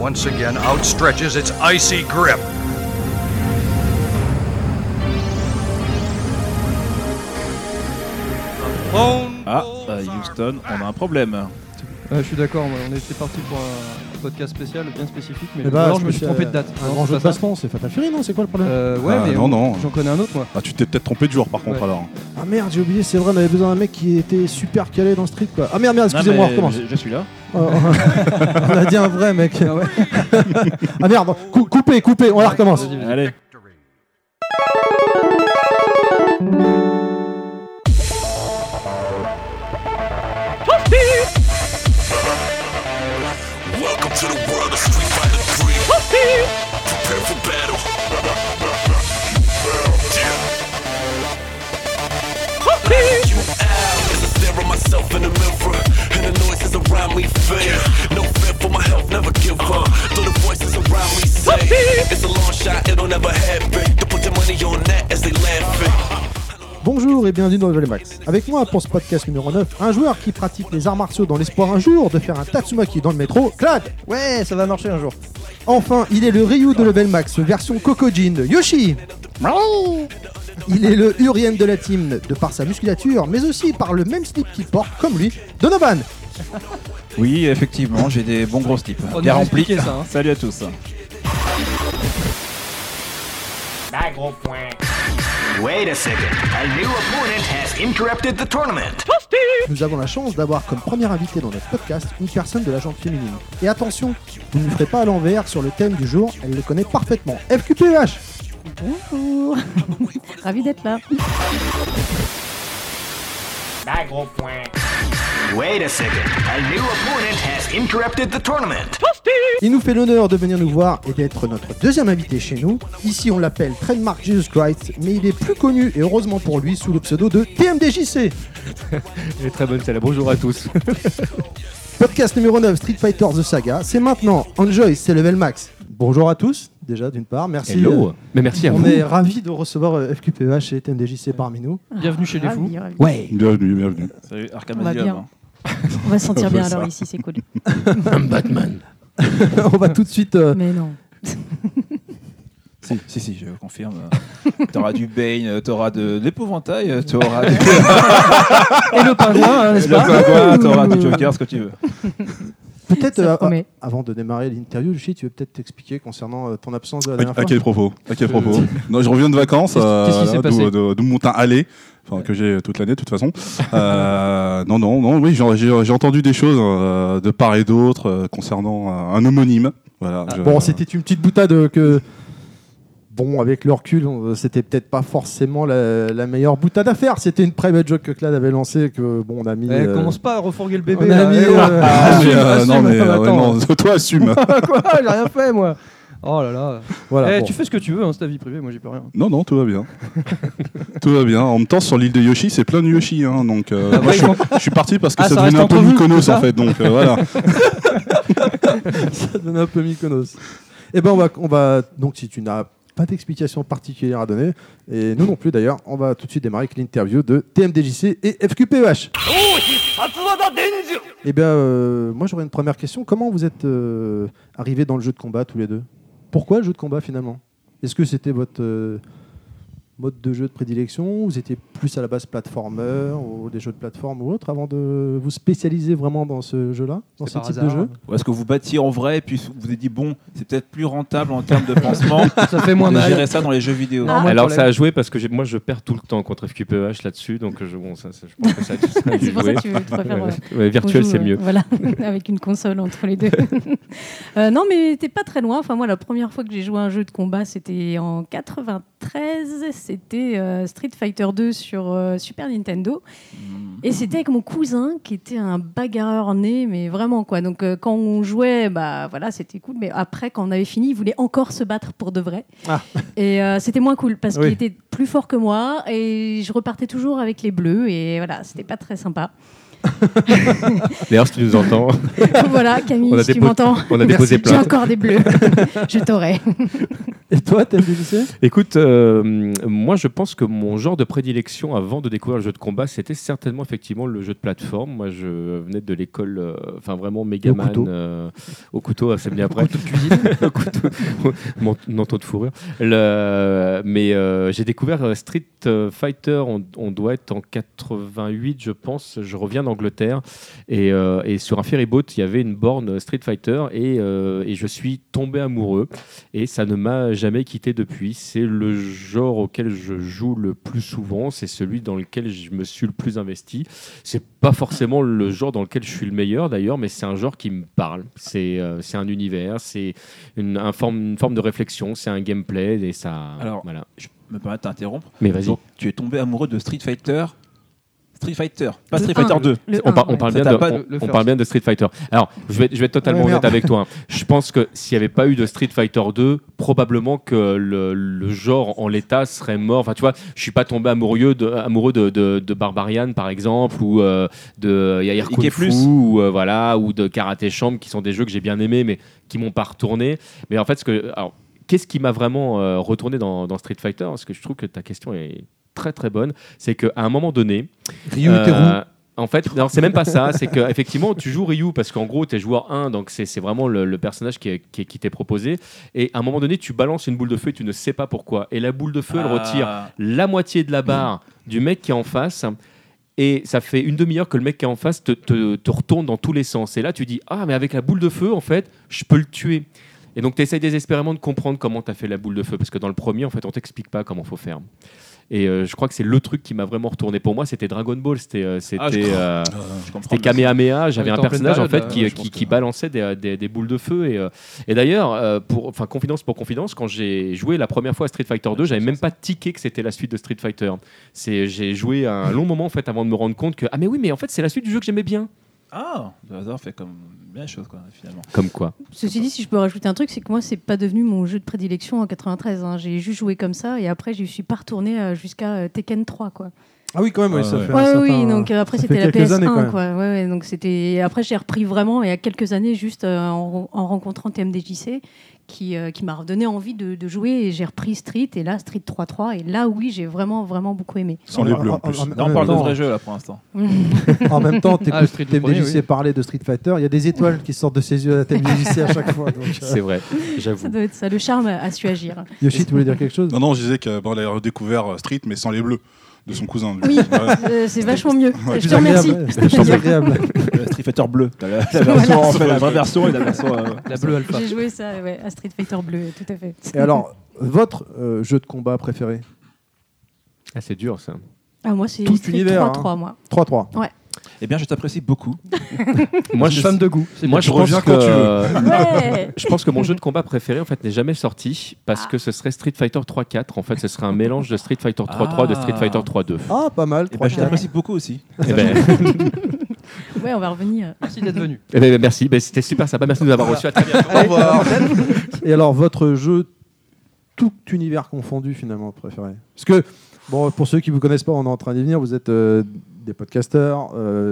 once again outstretches its icy grip. Houston, on a un problème. Je suis d'accord, on était parti pour un podcast spécial bien spécifique, mais bah, alors je me suis trompé de date. Un grand jeu de baston, c'est Fatal Fury, non? C'est quoi le problème? Mais non. j'en connais un autre, moi. Ah, tu t'es peut-être trompé de jour par contre alors. Ah merde, j'ai oublié, c'est vrai, on avait besoin d'un mec qui était super calé dans Street, quoi. Ah merde, excusez-moi, on recommence. Je suis là. On a dit un vrai mec. Ah ouais. Ah merde, coupez, on la recommence. Allez. Welcome to the world of Street Fighter 3. Prepare for battle. You out as I stare at myself in the mirror, and the noises around me fear. No fear for my health, never give up. Though the voices around me say it's a long shot, it'll never happen. To put their money on that as they laughing. Bonjour et bienvenue dans Level Max. Avec moi pour ce podcast numéro 9, un joueur qui pratique les arts martiaux dans l'espoir un jour de faire un Tatsumaki dans le métro, Clad. Ouais, ça va marcher un jour. Enfin, il est le Ryu de Level Max, version Kokojin, Yoshi. Il est le Urien de la team de par sa musculature, mais aussi par le même slip qu'il porte, comme lui, Donovan. Oui, effectivement, j'ai des bons gros slips. On Bien nous remplis. expliquer ça, hein. Salut à tous. Gros point. Wait a second. A new opponent has interrupted the tournament. Nous avons la chance d'avoir comme première invitée dans notre podcast une personne de la gente féminine. Et attention, vous ne le ferez pas à l'envers sur le thème du jour, elle le connaît parfaitement. FQPEH. Bonjour. Ravi d'être là. Gros point. Wait a second. A new opponent has interrupted the tournament. Il nous fait l'honneur de venir nous voir et d'être notre deuxième invité chez nous. Ici on l'appelle Trademark Jesus Christ, mais il est plus connu et heureusement pour lui sous le pseudo de TMDJC. Elle est très bonne celle-là, bonjour à tous. Podcast numéro 9, Street Fighter The Saga. C'est maintenant, Enjoy, c'est Level Max. Bonjour à tous, déjà d'une part, merci. Hello. Mais merci à on vous. est ravis de recevoir FQPEH et TMDJC parmi nous. Bienvenue chez les fous. Ravi. Ouais. Bienvenue. Salut, Arkham On va Asylum. bien. On va se sentir bien alors ici, c'est cool. Batman. On va tout de suite... Mais non. Si, je confirme. T'auras du Bane, t'auras de l'épouvantail, t'auras du... Et le pingouin, hein, n'est-ce pas? T'auras du Joker, ce que tu veux. Peut-être, Ça promet. avant de démarrer l'interview, Yoshi, tu veux peut-être t'expliquer concernant ton absence de la dernière À fois. quel propos Non, je reviens de vacances, Qu'est-ce qui s'est passé d'où mon teint allait, enfin que j'ai toute l'année de toute façon. Non, oui, j'ai entendu des choses de part et d'autre concernant un homonyme. Voilà. Bon, c'était une petite boutade que... Bon, avec le recul, c'était peut-être pas forcément la meilleure boutade à faire. C'était une private joke que Clad avait lancée, que bon, on a mis... Commence pas à refourguer le bébé. On a là. mis, Assume, non, mais attends. non, toi assume. Quoi? J'ai rien fait, moi. Oh là là. Voilà, bon. Tu fais ce que tu veux, hein, c'est ta vie privée, moi j'y peux rien. Non, tout va bien. Tout va bien. En même temps, sur l'île de Yoshi, c'est plein de Yoshi, hein, donc moi, je suis parti parce que Ah, ça ça devenait reste un peu entre vous, Mykonos c'est ça en fait, donc voilà. Ça donne un peu Mykonos. Eh ben, on va donc, si tu n'as pas d'explication particulière à donner, et nous non plus d'ailleurs, on va tout de suite démarrer avec l'interview de TMDJC et FQPEH. Eh bien, moi j'aurais une première question. Comment vous êtes arrivés dans le jeu de combat tous les deux? Pourquoi le jeu de combat finalement? Est-ce que c'était votre mode de jeu de prédilection? Vous étiez plus à la base platformer ou des jeux de plateforme ou autre avant de vous spécialiser vraiment dans ce jeu-là, dans ce par type hasard. de jeu? Ou est-ce que vous battiez en vrai et puis vous vous êtes dit, bon, c'est peut-être plus rentable en termes de pansement Ça fait moins de mal. gérer ça dans les jeux vidéo. Non, moi, Alors le ça a joué parce que moi je perds tout le temps contre FQPEH là-dessus, donc je pense que ça a dû C'est pour ça jouer. que tu préfères... Ouais, virtuel on joue, c'est mieux. Voilà, avec une console entre les deux. Non, mais t'es pas très loin. Enfin, moi, la première fois que j'ai joué à un jeu de combat, c'était en 93. C'était Street Fighter 2 sur Super Nintendo. Et c'était avec mon cousin qui était un bagarreur né, mais vraiment quoi. Donc quand on jouait, bah voilà, c'était cool. Mais après, quand on avait fini, il voulait encore se battre pour de vrai. Ah. Et c'était moins cool parce Oui. qu'il était plus fort que moi et je repartais toujours avec les bleus et voilà, c'était pas très sympa. D'ailleurs, si tu nous entends, Voilà, Camille, on a si tu dépo- m'entends, on a déposé j'ai plainte. encore des bleus. Je t'aurai. Et toi, TMDJC? Écoute, moi je pense que mon genre de prédilection avant de découvrir le jeu de combat, c'était certainement effectivement le jeu de plateforme. Moi je venais de l'école, enfin vraiment Megaman. couteau. Au couteau, c'est bien après. Couteau de cuisine. Au couteau, mon manteau de fourrure. Mais j'ai découvert Street Fighter, on doit être en 88 je pense. Je reviens d'Angleterre et sur un ferryboat, il y avait une borne Street Fighter et je suis tombé amoureux et ça ne m'a jamais quitté depuis. C'est le genre auquel je joue le plus souvent, c'est celui dans lequel je me suis le plus investi. C'est pas forcément le genre dans lequel je suis le meilleur d'ailleurs, mais c'est un genre qui me parle. C'est un univers, c'est une forme de réflexion, c'est un gameplay et ça. Alors, voilà. je me permets de t'interrompre. Mais vas-y. Donc, tu es tombé amoureux de Street Fighter, pas Le Street 1, Fighter 2. On, un, parle Ça bien t'a de, pas- on parle bien de Street Fighter. Alors, je vais être totalement Ouais, honnête merde. avec toi. Je pense que s'il n'y avait pas eu de Street Fighter 2, probablement que le genre en l'état serait mort. Enfin, tu vois, je suis pas tombé amoureux de Barbarian, par exemple, ou de Yair Kung Ike Fu, Plus. ou de Karate Champ, qui sont des jeux que j'ai bien aimés, mais qui m'ont pas retourné. Mais en fait, qu'est-ce qui m'a vraiment retourné dans Street Fighter? Parce que je trouve que ta question est très très bonne. C'est qu'à un moment donné, Ryu et Teru. en fait, non, c'est même pas ça. C'est qu'effectivement, tu joues Ryu parce qu'en gros, tu es joueur 1, donc c'est vraiment le personnage qui t'est proposé. Et à un moment donné, tu balances une boule de feu et tu ne sais pas pourquoi. Et la boule de feu, elle retire la moitié de la barre du mec qui est en face. Et ça fait une demi-heure que le mec qui est en face te retourne dans tous les sens. Et là, tu dis, ah, mais avec la boule de feu, en fait, je peux le tuer. Et donc, tu essayes désespérément de comprendre comment tu as fait la boule de feu. Parce que dans le premier, en fait, on t'explique pas comment faut faire. Et je crois que c'est le truc qui m'a vraiment retourné. Pour moi, c'était Dragon Ball. C'était Kamehameha. J'avais On un était en pleine personnage en période, fait là, qui balançait des boules de feu. Et d'ailleurs, confidence pour confidence, quand j'ai joué la première fois à Street Fighter 2, j'avais même pas tiqué que c'était la suite de Street Fighter. J'ai joué un long moment en fait avant de me rendre compte que mais oui, mais en fait c'est la suite du jeu que j'aimais bien. Ah, le hasard fait comme bien les choses, quoi, finalement. Comme quoi. Ceci dit, si je peux rajouter un truc, c'est que moi, c'est pas devenu mon jeu de prédilection en 93. Hein. J'ai juste joué comme ça et après, je suis pas retournée jusqu'à Tekken 3, quoi. Ah oui, quand même, Ouais, ça ouais. fait un Ouais, certain- oui, donc après ça c'était fait la quelques PS1, années, quand même. quoi. Ouais, donc c'était. Après j'ai repris vraiment il y a quelques années juste en rencontrant TMDJC qui m'a redonné envie de jouer et j'ai repris Street et là Street 3.3 et là oui j'ai vraiment beaucoup aimé. Sans les bleus en plus. Là, on parle de vrais jeux, là, pour l'instant. En même temps, Ah, le Street du premier, TMDJC oui. parlait de Street Fighter, il y a des étoiles qui sortent de ses yeux à TMDJC à chaque fois. Donc, C'est vrai, Ça j'avoue. doit être ça, le charme a su agir. Yoshi, tu voulais dire quelque chose? Non, je disais qu'elle avait redécouvert Street, mais sans les bleus de son cousin. lui. Oui, Ouais. c'est vachement mieux. Ouais, Je te remercie. C'était plus agréable. Street Fighter bleu. T'as la version, en fait, la vraie version et la version. La bleue alpha. J'ai joué ça ouais, à Street Fighter bleu, tout à fait. Et alors, votre jeu de combat préféré? Ah, c'est dur ça. Ah, moi c'est Tout Street univers, 3.3 moi. 3-3. Eh bien, je t'apprécie beaucoup. Moi, Je suis femme de goût. C'est Moi, bien. je pense reviens quand tu que Ouais. je pense que mon jeu de combat préféré en fait n'est jamais sorti parce que ce serait Street Fighter 3.4. En fait, ce serait un mélange de Street Fighter 3.3 de Street Fighter 3.2. Ah, pas mal. Eh ben, je 3-4. t'apprécie beaucoup aussi. Eh ben, Ouais, on va revenir. Merci d'être venu. merci, c'était super sympa. Merci de nous avoir reçus. À très bientôt. Au revoir. Et alors, votre jeu, tout univers confondu, finalement, préféré? Parce que, bon, pour ceux qui ne vous connaissent pas, on est en train d'y venir, vous êtes des podcasteurs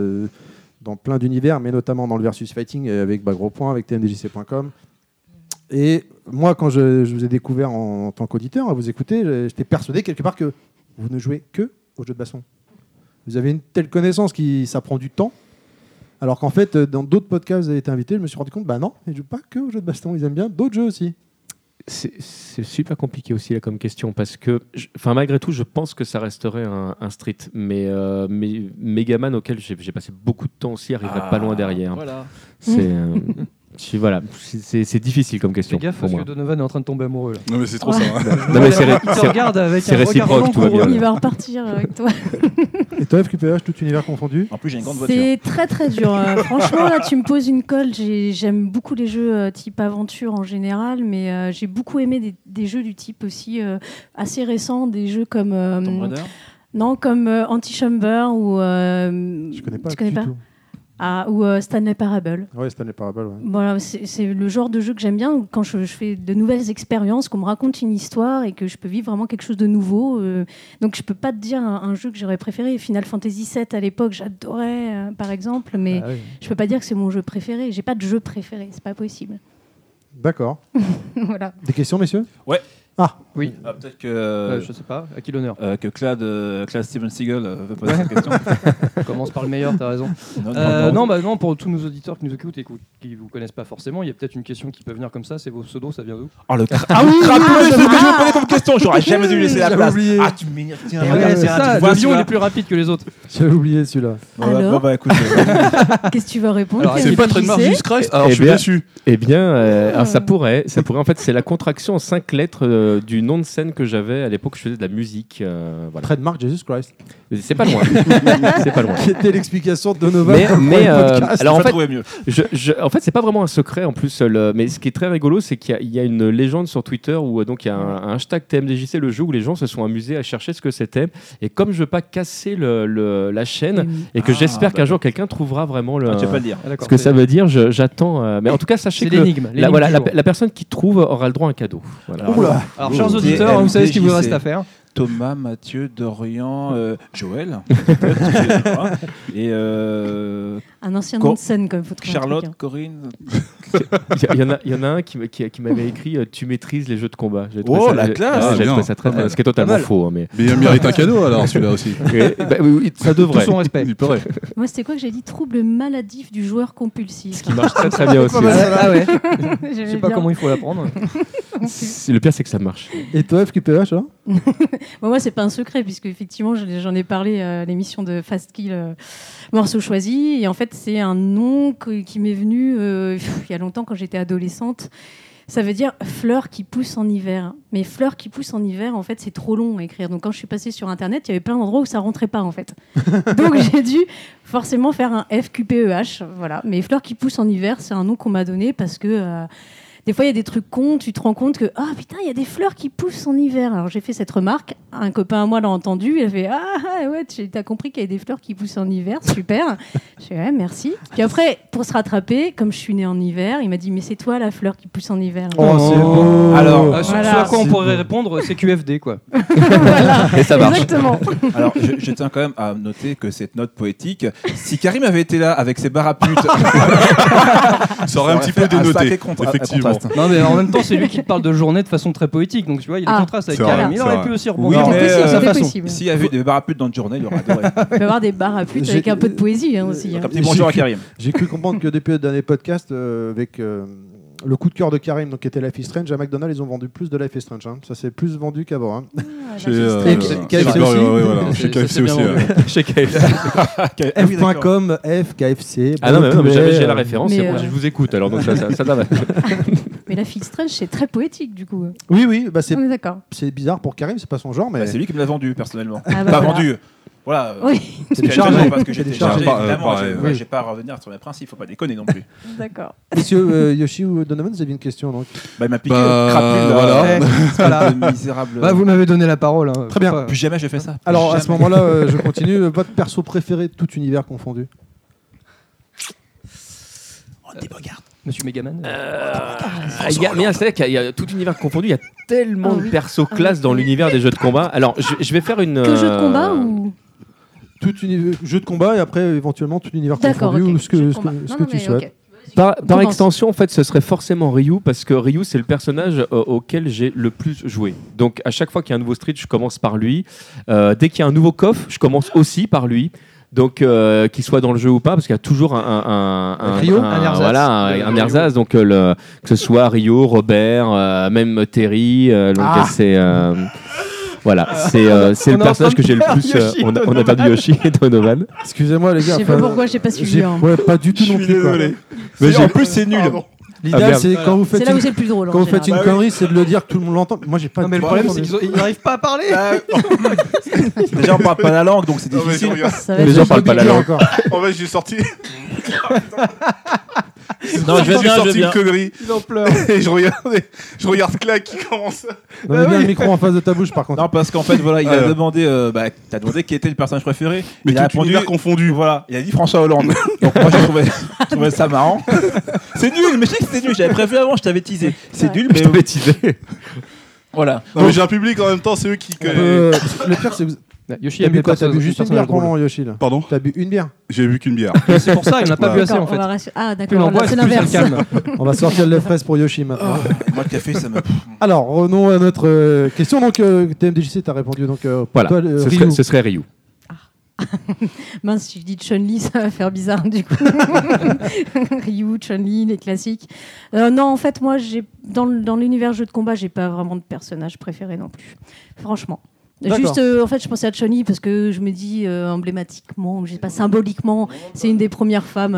dans plein d'univers, mais notamment dans le versus fighting avec Gros Point, avec tmdjc.com. Et moi, quand je vous ai découvert en tant qu'auditeur, à vous écouter, j'étais persuadé quelque part que vous ne jouez que aux jeux de baston. Vous avez une telle connaissance qui ça prend du temps. Alors qu'en fait, dans d'autres podcasts, vous avez été invité, je me suis rendu compte, bah non, ils ne jouent pas que aux jeux de baston, ils aiment bien d'autres jeux aussi. C'est super compliqué aussi là comme question parce que, malgré tout, je pense que ça resterait un Street, mais Megaman auquel j'ai passé beaucoup de temps aussi arriverait pas loin derrière. Voilà. C'est difficile comme question Fais gaffe pour parce moi. que Donovan est en train de tomber amoureux là. Non, mais c'est trop ça. hein. Non, mais c'est Il te regarde avec c'est un regard réciproque, tout va bien. Il va repartir avec toi. Et toi, FQPH, tout univers confondu? En plus, j'ai une grande voiture. C'est très très dur. Franchement, là, tu me poses une colle. J'aime beaucoup les jeux type aventure en général, mais j'ai beaucoup aimé des jeux du type aussi assez récents, des jeux comme Tomb Raider. non, comme Antichamber ou Je connais pas. tu connais du pas tout. Ou Stanley Parable. Ouais, Stanley Parable. Ouais. Voilà, c'est le genre de jeu que j'aime bien quand je fais de nouvelles expériences, qu'on me raconte une histoire et que je peux vivre vraiment quelque chose de nouveau. Donc je peux pas te dire un jeu que j'aurais préféré. Final Fantasy VII à l'époque, j'adorais par exemple, mais je peux pas dire que c'est mon jeu préféré. J'ai pas de jeu préféré, c'est pas possible. D'accord. Voilà. Des questions, messieurs ? Ouais. Ah Oui. Peut-être que Je sais pas, à qui l'honneur? que Claude Steven Seagal veut poser cette question. On commence par le meilleur, t'as raison. Non, pour tous nos auditeurs qui nous écoutent et qui vous connaissent pas forcément, il y a peut-être une question qui peut venir comme ça. C'est vos pseudos, ça vient d'où? Oh le crapule, c'est ce que je me posais comme question. J'aurais jamais dû lui laisser la J'avais place. oublié. Ah, tu m'énerves. Tiens, Ouais, regarde, c'est tiens, ça, tu vois, l'avion celui-là. est plus rapide que les autres. J'avais oublié celui-là. Alors Bon, bah écoute. Qu'est-ce que tu vas répondre? Alors, C'est pas très de Jesus Christ. Alors, je suis déçu. Eh bien, alors, ça pourrait. En fait, c'est la contraction en 5 lettres du nom de scène que j'avais à l'époque où je faisais de la musique. Voilà. Trademark Jesus Christ. C'est pas loin. C'est pas loin. C'était l'explication de Donovan. Mais alors en fait, trouvais mieux. en fait, c'est pas vraiment un secret en plus. Mais ce qui est très rigolo, c'est qu'il y a une légende sur Twitter où donc il y a un hashtag TMDJC, le jeu où les gens se sont amusés à chercher ce que c'était. Et comme je veux pas casser la chaîne et que j'espère qu'un jour quelqu'un trouvera vraiment Tu vas pas le dire. ce que ça veut dire, j'attends. Mais en tout cas, sachez C'est que l'énigme. la personne qui trouve aura le droit à un cadeau. Voilà. Oula. Alors, chers auditeurs, vous savez ce qu'il vous reste à faire. Thomas, Mathieu, Dorian, Joël, excusez-moi, et Un ancien nom de scène, comme il faut trouver un Charlotte, truc, hein. Corinne. Il y en a un qui m'avait écrit tu maîtrises les jeux de combat. J'ai trouvé Oh, ça- la classe. J'ai Bien. trouvé ça très bien, ce qui est totalement Pas mal. faux. Hein, mais Mais il mérite un cadeau alors celui-là aussi. oui, ça Tout devrait. son respect. Il pourrait. Moi, c'était quoi que j'ai dit? Trouble maladif du joueur compulsif. Ce qui marche très très bien aussi. Ah ouais. Je J'aimais sais pas bien. comment il faut l'apprendre. Le pire, c'est que ça marche. Et toi, FQPH, là Bon, moi, c'est pas un secret, puisque effectivement, j'en ai parlé à l'émission de Fast Kill Morceau Choisi. Et en fait, c'est un nom qui m'est venu il y a longtemps, quand j'étais adolescente. Ça veut dire fleur qui pousse en hiver. Mais fleur qui pousse en hiver, en fait, c'est trop long à écrire. Donc, quand je suis passée sur Internet, il y avait plein d'endroits où ça rentrait pas, en fait. Donc, j'ai dû forcément faire un FQPEH. Voilà. Mais fleur qui pousse en hiver, c'est un nom qu'on m'a donné parce que des fois, il y a des trucs cons, tu te rends compte que putain, il y a des fleurs qui poussent en hiver. Alors, j'ai fait cette remarque. Un copain à moi l'a entendu. Il a fait ouais, t'as compris qu'il y a des fleurs qui poussent en hiver. Super. Je fais ouais, merci. Puis après, pour se rattraper, comme je suis née en hiver, il m'a dit mais c'est toi la fleur qui pousse en hiver. Oh, c'est beau. Alors, Ce Voilà. à quoi on C'est pourrait beau. répondre, c'est QFD quoi. Voilà. Et ça marche. Exactement. Alors, je tiens quand même à noter que cette note poétique, si Karim avait été là avec ses barres à putes, Ça aurait un petit peu fait un dénoté. sacré Effectivement. contraste. Non mais en même temps c'est lui qui te parle de journée de façon très poétique donc tu vois il y a des contrastes avec c'est vrai, Karim. Il c'est aurait vrai. pu aussi Oui, rebondir mais, de sa c'était façon. possible. S'il y avait des barres à putes dans une journée, il aurait adoré. Il peut y avoir des barres à putes avec un peu de poésie aussi. Donc, hein. un petit bonjour à Karim. J'ai cru comprendre que depuis le dernier podcast, avec le coup de cœur de Karim, donc, qui était Life is Strange, à McDonald's, ils ont vendu plus de Life is Strange. Hein. Ça s'est plus vendu qu'avant. Hein. Chez KFC ouais, aussi. voilà. C'est- Chez KFC c'est bien aussi. vendu. Chez KFC. F.com, F, KFC. Ah non, mais poulet, j'ai la référence. Mais, c'est bon, je vous écoute. Alors donc ça va. Mais la fille Strange, c'est très poétique du coup. Oui, bah, On est d'accord. c'est bizarre pour Karim, c'est pas son genre, mais Bah, c'est lui qui me l'a vendu, personnellement. Ah, bah, Pas voilà. vendu. Voilà. Oui, c'est déchargé. Parce que j'ai C'est déchargé, déchargé. évidemment. Pareil, Je oui. vais pas revenir sur mes principes, faut pas déconner non plus. d'accord. Monsieur Yoshi ou Donovan, vous avez une question donc. Bah, il m'a piqué Bah, le crapule, là. voilà. Voilà. Le misérable. Bah vous m'avez donné la parole. Hein. Très bien. Faut pas- Plus jamais j'ai fait ça. Alors à Jamais. ce moment-là, je continue. Votre perso préféré, tout univers confondu? Monsieur Megaman. C'est-à-dire qu'il y a tout univers confondu. Il y a tellement Ah de oui. persos Ah classe oui. dans l'univers des jeux de combat. Alors je vais faire une. Que jeu de combat ou Tout jeu de combat et après éventuellement tout univers D'accord, confondu ok. ou ce que, Jeu de ce que, combat. ce Non, que non, tu mais souhaites. ok. Par Commence. extension, en fait, ce serait forcément Ryu, parce que Ryu, c'est le personnage auquel j'ai le plus joué. Donc, à chaque fois qu'il y a un nouveau Street, je commence par lui. Dès qu'il y a un nouveau coffre, je commence aussi par lui. Donc, qu'il soit dans le jeu ou pas, parce qu'il y a toujours un Ryo, un ersatz. voilà, un ersatz. Donc, que ce soit Ryo, Robert, même Terry. Donc, c'est. Voilà, c'est le personnage que j'ai le plus. On a perdu Yoshi et Donovan. Excusez-moi les Je gars. sais pas pourquoi j'ai pas suivi. hein. Ouais, pas du tout non plus. quoi. Mais en plus, c'est nul. L'idéal, merde. c'est quand vous C'est faites là où une, c'est le plus drôle. en quand vous faites une général. connerie, c'est de le dire que tout le monde l'entend. Moi, j'ai pas. Non mais le de problème problème. c'est qu'ils n'arrivent pas à parler. Déjà, on parle pas la langue, donc c'est difficile. Ça va Les être gens parlent pas la langue. encore. En fait, j'ai sorti. Non, je vais bien, je vais sorti bien. une connerie. Il en pleure. Et je regarde Clack qui commence. Non, mais bien le micro en face de ta bouche, par contre. Non, parce qu'en fait, voilà, il a demandé, t'as demandé qui était le personnage préféré. Mais il a tout univers confondu. Voilà, il a dit François Hollande. Donc moi, j'ai trouvé ça marrant. C'est nul, mais je sais que c'était nul. J'avais prévu avant, je t'avais teasé. C'est nul, mais Je t'avais teasé. voilà. Non, mais j'ai un public en même temps, c'est eux qui. Le pire, c'est que Yoshi t'as aime bu les quoi? T'as bu personnages juste une personnages bière drôles. pendant Yoshi là. Pardon. T'as bu une bière. J'ai bu qu'une bière. C'est pour ça, il n'a pas bu assez en D'accord, on fait. va rester- Ah, Plus d'accord, l'on boit, c'est plus ça l'inverse. calme. On va sortir le fraise pour Yoshi maintenant. Moi, le café, ça me. Alors, revenons à notre question. Donc, TMDJC, t'as répondu. Donc, pour Voilà, toi, Ryu. ce serait Ryu. Mince, si je dis Chun-Li, ça va faire bizarre du coup. Ryu, Chun-Li, les classiques. Non, en fait, moi, dans l'univers jeu de combat, j'ai pas vraiment de personnage préféré non plus. Franchement. D'accord. Juste, en fait, je pensais à Chun-Li parce que je me dis emblématiquement, je sais pas, symboliquement, c'est une des premières femmes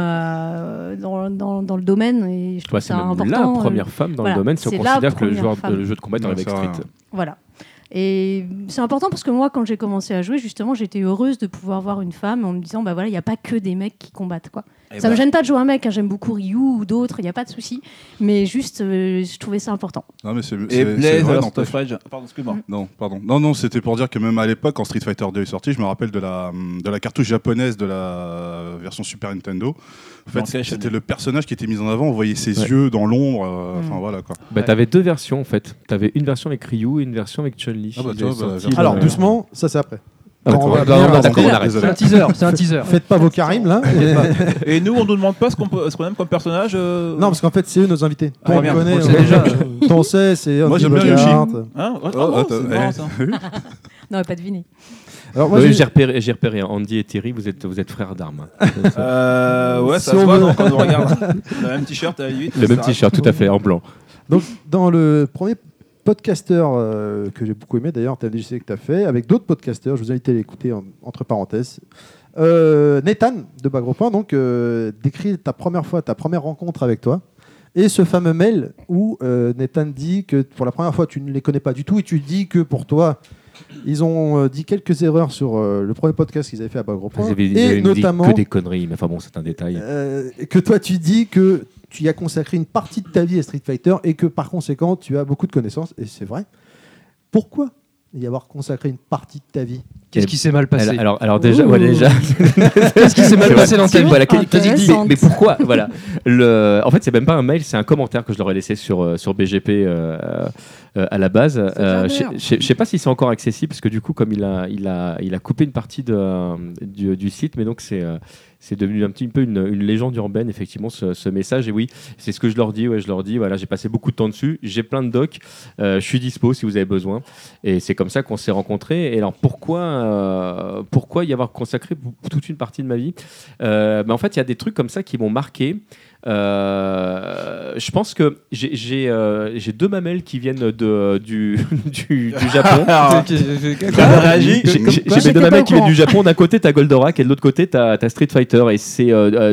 dans le domaine et je trouve C'est ça même important. la première femme dans voilà, le domaine si on c'est la considère que le première joueur femme. de jeu de combat est arrivé avec Ouais, c'est Street. vrai. Voilà. Et c'est important parce que moi, quand j'ai commencé à jouer, justement, j'étais heureuse de pouvoir voir une femme en me disant, bah voilà, il n'y a pas que des mecs qui combattent, quoi. Ça me gêne pas de jouer un mec, hein, j'aime beaucoup Ryu ou d'autres, il n'y a pas de souci. Mais juste, je trouvais ça important. Non, mais Et c'est Blaze, vrai, alors, n'empêche. Stuff Rage. Pardon, excuse-moi. Non, pardon. Non, c'était pour dire que même à l'époque, quand Street Fighter 2 est sorti, je me rappelle de la cartouche japonaise de la version Super Nintendo. En fait, Bankai, c'était le personnage qui était mis en avant. On voyait ses yeux dans l'ombre. Enfin, voilà quoi. Bah, t'avais deux versions en fait. T'avais une version avec Ryu et une version avec Chun-Li. Ah bah, Ils tu vois, avaient bah, sorti Alors, le- doucement, ça c'est après. Ah, Quand on va d'accord. bien D'accord, lancer, on arrête. C'est un teaser, c'est un teaser. Faites pas vos Karim là. Et nous, on nous demande pas ce qu'on aime comme personnage. Non, parce qu'en fait, c'est eux nos invités. Toi, on merde. connaît. On le sait déjà. T'en sais, c'est. Moi, Andy j'aime bien Bogart. Hein Oh, oh, c'est attends, marrant, ça. Non, pas deviné. Alors, moi, Oui, j'ai- j'ai repéré. Andy et Thierry, vous êtes frères d'armes. Ouais, Si ça se on voit veut. donc, quand on nous regarde. Le même t-shirt à la limite. Le même ça t-shirt, tout à fait, en blanc. Donc, dans le premier podcasteur que j'ai beaucoup aimé, d'ailleurs, TMDJC que tu as fait, avec d'autres podcasteurs, je vous invite à l'écouter entre parenthèses. Nathan de Bagro Point, donc, décrit ta première rencontre avec toi. Et ce fameux mail où Nathan dit que pour la première fois, tu ne les connais pas du tout et tu dis que pour toi, ils ont dit quelques erreurs sur le premier podcast qu'ils avaient fait à Bagro Point. Ils avaient Et dit notamment que des conneries, mais enfin bon, c'est un détail. que toi, tu dis que tu y as consacré une partie de ta vie à Street Fighter et que par conséquent, tu as beaucoup de connaissances. Et c'est vrai. Pourquoi y avoir consacré une partie de ta vie? Qu'est-ce qui s'est mal passé? Alors déjà, Ouh. ouais, déjà. Qu'est-ce qui s'est mal C'est passé dans ta vie? Voilà, mais Intéressante. pourquoi voilà. En fait, c'est même pas un mail, c'est un commentaire que je leur ai laissé sur BGP à la base. Je sais pas si c'est encore accessible parce que du coup, comme il a coupé une partie du site, mais donc c'est devenu un petit peu une légende urbaine effectivement ce message. Et oui, c'est ce que je leur dis. Ouais, je leur dis voilà, j'ai passé beaucoup de temps dessus, j'ai plein de docs, je suis dispo si vous avez besoin. Et c'est comme ça qu'on s'est rencontrés. Et alors pourquoi y avoir consacré toute une partie de ma vie? En fait, il y a des trucs comme ça qui m'ont marqué. Je pense que j'ai deux mamelles qui viennent du Japon. réagi. J'ai Quoi, mes j'étais deux pas mamelles au qui viennent courant. du Japon. D'un côté, t'as Goldorak et de l'autre côté, t'as Street Fighter. Et c'est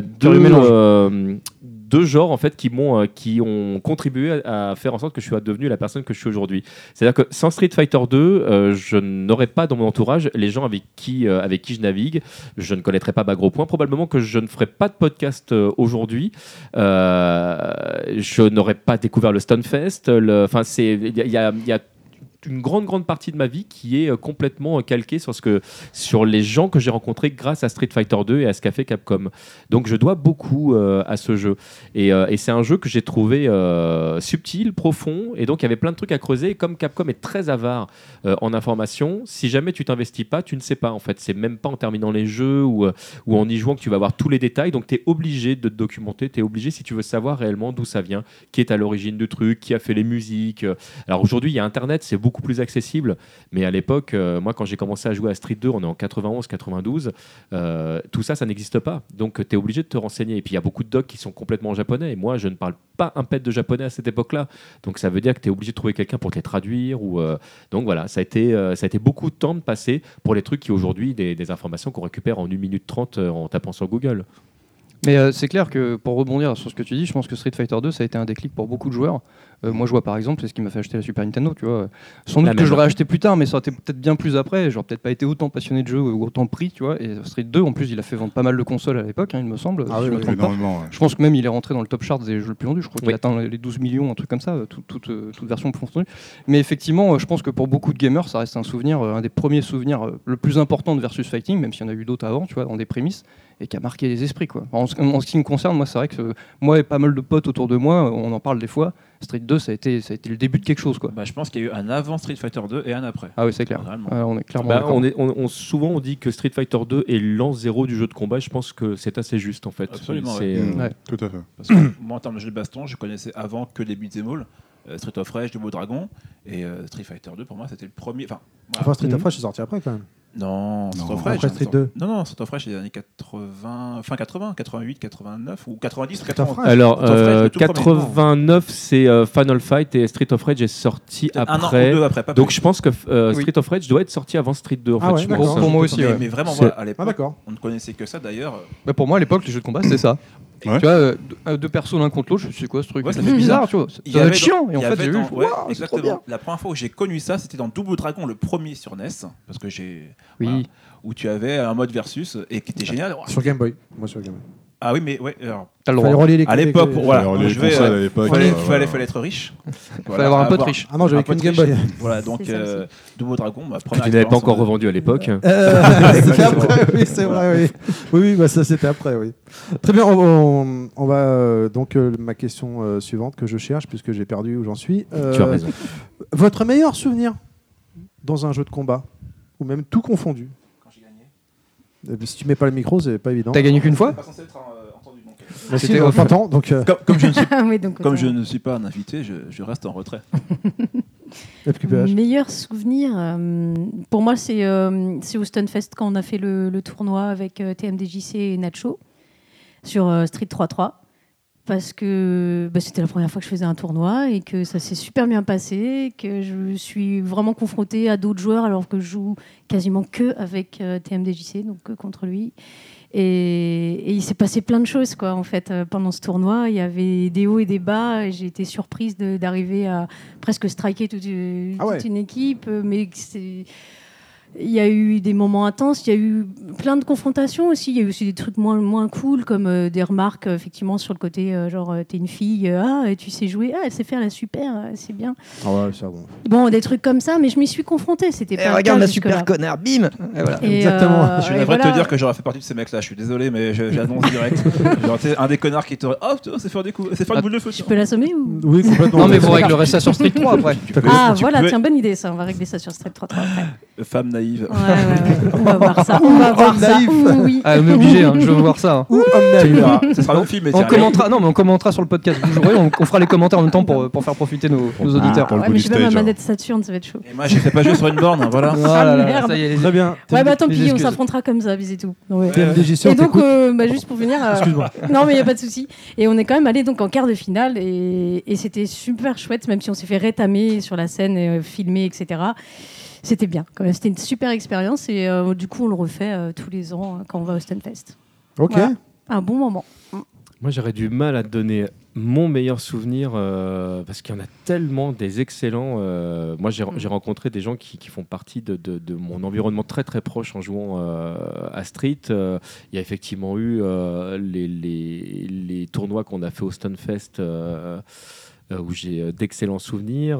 deux genres en fait qui ont contribué à faire en sorte que je sois devenu la personne que je suis aujourd'hui. C'est-à-dire que sans Street Fighter 2, je n'aurais pas dans mon entourage les gens avec qui je navigue. Je ne connaîtrais pas Bagro Point. Probablement que je ne ferais pas de podcast aujourd'hui. Je n'aurais pas découvert le Stunfest. Enfin, il y a une grande partie de ma vie qui est complètement calquée sur les gens que j'ai rencontrés grâce à Street Fighter 2 et à ce qu'a fait Capcom. Donc je dois beaucoup à ce jeu. Et c'est un jeu que j'ai trouvé subtil, profond, et donc il y avait plein de trucs à creuser. Et comme Capcom est très avare en information, si jamais tu t'investis pas, tu ne sais pas en fait. C'est même pas en terminant les jeux ou en y jouant que tu vas avoir tous les détails. Donc tu es obligé de te documenter, tu es obligé si tu veux savoir réellement d'où ça vient, qui est à l'origine du truc, qui a fait les musiques. Alors aujourd'hui, il y a Internet, c'est beaucoup plus accessible, mais à l'époque, moi quand j'ai commencé à jouer à Street 2, on est en 91-92, tout ça, ça n'existe pas. Donc tu es obligé de te renseigner. Et puis il y a beaucoup de docs qui sont complètement en japonais, et moi je ne parle pas un pet de japonais à cette époque-là. Donc ça veut dire que tu es obligé de trouver quelqu'un pour te les traduire. Donc voilà, ça a été beaucoup de temps de passer pour les trucs qui aujourd'hui, des informations qu'on récupère en 1 minute 30 en tapant sur Google. Mais c'est clair que pour rebondir sur ce que tu dis, je pense que Street Fighter 2, ça a été un déclic pour beaucoup de joueurs. Moi, je vois par exemple, c'est ce qui m'a fait acheter la Super Nintendo, tu vois. Sans La doute que même. je l'aurais acheté plus tard, mais ça aurait été peut-être bien plus après. J'aurais peut-être pas été autant passionné de jeu ou autant pris, tu vois. Et Street 2, en plus, il a fait vendre pas mal de consoles à l'époque, il me semble. Ah si oui, je me oui, trompe pas. Énormément. Ouais. Je pense que même il est rentré dans le top chart des jeux les plus vendus. Je crois qu'il Oui. atteint les 12 millions, un truc comme ça, toute version confondue. Mais effectivement, je pense que pour beaucoup de gamers, ça reste un souvenir, un des premiers souvenirs le plus important de Versus Fighting, même s'il y en a eu d'autres avant, tu vois, dans des prémices, et qui a marqué les esprits, quoi. En ce qui me concerne, moi, c'est vrai que moi et pas mal de potes autour de moi, on en parle des fois. Street 2, ça a été le début de quelque chose, quoi. Bah, je pense qu'il y a eu un avant Street Fighter 2 et un après. Ah oui, c'est clair. Vraiment. On est clairement Bah, d'accord. souvent on dit que Street Fighter 2 est l'an zéro du jeu de combat. Je pense que c'est assez juste en fait. Absolument, C'est, Ouais. Tout à fait. Parce que moi, en termes de jeu de baston, je connaissais avant que les beat'em all, Street of Rage, Double Dragon, et Street Fighter 2, pour moi, c'était le premier. Enfin, voilà. Enfin, Street of Rage est sorti après quand même. Non, Street Non. of Rage. Après Street 2. Non, Street of Rage, c'est les années 80, fin 80, 88, 89, ou 90 ou Street of 80. Rage. Alors, Street of Rage, le tout premier. 89, c'est Final Fight et Street of Rage est sorti Peut-être un an après. ou deux après, pas Donc plus. je pense que Oui. Street of Rage doit être sorti avant Street 2. En Ah fait, ouais, je d'accord. pense. Pour moi aussi, mais, ouais. mais vraiment, C'est- voilà, à Ah l'époque, d'accord. on ne connaissait que ça d'ailleurs. Bah, pour moi, à l'époque, les jeux de combat, c'était ça. Ouais. Tu vois, deux persos l'un contre l'autre, je sais quoi ce truc. Ouais, ça ça fait fait bizarre, tu vois. Ça Il y doit être avait chiant. dans- Et en il y fait, avait j'ai vu, dans- ouais, waouh, c'est trop exactement. bien. La première fois où j'ai connu ça, c'était dans Double Dragon, le premier sur NES, parce que Oui. voilà, où tu avais un mode versus et qui était génial. Sur Game Boy. Moi sur Game Boy. Ah oui, mais ouais. Alors, T'as le Fallait droit. relier les à l'époque, les- voilà. Alors, moi, les je vais, consoles à l'époque. fallait être riche. Fallait avoir un pote riche. Ah non, j'avais qu'une Game Boy. Voilà, donc C'est ça aussi. Double Dragon, ma Que première tu n'avais pas expérience encore en- revendu à l'époque. C'était après, oui, c'est vrai, oui. Oui, bah ça c'était après, oui. Très bien, on va donc ma question suivante que je cherche puisque j'ai perdu où j'en suis. Tu as raison. Votre meilleur souvenir dans un jeu de combat ou même tout confondu. Quand j'ai gagné. Si tu mets pas le micro, c'est pas évident. T'as gagné qu'une fois Pas censé être entendu. Donc, Bah, si, C'était on off. t'entend, donc comme je ne suis Ah oui, donc Comme autant. je ne suis pas un invité, je reste en retrait. FQPH. Meilleur souvenir, pour moi, c'est au Stunfest quand on a fait le tournoi avec TMDJC et Nacho sur Street 3-3. Parce que c'était la première fois que je faisais un tournoi et que ça s'est super bien passé, que je suis vraiment confrontée à d'autres joueurs alors que je joue quasiment que avec TMDJC, donc que contre lui. Et il s'est passé plein de choses en fait, pendant ce tournoi. Il y avait des hauts et des bas. Et j'ai été surprise d'arriver à presque striker toute une équipe. Mais il y a eu des moments intenses, il y a eu plein de confrontations aussi. Il y a eu aussi des trucs moins cool, comme des remarques effectivement sur le côté genre t'es une fille, et tu sais jouer, elle sait faire la super, c'est bien. Ah ouais, ça bon. Bon, des trucs comme ça, mais je m'y suis confrontée. C'était pas le regarde cas la super jusque-là. connard, bim. Et voilà. Et, Exactement. Je suis et navré de voilà. te dire que j'aurais fait partie de ces mecs-là. Je suis désolé, mais j'annonce direct. Genre, t'es un des connards qui t'aurait. Oh, c'est faire des coups, c'est faire une boule de feu. Je peux l'assommer ou... Oui, complètement. Non, mais vous réglerez ça sur Street 3 après. Ah, tu voilà, peux- tiens, bonne idée ça. On va régler ça sur Street 3-3 après. Femme naïve. Ouais. On va voir ça. On va voir ça. naïf. Ouh, oui. Ah, on est obligé, je veux voir ça. Ou homme Tu naïf. verras. Ce sera long film, mais On tiens, commentera, non, mais on commentera sur le podcast. Vous jouerez, on fera les commentaires en même temps pour faire profiter nos auditeurs. Pour le Ouais, bout mais du j'ai pas ma stage, manette Saturn, ça va être chaud. Et moi, j'ai fait pas jouer sur une borne, hein, voilà. Ah là là, merde. ça y est, les- Très bien. Ouais, bah tant Les pis, on excuses. s'affrontera comme ça, c'est tout. Ouais. TMDJC, Et on donc, t'écoute. juste pour finir. Excuse-moi. Non, mais il n'y a pas de souci. Et on est quand même allé donc en quart de finale et c'était super chouette, même si on s'est fait rétamer sur la scène, filmer, etc. C'était bien. Quand même, c'était une super expérience et du coup, on le refait tous les ans quand on va au Stunfest. Ok. Voilà. Un bon moment. Moi, j'aurais du mal à te donner mon meilleur souvenir parce qu'il y en a tellement des excellents. Moi, j'ai rencontré des gens qui font partie de mon environnement très très proche en jouant à Street. Il y a effectivement eu les tournois qu'on a fait au Stunfest où j'ai d'excellents souvenirs.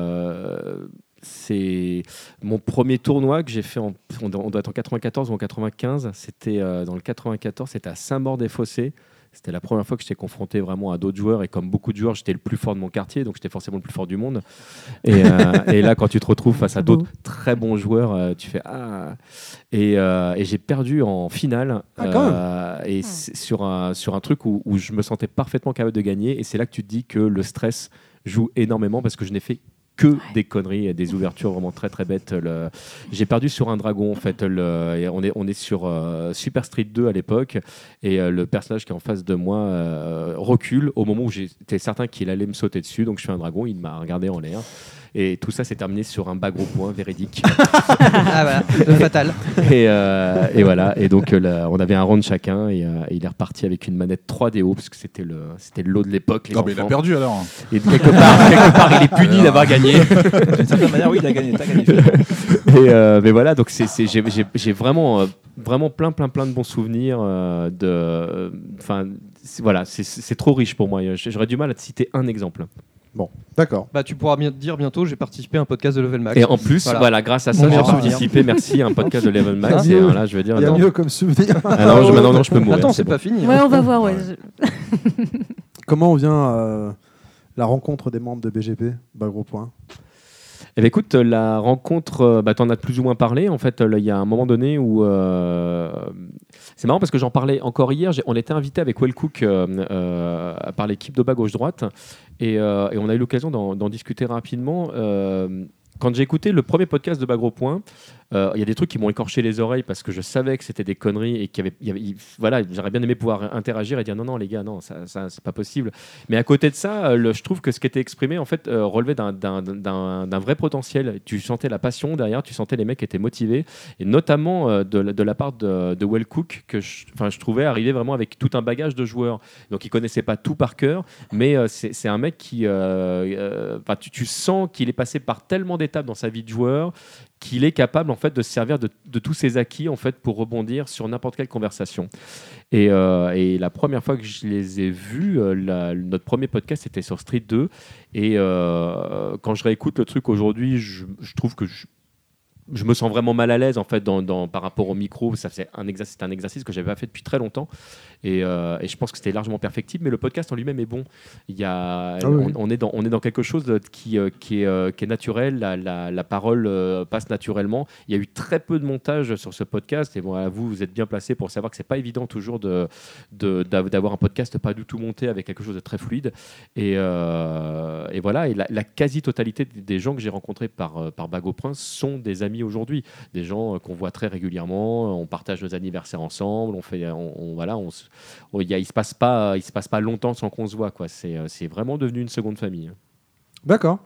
C'est mon premier tournoi que j'ai fait, on doit être en 94 ou en 95. C'était dans le 94, c'était à Saint-Maur-des-Fossés. C'était la première fois que j'étais confronté vraiment à d'autres joueurs et comme beaucoup de joueurs, j'étais le plus fort de mon quartier, donc j'étais forcément le plus fort du monde. Et là, quand tu te retrouves face à d'autres très bons joueurs, tu fais ah. Et j'ai perdu en finale et c'est sur un truc où je me sentais parfaitement capable de gagner. Et c'est là que tu te dis que le stress joue énormément parce que je n'ai fait que des conneries et des ouvertures vraiment très très bêtes. J'ai perdu sur un dragon en fait. Et on est sur Super Street 2 à l'époque et le personnage qui est en face de moi recule au moment où j'étais certain qu'il allait me sauter dessus. Donc je fais un dragon, il m'a regardé en l'air Et tout ça s'est terminé sur un bas gros point véridique. Ah voilà, le fatal. Et voilà. Et donc on avait un round chacun et il est reparti avec une manette 3DO parce que c'était le lot de l'époque. Les Non, mais il a enfants. perdu alors. Et quelque part, il est puni d'avoir gagné. D'une certaine manière, oui, il a gagné. T'as gagné. Mais voilà, donc j'ai vraiment plein de bons souvenirs. Voilà, c'est trop riche pour moi. J'aurais du mal à te citer un exemple. Bon, d'accord. Bah, tu pourras dire bientôt, j'ai participé à un podcast de Level Max. Et en plus, voilà, grâce à ça, Bon j'ai souvenir. participé. Merci à un podcast de Level Max. Il y a Et mieux. là, je veux dire, Il y a non. mieux comme souvenir. Ah non, maintenant, je peux mourir. Attends, c'est bon. pas fini. Ouais, hein. on va voir. Ouais. Comment on vient à la rencontre des membres de BGP, Gros Point? Eh bien, écoute, la rencontre, t'en as plus ou moins parlé. En fait, il y a un moment donné où... c'est marrant parce que j'en parlais encore hier. On était invité avec Wellcook par l'équipe de bas gauche-droite et on a eu l'occasion d'en discuter rapidement. Quand j'ai écouté le premier podcast de Bas Gros Point, il y a des trucs qui m'ont écorché les oreilles parce que je savais que c'était des conneries et voilà, j'aurais bien aimé pouvoir interagir et dire non les gars, non, ça c'est pas possible. Mais à côté de ça, je trouve que ce qui était exprimé en fait relevait d'un vrai potentiel. Tu sentais la passion derrière, tu sentais les mecs qui étaient motivés et notamment de la part de Wellcook que je trouvais arriver vraiment avec tout un bagage de joueurs. Donc il connaissait pas tout par cœur, mais c'est un mec qui tu sens qu'il est passé par tellement d'étapes dans sa vie de joueur qu'il est capable en fait de se servir de tous ses acquis en fait pour rebondir sur n'importe quelle conversation. Et la première fois que je les ai vus, notre premier podcast était sur Street 2 et quand je réécoute le truc aujourd'hui, je trouve que je me sens vraiment mal à l'aise en fait par rapport au micro. C'est un exercice que j'avais pas fait depuis très longtemps et je pense que c'était largement perfectible. Mais le podcast en lui-même est bon. On est dans quelque chose qui est naturel. La parole passe naturellement. Il y a eu très peu de montage sur ce podcast et bon, vous êtes bien placé pour savoir que c'est pas évident toujours d'avoir un podcast pas du tout monté avec quelque chose de très fluide. Et voilà. Et la quasi-totalité des gens que j'ai rencontrés par Bas Gros Point sont des amis aujourd'hui, des gens qu'on voit très régulièrement, on partage nos anniversaires ensemble, il se passe pas longtemps sans qu'on se voit quoi. C'est vraiment devenu une seconde famille. D'accord.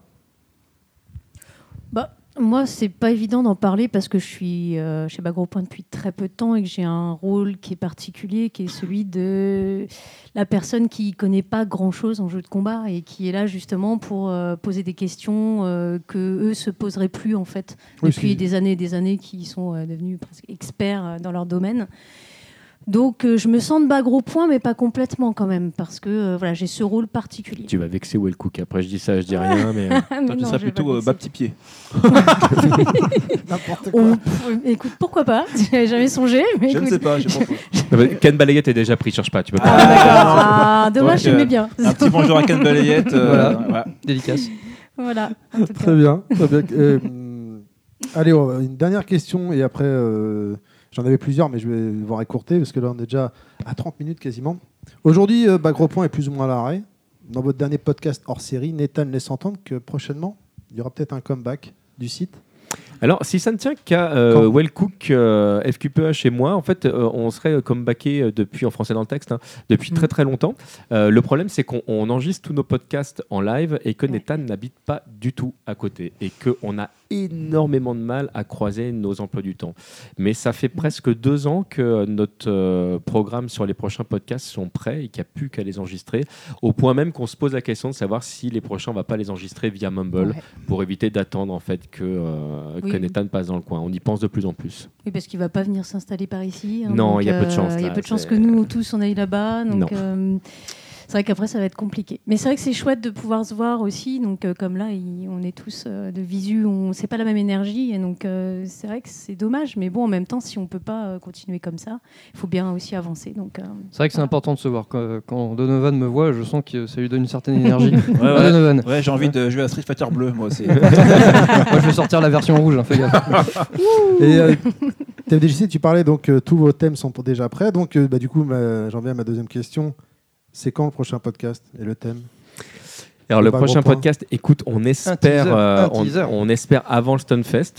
Moi, c'est pas évident d'en parler parce que je suis chez Bas Gros Point depuis très peu de temps et que j'ai un rôle qui est particulier, qui est celui de la personne qui connaît pas grand-chose en jeu de combat et qui est là justement pour poser des questions que eux se poseraient plus en fait depuis des années, qui sont devenus presque experts dans leur domaine. Donc je me sens de Bas Gros Point, mais pas complètement quand même, parce que voilà, j'ai ce rôle particulier. Tu vas vexer Wellcook. Après je dis ça, je dis rien, mais Toi, tu serais plutôt Bas Petit Pied. N'importe quoi. Écoute, pourquoi pas? J'avais jamais songé. Mais Je écoute. ne sais pas, je propose. Ken Balayette est déjà pris, cherche pas, tu peux pas. Ah, dommage, Donc, j'aimais bien. Un petit bonjour à Ken Balayette. Voilà. Dédicace. Voilà. en tout cas. Très bien. Allez, une dernière question et après, j'en avais plusieurs, mais je vais devoir écourter parce que là, on est déjà à 30 minutes quasiment. Aujourd'hui, Bas Gros Point est plus ou moins à l'arrêt. Dans votre dernier podcast hors série, Nathan laisse entendre que prochainement, il y aura peut-être un comeback du site. Alors, si ça ne tient qu'à Wellcook, FQPH et moi, en fait, on serait comebacké depuis, en français dans le texte, depuis très très longtemps. Le problème, c'est qu'on enregistre tous nos podcasts en live et que Nathan n'habite pas du tout à côté et qu'on a énormément de mal à croiser nos emplois du temps. Mais ça fait presque 2 ans que notre programme sur les prochains podcasts sont prêts et qu'il n'y a plus qu'à les enregistrer, au point même qu'on se pose la question de savoir si les prochains, on ne va pas les enregistrer via Mumble pour éviter d'attendre en fait que Nathan passe dans le coin. On y pense de plus en plus. Oui, parce qu'il ne va pas venir s'installer par ici. Non, il y a peu de chance. Il y a peu de chances que nous tous on aille là-bas. Donc, c'est vrai qu'après ça va être compliqué. Mais c'est vrai que c'est chouette de pouvoir se voir aussi. Donc comme là, on est tous de visu, c'est pas la même énergie. Et donc c'est vrai que c'est dommage. Mais bon, en même temps, si on peut pas continuer comme ça, il faut bien aussi avancer. Donc c'est vrai que c'est important de se voir. Quand Donovan me voit, je sens que ça lui donne une certaine énergie. Donovan. Ouais, j'ai envie de jouer à Street Fighter bleu, moi aussi. Moi, je vais sortir la version rouge. Fais gaffe. Et TFDJC, tu parlais donc tous vos thèmes sont déjà prêts. Donc du coup, j'en viens à ma deuxième question. C'est quand le prochain podcast et le thème? Alors le prochain podcast, écoute, on espère avant le Stunfest.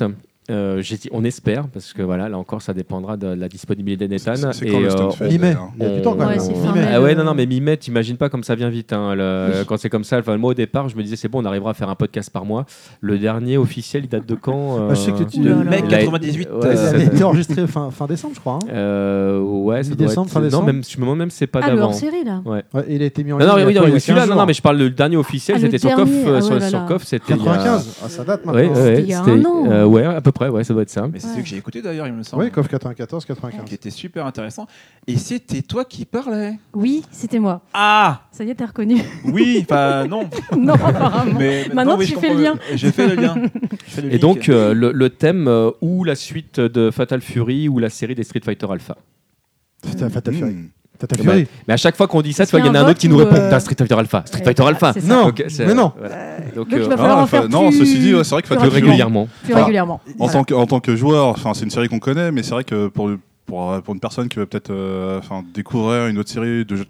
J'ai dit on espère, parce que voilà, là encore, ça dépendra de la disponibilité de Nathan. C'est quand le Stunfest, mi-mai. d'ailleurs. Il y a du temps quand même. Ouais, c'est fin Mi-mai. mai. Ah ouais, non, mais mi-mai, t'imagines pas comme ça vient vite. Hein, quand c'est comme ça, enfin, moi au départ, je me disais c'est bon, on arrivera à faire un podcast par mois. Le dernier officiel, il date de quand Je sais que tu- Ouh là là. Mec, Il a- 98. Ouais, Ça ça avait doit- été enregistré fin décembre, je crois. Hein. Ouais, ça doit Mi-décembre, être... fin Non, décembre. même, je me demande même si c'est pas Ah, le d'avant. hors-série, là. Ouais, il a été mis en Non, ligne. non, il y a oui, quoi, non, il y a celui-là, 15 non, jours. mais je parle le dernier officiel, Ah, le c'était sur dernier, KOF. ah Sur ouais, là sur là. KOF, c'était il y a- 95, ça date Ouais, maintenant. C'était il y a un an. Ouais, à peu près, ouais, ça doit être ça. Mais c'est celui que j'ai écouté d'ailleurs, il me semble. Oui, KOF 94, 95. Qui était super intéressant. Et c'était toi qui parlais. Oui, c'était moi. Ah Ça y est, t'as reconnu. oui, enfin non. Non, apparemment. Mais Maintenant, oui, tu je fais le comprends. lien. J'ai fait le lien. Je fais le Et link. donc, le thème ou la suite de Fatal Fury ou la série des Street Fighter Alpha. C'était Fatal Fury. Mmh. Fatal Bah, Fury. mais à chaque fois qu'on dit ça, Est-ce tu vois, il y en qu'il y a a un un autre qui vote nous ou, répond Putain, Street Fighter Alpha, Street Fighter Alpha. c'est ça. Non, Donc, c'est- mais non. voilà. Donc, il va voilà. falloir en faire non, plus- ceci dit, ouais, c'est vrai que plus Fatal Plus Fury, régulièrement. Plus régulièrement. en tant que joueur, enfin, c'est une série qu'on connaît, mais c'est vrai que pour une personne qui veut peut-être découvrir une autre série de jeux de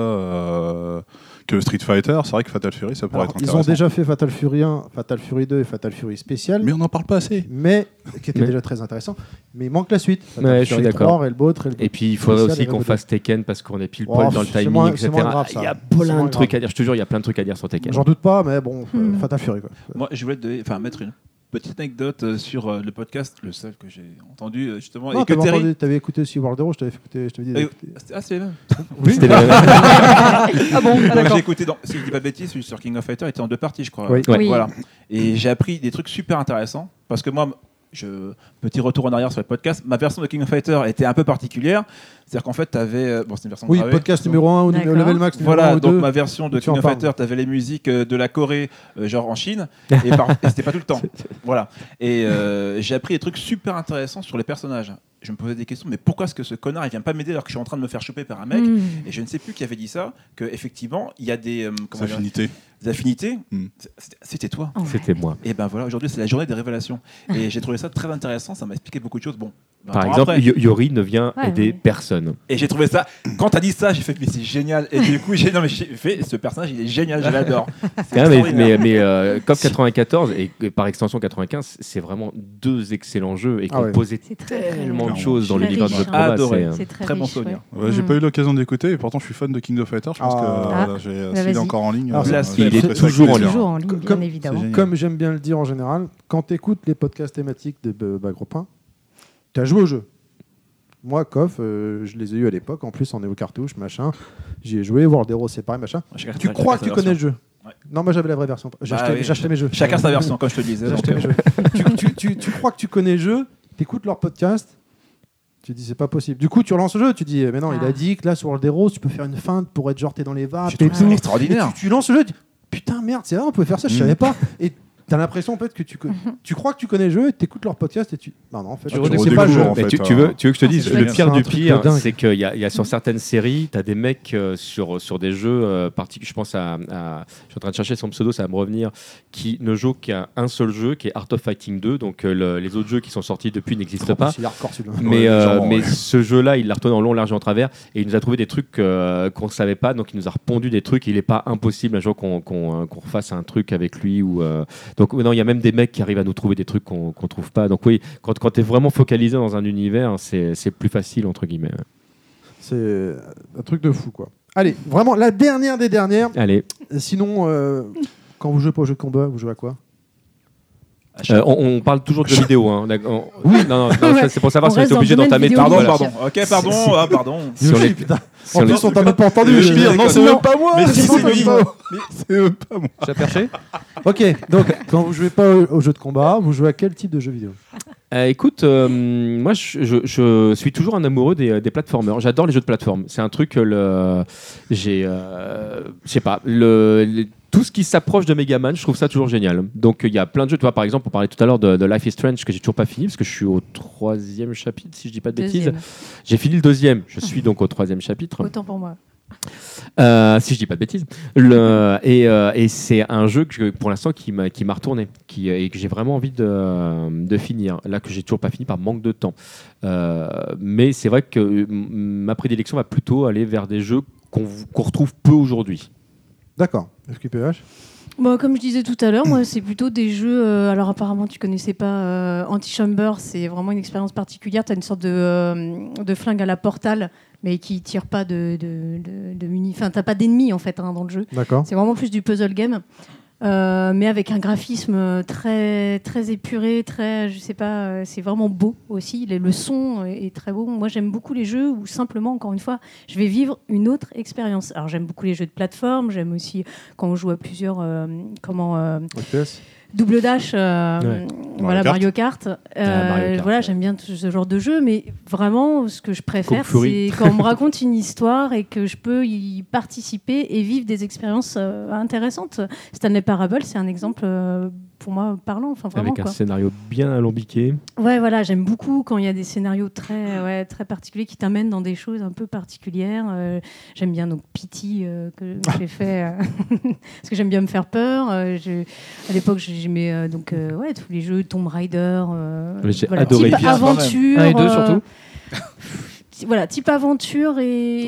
combat que Street Fighter, c'est vrai que Fatal Fury, ça pourrait Alors, être ils intéressant. ont déjà fait Fatal Fury 1, Fatal Fury 2 et Fatal Fury Spécial, Mais on n'en parle pas assez. mais qui était Mais- déjà très intéressant. Mais il manque la suite. Fatal Ouais, je suis Fury d'accord. 3, Railboat, Railboat. Et puis il faudrait Spécial aussi et qu'on Railboat. fasse Tekken parce qu'on est pile Oh, poil dans le c'est timing, moins- etc. c'est moins grave, ça. Il y a C'est plein moins de trucs grave. à dire. Je te jure, il y a plein de trucs à dire sur Tekken. J'en doute pas, mais bon, Hmm. Fatal Fury quoi. Moi, je voulais mettre une petite anecdote sur le podcast, le seul que j'ai entendu justement. Non, et que t'avais Terry. entendu, t'avais écouté aussi World Hero, je t'avais dit d'écouter. Ah, c'est les mêmes. C'était le- Ah bon, Donc, d'accord. j'ai écouté, si je dis pas de bêtises, celui sur King of Fighters était en 2 parties, je crois. Oui. Ouais. Oui. Voilà. Et j'ai appris des trucs super intéressants parce que moi, petit retour en arrière sur le podcast, ma version de King of Fighters était un peu particulière. C'est-à-dire qu'en fait, tu avais. Bon, c'est une version Oui, gravée. podcast numéro 1 ou D'accord. level max numéro 1 Voilà, ou donc 2. ma version de Tu en King of parles. Fighters, tu avais les musiques de la Corée, genre en Chine, et c'était pas tout le temps. Voilà. Et j'ai appris des trucs super intéressants sur les personnages. Je me posais des questions, mais pourquoi est-ce que ce connard il vient pas m'aider alors que je suis en train de me faire choper par un mec Hmm. Et je ne sais plus qui avait dit ça, qu'effectivement, il y a des, comment dire, Affinité. des affinités. Hmm. C'était toi. Oh, ouais. C'était moi. Et ben voilà, aujourd'hui c'est la journée des révélations. Et j'ai trouvé ça très intéressant, ça m'a expliqué beaucoup de choses. Bon, Par attends, exemple, après. Yori ne vient Ouais, aider ouais. personne. Et j'ai trouvé ça, quand t'as dit ça, j'ai fait, mais c'est génial. Et du coup, j'ai fait, ce personnage il est génial, je l'adore. C'est Ah, extraordinaire. mais COP 94 et par extension 95, c'est vraiment deux excellents jeux et Ah ouais. composé C'est très, très tellement de bien. choses dans Très l'univers de riche, jeux de hein. combat. Adoré. c'est, C'est très, Très bon riche, souvenir. ouais. J'ai Hmm. pas eu l'occasion d'écouter, et pourtant je suis fan de King of Fighters. Je pense Ah. que là, j'ai Bah, s'il est vas-y. encore en ligne. Alors, il est ça toujours en avec ligne. plaisir. Toujours en ligne, bien Comme- évidemment. c'est génial. Comme j'aime bien le dire en général, quand tu écoutes les podcasts thématiques de Gros Point, tu as joué au jeu. Moi, KOF, je les ai eu à l'époque. En plus, on est aux cartouches, machin. J'y ai joué. World Hero, c'est pareil, machin. Chacun- Tu chacun crois sa que tu version. connais le jeu. Ouais. Non, moi j'avais la vraie version. J'ai Bah acheté, oui. j'ai acheté mes jeux. Chacun sa version, comme je te le disais. J'ai donc, acheté mes jeux. tu crois que tu connais le jeu, t'écoutes leur podcast, tu dis c'est pas possible. Du coup, tu relances le jeu, tu dis mais non, il Ah. a dit que là sur World Hero, tu peux faire une feinte pour être genre t'es dans les vapes J'ai et trouvé ça tout. extraordinaire. Et tu lances le jeu, tu dis putain merde, c'est vrai, on peut faire ça, je savais pas. Et t'as l'impression peut-être que tu crois que tu connais le jeu, et t'écoutes leur podcast et tu non en fait Tu tu redécouvres sais pas le jeu. en Mais fait, tu veux que je te Ah, dise, c'est le chouette. pire C'est un du truc de pire, dingue. c'est qu'il y a sur certaines séries, tu as des mecs sur des jeux particuliers. Je pense à. Je suis en train de chercher son pseudo, ça va me revenir. Qui ne joue qu'à un seul jeu, qui est Art of Fighting 2. Donc les autres jeux qui sont sortis depuis n'existent pas. Il est hardcore celui-là. Mais ouais. ce jeu-là, il l'a retourné en long, large et en travers. Et il nous a trouvé des trucs qu'on ne savait pas. Donc il nous a repondu des trucs. Il n'est pas impossible un jour qu'on refasse un truc avec lui. Donc non, il y a même des mecs qui arrivent à nous trouver des trucs qu'on ne trouve pas. Donc oui, quand tu es vraiment focalisé dans un univers, c'est plus facile, entre guillemets. C'est un truc de fou quoi. Allez, vraiment la dernière des dernières. Allez, Sinon, quand vous jouez pas au jeu de combat, vous jouez à quoi? on parle toujours de jeux vidéo. Hein. Oui, non, Ouais. ça, c'est pour savoir On si on reste est dans obligé le domaine d'entamer vidéo. tout. Pardon, Voilà. pardon. Ok, pardon. Ah, pardon. Si on Yoshi, est- putain. si En on plus, est- on t'a même pas entendu. Le pire, non, c'est Non. même pas moi. Mais si, C'est c'est même lui. pas- C'est pas moi. J'ai perché. Ok, donc quand vous jouez pas au jeu de combat, vous jouez à quel type de jeu vidéo? Écoute, moi je suis toujours un amoureux des platformers. J'adore les jeux de plateforme. C'est un truc je sais pas, tout ce qui s'approche de Megaman, je trouve ça toujours génial. Donc il y a plein de jeux. Tu vois, par exemple, on parlait tout à l'heure de Life is Strange que j'ai toujours pas fini parce que je suis au 3e chapitre, si je dis pas de bêtises. Deuxième. J'ai fini le 2e. Je suis donc au 3e chapitre. Autant pour moi. Si je dis pas de bêtises. Et c'est un jeu que, pour l'instant qui m'a retourné et que j'ai vraiment envie de finir. Là que j'ai toujours pas fini par manque de temps. Mais c'est vrai que ma prédilection va plutôt aller vers des jeux qu'on retrouve peu aujourd'hui. D'accord. FQPH. Bon, comme je disais tout à l'heure, moi, c'est plutôt des jeux. Alors, apparemment, tu connaissais pas Antichamber, c'est vraiment une expérience particulière. Tu as une sorte de flingue à la Portal, mais qui tire pas de Enfin, t'as pas d'ennemis en fait dans le jeu. D'accord. C'est vraiment plus du puzzle game. Mais avec un graphisme très, très épuré, très, je sais pas, c'est vraiment beau aussi. Le son est très beau. Moi, j'aime beaucoup les jeux où simplement, encore une fois, je vais vivre une autre expérience. Alors, j'aime beaucoup les jeux de plateforme. J'aime aussi quand on joue à plusieurs, FPS. Double Dash, voilà, Mario Kart. Mario Kart, voilà, j'aime bien ce genre de jeu, mais vraiment, ce que je préfère, Kung Fury. c'est quand on me raconte une histoire et que je peux y participer et vivre des expériences intéressantes. Stanley Parable, c'est un exemple pour moi parlant, enfin vraiment. Avec un scénario bien alambiqué. Ouais, voilà, j'aime beaucoup quand il y a des scénarios très particuliers qui t'amènent dans des choses un peu particulières. J'aime bien donc Pity que j'ai fait parce que j'aime bien me faire peur. À l'époque, j'aimais tous les jeux Tomb Raider. J'ai adoré type Pity. aventure. 1 et 2 surtout. Voilà, type aventure et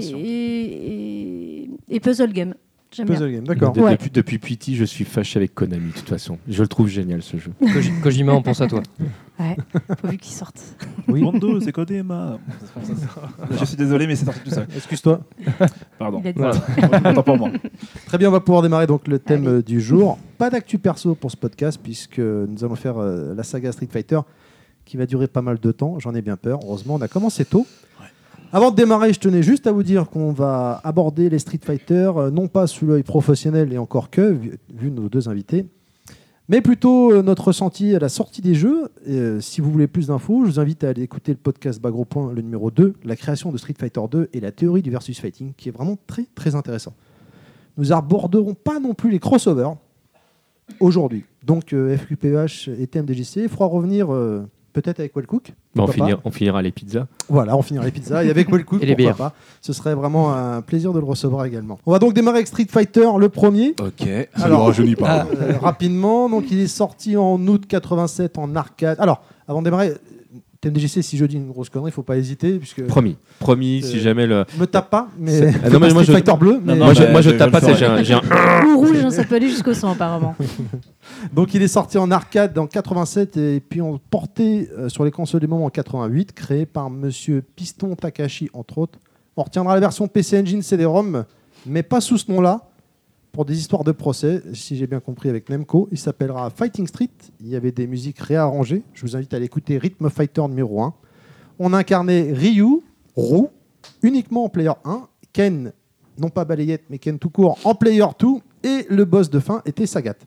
puzzle game. J'aime bien. Puzzle game, d'accord. Depuis Pity, je suis fâché avec Konami, de toute façon. Je le trouve génial, ce jeu. Kojima, on pense à toi. Ouais, faut qu'il sorte. Oui, Mondo, c'est Kodema. Je suis désolé, mais c'est sorti tout seul. Excuse-toi. Pardon. Il a dit Voilà. Autant pour moi. Très bien, on va pouvoir démarrer donc le thème du jour. Pas d'actu perso pour ce podcast puisque nous allons faire la saga Street Fighter qui va durer pas mal de temps. J'en ai bien peur. Heureusement, on a commencé tôt. Avant de démarrer, je tenais juste à vous dire qu'on va aborder les Street Fighter, non pas sous l'œil professionnel et encore que, vu nos deux invités, mais plutôt notre ressenti à la sortie des jeux. Si vous voulez plus d'infos, je vous invite à aller écouter le podcast Bas Gros Point, le numéro 2, la création de Street Fighter 2 et la théorie du versus fighting, qui est vraiment très très intéressant. Nous aborderons pas non plus les crossovers aujourd'hui. Donc FQPH et TMDJC, il faudra revenir peut-être avec Wellcook. On finira les pizzas. Voilà, on finira les pizzas et avec Wellcook, Et les pourquoi bières. pas. Ce serait vraiment un plaisir de le recevoir également. On va donc démarrer avec Street Fighter, le premier. Ok. Ça ne rajeunit pas. Rapidement, donc il est sorti en août 87 en arcade. Alors, avant de démarrer, TMDJC, si je dis une grosse connerie, il ne faut pas hésiter. Puisque Promis, si jamais le. me tape pas, mais Ah non, mais moi, Street Fighter bleu. Mais... non, moi, bah, je je tape pas, le ferai. j'ai un. Ou rouge, ça peut aller jusqu'au sang apparemment. Donc il est sorti en arcade en 87 et puis en porté sur les consoles des moments en 88, créé par Monsieur Piston Takashi entre autres. On retiendra la version PC Engine CD-ROM, mais pas sous ce nom-là, pour des histoires de procès, si j'ai bien compris avec Nemco. Il s'appellera Fighting Street, il y avait des musiques réarrangées, je vous invite à l'écouter, Rhythm Fighter numéro 1. On incarnait Ryu, uniquement en Player 1, Ken, non pas Balayette, mais Ken tout court, en Player 2, et le boss de fin était Sagat.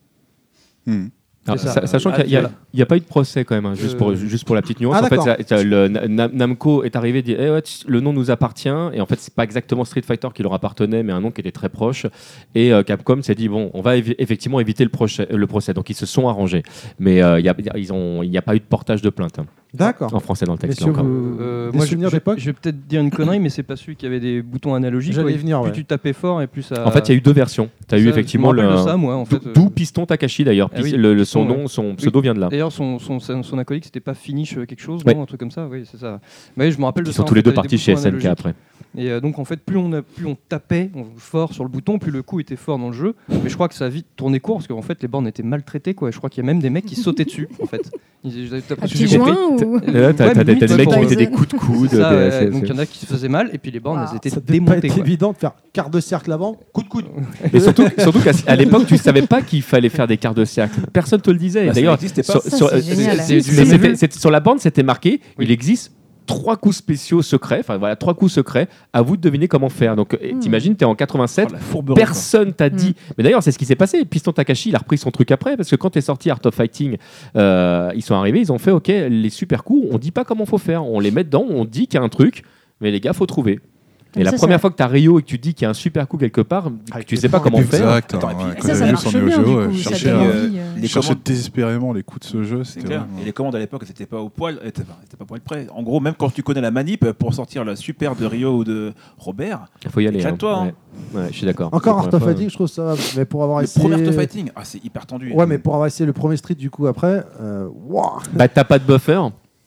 Alors, C'est ça. sachant qu'il n'y a pas eu de procès quand même, hein, juste pour la petite nuance. Ah, en fait, d'accord. Namco est arrivé et dit le nom nous appartient. Et en fait, c'est pas exactement Street Fighter qui leur appartenait, mais un nom qui était très proche. Et Capcom s'est dit bon, on va effectivement éviter le procès. Donc ils se sont arrangés. Mais il n'y a pas eu de portage de plainte. D'accord. En français dans le texte. Messieurs, là, encore. des Moi, souvenirs d'époque je vais peut-être dire une connerie, mais c'est pas celui qui avait des boutons analogiques. J'allais quoi. venir, Plus ouais. tu tapais fort et plus ça. En fait, il y a eu deux versions. Tu as eu effectivement je me rappelle de ça, moi, en fait. D'où Piston Takashi d'ailleurs. Ah oui, Son Piston, nom, ouais. son pseudo vient de là. D'ailleurs, son acolyte, c'était pas Finish quelque chose, Ouais. non, un truc comme ça. Oui, c'est ça. Mais je me rappelle de Ils ça. sont en tous les fait, deux avec des partis chez boutons SNK analogiques. après. Et donc en fait, plus on tapait fort sur le bouton, plus le coup était fort dans le jeu. Mais je crois que ça a vite tourné court parce qu'en fait les bornes étaient maltraitées quoi. Je crois qu'il y a même des mecs qui sautaient dessus en fait. Un petit joint ou... Là, t'as Ouais, des limite, mecs qui pour- mettaient des coups de coude. Ça, c'est- donc il y en a qui se faisaient mal et puis les bornes Ah, elles étaient Ça devait pas démontées. être quoi. évident de faire quart de cercle avant, coup de coude. Mais surtout qu'à l'époque, tu savais pas qu'il fallait faire des quarts de cercle. Personne te le disait. Bah, ça D'ailleurs, n'existait pas. sur, Ça, sur- c'est génial. sur la borne, c'était marqué. Oui. Il existe 3 coups spéciaux secrets. Enfin voilà, 3 coups secrets. À vous de deviner comment faire. Donc, t'imagines, t'es en 87. Oh, la fourberie, Personne t'a dit. Mais d'ailleurs, c'est ce qui s'est passé. Piston Takashi, il a repris son truc après. Parce que quand est sorti Art of Fighting, ils sont arrivés, ils ont fait OK, les super coups, on dit pas comment faut faire. On les met dedans, on dit qu'il y a un truc. Mais les gars, faut trouver. Et la Ça, première ça- fois que tu as Rio et que tu dis qu'il y a un super coup quelque part, Avec tu les sais pas points. comment faire. Exact. Attends, et puis, ouais, ça, quand Ça, j'ai ça vu marche sur bien Neo du Geo, coup. ouais, je Ça cherchais, donne euh, envie. les je cherchais commandes- désespérément les coups de ce jeu. C'est C'était clair. vraiment- Et les commandes à l'époque, c'était pas au poil, c'était pas pour être prêt. En gros, même quand tu connais la manip, pour sortir le super de Rio ou de Robert, Il faut y aller. éclate-toi, hein. Ouais, je suis d'accord. Encore La Art of première fois, Fighting, je trouve ça. Mais pour avoir le essayé. premier Art of Fighting, c'est hyper tendu. Ouais, mais pour avoir essayé le premier Street du coup après, waouh. Bah, t'as pas de buffer.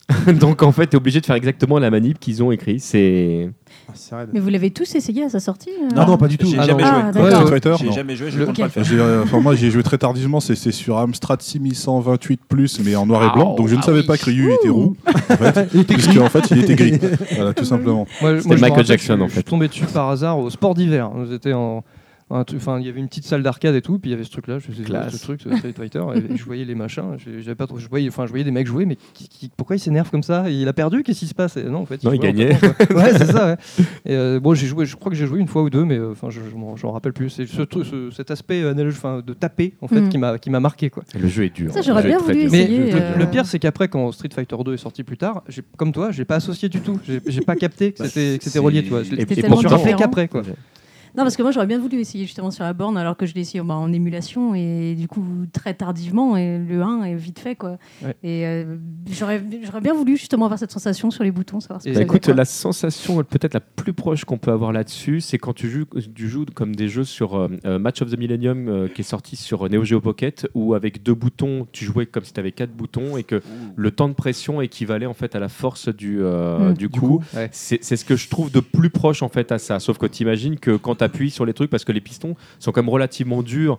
Donc en fait, t'es obligé de faire exactement la manip qu'ils ont écrit. C'est Mais vous l'avez tous essayé à sa sortie Non, pas du tout. J'ai Ah, jamais non. joué. Ah, d'accord. Street Fighter, J'ai non. jamais joué, je Ok. compte pas le faire. Moi, j'y ai joué très tardivement. C'est sur Amstrad 6128+, mais en noir et blanc. Donc je ne savais pas que Ryu était roux, en fait, puisqu'en fait, il était gris. Voilà, tout simplement. Moi, C'était je me Michael rappelle, Jackson, je en suis fait. tombé dessus par hasard au sport d'hiver. Nous étions enfin, il y avait une petite salle d'arcade et tout, puis il y avait ce truc-là, je sais pas, Classe. ce truc, ce Street Fighter, et je voyais les machins, j'avais pas trop, je voyais des mecs jouer, mais pourquoi il s'énerve comme ça? Il a perdu? Qu'est-ce qui se passe? Et non, en fait, Non, il jouait gagnait. entièrement, quoi. Ouais, c'est ça. Ouais. Et bon, je crois que j'ai joué une fois ou deux, mais enfin, je m'en rappelle plus. C'est cet aspect de taper en fait qui m'a marqué, quoi. Le jeu est dur. Ça, j'aurais Le jeu bien est très voulu dur. Mais essayer. le pire, c'est qu'après, quand Street Fighter 2 est sorti plus tard, comme toi, j'ai pas associé du tout. J'ai pas capté que c'était relié, tu vois. Je l'ai C'était je tellement m'en suis rappelé différent. qu'après, quoi. Non, parce que moi, j'aurais bien voulu essayer justement sur la borne, alors que je l'ai essayé en émulation, et du coup, très tardivement, et le 1 est vite fait, quoi. Ouais. Et j'aurais bien voulu justement avoir cette sensation sur les boutons, savoir ce que Et ça Écoute, faisait, quoi. la sensation peut-être la plus proche qu'on peut avoir là-dessus, c'est quand tu joues comme des jeux sur Match of the Millennium qui est sorti sur Neo Geo Pocket, où avec 2 boutons, tu jouais comme si tu avais 4 boutons et que le temps de pression équivalait en fait à la force du coup. Ouais. C'est ce que je trouve de plus proche en fait à ça. Sauf que tu imagines que quand tu appuies sur les trucs, parce que les pistons sont quand même relativement durs,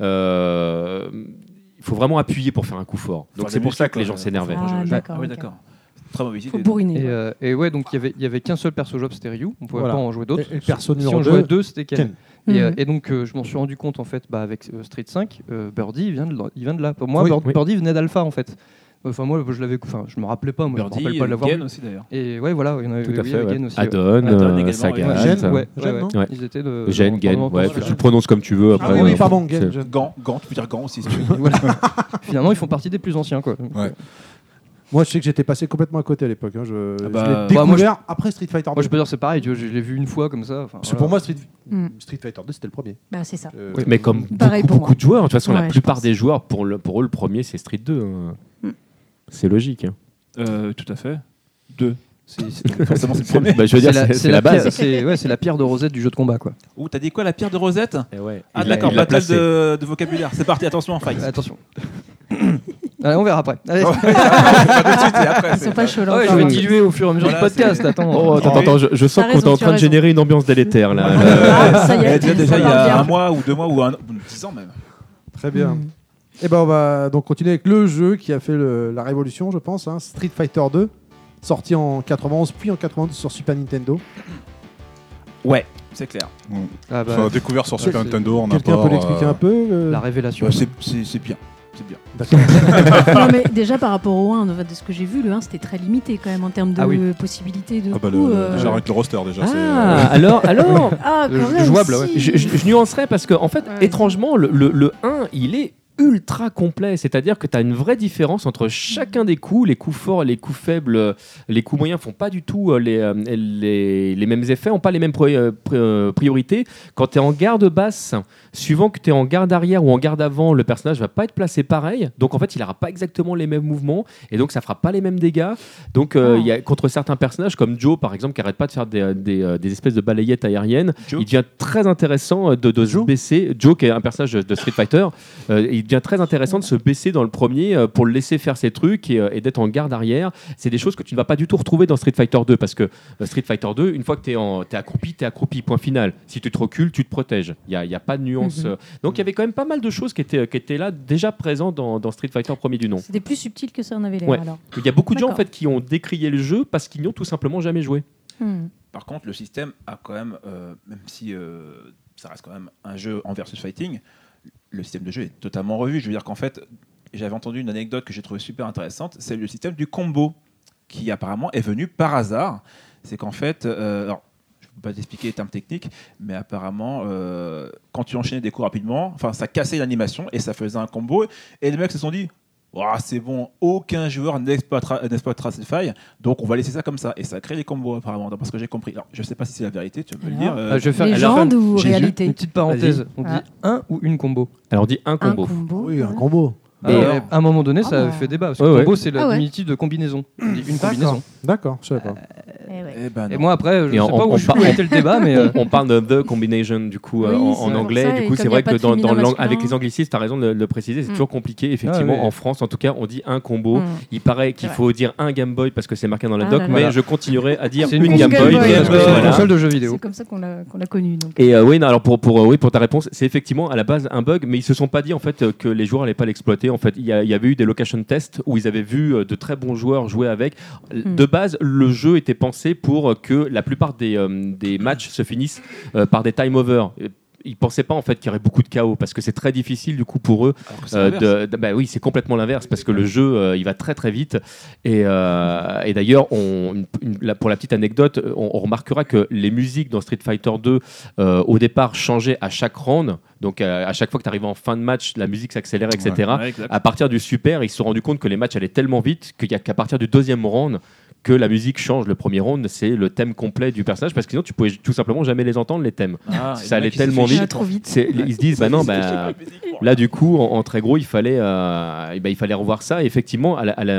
il faut vraiment appuyer pour faire un coup fort. Donc Faut c'est pour la ça musique, que les quoi. gens s'énervaient. Ah, d'accord. Ah oui, ok. d'accord. Très mauvaise Faut idée. bourriner. Et ouais, donc il y avait qu'un seul perso job, c'était Ryu. On pouvait Voilà. pas en jouer d'autres. Et le perso Si numéro on jouait 2, deux, c'était Ken. Ken. Et donc je m'en suis rendu compte en fait avec Street 5, Birdie il vient de là. Pour moi, Oui. Birdie venait d'Alpha en fait. Enfin moi je me rappelais pas, moi, je me Birdie, rappelle pas de l'avoir Gain vu. aussi d'ailleurs. Et ouais voilà, il y en avait Tout à oui, fait. Gain Ouais. aussi. Addon, Addon également, Sagat. Gênes, Ouais, Gênes, non Ouais. Ils étaient de Gênes, Gain, ouais, tu le prononces comme tu veux. Après, Ah oui, ouais. pardon, C'est- Gain. Gant, tu peux dire Gant aussi si tu veux. Voilà. Finalement, ils font partie des plus anciens quoi. Ouais. Moi, je sais que j'étais passé complètement à côté à l'époque. Je bah, l'ai bah, découvert moi, je- après Street Fighter 2. Moi je peux dire c'est pareil, tu vois, je l'ai vu une fois comme ça. Enfin, Parce que voilà. pour moi, Mm. Street Fighter 2, c'était le premier. Bah, c'est ça. Mais comme Pareil pour beaucoup moi. de joueurs, de toute façon, la Ouais, je plupart pense. des joueurs, pour eux, le premier, c'est Street 2. Mm. C'est logique. Hein. Tout à fait. 2. Forcément, c'est le premier. Bah, je veux dire, c'est la base. C'est la pierre de Rosette du jeu de combat quoi. Ouh, t'as dit quoi, la pierre de Rosette? Et ouais. Ah Il l'a- d'accord, il l'a battle placé. de vocabulaire. C'est parti, attention, fight. Attention. Allez, on verra après. Allez. Pas tout de suite, et après, Ils sont pas chauds là. Ouais, je encore, vais hein. diluer au fur et à mesure Voilà, du podcast. c'est- Attends. Oh, attends, je sens T'as qu'on est raison, en tu as train de raison. générer une ambiance délétère là. Ah, ça y est, Déjà, il y ça va a bien. un mois ou 2 mois ou 10 ans même. Très bien. Mm. Et ben on va donc continuer avec le jeu qui a fait la révolution, je pense, hein, Street Fighter 2, sorti en 91 puis en 92 sur Super Nintendo. Ouais, c'est clair. Ah bah, Enfin, découvert sur Super c'est- Nintendo en Quelqu'un peut l'expliquer un peu la révélation. Bah, c'est bien. C'est bien. D'accord. Non, mais déjà par rapport au 1, de ce que j'ai vu, le 1 c'était très limité quand même en termes de Ah oui. possibilités de Ah bah, coups, déjà avec le roster déjà. Ah, alors, Ah, quand même, jouable, si. ouais. je nuancerais parce que en fait, Ouais. étrangement, le 1, il est ultra complet, c'est-à-dire que tu as une vraie différence entre chacun des coups, les coups forts, les coups faibles, les coups moyens font pas du tout les mêmes effets, ont pas les mêmes priorités. Quand tu es en garde basse, suivant que tu es en garde arrière ou en garde avant, le personnage va pas être placé pareil, donc en fait il aura pas exactement les mêmes mouvements et donc ça fera pas les mêmes dégâts. Donc il y a contre certains personnages comme Joe par exemple qui arrête pas de faire des espèces de balayettes aériennes, Joe. il devient très intéressant de se baisser. Joe qui est un personnage de Street Fighter, il devient très intéressant de se baisser dans le premier pour le laisser faire ses trucs et d'être en garde arrière. C'est des choses que tu ne vas pas du tout retrouver dans Street Fighter 2 parce que Street Fighter 2, une fois que t'es accroupi, point final. Si tu te recules, tu te protèges. Il y a pas de nuance. Donc il y avait quand même pas mal de choses qui étaient là déjà présentes dans Street Fighter premier du nom. C'était plus subtil que ça en avait l'air Ouais. alors. Il y a beaucoup de gens en D'accord. fait qui ont décrié le jeu parce qu'ils n'y ont tout simplement jamais joué. Hmm. Par contre, le système a quand même, même si ça reste quand même un jeu en versus fighting, le système de jeu est totalement revu. Je veux dire qu'en fait, j'avais entendu une anecdote que j'ai trouvée super intéressante, c'est le système du combo, qui apparemment est venu par hasard. C'est qu'en fait, alors, je ne peux pas t'expliquer les termes techniques, mais apparemment, quand tu enchaînais des coups rapidement, enfin, ça cassait l'animation et ça faisait un combo. Et les mecs se sont dit, ouah, c'est bon, aucun joueur n'exploitera cette faille, donc on va laisser ça comme ça. Et ça crée des combos apparemment, parce que j'ai compris. Alors, je ne sais pas si c'est la vérité, tu veux me le dire. Alors, Je vais faire Légende ou j'ai réalité une petite parenthèse. Vas-y. On dit Ah. un ou une combo. Alors on dit un Un combo. combo. Oui, un combo. À un moment donné, ça avait fait débat. Parce que Ouais, combo, ouais. c'est le diminutif de combinaison. Une combinaison. D'accord, je savais pas. Et moi, après, je Et sais pas où a été le débat, mais. On parle de the combination du coup Oui, en c'est pour anglais. ça, Du et coup, comme c'est y a vrai pas que de féminin masculin. avec les anglicistes, tu as raison de le préciser, c'est toujours compliqué. Effectivement, mais- en France, en tout cas, on dit un combo. Il paraît qu'il C'est faut dire un Game Boy parce que c'est marqué dans la Ah doc, là mais là. je continuerai à dire C'est une une Game Game Boy. Boy, parce que c'est une Voilà. console de jeux vidéo. C'est comme ça qu'on l'a connu. Donc. Et oui, non, alors pour ta réponse, c'est effectivement à la base un bug, mais ils se sont pas dit en fait que les joueurs allaient pas l'exploiter. En fait, il y avait eu des location tests où ils avaient vu de très bons joueurs jouer avec. De base, le jeu était pensé pour que la plupart des matchs se finissent par des time over. Ils pensaient pas en fait qu'il y aurait beaucoup de chaos parce que c'est très difficile du coup pour eux. Bah oui, c'est complètement l'inverse parce que le jeu il va très très vite et d'ailleurs pour la petite anecdote, on remarquera que les musiques dans Street Fighter 2 au départ changeaient à chaque round. Donc à chaque fois que tu arrivais en fin de match, la musique s'accélérait, etc. Ouais, exact. À partir du Super, ils se sont rendus compte que les matchs allaient tellement vite qu'il y a qu'à partir du deuxième round que la musique change. Le premier round, c'est le thème complet du personnage parce que sinon tu pouvais tout simplement jamais les entendre les thèmes. Ça allait tellement vite. Trop vite. Ils se disent là du coup en très gros il fallait revoir ça. Et effectivement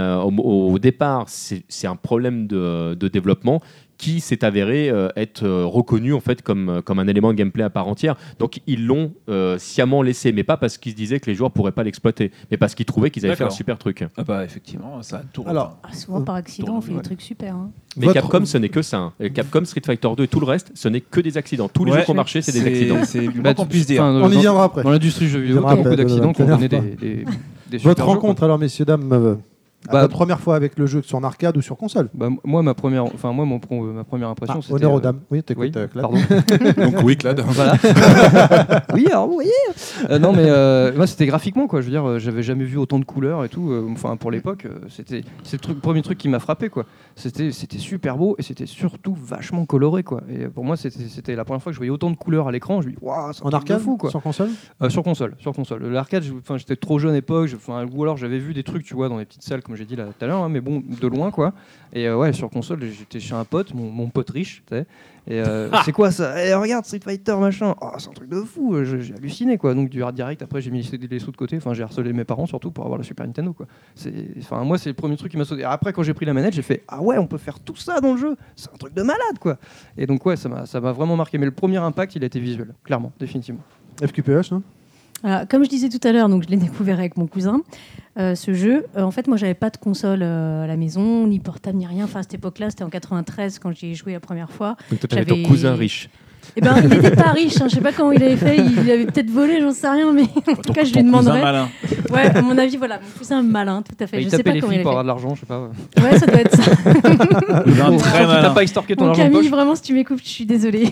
au départ c'est un problème de développement qui s'est avéré être reconnu en fait comme un élément de gameplay à part entière. Donc ils l'ont sciemment laissé, mais pas parce qu'ils se disaient que les joueurs pourraient pas l'exploiter, mais parce qu'ils trouvaient qu'ils avaient fait un super truc. Ah bah effectivement, ça tourne. Alors, Souvent par accident, on fait des trucs super. Hein. Mais Votre- Capcom, ce n'est que ça. Hein. Et Capcom, Street Fighter 2 et tout le reste, ce n'est que des accidents. Tous les jeux qui ont marché, c'est des accidents. C'est le Bah, moins qu'on puisse dire. enfin, On y dans- viendra après. Dans l'industrie jeux vidéo, Ça me t'as beaucoup rappelle, d'accidents qui ont donné t'énerve des super Votre jeux, rencontre, alors, messieurs, dames, Bah, la première fois avec le jeu sur en arcade ou sur console Bah, moi, ma première impression, c'était. Honneur aux dames. Oui, t'écoutes, Oui, Claude. pardon. Donc oui, Claude. Voilà. Oui, alors vous voyez. Non, mais moi, c'était graphiquement, quoi. Je veux dire, j'avais jamais vu autant de couleurs et tout. Enfin, pour l'époque, c'est le premier truc qui m'a frappé, quoi. C'était super beau et c'était surtout vachement coloré, quoi. Et pour moi, c'était la première fois que je voyais autant de couleurs à l'écran. Je me dis, waouh, c'est un En truc de arcade fou, quoi. Sur console Sur console. L'arcade, j'étais trop jeune à l'époque, ou alors j'avais vu des trucs, tu vois, dans les petites salles, comme j'ai dit là tout à l'heure, hein, mais bon, de loin, quoi. Et ouais, sur console, j'étais chez un pote, mon pote riche, tu sais. Et c'est quoi ça? Regarde Street Fighter, machin. Oh, c'est un truc de fou, j'ai halluciné, quoi. Donc du hard direct, après j'ai mis les sous de côté, j'ai harcelé mes parents surtout pour avoir la Super Nintendo, quoi. Moi, c'est le premier truc qui m'a sauté. Et après, quand j'ai pris la manette, j'ai fait, ah ouais, on peut faire tout ça dans le jeu, c'est un truc de malade, quoi. Et donc ouais, ça m'a vraiment marqué. Mais le premier impact, il a été visuel, clairement, définitivement. FQPH, non Alors, comme je disais tout à l'heure, donc je l'ai découvert avec mon cousin. Ce jeu, en fait, moi, j'avais pas de console à la maison, ni portable, ni rien. Enfin, à cette époque-là, c'était en 93 quand j'y ai joué la première fois. Donc toi, tu avais ton cousin riche. Eh ben, il n'était pas riche, hein. Je sais pas comment il avait fait. Il avait peut-être volé, j'en sais rien, mais en tout cas, je lui demanderais. Malin. Ouais, à mon avis, voilà, mon cousin malin, tout à fait. Il Je sais tapait pas les comment il filles a pour fait. avoir de l'argent, je sais pas. Ouais, ça doit être ça. Très malin. T'as pas extorqué ton Bon, argent de Camille, poche. vraiment, si tu m'écoutes, je suis désolée.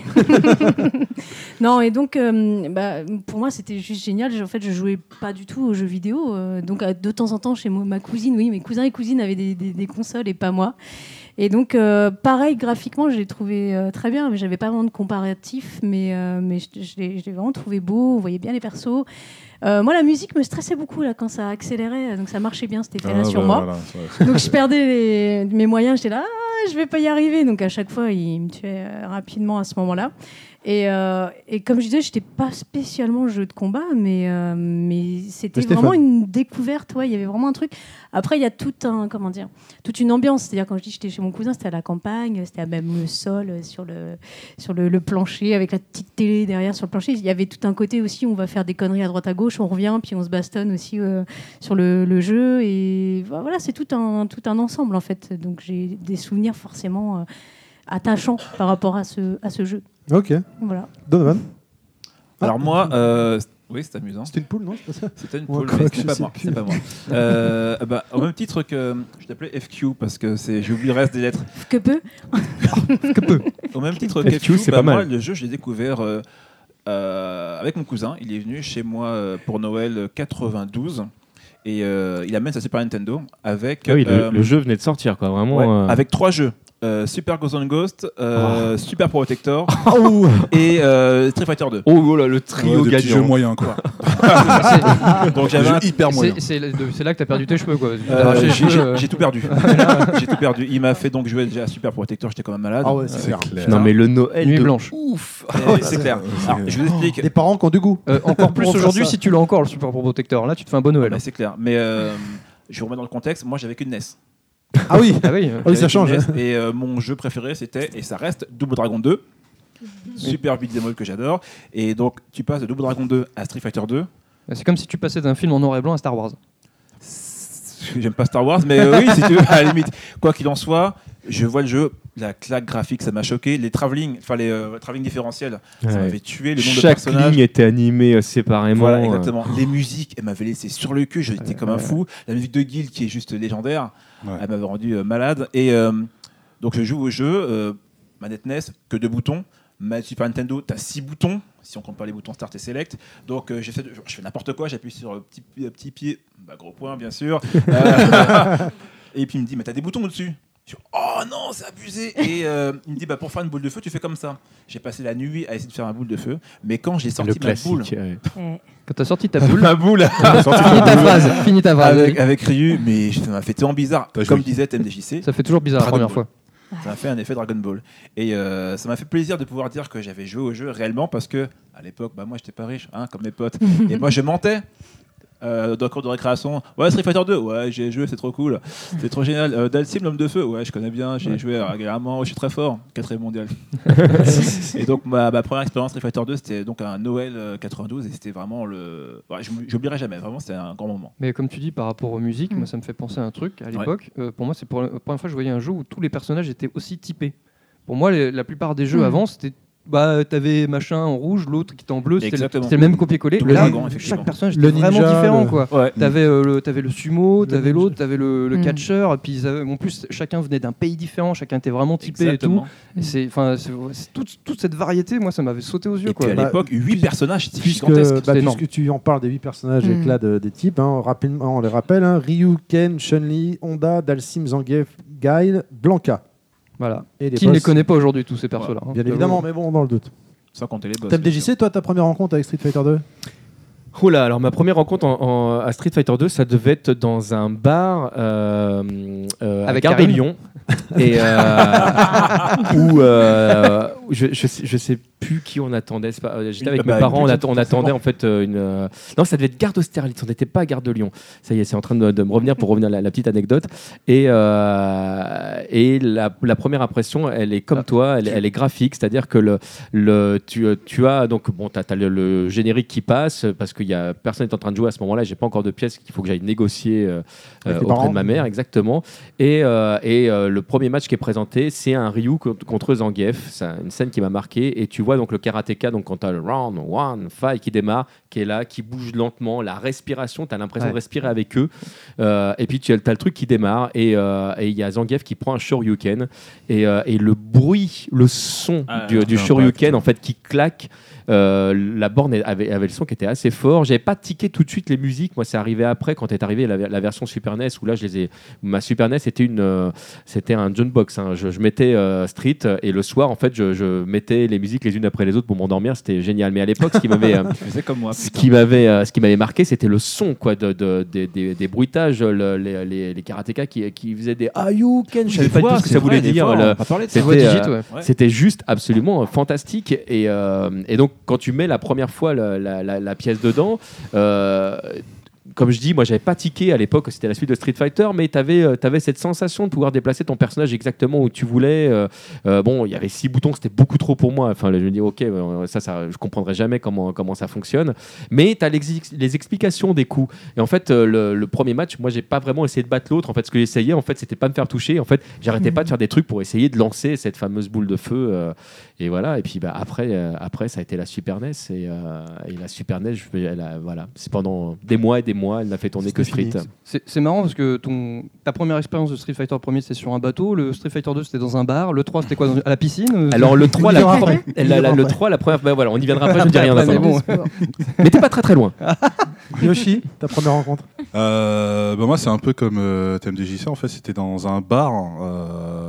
Non, et donc, pour moi, c'était juste génial. En fait, je jouais pas du tout aux jeux vidéo. Donc, de temps en temps, chez ma cousine, oui, mes cousins et cousines avaient des consoles et pas moi. Et donc, pareil, graphiquement, je l'ai trouvé très bien, mais j'avais pas vraiment de comparatif, mais je l'ai vraiment trouvé beau. On voyait bien les persos. Moi, la musique me stressait beaucoup là, quand ça accélérait, donc ça marchait bien cet effet-là sur moi. Voilà, Donc je perdais mes moyens, j'étais là, je vais pas y arriver. Donc à chaque fois, il me tuait rapidement à ce moment-là. Et comme je disais, j'étais pas spécialement jeu de combat, mais c'était vraiment une découverte. Ouais, il y avait vraiment un truc. Après, il y a toute une ambiance. C'est-à-dire quand je dis j'étais chez mon cousin, c'était à la campagne, c'était même le sol sur le plancher avec la petite télé derrière sur le plancher. Il y avait tout un côté aussi où on va faire des conneries à droite à gauche, on revient puis on se bastonne aussi sur le jeu. Et voilà, c'est tout un ensemble en fait. Donc j'ai des souvenirs forcément attachants par rapport à ce jeu. Ok. Voilà. Donovan Alors moi, oui, c'est amusant. C'était une poule, non? C'est pas ça? C'était une Ouais, poule, quoi mais que c'est je pas sais moi. plus. C'est pas moi. Au même titre que je t'appelais FQ parce que j'ai oublié le reste des lettres. Que peu. Au même titre que FQ, c'est pas moi, mal. le jeu, je l'ai découvert avec mon cousin. Il est venu chez moi pour Noël 92 et il amène sa Super Nintendo avec Ah oui, le jeu venait de sortir, quoi. Vraiment. avec 3 jeux. Super Ghost and Ghost, Super Protector Oh, et Street Fighter 2. Oh là, le trio Des petits jeux gagnant. moyens, quoi. Donc Des j'avais jeux un hyper moyens. C'est là que t'as perdu tes cheveux, quoi. T'as arraché les cheveux, j'ai tout perdu. J'ai tout perdu. Il m'a fait donc jouer déjà à Super Protector, j'étais quand même malade. ah ouais, c'est clair. clair. Non mais le Noël Nuit de blanche. ouf. C'est clair. Alors, je vous explique. Des parents qui ont du goût. Encore plus Pour faire aujourd'hui ça. si tu l'as encore, le Super Protector. Là, tu te fais un bon Noël. Bah, c'est clair. Mais je vous remets dans le contexte. Moi, j'avais qu'une NES. Ah oui. Ah oui. Ah oui, ça change. J'avais qu'une NES, et mon jeu préféré, c'était, et ça reste, Double Dragon 2. Super beat'em up que j'adore. Et donc, tu passes de Double Dragon 2 à Street Fighter 2. C'est comme si tu passais d'un film en noir et blanc à Star Wars. J'aime pas Star Wars, mais oui, si tu veux, à la limite. Quoi qu'il en soit, je vois le jeu, la claque graphique, ça m'a choqué. Les travelling différentiels, ça Ouais. m'avait tué. Le nombre de Chaque personnages. ligne était animée séparément. Voilà, exactement. Les musiques, elles m'avaient laissé sur le cul, j'étais comme un fou. La musique de Guild, qui est juste légendaire, Ouais. elle m'avait rendu malade. Et donc, je joue au jeu, manette NES, que 2 boutons. Manette Super Nintendo, t'as 6 boutons, si on compte pas les boutons Start et Select. Donc, je fais n'importe quoi, j'appuie sur le petit pied, gros point, bien sûr. Et puis, il me dit, mais t'as des boutons au-dessus. Je dis, oh non, c'est abusé. Et il me dit, pour faire une boule de feu, tu fais comme ça. J'ai passé la nuit à essayer de faire une boule de feu, mais quand j'ai Le sorti ma boule, classique. Ouais. Quand t'as sorti ta boule, ma boule finis ta phrase. avec Ryu, mais ça m'a fait tellement bizarre. T'as Comme joué. disait TMDJC, Ça fait toujours bizarre la Dragon première Ball. fois. ça m'a fait un effet Dragon Ball. Et ça m'a fait plaisir de pouvoir dire que j'avais joué au jeu réellement parce que à l'époque, moi j'étais pas riche, comme mes potes. Et moi je mentais. Dans le cours de récréation, ouais, Street Fighter 2, ouais, j'ai joué, c'est trop cool, c'est trop génial. Dalsim, l'homme de feu, ouais, je connais bien, j'ai joué régulièrement, je suis très fort, 4ème mondial. Et donc ma première expérience Street Fighter 2, c'était donc un Noël 92 et c'était vraiment le. Ouais, j'oublierai jamais, vraiment, c'était un grand moment. Mais comme tu dis, par rapport aux musiques, moi ça me fait penser à un truc. À l'époque, pour moi, c'est pour la première fois que je voyais un jeu où tous les personnages étaient aussi typés. Pour moi, la plupart des jeux avant, c'était. T'avais machin en rouge, l'autre qui était en bleu, c'était Exactement. le même copier-coller. Tous les Là, dragons, effectivement. chaque personnage Le était vraiment ninja, différent, le- quoi. Ouais. T'avais le sumo, t'avais ninja. l'autre, t'avais le catcheur, et puis en plus chacun venait d'un pays différent, chacun était vraiment typé Exactement. et tout. Et c'est toute cette variété, moi ça m'avait sauté aux yeux, Et quoi. puis à l'époque, 8 personnages, c'était Puisque, gigantesque. c'est énorme. puisque tu en parles des 8 personnages éclats des types, rapidement on les rappelle, Ryu, Ken, Chun-Li, Honda, Dalsim, Zangief, Guile, Blanca. Voilà. Et les Qui ne les boss, connaît pas aujourd'hui tous ces persos-là. hein. bien évidemment, mais bon, dans le doute. Sans compter les boss. Thème DJC, toi, ta première rencontre avec Street Fighter 2 Oh là, alors ma première rencontre à Street Fighter 2, ça devait être dans un bar Avec à Gare de Karim. Lyon. Et où je sais plus qui on attendait. J'étais avec mes parents, on attendait en fait une. Non, ça devait être Gare d'Austerlitz. On n'était pas à Gare de Lyon. Ça y est, c'est en train de me revenir pour revenir à la petite anecdote. Et la première impression, elle est comme toi, elle est graphique, c'est-à-dire que tu as donc t'as le générique qui passe parce que personne n'est en train de jouer à ce moment-là. J'ai pas encore de pièces qu'il faut que j'aille négocier Avec tes auprès parents. de ma mère, exactement. Et le premier match qui est présenté, c'est un Ryu contre Zangief. C'est une scène qui m'a marqué. Et tu vois donc le karatéka, donc quand tu as le round 1 fight qui démarre, qui est là, qui bouge lentement, la respiration, tu as l'impression de respirer avec eux. Et puis tu as le truc qui démarre et il y a Zangief qui prend un Shoryuken et le bruit, le son du Shoryuken en fait qui claque. La borne avait le son qui était assez fort. J'avais pas tiqué tout de suite les musiques. Moi, c'est arrivé après quand est arrivée la version Super NES où là, ma Super NES c'était un Junebox. Hein. Je mettais Street et le soir, en fait, je mettais les musiques les unes après les autres pour m'endormir. C'était génial. Mais à l'époque, ce qui faisais comme moi. ce qui m'avait marqué, c'était le son quoi, des bruitages, les karatékas qui faisaient des Ayuken. Je savais pas du tout ce que ça voulait dire. C'était juste absolument fantastique. Et donc, quand tu mets la première fois la pièce dedans, comme je dis, moi j'avais pas tiqué à l'époque, c'était la suite de Street Fighter, mais tu avais cette sensation de pouvoir déplacer ton personnage exactement où tu voulais. Il y avait 6 boutons, c'était beaucoup trop pour moi. Enfin, je me dis, ok, ça je comprendrai jamais comment ça fonctionne. Mais tu as les explications des coups. Et en fait, le premier match, moi j'ai pas vraiment essayé de battre l'autre. En fait, ce que j'essayais, en fait, c'était pas me faire toucher. En fait, j'arrêtais pas de faire des trucs pour essayer de lancer cette fameuse boule de feu. Et voilà. Et puis après, ça a été la Super NES. Et la Super NES, voilà, c'est pendant des mois et des mois, elle n'a fait tourner que Street. C'est marrant parce que ta première expérience de Street Fighter premier c'était sur un bateau, le Street Fighter 2 c'était dans un bar, le 3 c'était quoi, à la piscine? Alors le 3, On y viendra après. le 3 la première, voilà, on y viendra après, je ne dis rien Après, d'abord. mais bon. Mais t'es pas très loin. Yoshi, ta première rencontre Moi, c'est un peu comme TMDJC. En fait, c'était dans un bar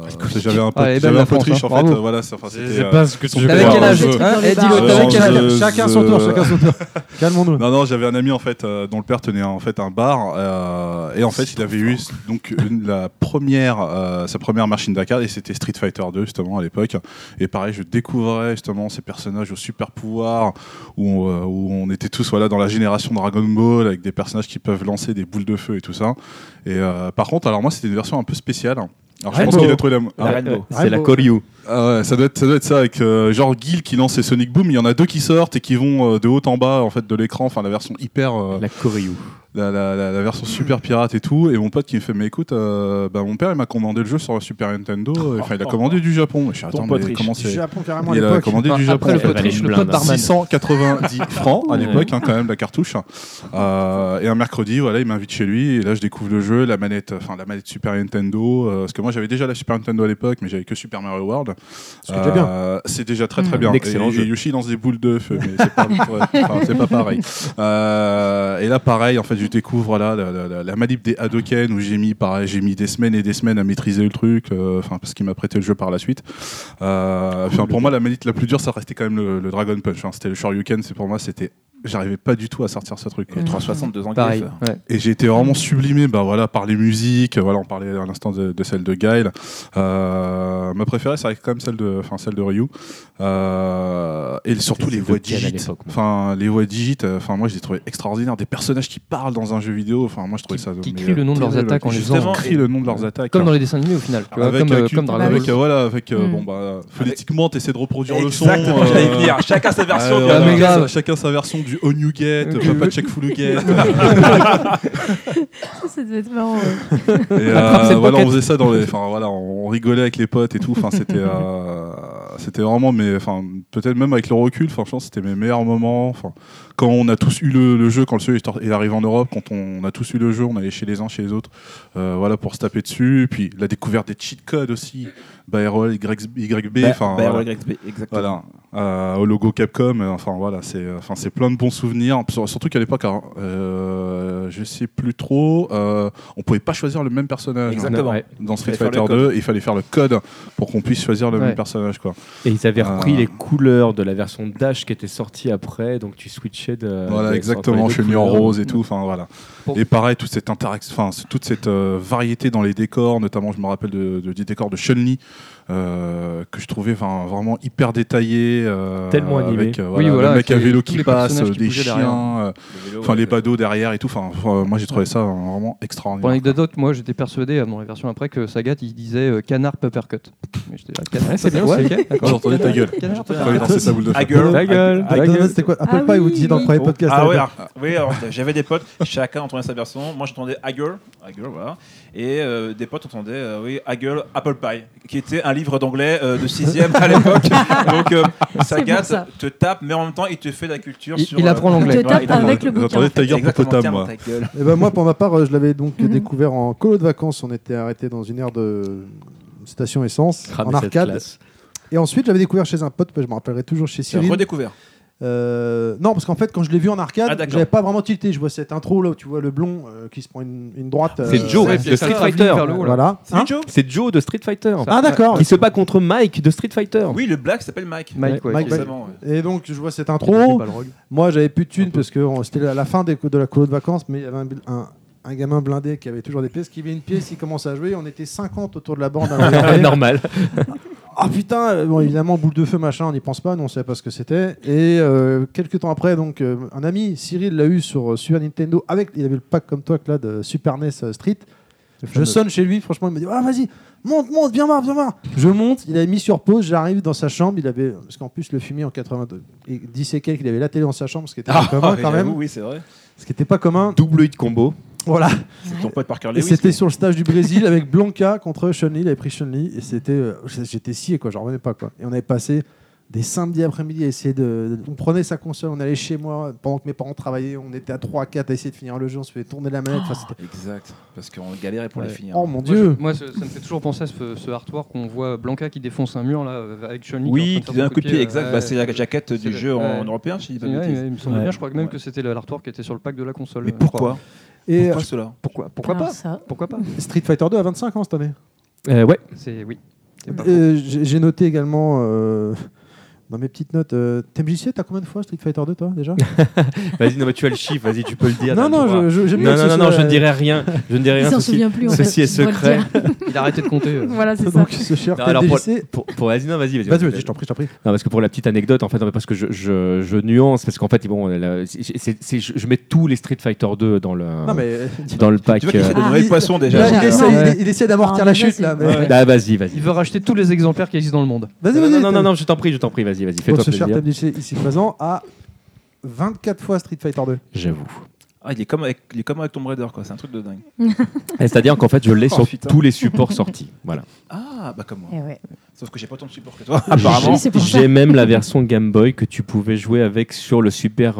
J'avais un peu, Ah, elle est belle, j'avais la un peu France, triche hein, en fait. bravo. Voilà, c'était. C'est pas ce que tu T'avais quel âge dis-le, t'avais quel âge Chacun son tour, chacun son tour. Calmons-nous. Non, j'avais un ami en fait dont le père tenait en fait un bar et en fait il avait eu donc sa première machine d'arcade et c'était Street Fighter 2 justement à l'époque. Et pareil, je découvrais justement ces personnages aux super pouvoirs où on était tous dans la génération Dragon Ball avec des personnages qui peuvent lancer des boules de feu et tout ça. Et par contre, alors moi c'était une version un peu spéciale. Alors je pense qu'il a trouvé La Rainbow. C'est la Koryu. Ah ouais, ça doit être ça avec genre Guile qui lance ses Sonic Boom. Il y en a deux qui sortent et qui vont de haut en bas en fait de l'écran. Enfin la version hyper, La Koryu. la version super pirate et tout. Et mon pote qui me fait mais écoute, mon père il m'a commandé le jeu sur la Super Nintendo. Enfin il a commandé du Japon. Et je suis attends mais comment Du c'est Japon carrément à Il a l'époque. commandé du Japon. Après le Japon. potriche, le Blinde. pote barman. 690 francs à l'époque quand même la cartouche. Et un mercredi il m'invite chez lui et là je découvre le jeu, la manette Super Nintendo. Parce que moi j'avais déjà la Super Nintendo à l'époque mais j'avais que Super Mario World. C'est déjà très très bien. Excellent jeu. Et Yoshi lance des boules de feu, mais c'est pas pareil. Et là, pareil, en fait, je découvre la manip des Hadoken où j'ai mis des semaines et des semaines à maîtriser le truc, parce qu'il m'a prêté le jeu par la suite. Pour moi, la manip la plus dure, ça restait quand même le Dragon Punch. C'était le Shoryuken, j'arrivais pas du tout à sortir ce truc. 362 ans. Pareil. Ouais. Et j'ai été vraiment sublimé par les musiques. On parlait à l'instant de celle de Guile. Ma préférée, c'est quand même celle de Ryu. Et surtout les voix digites. Les voix digites, moi je les trouvais extraordinaires. Des personnages qui parlent dans un jeu vidéo. Moi je trouvais ça. Qui crient le nom de leurs attaques en les faisant. Crient le nom de leurs attaques. Comme dans les dessins animés au final. Tu vois, comme Dragon Ball. Phonétiquement, t'essaies de reproduire le son. Exactement, j'allais venir. Chacun sa version. Chacun sa version du Onyuget, Papa Check Fuluget. Ça devait être marrant. On faisait ça on rigolait avec les potes et tout. C'était vraiment, peut-être même avec le recul, franchement, c'était mes meilleurs moments. Quand on a tous eu le jeu, quand le jeu est arrivé en Europe, quand on a tous eu le jeu, on allait chez les uns, chez les autres, pour se taper dessus. Et puis la découverte des cheat codes aussi, Bayrol, YB, Bayrol, YB, exactement. Au logo Capcom, c'est plein de bons souvenirs. Surtout qu'à l'époque, je sais plus trop, on pouvait pas choisir le même personnage. Exactement. Dans Street Fighter 2, il fallait faire le code pour qu'on puisse choisir le même personnage, quoi. Et ils avaient repris les couleurs de la version Dash qui était sortie après, donc tu switchais de. Voilà, exactement, je suis mis en rose et tout. Et pareil, toute cette interaction, toute cette variété dans les décors, notamment, je me rappelle des décors de Chun-Li. Que je trouvais vraiment hyper détaillé, tellement animé. Avec le mec à vélo qui passe, des chiens, les badauds derrière et tout. Moi j'ai trouvé ça vraiment extraordinaire. Pour l'anecdote, moi j'étais persuadé dans la version après que Sagat il disait canard peppercut. C'est bien, j'entendais ta gueule. J'entendais danser sa boule de feu. Ta gueule. C'était quoi Apple Pie ou dans le premier podcast. J'avais des potes, chacun entendait sa version. Moi j'entendais Hagel, voilà. Et des potes entendaient Hagel Apple Pie, qui était un livre d'anglais de 6e à l'époque. Donc Sagat te tape, mais en même temps il te fait de la culture sur. Il apprend l'anglais. Il te tape avec le bouquin. J'entendais ta gueule pour Potam, moi. Et moi, pour ma part, je l'avais donc découvert en colo de vacances. On était arrêté dans une aire de station essence en arcade. Et ensuite, j'avais découvert chez un pote. Je me rappellerai toujours chez Cyril. Redécouvert. Non, parce qu'en fait, quand je l'ai vu en arcade, j'avais pas vraiment tilté. Je vois cette intro là où tu vois le blond qui se prend une droite. C'est Joe de Street Fighter. Voilà. C'est Joe de Street Fighter. Ah d'accord. Qui se bat contre Mike de Street Fighter. Oui, le black s'appelle Mike. Mike. Et donc je vois cette intro. Moi, j'avais plus de thunes parce que c'était à la fin de la colo de vacances, mais il y avait un gamin blindé qui avait toujours des pièces, qui avait une pièce, il commence à jouer, on était 50 autour de la bande. Normal. Ah putain, bon, évidemment, boule de feu, machin, on n'y pense pas, nous on savait pas ce que c'était. Et quelques temps après, donc, un ami, Cyril, l'a eu sur Super Nintendo, il avait le pack comme toi, là, de Super NES Street. Je sonne chez lui, franchement, il me dit vas-y, monte, viens voir. Je monte, il avait mis sur pause, j'arrive dans sa chambre, parce qu'en plus, le fumier en 82, et 10 et quelques, il avait la télé dans sa chambre, ce qui était pas commun quand même. Oui, c'est vrai. Ce qui était pas commun. Double hit combo. Voilà. C'est ton pote Parker Et Lewis. c'était sur le stage du Brésil avec Blanca contre Chun-Li. Il avait pris Chun-Li et j'étais scié, quoi. J'en revenais pas, quoi. Et on avait passé des samedis après-midi à essayer on prenait sa console, on allait chez moi pendant que mes parents travaillaient, on était à 3-4 à essayer de finir le jeu, on se fait tourner la manette. Exact. Parce qu'on galérait pour les finir. Oh mon dieu. Moi, ça me fait toujours penser à ce artwork où on voit Blanca qui défonce un mur là avec Chun-Li. Oui, qui donne un coup de pied, exact. C'est la jaquette du jeu en européen, je dis pas de bêtises. Il me semble bien, je crois même que c'était l'artwork qui était sur le pack de la console. Mais pourquoi Pourquoi cela Pourquoi pas Ça. Pourquoi pas Street Fighter 2 à 25 ans cette année. Ouais. Oui. J'ai noté également dans mes petites notes. TMJC, t'as combien de fois Street Fighter 2 toi déjà? Vas-y, non, mais tu as le chiffre, vas-y, tu peux le dire. Non, non, j'aime bien. Non, je ne dirai rien. Je ne dirai Il rien. s'en souvient plus. En fait, Ceci est je dois le secret. dire. Il a arrêté de compter. Voilà, c'est ça. Donc ce cher Non, alors, TMJC. vas-y, Vas-y, je t'en prie. Non, parce que pour la petite anecdote, en fait, parce que je nuance, parce qu'en fait, bon, je mets tous les Street Fighter 2 dans le pack. Tu vois qu'il fait de mauvais poissons déjà. Là, il essaie d'amortir la chute là. mais- Ah, vas-y. Il veut racheter tous les exemplaires qui existent dans le monde. Vas-y. Non, je t'en prie, vas-y, fais-toi Ce cher plaisir. TMJC ici présent a 24 fois Street Fighter 2. J'avoue. Ah, il est comme avec Tomb Raider, quoi. C'est un truc de dingue. C'est-à-dire qu'en fait, je l'ai sur putain. tous les supports sortis. Voilà. Ah, bah comme moi. Eh ouais. Sauf que j'ai pas autant de support que toi, apparemment. C'est pour ça. J'ai même la version Game Boy que tu pouvais jouer avec sur le Super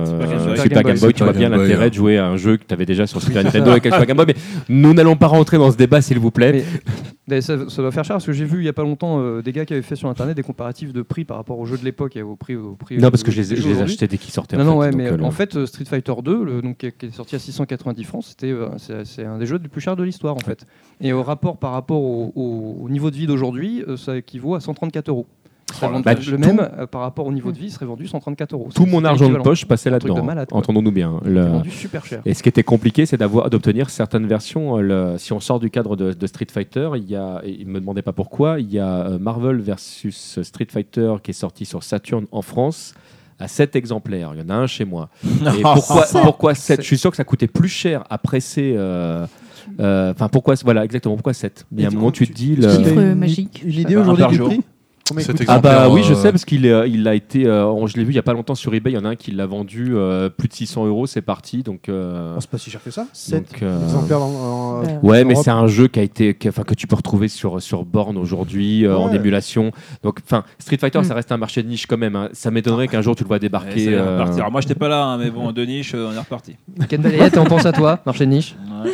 Game Boy. Tu vois bien Game Boy, l'intérêt ouais. de jouer à un jeu que tu avais déjà sur Super Nintendo avec Super Game Boy. Mais nous n'allons pas rentrer dans ce débat, s'il vous plaît. Mais ça doit faire cher parce que j'ai vu il y a pas longtemps des gars qui avaient fait sur internet des comparatifs de prix par rapport aux jeux de l'époque et au prix. Non, parce que je les ai aujourd'hui. achetés dès qu'ils sortaient. Non, en fait, ouais, mais donc, en fait, Street Fighter 2, qui est sorti à 690 francs, c'est un des jeux les plus chers de l'histoire en fait. Et au rapport par rapport au niveau de vie d'aujourd'hui, ça équivaut à 134 €. Le même par rapport au niveau de vie, il serait vendu 134 €. tout mon argent de poche passait Un truc de là-dedans. malade, quoi. Entendons-nous bien. C'est vendu super cher. Et ce qui était compliqué, c'est d'obtenir certaines versions. Si on sort du cadre de Street Fighter, il ne me demandait pas pourquoi, il y a Marvel versus Street Fighter qui est sorti sur Saturn en France à 7 exemplaires. Il y en a un chez moi. Et pourquoi 7 ? Je suis sûr que ça coûtait plus cher à presser. Pourquoi 7 ? Il y a un moment, tu te dis. Chiffre magique. Une idée aujourd'hui du prix? Cet Ah bah exemplaire, oui, je sais parce qu'il a été. Je l'ai vu il y a pas longtemps sur eBay. Il y en a un qui l'a vendu plus de 600 €. C'est parti. Donc. C'est pas si cher que ça. 7 donc, exemplaires ouais, mais Europe. c'est un jeu que tu peux retrouver sur borne aujourd'hui en émulation. Donc, Street Fighter, ça reste un marché de niche quand même. Hein. Ça m'étonnerait qu'un jour tu le vois débarquer. C'est reparti. Alors moi, j'étais pas là, hein, mais bon, de niche, on est reparti. Ken Balayette, on pense à toi, marché de niche. Ouais.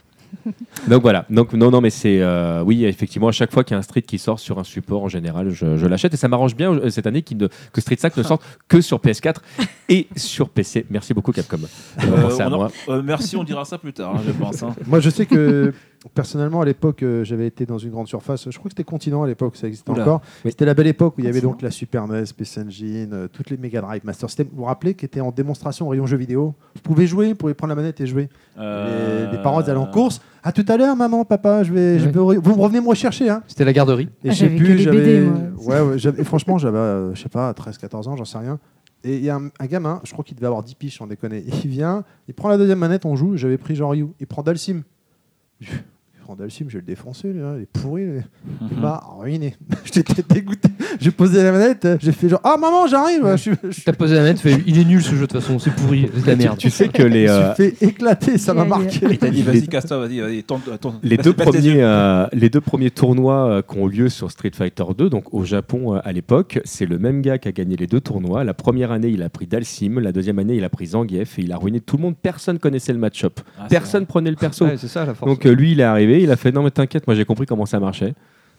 Donc voilà. Donc non, mais c'est oui, effectivement, à chaque fois qu'il y a un Street qui sort sur un support, en général, je l'achète et ça m'arrange bien cette année que Street 5 ne sorte que sur PS4 et sur PC. Merci beaucoup Capcom. Pensez à moi. Merci, on dira ça plus tard, hein, je pense. Hein. Moi, je sais que personnellement, à l'époque, j'avais été dans une grande surface. Je crois que c'était Continent à l'époque, ça existait Oula. encore. Oui. C'était la belle époque où il y avait donc la Super NES, PC Engine, toutes les Mega Drive, Master System. Vous vous rappelez qui était en démonstration au rayon jeux vidéo. Vous pouvez jouer, vous pouvez prendre la manette et jouer. Les parents ils allaient en course. À tout à l'heure, maman, papa, vous revenez me rechercher. Hein. C'était la garderie. Et J'avais que les BD, moi. Ouais, franchement, j'avais, je sais pas, 13-14 ans, j'en sais rien. Et il y a un gamin, je crois qu'il devait avoir 10 piges, sans déconner. Il vient, il prend la deuxième manette, on joue. J'avais pris Jean Ryu. Il prend Dalsim. Il prend Dalsim, je vais le défoncer, lui, hein, il est pourri. Lui. Il m'a ruiné. J'étais dégoûté. J'ai posé la manette, j'ai fait genre, ah maman, j'arrive. T'as posé la manette, il est nul ce jeu de toute façon, c'est pourri, c'est de la merde. Tu sais que Je me suis fait éclater, ça m'a marqué. Il t'a dit, vas-y, casse-toi, vas-y, tente. Les deux premiers tournois qui ont lieu sur Street Fighter 2, donc au Japon à l'époque, c'est le même gars qui a gagné les deux tournois. La première année, il a pris Dalsim, la deuxième année, il a pris Zangief et il a ruiné tout le monde. Personne connaissait le match-up. Personne prenait le perso. Ouais, c'est ça la force. Donc lui, il est arrivé, il a fait non mais t'inquiète, moi j'ai compris comment ça marchait.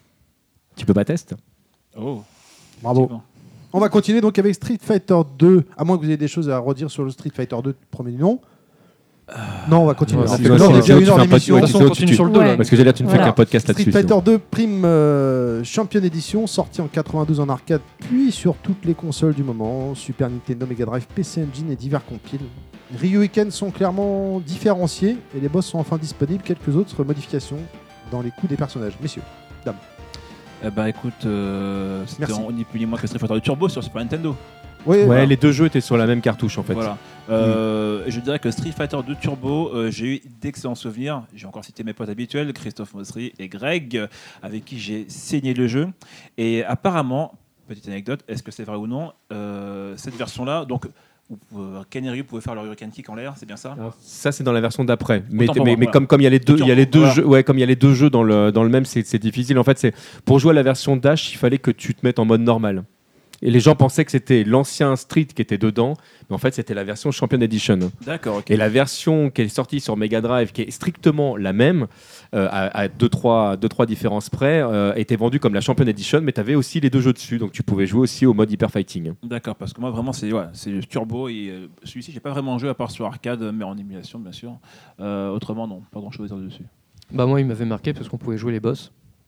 Tu peux pas tester. Oh. Bravo. On va continuer donc avec Street Fighter 2. À moins que vous ayez des choses à redire sur le Street Fighter 2 premier du nom. Non, on va continuer. Ouais, On fait sinon, une heure, sinon, déjà tu une heure fais un d'émission. podcast- De toute façon, on continue sur le 2 là. Parce que j'ai là, tu ne fais Voilà. qu'un podcast Street là-dessus. Fighter sinon. 2 Prime Champion Edition, sorti en 92 en arcade, puis sur toutes les consoles du moment, Super Nintendo, Mega Drive, PC Engine et divers compiles. Ryu et Ken sont clairement différenciés et les boss sont enfin disponibles. Quelques autres modifications dans les coups des personnages. Messieurs, dames. Écoute, c'était Merci. ni plus ni moins que Street Fighter Turbo sur Super Nintendo. Oui, Ouais, Voilà. les deux jeux étaient sur la même cartouche en fait. Voilà. Je dirais que Street Fighter 2 Turbo, j'ai eu d'excellents souvenirs. J'ai encore cité mes potes habituels, Christophe Mossery et Greg, avec qui j'ai saigné le jeu. Et apparemment, petite anecdote, est-ce que c'est vrai ou non, cette version-là, donc Ken et Ryu pouvaient faire leur Hurricane Kick en l'air, c'est bien ça? Alors, ça c'est dans la version d'après. Mais, Autant pour mais, moi, mais voilà. comme il y a les deux, Voilà. jeux, ouais, comme il y a les deux jeux dans le même, c'est difficile. En fait, c'est pour jouer à la version Dash, il fallait que tu te mettes en mode normal. Et les gens pensaient que c'était l'ancien Street qui était dedans, mais en fait c'était la version Champion Edition. D'accord, ok. Et la version qui est sortie sur Mega Drive, qui est strictement la même, à 2-3 différences près, était vendue comme la Champion Edition, mais tu avais aussi les deux jeux dessus, donc tu pouvais jouer aussi au mode Hyper Fighting. D'accord, parce que moi vraiment c'est le Turbo et celui-ci j'ai pas vraiment joué à part sur arcade, mais en émulation bien sûr. Autrement non, pas grand chose à dire dessus. Bah moi il m'avait marqué parce qu'on pouvait jouer les boss.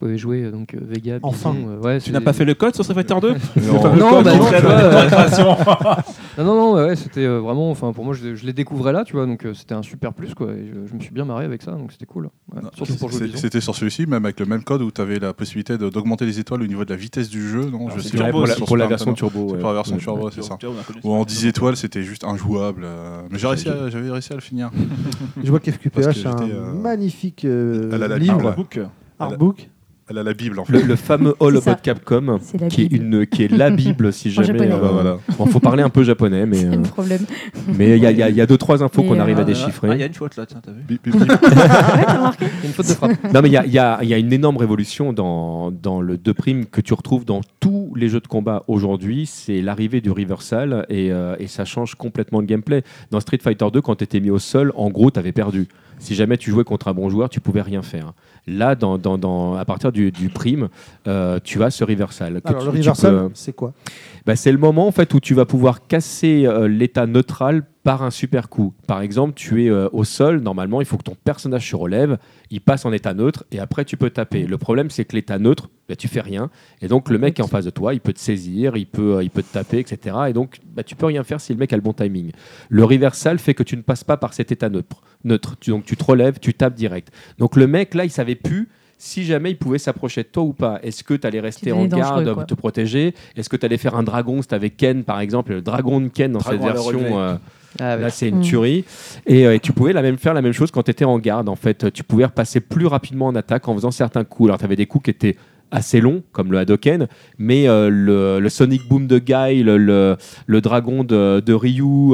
pouvais jouer donc Vega, Bison. Enfin. Ouais, Tu n'as pas fait le code sur Street Fighter 2? Non, bah non, tu vois, création. non, ouais, c'était vraiment, enfin pour moi je les découvrais là, tu vois, donc c'était un super plus quoi. Et je me suis bien marré avec ça, donc c'était cool. Ouais, surtout pour jouer Bison. C'était sur celui-ci, même avec le même code où tu avais la possibilité d'augmenter les étoiles au niveau de la vitesse du jeu. Non, Alors, je c'est sais turbo, pas, c'est pour la Super version Nintendo. turbo. C'est ouais. pour la version Ouais. turbo, c'est ça. Tu vois, on a connu Ou en ça. 10 étoiles, c'était juste injouable. Mais j'avais réussi à le finir. Je vois qu'FQPH Parce a que un j'étais, magnifique elle a la livre, Bible. Artbook. artbook. Elle a la Bible en fait. Le fameux All C'est ça. About Capcom, C'est la qui Bible. est la Bible si En jamais. japonais. Bah, voilà. Bon, faut parler un peu japonais, mais C'est le problème. mais il y a 2-3 infos Mais, qu'on arrive à Ah, il y déchiffrer. a une faute là, tiens, t'as vu? Ouais, t'as remarqué? Une faute de frappe. Non, mais il y a une énorme révolution dans le 2' que tu retrouves dans tous les jeux de combat aujourd'hui. C'est l'arrivée du reversal et ça change complètement le gameplay. Dans Street Fighter 2, quand tu étais mis au sol, en gros, tu avais perdu. Si jamais tu jouais contre un bon joueur, tu pouvais rien faire. Là, à partir du prime, tu as ce reversal. Alors, le reversal, c'est quoi? Bah, c'est le moment en fait où tu vas pouvoir casser l'état neutral par un super coup. Par exemple, tu es au sol, normalement, il faut que ton personnage se relève, il passe en état neutre et après tu peux taper. Le problème, c'est que l'état neutre, bah, tu fais rien et donc le mec qui est en face de toi, il peut te saisir, il peut te taper, etc. Et donc, bah, tu peux rien faire si le mec a le bon timing. Le reversal fait que tu ne passes pas par cet état neutre. Donc tu te relèves, tu tapes direct. Donc le mec là, il savait plus si jamais il pouvait s'approcher de toi ou pas. Est-ce que tu allais rester en C'était dangereux, garde, quoi. te protéger? Est-ce que tu allais faire un dragon? Si tu avais Ken par exemple, le dragon de Ken dans cette Dragon à le version. relever. Là, c'est une tuerie. Et tu pouvais faire la même chose quand tu étais en garde. En fait, tu pouvais repasser plus rapidement en attaque en faisant certains coups. Alors, tu avais des coups qui étaient assez longs, comme le Hadoken, mais le Sonic Boom de Guy, le dragon de Ryu,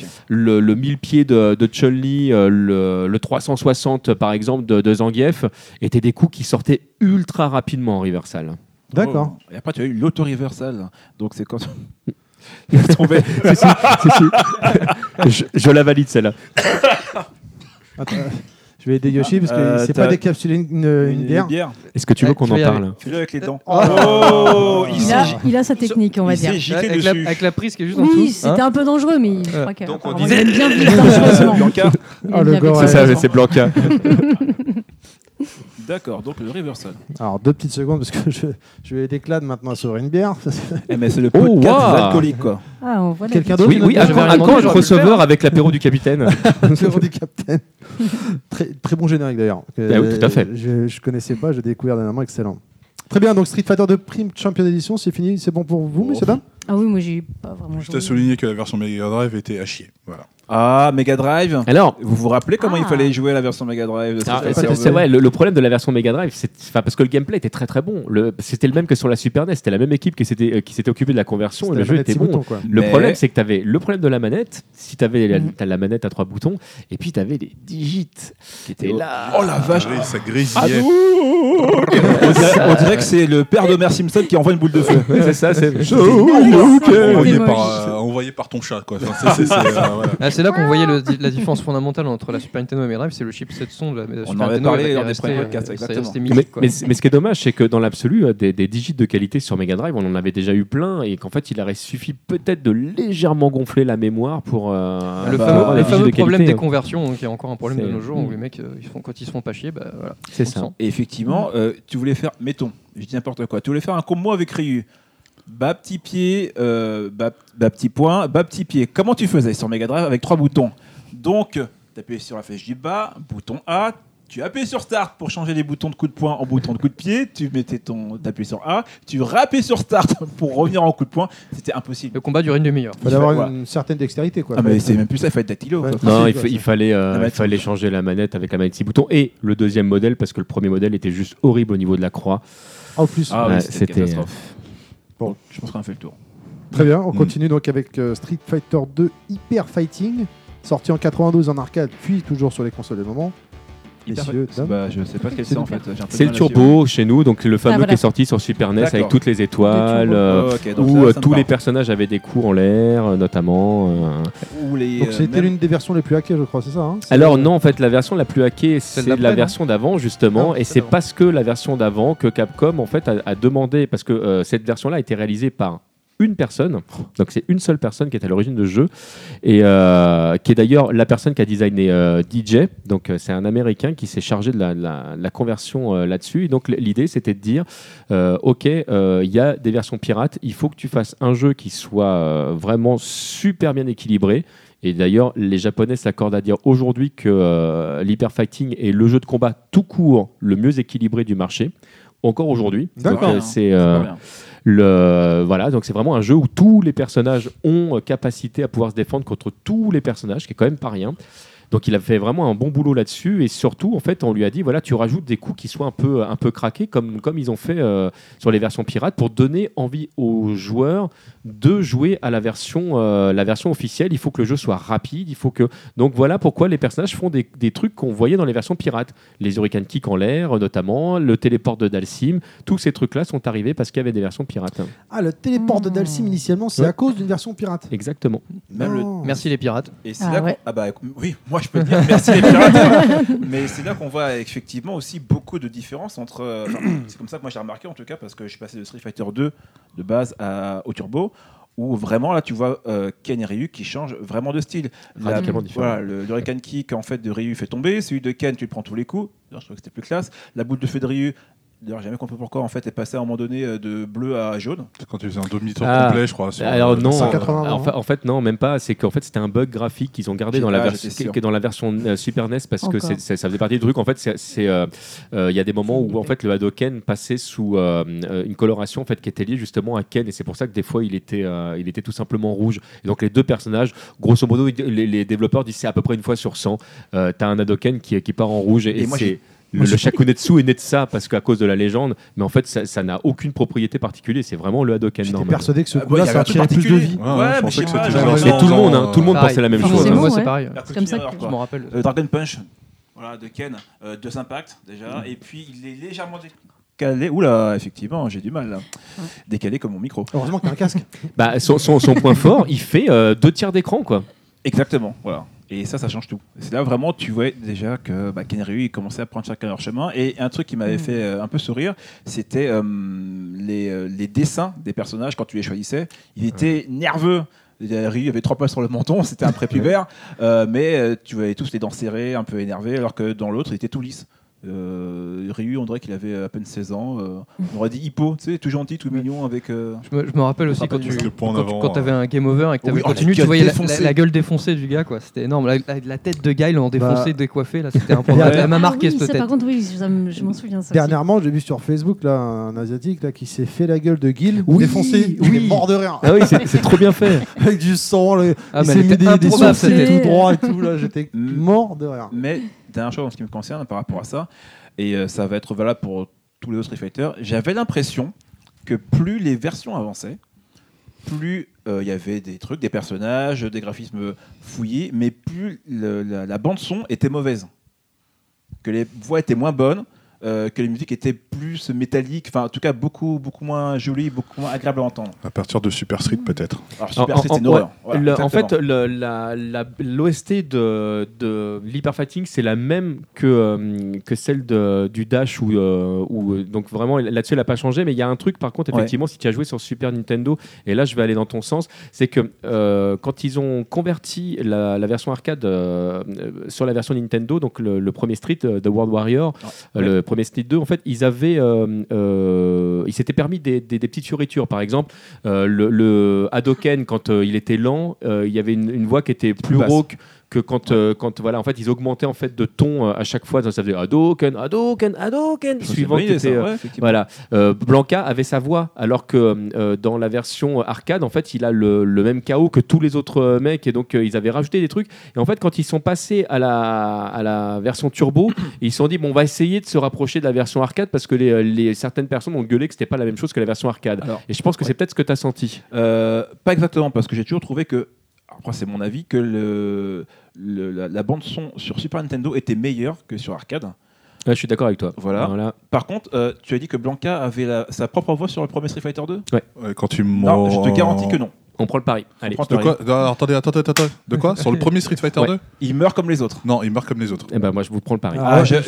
le 1000 pieds de Chun-Li, le 360 par exemple de Zangief, étaient des coups qui sortaient ultra rapidement en reversal. D'accord. Oh. Et après, tu as eu l'auto-reversal. Donc, c'est quand. Il est tombé. Je la valide celle-là. Attends, je vais aider Yoshi parce que c'est t'as- pas décapsuler une bière. Est-ce que tu veux qu'on tu en vas y parle? Fais-le avec les dents. Oh. Il a sa technique, on va Il s'est dire. giclé Avec dessus. avec la prise qui est juste en Oui, dessous. c'était un peu dangereux, mais je crois Donc, on qu'il disait- aime bien vivre dangereusement. Bianca. Il Oh, aime le bien gore, vivre c'est ça, dangereusement. Blanca. D'accord, donc le reversal. Alors, 2 petites secondes parce que je vais aider Clad maintenant à s'ouvrir une bière. Eh, mais c'est le Oh, podcast wow. des alcooliques, quoi. Ah, on voit la Quelqu'un petite- d'autre? Oui, J'avais à rien quand demandé, un j'aurais pu le crossover faire. avec l'apéro du capitaine? Le du Captain. Très, très bon générique d'ailleurs. Ah oui, tout à fait. Je connaissais pas, j'ai découvert dernièrement, excellent. Très bien, donc Street Fighter 2 Prime Champion Edition, c'est fini, c'est bon pour vous, monsieur Dame? Ah oui, moi j'ai pas vraiment Juste joué. à souligner que la version Mega Drive était à chier. Voilà. Ah, Mega Drive. Alors, Vous vous rappelez comment il Ah. fallait jouer à la version Mega Drive de Street Ah, Fighter c'est 2? vrai, le problème de la version Mega Drive, parce que le gameplay était très très bon. C'était le même que sur la Super NES, c'était la même équipe qui s'était occupée de la conversion et C'était le la jeu manette était six bon. boutons, quoi. Le Mais- problème, c'est que tu avais le problème de la manette, si tu avais la manette à 3 boutons, et puis tu avais les digits qui étaient là. Oh la vache. Ça grésillait. On dirait que c'est le père d'Homer Simpson qui envoie une boule de feu. Ouais, c'est ça, c'est. Envoyé par ton chat, quoi. Enfin, voilà. Ah, c'est là qu'on voyait la différence fondamentale entre la Super Nintendo et la Mega Drive, c'est le chipset son de la On Super en avait Nintendo. parlé est lors des resté, premiers podcasts, ça est exactement. resté Mais, mythique, quoi. mais ce qui est dommage, c'est que dans l'absolu, des digits de qualité sur Mega Drive, on en avait déjà eu plein, et qu'en fait, il aurait suffi peut-être de légèrement gonfler la mémoire pour. Le bah, fameux, les le digits fameux de problème qualité, des conversions, qui est encore un problème de C'est- nos jours, où les mecs, quand ils se font pas chier, bah voilà. C'est on ça. le sent. Et effectivement, tu voulais faire, mettons, je dis n'importe quoi, tu voulais faire un combo avec Ryu. Bas petit pied, bas petit point, bas petit pied. Comment tu faisais sur Mega Drive avec 3 boutons? Donc, tu appuyais sur la flèche du bas, bouton A, tu appuyais sur Start pour changer les boutons de coup de poing en boutons de coup de pied, tu appuyais sur A, tu rappais sur Start pour revenir en coup de poing. C'était impossible. Le combat dure une demi-heure. Il fallait avoir Ouais. une certaine dextérité, quoi. Ah, mais c'est même plus ça, il faut être dactylo. Ouais. quoi. Non, Facile, quoi, il fallait, manette, il fallait changer la manette avec la manette 6 boutons et le deuxième modèle parce que le premier modèle était juste horrible au niveau de la croix. En plus. Ah Ouais, oui, c'était une c'était- catastrophe. Bon. Bon, je pense qu'on a fait le tour. Très bien, on continue donc avec Street Fighter 2 Hyper Fighting, sorti en 92 en arcade, puis toujours sur les consoles de moment. Messieurs, dames. Bah, je sais pas ce que C'est c'est en le- fait. J'ai un peu de C'est le mal à suivre. turbo chez nous, donc le fameux Ah, voilà. qui est sorti sur Super NES avec D'accord. toutes les étoiles, Le Oh, ok, donc où là, ça me tous les parle. personnages avaient des coups en l'air, notamment. Ou les, Donc c'était même- l'une des versions les plus hackées, je crois, c'est ça hein C'est- Alors non, en fait, la version la plus hackée, c'est Celle d'après, la non version d'avant justement, Ah, et celle c'est d'avant. parce que la version d'avant que Capcom en fait a demandé, parce que cette version-là a été réalisée par une personne. Donc c'est une seule personne qui est à l'origine de ce jeu et qui est d'ailleurs la personne qui a designé DJ. Donc c'est un Américain qui s'est chargé de la conversion là-dessus. Et donc l'idée c'était de dire ok, il y a des versions pirates, il faut que tu fasses un jeu qui soit vraiment super bien équilibré. Et d'ailleurs, les Japonais s'accordent à dire aujourd'hui que l'Hyper Fighting est le jeu de combat tout court le mieux équilibré du marché, encore aujourd'hui. D'accord. Donc, voilà, donc c'est vraiment un jeu où tous les personnages ont capacité à pouvoir se défendre contre tous les personnages, qui est quand même pas rien. Donc il a fait vraiment un bon boulot là-dessus et surtout en fait on lui a dit voilà tu rajoutes des coups qui soient un peu craqués comme ils ont fait sur les versions pirates pour donner envie aux joueurs de jouer à la version officielle. Il faut que le jeu soit rapide, il faut que donc voilà pourquoi les personnages font des trucs qu'on voyait dans les versions pirates, les Hurricane Kick en l'air notamment, le téléport de Dalsim, tous ces trucs-là sont arrivés parce qu'il y avait des versions pirates. Ah, le téléport de Dalsim initialement c'est à cause d'une version pirate. Exactement. Merci les pirates. Et c'est oui, moi je peux te dire merci les pirates. Mais c'est là qu'on voit effectivement aussi beaucoup de différences entre. C'est comme ça que moi j'ai remarqué en tout cas parce que je suis passé de Street Fighter 2 de base au Turbo. Où vraiment là tu vois Ken et Ryu qui changent vraiment de style. Radicalement différent. Voilà, le Hurricane Kick en fait de Ryu fait tomber, celui de Ken tu le prends tous les coups. D'ailleurs, je trouve que c'était plus classe. La boule de feu de Ryu. D'ailleurs, j'ai jamais compris pourquoi en fait est passé à un moment donné de bleu à jaune. Quand tu faisais un demi-tour complet, je crois. Sur alors non, 180 en fait non, même pas. C'est qu'en fait c'était un bug graphique qu'ils ont gardé dans la version Super NES parce que ça faisait partie du truc. En fait, il y a des moments où en fait le Hadoken passait sous une coloration en fait qui était liée justement à Ken et c'est pour ça que des fois il était tout simplement rouge. Et donc les deux personnages, grosso modo, les développeurs disent c'est à peu près une fois sur 100. T'as un Hadoken qui part en rouge et moi, c'est le Shakunetsu est né de ça parce qu'à cause de la légende, mais en fait ça n'a aucune propriété particulière, c'est vraiment le Hadoken normal. J'étais persuadé que ce coup-là ça attirait plus de vie. Ouais, mais je pensais que c'était tout le monde pensait la même chose. Moi c'est pareil. C'est comme ça que je m'en rappelle. Dragon Punch, voilà, de Ken, 2 impacts déjà, et puis il est légèrement décalé. Oula, effectivement, j'ai du mal là. Décalé comme mon micro. Heureusement que t'as un casque. Bah, son point fort, il fait 2 tiers d'écran quoi. Exactement, voilà. Et ça change tout. C'est là vraiment, tu vois déjà que Ken et Ryu ils commençaient à prendre chacun leur chemin. Et un truc qui m'avait fait un peu sourire, c'était les dessins des personnages quand tu les choisissais. Ils étaient nerveux. Ryu avait 3 poils sur le menton, c'était un prépubère, mais tu voyais tous les dents serrées, un peu énervés, alors que dans l'autre, il était tout lisse. Ryu, on dirait qu'il avait à peine 16 ans. On aurait dit Hippo, tu sais, tout gentil, tout mignon avec. Je me rappelle aussi quand tu avais un game over et que tu avais continué, tu gueule voyais défoncée. la gueule défoncée du gars, quoi. C'était énorme. La tête de Guile en défoncé, décoiffé, là, c'était improbable. Elle m'a marqué cette tête. Par contre, oui, je m'en souviens. Ça Dernièrement, j'ai vu sur Facebook là, un asiatique là, qui s'est fait la gueule de Guile défoncé. Oui. Il est mort de rire. Ah oui, c'est trop bien fait. Avec du sang, il mais s'est mis des improbable, sourcils cette tout droit et tout. Là, j'étais mort de rire. Mais dernière chose en ce qui me concerne par rapport à ça, et ça va être valable pour tous les autres Street Fighter, j'avais l'impression que plus les versions avançaient, plus il y avait des trucs, des personnages, des graphismes fouillés, mais plus la bande-son était mauvaise. Que les voix étaient moins bonnes, que les musiques étaient plus métalliques, enfin en tout cas beaucoup moins jolies, beaucoup moins agréables à entendre. À partir de Super Street peut-être. Alors Super Street c'est une horreur. Voilà, en fait, l'OST de l'Hyper Fighting c'est la même que celle du Dash où donc vraiment là-dessus elle n'a pas changé, mais il y a un truc par contre effectivement si tu as joué sur Super Nintendo, et là je vais aller dans ton sens, c'est que quand ils ont converti la version arcade sur la version Nintendo, donc le premier Street de World Warrior, le premier Street 2, en fait, ils s'étaient permis des petites fioritures. Par exemple, le Hadoken, quand il était lent, il y avait une voix qui était plus rauque que quand voilà, en fait, ils augmentaient en fait de ton à chaque fois. Ça faisait Hadoken, suivant qui était, voilà. Blanca avait sa voix, alors que dans la version arcade, en fait, il a le même KO que tous les autres mecs, et donc ils avaient rajouté des trucs. Et en fait, quand ils sont passés à la version turbo, ils se sont dit bon, on va essayer de se rapprocher de la version arcade parce que certaines personnes ont gueulé que c'était pas la même chose que la version arcade. Alors, et je pense que c'est peut-être ce que tu as senti. Pas exactement, parce que j'ai toujours trouvé que, après c'est mon avis, que la bande son sur Super Nintendo était meilleure que sur arcade. Ouais, je suis d'accord avec toi. Voilà. Par contre, tu as dit que Blanca avait sa propre voix sur le premier Street Fighter 2 ? Ouais, quand tu Non, je te garantis que non. On prend le pari. Allez. De quoi attendez. De quoi Sur le premier Street Fighter 2 Il meurt comme les autres. Non, il meurt comme les autres. Eh ben moi je vous prends le pari.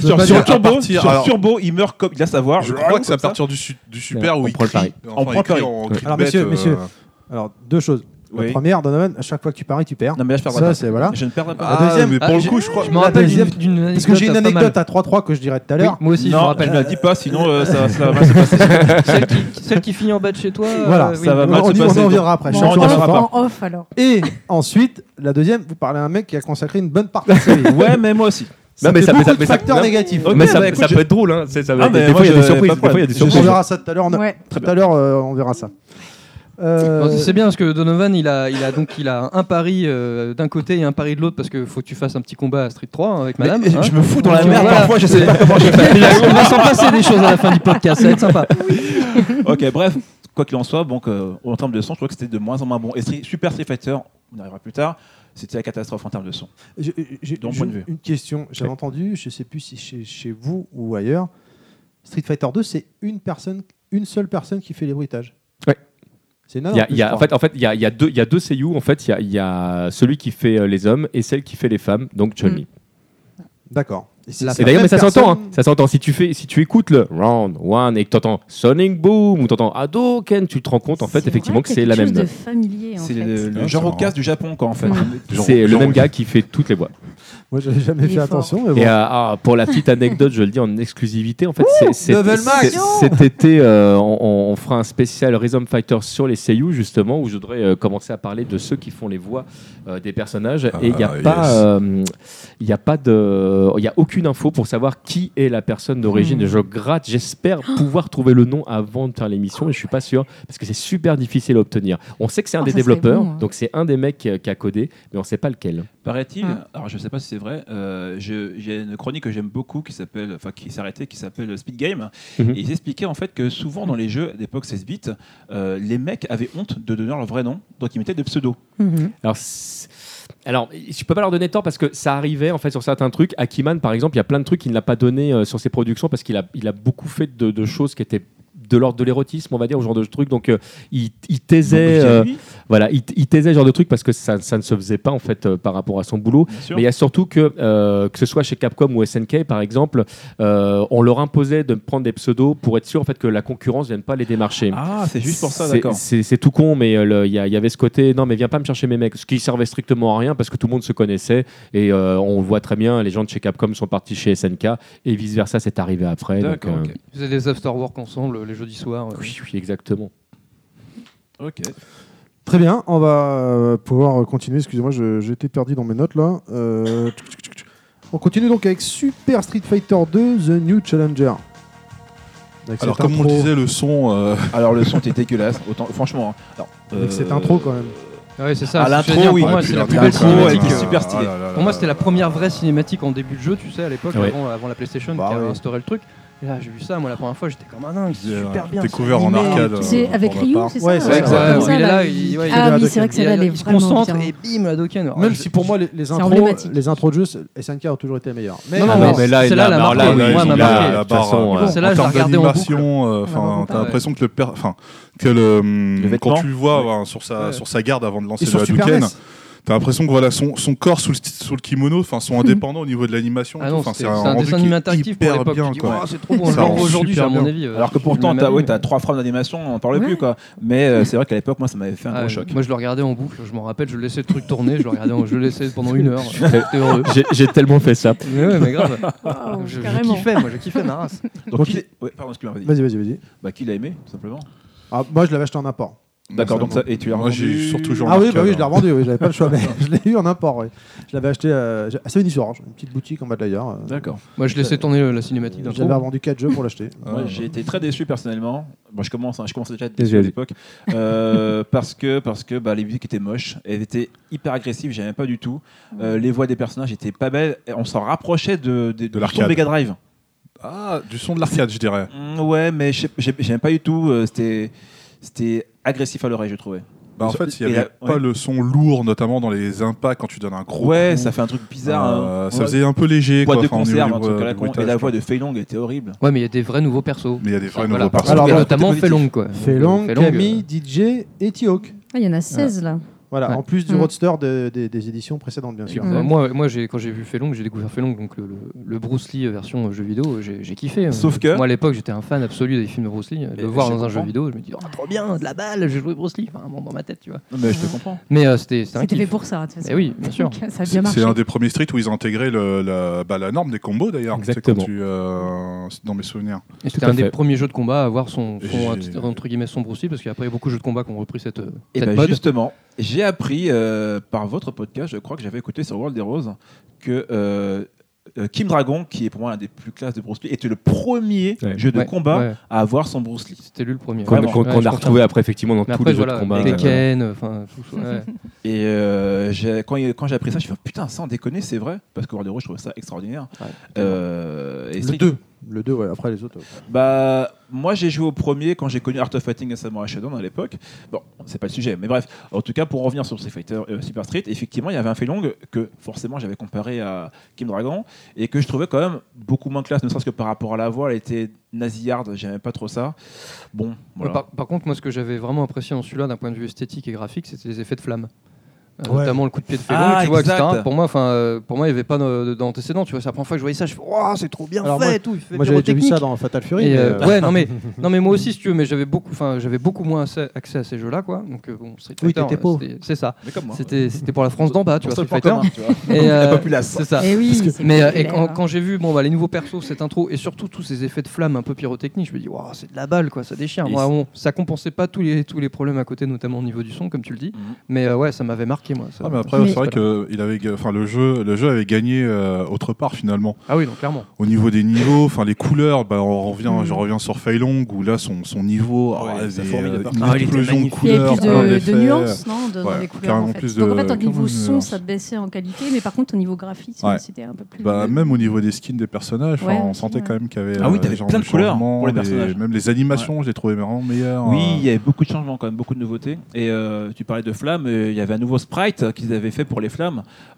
Sur Turbo, il meurt comme il a sa voix. Je crois que c'est à partir du Super où on il prend le pari. On prend le pari. Alors messieurs, Alors, deux choses. La Oui. première, Donovan, à chaque fois que tu paries, tu perds. Non, mais là, je perdrai Ça, pas. c'est voilà. Je ne perdrai pas. La deuxième, mais pour le coup, je crois. Je me rappelle deuxième- d'une anecdote. Parce que j'ai une pas mal. anecdote à 3-3 que je dirais tout à l'heure. Oui, moi aussi, je me Non, rappelle. je ne la dis pas, sinon ça va mal se passer. Celle qui finit en bas de chez toi. Voilà, oui. ça va mal on se y passer. reviendra après. Bon, Je on suis y en reviendra off. pas. En off alors. Et ensuite, la deuxième, vous parlez à un mec qui a consacré une bonne partie de sa vie. Ouais, mais moi aussi. Ça Non, mais fait ça- mais beaucoup ça- de mais ça- facteurs non. négatifs. Ok, Mais ça, bah, écoute, ça je- peut être drôle, hein. Des Ah, mais fois, moi, il y a des je- surprises. pas de Des fois, il y a des problème. On surprises. verra ça tout à l'heure. Ouais. Tout à l'heure, on verra ça. Non, c'est bien parce que Donovan il a un pari d'un côté et un pari de l'autre parce que faut que tu fasses un petit combat à Street 3 hein, avec madame. Mais hein. je me fous dans la Donc, merde voilà. parfois, je sais pas comment je fais. On va s'en passer des choses à la fin du podcast, ça va être sympa. Ok, bref, quoi qu'il en soit, donc, en termes de son, je trouve que c'était de moins en moins bon. Et Super Street Fighter, on y arrivera plus tard, c'était la catastrophe en termes de son. J'ai Dans mon point de vue. une question. J'avais entendu, je ne sais plus si chez vous ou ailleurs, Street Fighter 2, c'est une seule personne qui fait les bruitages. Ouais. C'est Il y a- en fait, il y a deux seiyuu. En fait, il y a celui qui fait les hommes et celle qui fait les femmes, donc Chun-Li. D'accord. La Et d'ailleurs, mais ça s'entend. Hein. Ça s'entend. Si tu écoutes le round one et que tu entends Sonic Boom ou tu entends Hadouken, tu te rends compte en fait effectivement que c'est la même. C'est quelque chose de familier en C'est fait. le Ouais, genre c'est au casse du Japon, quoi, en fait. C'est le même gars qui fait toutes les voix. Moi, j'avais jamais Il est fait fort. attention. Mais bon. Et pour la petite anecdote, je le dis en exclusivité, en fait, Level max. cet été, on fera un spécial Rhythm Fighter sur les seiyuu justement, où je voudrais commencer à parler de ceux qui font les voix des personnages. Et il n'y a il y a aucune info pour savoir qui est la personne d'origine. Et je gratte, j'espère pouvoir trouver le nom avant de faire l'émission, mais je suis pas sûr parce que c'est super difficile à obtenir. On sait que c'est un des ça serait développeurs, bon, hein. donc c'est un des mecs qui a codé, mais on sait pas lequel. Paraît-il, Ah. alors je sais pas si c'est vrai, j'ai une chronique que j'aime beaucoup qui s'appelle Speed Game. Mhm. Et ils expliquaient en fait que souvent dans les jeux d'époque 16 bits, les mecs avaient honte de donner leur vrai nom, donc ils mettaient des pseudos. Mhm. Alors, je peux pas leur donner tort parce que ça arrivait en fait sur certains trucs. Akiman, par exemple, il y a plein de trucs qu'il n'a pas donné sur ses productions parce qu'il a beaucoup fait de choses qui étaient de l'ordre de l'érotisme, on va dire, au genre de truc. Donc, il taisait, il taisait ce genre de truc parce que ça ne se faisait pas en fait par rapport à son boulot. Bien sûr. Mais il y a surtout que ce soit chez Capcom ou SNK, par exemple, on leur imposait de prendre des pseudos pour être sûr en fait que la concurrence vienne pas les démarcher. Ah, c'est juste pour ça, C'est- d'accord. C'est tout con, mais il y avait ce côté, non mais viens pas me chercher mes mecs, ce qui servait strictement à rien parce que tout le monde se connaissait et on le voit très bien, les gens de chez Capcom sont partis chez SNK et vice versa, c'est arrivé après. Donc, D'accord, ok. Ils faisaient des afterwork ensemble les jeudis soirs. oui, exactement. Ok. Très bien, on va pouvoir continuer. Excusez-moi, j'étais perdu dans mes notes là. On continue donc avec Super Street Fighter 2 The New Challenger. Avec Alors, cette comme on intro- le disait, le son. Alors le son était dégueulasse, autant, franchement. Hein. Alors, Avec cette intro quand même. Ouais, c'est ça. À c'est ce que je veux l'intro, dire. oui. Pour moi, Et c'est puis la plus l'intro, belle ouais, cinématique. qui est super stylé. Pour moi, c'était la première vraie cinématique en début de jeu, tu sais, à l'époque, Ouais. avant la PlayStation, Bah qui avait ouais. instauré le truc. Et là, j'ai vu ça, moi, la première fois, j'étais comme un dingue, c'est super bien. Découvert c'est en animé. arcade. C'est avec pour ma Ryu, part. c'est Ouais, ça c'est ouais, exactement comme ça. Il est là, là, il- ouais, il Ah est oui, là, c'est vrai que Il celle-là, elle est se vraiment concentre bien. et bim, la Dokken. Alors, Même je- si pour moi les c'est intros, emblématique. les intros de jeu, SNK ont toujours été les meilleurs. Mais Non, Ah non, mais là, celle-là, elle a marqué. là, Moi, ils elle ont m'a la- marqué. de toute façon, Bon, celle-là, je la regardais en boucle. d'animation, Vraiment t'as pas, l'impression que vêtement. quand tu le vois sur sa garde avant de et lancer sur le Super Hadouken, NES. t'as l'impression que voilà, son corps sous le kimono sont indépendants au niveau de l'animation. Ah et non, tout. Enfin, c'était un un rendu dessin qui est animé interactif pour hyper l'époque. bien, Tu dis, quoi. oh, c'est trop bon. Ça Je le rend revois aujourd'hui, super à mon bien. avis. Alors que pourtant, t'as 3 frames d'animation, on en parle plus, quoi. Mais c'est vrai qu'à l'époque, moi, ça m'avait fait un gros choc. Moi, je le regardais en boucle. Je m'en rappelle, je laissais le truc tourner. Je le laissais pendant 1 heure. J'étais heureux. J'ai tellement fait ça. Mais ouais, mais grave. Waouh, Je carrément. kiffais ma race. Donc, ouais, pardon, excuse-moi, vas-y. Vas-y. Bah, qui l'a aimé, tout simplement. Ah, moi je l'avais acheté en import. D'accord, donc ça, et tu l'as Moi, j'ai revendu surtout joué en Ah oui, arcade, bah oui, je hein. l'ai revendu, oui, j'avais pas le choix, mais je l'ai eu en import. Oui. Je l'avais acheté à Savigny-sur-Orge, une petite boutique en bas de l'ailleurs. D'accord. Moi, je laissais tourner la cinématique d'intro. J'avais revendu 4 jeux pour l'acheter. Moi, j'ai été très déçu personnellement. Bon, je commençais déjà à être déçu Désolé. à l'époque parce que bah, les musiques étaient moches, elles étaient hyper agressives, j'aimais pas du tout. Les voix des personnages étaient pas belles. Et on s'en rapprochait de l'arcade. Mega Drive. Ah, du son de l'arcade, je dirais. Ouais, mais j'aimais pas du tout. C'était agressif à l'oreille, je trouvais. Bah, en fait, il Et n'y avait là, pas ouais. le son lourd, notamment dans les impacts quand tu donnes un gros Ouais, coup. ça fait un truc bizarre. hein. Ça Ouais. faisait un peu léger. Boîte Quoi, de enfin, au niveau conserve, du un truc à la du con. Et bruitage, la voix quoi. de Fei Long était horrible. Ouais, mais il y a des vrais nouveaux persos. Mais il y a des vrais Voilà. nouveaux personnages. Alors, Et voilà, notamment côté positif. Felong, quoi. Felong, Felong, Camille, DJ et T-Hawk. Ah, il y en a 16 là. Voilà, Ouais. en plus du Mm. roadster des éditions précédentes, bien sûr. Moi, quand j'ai vu Fei Long, j'ai découvert Fei Long, donc le Bruce Lee version jeu vidéo, j'ai kiffé. Sauf que- moi à l'époque, j'étais un fan absolu des films de Bruce Lee. De le voir je dans un comprends. jeu vidéo, je me dis trop bien, de la balle, j'ai joué Bruce Lee, enfin, bon, dans ma tête, tu vois. Non, mais je te comprends. Mais c'était un C'était fait kiff. pour ça, de toute façon. Eh oui, bien sûr. Donc, ça a bien C'est marché. un des premiers streets où ils ont intégré la norme des combos d'ailleurs. Tu sais, quand Exactement. dans mes souvenirs. Et c'était à un des fait. premiers jeux de combat à avoir J'ai- entre guillemets son Bruce Lee, parce qu'après il y a beaucoup de jeux de combat qui ont repris cette Et cette ben mode. justement, j'ai appris par votre podcast, je crois que j'avais écouté sur World Heroes, que Kim Dragon, qui est pour moi l'un des plus classes de Bruce Lee, était le premier Ouais. jeu de Ouais, combat ouais. à avoir son Bruce Lee. C'était lui le premier. Qu'on Vraiment. qu'on- Ouais, qu'on je a confirme. retrouvé après effectivement dans Mais tous après, les jeux voilà, de combat. Tekken, enfin tout ça. ouais. Et quand j'ai appris ça, je me suis dit putain, sans déconner, c'est vrai. Parce que World Heroes, je trouvais ça extraordinaire. Ouais. Et Le Street- 2. Le 2, ouais. Après les autres. Bah, moi j'ai joué au premier quand j'ai connu Art of Fighting et Samurai Shodown à l'époque. Bon, c'est pas le sujet, mais bref. En tout cas, pour revenir sur Street Fighter Super Street, effectivement, il y avait un Fei Long que forcément j'avais comparé à Kim Dragon et que je trouvais quand même beaucoup moins classe, ne serait-ce que par rapport à la voix. Elle était nasillarde, j'aimais pas trop ça. Bon, voilà. Par contre, moi ce que j'avais vraiment apprécié dans celui-là d'un point de vue esthétique et graphique, c'était les effets de flamme. Ouais. Notamment le coup de pied de Fei Long, Ah, tu vois, exact. etc. Pour moi, il n'y avait pas d'antécédent. Tu vois, c'est la première fois que je voyais ça, je fais waouh, c'est trop bien Alors fait, moi- et tout. Il fait Moi, j'avais déjà vu pyrotechnique. ça dans Fatal Fury. Et, mais, ouais, non mais moi aussi si tu veux, mais j'avais beaucoup moins accès à ces jeux-là, quoi. Donc bon, Street Oui, Fighter, t'étais pauvre. c'est ça. Mais comme moi. C'était pour la France d'en bas, tu vois, Pour Street ça, le point Fighter. commun, tu vois. Et, La populace. c'est ça. Et oui, c'est Mais populaire, hein. quand j'ai vu les nouveaux persos, cette intro et surtout tous ces effets de flamme un peu pyrotechniques, je me dis waouh, c'est de la balle, quoi, ça déchire. Et Moi, bon, ça compensait pas tous les problèmes à côté, notamment au niveau du son, comme tu le dis. Mais ouais, ça m'avait marqué, moi. Ça. Ah, mais après, Mais- c'est vrai que le jeu avait gagné autre part finalement. Ah oui, donc clairement. Au niveau des niveaux, les couleurs, je reviens sur Fei Long où là son niveau, Ouais, ça des, fourmille de partout. une Ah, il était explosion de magnifique. Il y avait couleurs, plus plein de d'effets. nuances, non, dans Ouais, les couleurs. carrément En fait. plus Donc en de- fait, au niveau carrément de son, nuances. ça baissait en qualité, mais par contre, au niveau graphisme, Ouais. c'était un peu plus. Même au niveau des skins des personnages, Ouais, on aussi, sentait ouais. quand même qu'il y avait Ah oui, t'avais genre plein de du couleurs changement, pour les personnages. même les animations, je les trouvais vraiment meilleures. Oui, il y avait beaucoup de changements quand même, beaucoup de nouveautés. Et tu parlais de flammes, il y avait un nouveau sprite qu'ils avaient fait pour les flammes.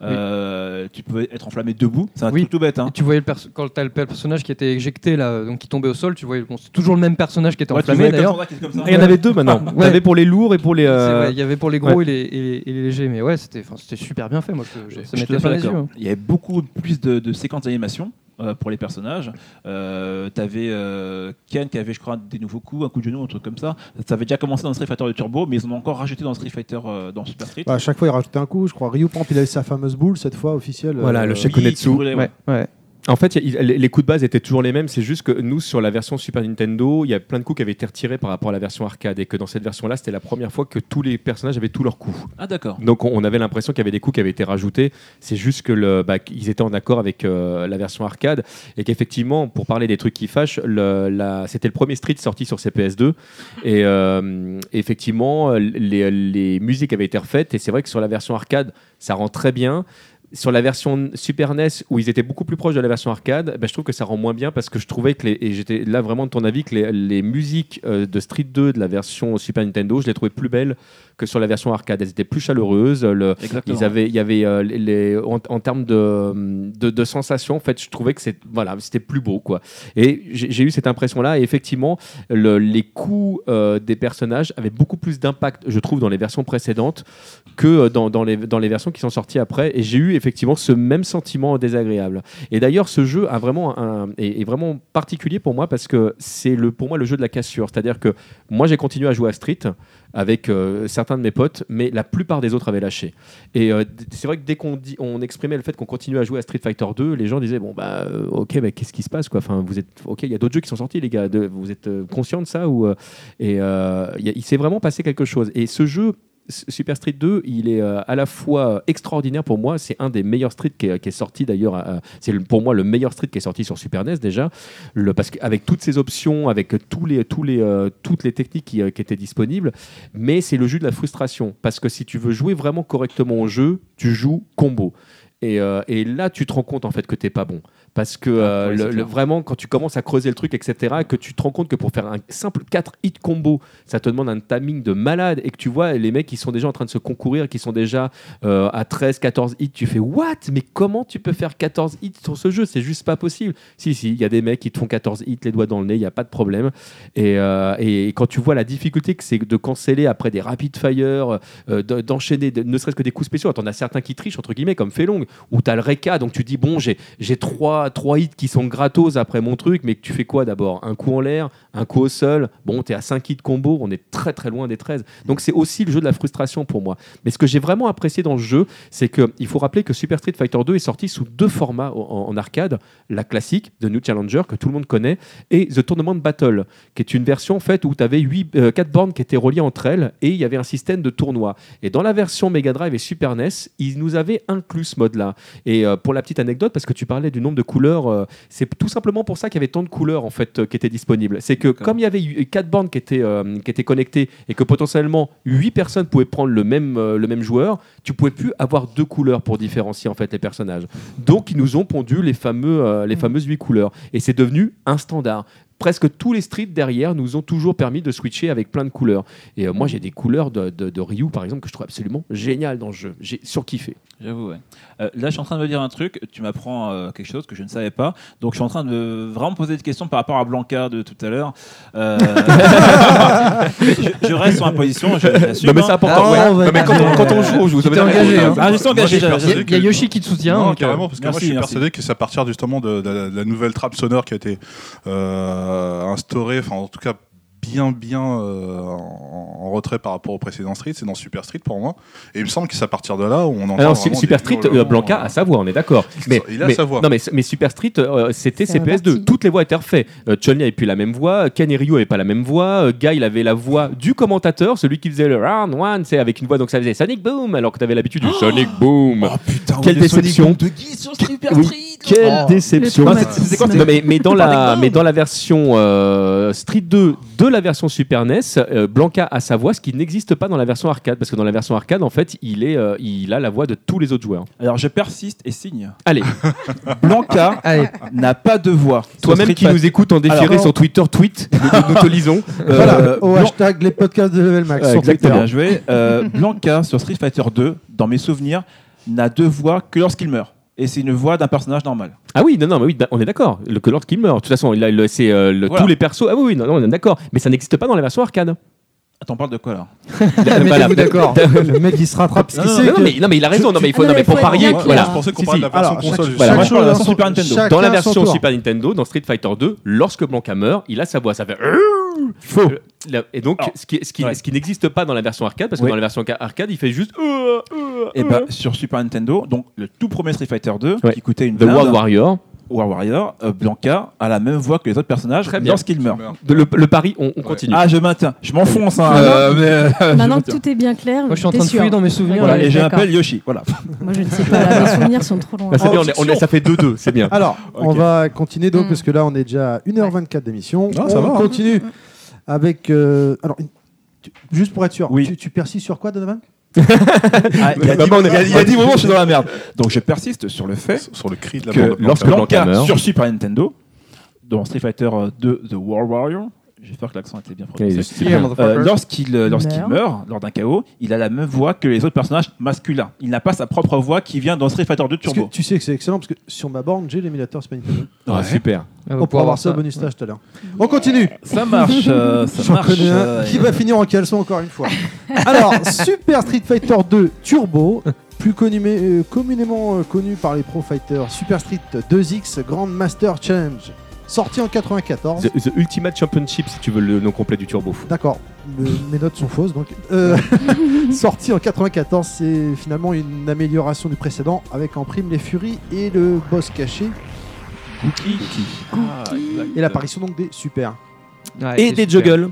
Tu pouvais être enflammé debout, c'est un Oui. truc tout bête. Hein. Et tu voyais quand t'as le personnage qui était éjecté là, donc qui tombait au sol, tu voyais, c'est toujours le même personnage qui était Ouais, tu enflammé voyais d'ailleurs. comme ça, qui est comme ça. Ah, il y en avait deux maintenant. Ouais. T'avais pour les lourds et pour les. C'est vrai, il y avait pour les gros ouais. et les légers, mais ouais, c'était super bien fait. Moi, ça Je mettait te plein les d'accord. yeux. Hein. Il y avait beaucoup plus de séquences d'animation pour les personnages. T'avais Ken qui avait, je crois, des nouveaux coups, un coup de genou, un truc comme ça. Ça avait déjà commencé dans Street Fighter de Turbo, mais ils en ont encore rajouté dans Street Fighter dans Super Street. Bah, à chaque fois, il rajoutait un coup. Je crois Ryu, par exemple, il avait sa fameuse boule, cette fois officielle. Voilà, le Oui, Shakunetsu. qui brûlait, ouais. Ouais. En fait, les coups de base étaient toujours les mêmes. C'est juste que nous, sur la version Super Nintendo, il y a plein de coups qui avaient été retirés par rapport à la version arcade. Et que dans cette version-là, c'était la première fois que tous les personnages avaient tous leurs coups. Ah d'accord. Donc on avait l'impression qu'il y avait des coups qui avaient été rajoutés. C'est juste que qu'ils étaient en accord avec la version arcade. Et qu'effectivement, pour parler des trucs qui fâchent, c'était le premier Street sorti sur CPS2. Et effectivement, les musiques avaient été refaites. Et c'est vrai que sur la version arcade, ça rend très bien. Sur la version Super NES, où ils étaient beaucoup plus proches de la version arcade, je trouve que ça rend moins bien parce que je trouvais que, et j'étais là vraiment de ton avis, que les musiques de Street 2 de la version Super Nintendo, je les trouvais plus belles que sur la version arcade. Elles étaient plus chaleureuses. Il y avait en termes de sensations, en fait, je trouvais que c'était plus beau, quoi. Et j'ai eu cette impression-là. Et effectivement, les coups des personnages avaient beaucoup plus d'impact, je trouve, dans les versions précédentes que dans les versions qui sont sorties après. Et j'ai eu effectivement ce même sentiment désagréable. Et d'ailleurs, ce jeu est vraiment particulier pour moi parce que c'est pour moi le jeu de la cassure. C'est-à-dire que moi, j'ai continué à jouer à Street avec certains de mes potes, mais la plupart des autres avaient lâché. Et c'est vrai que dès qu'on exprimait le fait qu'on continuait à jouer à Street Fighter 2, les gens disaient ok, qu'est-ce qui se passe, quoi. Enfin, il y a d'autres jeux qui sont sortis, les gars. Vous êtes conscients de ça il s'est vraiment passé quelque chose. Et ce jeu Super Street 2, il est à la fois extraordinaire pour moi. C'est un des meilleurs Street qui est sorti d'ailleurs. C'est pour moi le meilleur Street qui est sorti sur Super NES déjà. Parce qu'avec toutes ces options, avec toutes les techniques qui étaient disponibles, mais c'est le jeu de la frustration. Parce que si tu veux jouer vraiment correctement au jeu, tu joues combo. Et là, tu te rends compte en fait que t'es pas bon. parce que vraiment, quand tu commences à creuser le truc, etc., et que tu te rends compte que pour faire un simple 4 hits combo, ça te demande un timing de malade, et que tu vois les mecs qui sont déjà en train de se concourir, qui sont déjà à 13, 14 hits, tu fais what? Mais comment tu peux faire 14 hits sur ce jeu? C'est juste pas possible. Si, il y a des mecs qui te font 14 hits, les doigts dans le nez, il n'y a pas de problème. Et quand tu vois la difficulté que c'est de canceller après des rapid fire, d'enchaîner ne serait-ce que des coups spéciaux, t'en as certains qui trichent, entre guillemets, comme Felong, où t'as le Reka, donc tu dis bon, j'ai trois hits qui sont gratos après mon truc, mais tu fais quoi d'abord? Un coup en l'air, un coup au sol, bon, t'es à 5 hits combo, on est très très loin des 13. Donc c'est aussi le jeu de la frustration pour moi. Mais ce que j'ai vraiment apprécié dans ce jeu, c'est qu'il faut rappeler que Super Street Fighter 2 est sorti sous 2 formats en arcade, la classique, The New Challenger, que tout le monde connaît, et The Tournament Battle, qui est une version en fait, où tu avais 4 bornes qui étaient reliées entre elles, et il y avait un système de tournoi. Et dans la version Mega Drive et Super NES, ils nous avaient inclus ce mode-là. Et pour la petite anecdote, parce que tu parlais du nombre de couleurs, c'est tout simplement pour ça qu'il y avait tant de couleurs en fait, qui étaient disponibles. C'est que comme il y avait 4 bornes qui étaient connectées, et que potentiellement 8 personnes pouvaient prendre le même joueur, tu pouvais plus avoir 2 couleurs pour différencier en fait les personnages. Donc ils nous ont pondu les fameuses 8 couleurs, et c'est devenu un standard. Presque tous les streets derrière nous ont toujours permis de switcher avec plein de couleurs. Et moi, j'ai des couleurs de Ryu, par exemple, que je trouve absolument génial dans le jeu. J'ai surkiffé. J'avoue, ouais. Là, je suis en train de me dire un truc. Tu m'apprends quelque chose que je ne savais pas. Donc, je suis en train de vraiment poser des questions par rapport à Blanca de tout à l'heure. Je reste sur ma position. Non, mais c'est important. Mais quand on joue, on joue. Tu t'es engagé. Je suis engagé. Il y a Yoshi qui te soutient. Non, carrément, parce que moi, je suis persuadé que c'est à partir justement de la nouvelle trappe sonore qui a été instauré, enfin en tout cas bien en retrait par rapport au précédent Street, c'est dans Super Street pour moi, et il me semble que c'est à partir de là où on entend alors Super Street, Blanca a sa voix, on est d'accord, il a sa voix. Non, mais Super Street, c'était CPS2, toutes les voix étaient refaites. Chun-Li avait plus la même voix, Ken et Ryu n'avaient pas la même voix, Guy il avait la voix du commentateur, celui qui faisait le round one, c'est avec une voix, donc ça faisait Sonic Boom, alors que tu avais l'habitude du Sonic Boom. Oh putain, quelle déception de Guy sur Super Street. Quelle déception. Mais dans la version Street 2 de la version Super NES, Blanca a sa voix, ce qui n'existe pas dans la version arcade, parce que dans la version arcade, en fait, il a la voix de tous les autres joueurs. Alors je persiste et signe. Allez, Blanca n'a pas de voix. Toi-même qui nous écoutes en défilé sur Twitter, tweet, nous te lisons. Voilà, au hashtag les podcasts de Level Max sur Twitter. Bien joué. Blanca sur Street Fighter 2, dans mes souvenirs, n'a de voix que lorsqu'il meurt. Et c'est une voix d'un personnage normal. Ah oui, non, mais oui, on est d'accord. Que lorsqu'il meurt. De toute façon, c'est voilà. Tous les persos. Ah oui, non, on est d'accord. Mais ça n'existe pas dans la version arcade. Attends, on parle de quoi là? Mettez-vous d'accord. Le mec il se rattrape. Non, mais il a raison. Non, mais pour parier. Voilà. Je pensais qu'on parlait de la version console. Moi, je parle de la version Super Nintendo. Dans la version Super Nintendo, dans Street Fighter 2, lorsque Blanca meurt, il a sa voix. Ça fait. Faux. Et donc, ce qui n'existe pas dans la version arcade, parce que dans la version arcade, il fait juste. Et bah, sur Super Nintendo, donc le tout premier Street Fighter 2, qui coûtait une The World Warrior. Blanca a la même voix que les autres personnages lorsqu'il meurt. Le pari, on continue. Ah, je maintiens. Je m'enfonce. Maintenant que tout est bien clair, moi je suis en train de fouiller dans mes souvenirs. Voilà, et je m'appelle Yoshi. Voilà. Moi je ne sais pas, mes souvenirs sont trop loin. C'est bien, ça fait 2-2, c'est bien. Alors, on va continuer donc, parce que là on est déjà à 1h24 d'émission. On continue avec. Alors, juste pour être sûr, tu persistes sur quoi, Donovan? Il y a 10 moments, je suis dans la merde. Donc je persiste sur le fait sur le cri de la que lorsque Blanca meurt sur Super Nintendo, dans Street Fighter 2 The World Warrior, j'espère que l'accent était bien prononcé. Lorsqu'il meurt lors d'un KO, il a la même voix que les autres personnages masculins. Il n'a pas sa propre voix qui vient dans Street Fighter 2 Turbo. Parce que tu sais que c'est excellent parce que sur ma borne j'ai l'émulateur Super Nintendo. Ah, super. On pourra avoir ça au bonus stage tout à l'heure. On continue. Ça marche. J'en connais un qui va finir en caleçon encore une fois. Alors, Super Street Fighter 2 Turbo, plus communément connu par les pro fighters, Super Street 2X Grand Master Challenge, sorti en 94. The Ultimate Championship, si tu veux le nom complet du Turbo. D'accord, mes notes sont fausses. Donc, sorti en 94, c'est finalement une amélioration du précédent avec en prime les Furies et le boss caché. Et l'apparition donc des super. Et des juggles.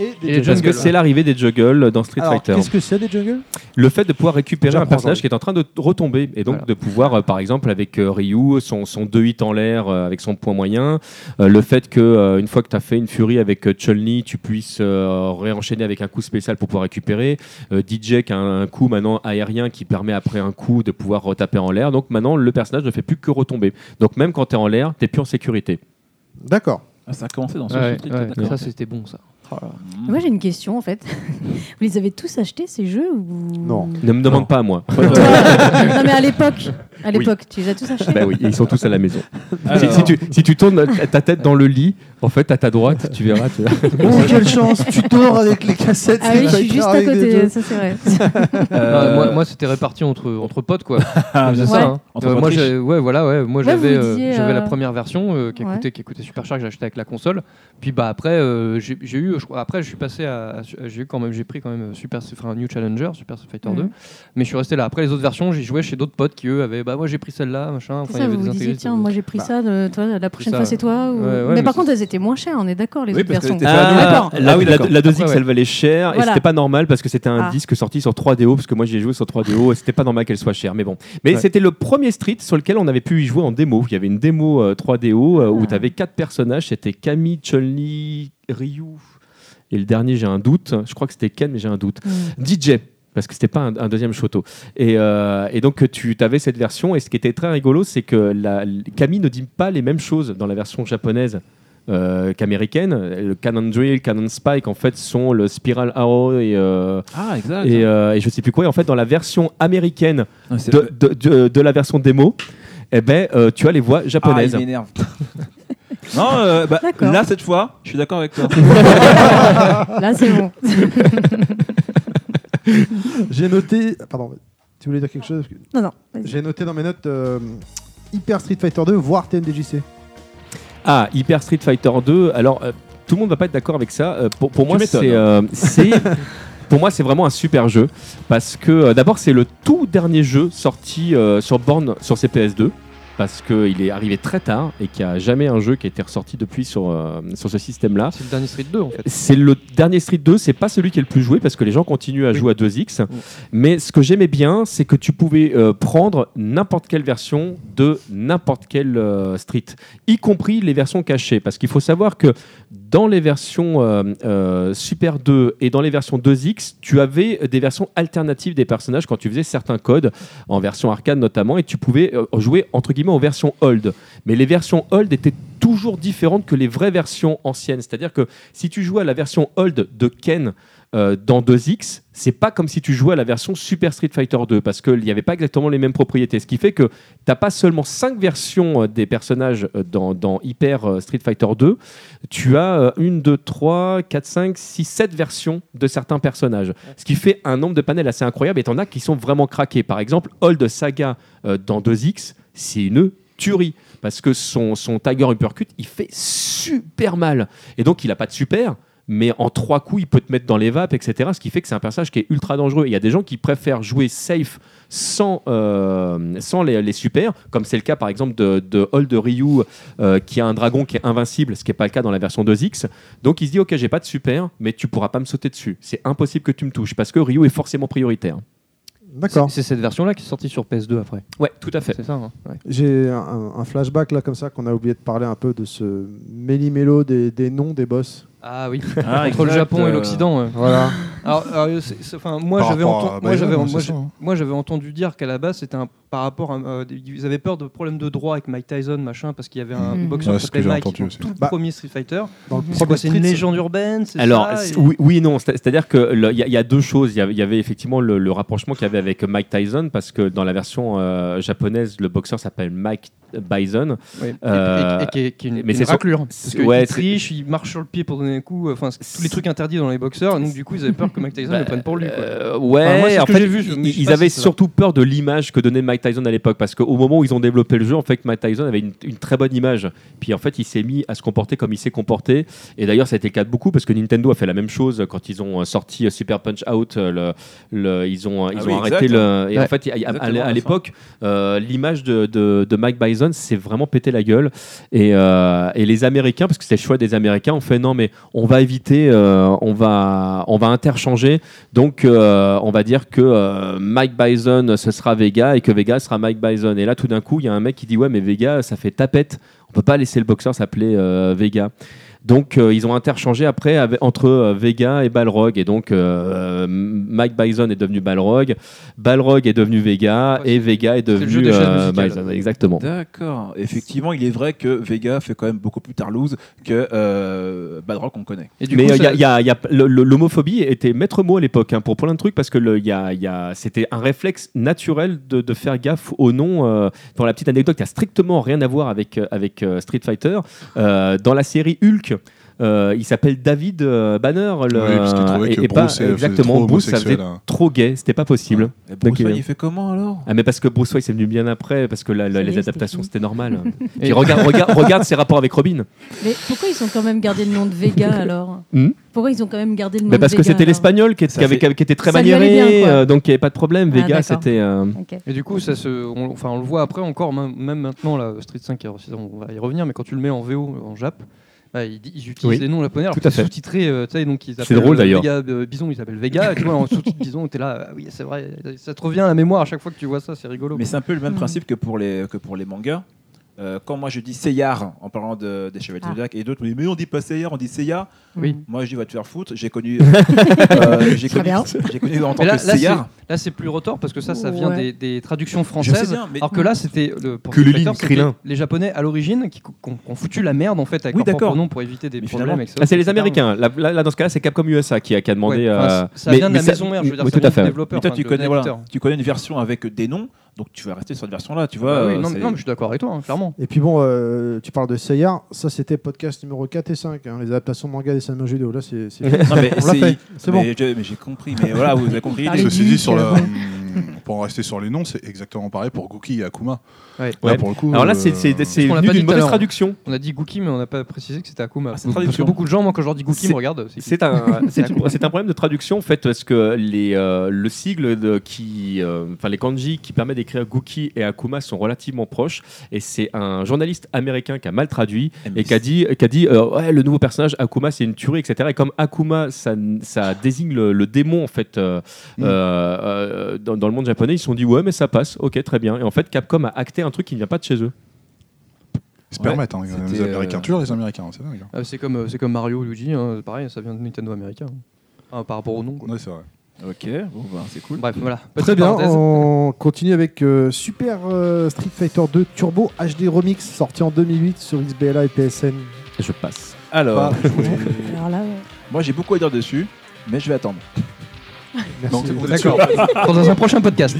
Et des Et jungles. Parce que c'est l'arrivée des juggles dans Street Alors, Fighter. qu'est-ce que c'est des jungles? Le fait de pouvoir récupérer un J'apprends, personnage oui. qui est en train de retomber et donc Voilà. de pouvoir, par exemple, avec Ryu, son 2 hits en l'air avec son point moyen, le fait que une fois que tu as fait une furie avec Chun-Li, tu puisses réenchaîner avec un coup spécial pour pouvoir récupérer. DJ qui a un coup maintenant aérien qui permet après un coup de pouvoir retaper en l'air. Donc maintenant, le personnage ne fait plus que retomber. Donc même quand tu es en l'air, tu n'es plus en sécurité. D'accord. Ah, ça a commencé dans ce Ouais, truc. ouais, D'accord. ça c'était bon ça. Oh là là. Moi j'ai une question en fait. Vous les avez tous achetés ces jeux ou... Non. Ne me demande pas à moi. Non mais à l'époque, tu les as tous achetés. Bah oui, et ils sont tous à la maison. Alors- Si tu tournes ta tête dans le lit, en fait, à ta droite, tu verras. Oh, quelle chance. Tu dors avec les cassettes. Ah oui, je suis juste à avec des côté, jeux. ça c'est vrai. Moi c'était réparti entre potes quoi. Ah, C'est bien ça. sûr. Hein. Entre Moi potes riches. moi Ouais, j'avais vous disiez, j'avais la première version qui ouais. coûtait super cher que j'ai acheté avec la console. Puis bah après j'ai eu après je suis passé j'ai pris quand même New Challenger, Super Street Fighter 2. Mais je suis resté là. Après les autres versions, j'ai joué chez d'autres potes qui eux avaient moi j'ai pris celle-là, machin. C'est Enfin, il y ça, avait vous des vous disiez intégristes. tiens, moi j'ai pris ça, toi, la prochaine ça, fois c'est toi. ou- ouais, ouais, mais mais par c'est- contre elles étaient moins chères, on est d'accord les Oui, autres parce que versions. t'étais D'accord. La oui, d'accord. 2X, Après, elle valait cher et Voilà. c'était pas normal parce que c'était un Ah. disque sorti sur 3DO parce que moi j'ai joué sur 3DO et c'était pas normal qu'elle soit chère. Mais bon, mais Ouais. c'était le premier Street sur lequel on avait pu y jouer en démo. Il y avait une démo 3DO où tu avais 4 personnages. C'était Camille, Chun-Li, Ryu et le dernier j'ai un doute. Je crois que c'était Ken mais j'ai un doute. DJ. Parce que c'était pas un deuxième Shoto. Et donc tu avais cette version. Et ce qui était très rigolo, c'est que Camille ne dit pas les mêmes choses dans la version japonaise qu'américaine. Le Cannon Drill, Cannon Spike, en fait, sont le Spiral Arrow et exact. et je sais plus quoi. Et en fait, dans la version américaine Ah, c'est- de la version démo, tu as les voix Ah, japonaises. il m'énerve. Non, D'accord. là, cette fois, je suis d'accord avec toi. Là c'est bon. J'ai noté. Pardon, tu voulais dire quelque chose? Non, non. vas-y. J'ai noté dans mes notes Hyper Street Fighter 2, voire TMDJC. Ah, Hyper Street Fighter 2. Alors, tout le monde va pas être d'accord avec ça. Pour moi, m'étonnes, pour moi, c'est vraiment un super jeu parce que d'abord, c'est le tout dernier jeu sorti sur borne sur CPS2. Parce qu'il est arrivé très tard et qu'il n'y a jamais un jeu qui a été ressorti depuis sur ce système-là. C'est le dernier Street 2 en fait. C'est le dernier Street 2, c'est pas celui qui est le plus joué parce que les gens continuent à jouer à 2X. Mais ce que j'aimais bien, c'est que tu pouvais prendre n'importe quelle version de n'importe quel Street, y compris les versions cachées. Parce qu'il faut savoir que dans les versions Super 2 et dans les versions 2X, tu avais des versions alternatives des personnages quand tu faisais certains codes, en version arcade notamment, et tu pouvais jouer entre guillemets en version old. Mais les versions old étaient toujours différentes que les vraies versions anciennes. C'est-à-dire que si tu jouais à la version old de Ken dans 2X, c'est pas comme si tu jouais à la version Super Street Fighter 2 parce qu'il n'y avait pas exactement les mêmes propriétés. Ce qui fait que tu n'as pas seulement 5 versions des personnages dans Hyper Street Fighter 2, tu as 1, 2, 3, 4, 5, 6, 7 versions de certains personnages. Ce qui fait un nombre de panels assez incroyable et tu en as qui sont vraiment craqués. Par exemple, Old Saga dans 2X, c'est une tuerie parce que son Tiger Uppercut, il fait super mal. Et donc, il n'a pas de super. Mais en 3 coups, il peut te mettre dans les vapes, etc. Ce qui fait que c'est un personnage qui est ultra dangereux. Il y a des gens qui préfèrent jouer safe sans les super, comme c'est le cas par exemple de Old Ryu, qui a un dragon qui est invincible, ce qui n'est pas le cas dans la version 2X. Donc il se dit, ok, j'ai pas de super, mais tu pourras pas me sauter dessus. C'est impossible que tu me touches, parce que Ryu est forcément prioritaire. D'accord. C'est cette version-là qui est sortie sur PS2 après. Ouais, tout à fait. C'est ça. Hein, ouais. J'ai un flashback là comme ça qu'on a oublié de parler un peu de ce méli-mélo des noms des boss. Ah oui. Ah, Entre le exact, Japon et l'Occident. Voilà. Alors, moi, Par j'avais rapport à Bison, c'est ça, hein. entendu dire qu'à la base, c'était par rapport à. Ils avaient peur de problèmes de droit avec Mike Tyson, machin, parce qu'il y avait un boxeur Ouais, qui c'est ce que s'appelait j'ai Mike entendu dans aussi. tout le Bah, premier Street Fighter. Dans le C'est premier quoi, c'est une Street, légende urbaine, c'est Alors, ça et- oui et non. C'est-à-dire qu'il y a deux choses. Il y avait effectivement le rapprochement qu'il y avait avec Mike Tyson, parce que dans la version japonaise, le boxeur s'appelle Mike Bison. Oui. Euh, Et qui est une, mais une c'est sur- raclure. Parce qu'il ouais, triche, il marche sur le pied pour donner un coup. Enfin, c'est tous les trucs interdits dans les boxeurs. Donc, du coup, ils avaient peur que Mike Tyson le prenne pour lui. Quoi. Ouais, Enfin, moi, c'est ce en que fait, j'ai vu, mais je sais ils pas avaient si c'est surtout peur de l'image que donnait Mike Tyson à l'époque, parce qu'au moment où ils ont développé le jeu, en fait, Mike Tyson avait une très bonne image. Puis en fait, il s'est mis à se comporter comme il s'est comporté. Et d'ailleurs, ça a été le cas de beaucoup, parce que Nintendo a fait la même chose quand ils ont sorti Super Punch Out. Ils ont oui, arrêté exact. le. Et en Ouais. fait, Exactement, à l'époque, l'image de Mike Bison s'est vraiment pété la gueule. Et les Américains, parce que c'était le choix des Américains, ont fait non, mais on va éviter, on va interchanger. Donc, on va dire que Mike Bison, ce sera Vega et que Vega sera Mike Bison. Et là, tout d'un coup, il y a un mec qui dit ouais, mais Vega, ça fait tapette. On peut pas laisser le boxeur s'appeler Vega. Donc, ils ont interchangé après entre Vega et Balrog. Et donc, Mike Bison est devenu Balrog est devenu Vega, et Vega est devenu jeu des chaises musicales. Bison. Exactement. D'accord. Effectivement, il est vrai que Vega fait quand même beaucoup plus tarlouse que Balrog qu'on connaît. Et du Mais coup, l'homophobie était maître mot à l'époque pour plein de trucs, parce que c'était un réflexe naturel de faire gaffe au nom. Dans la petite anecdote qui a strictement rien à voir avec Street Fighter, dans la série Hulk, il s'appelle David Banner. Oui, parce qu'il trouvait que Bruce faisait exactement, trop Bruce, ça faisait homosexuel, hein. trop gay, c'était pas possible. Et Bruce Donc, Wayne, il fait comment alors? mais parce que Bruce Wayne c'est venu bien après, parce que les c'était adaptations fini. c'était normal. Puis regarde ses rapports avec Robin. Mais pourquoi ils ont quand même gardé le nom de Vega alors Pourquoi ils ont quand même gardé le nom Mais de parce que Vega, c'était alors l'espagnol qui était très Ça lui allait maniéré, bien, quoi. donc il n'y avait pas de problème. Ah, Vega, d'accord. c'était. Ok. Et du coup, on le voit après encore, même maintenant, là, Street 5, on va y revenir, mais quand tu le mets en VO, en Jap, ils utilisent Oui, les noms japonais, alors tout que à c'est fait. sous-titré, tu sais, donc ils C'est appellent drôle, d'ailleurs. Vega, Bison, il s'appelle Vega, et tu vois, en sous-titre Bison, t'es là, ah oui, c'est vrai, ça te revient à la mémoire à chaque fois que tu vois ça, c'est rigolo. Mais c'est un peu le même Mm. principe que pour les mangas. Quand moi je dis Seyar en parlant des Chevaliers du Zodiac, et d'autres me disent mais on dit pas Seyar, on dit Seiya. Oui. Moi je dis va te faire foutre. J'ai connu, Très bien. j'ai connu en tant Mais que Seyar. là, c'est plus retort parce que ça vient Ouais. des traductions Je sais françaises. bien, mais Alors que là, c'était pour Krillin, Street Fighter, c'était Krillin. les Japonais à l'origine qui ont foutu la merde en fait avec Oui, leur propre d'accord. nom pour éviter des Mais problèmes. finalement- avec ça, Ah, c'est les etc. Américains. Là, dans ce cas-là, c'est Capcom USA qui a demandé. Ouais, enfin, ça mais- vient de mais la ça- maison mère, je veux dire, oui, ça tout à vient fait. du Mais développeur. toi enfin, tu de connais, l'éditeur. tu connais une version avec des noms, donc tu vas rester sur cette version-là, tu vois. Ah oui, non, c'est- mais je suis d'accord avec toi, hein, clairement. Et puis bon, tu parles de Seyar, ça c'était podcast numéro 4 et 5, hein, les adaptations manga des dessins jeux vidéo. Là, c'est Non, mais on l'a fait, c'est bon. mais j'ai compris. Mais voilà, vous avez compris. Parlez Ceci dit, Luc, pour en rester sur les noms, c'est exactement pareil pour Gookie et Akuma. Ouais. Là, Ouais. pour le coup, Alors là, c'est qu'on l'a venu pas dit d'une tout à mauvaise l'heure. traduction. On a dit Gookie, mais on n'a pas précisé que c'était Akuma. Ah, c'est Parce traduction. que beaucoup de gens, moi, quand je leur dis Gookie, C'est- me regardent. C'est un problème de traduction en fait, parce que le sigle les kanji qui permet d'écrire Gookie et Akuma sont relativement proches, et c'est un journaliste américain qui a mal traduit et qui a dit ouais, le nouveau personnage Akuma c'est une tuerie, etc. Et comme Akuma ça désigne le démon en fait dans le monde japonais, ils se sont dit ouais mais ça passe, ok très bien. Et en fait Capcom a acté un truc qui ne vient pas de chez eux. Ils se permettent, hein, les c'était, Américains. Toujours les Américains, c'est dingue. hein. C'est comme Mario, Luigi, hein, pareil, ça vient de Nintendo américain. Enfin, par rapport au nom. Quoi. Ouais, c'est vrai. Ok, bon, bah, c'est cool. Bref, voilà. Très Petite bien, parenthèse. on continue avec Super Street Fighter 2 Turbo HD Remix, sorti en 2008 sur XBLA et PSN. Je passe. Alors, Pas joué. Alors là, ouais. moi j'ai beaucoup à dire dessus, mais je vais attendre. Merci. D'accord. Dans un prochain podcast.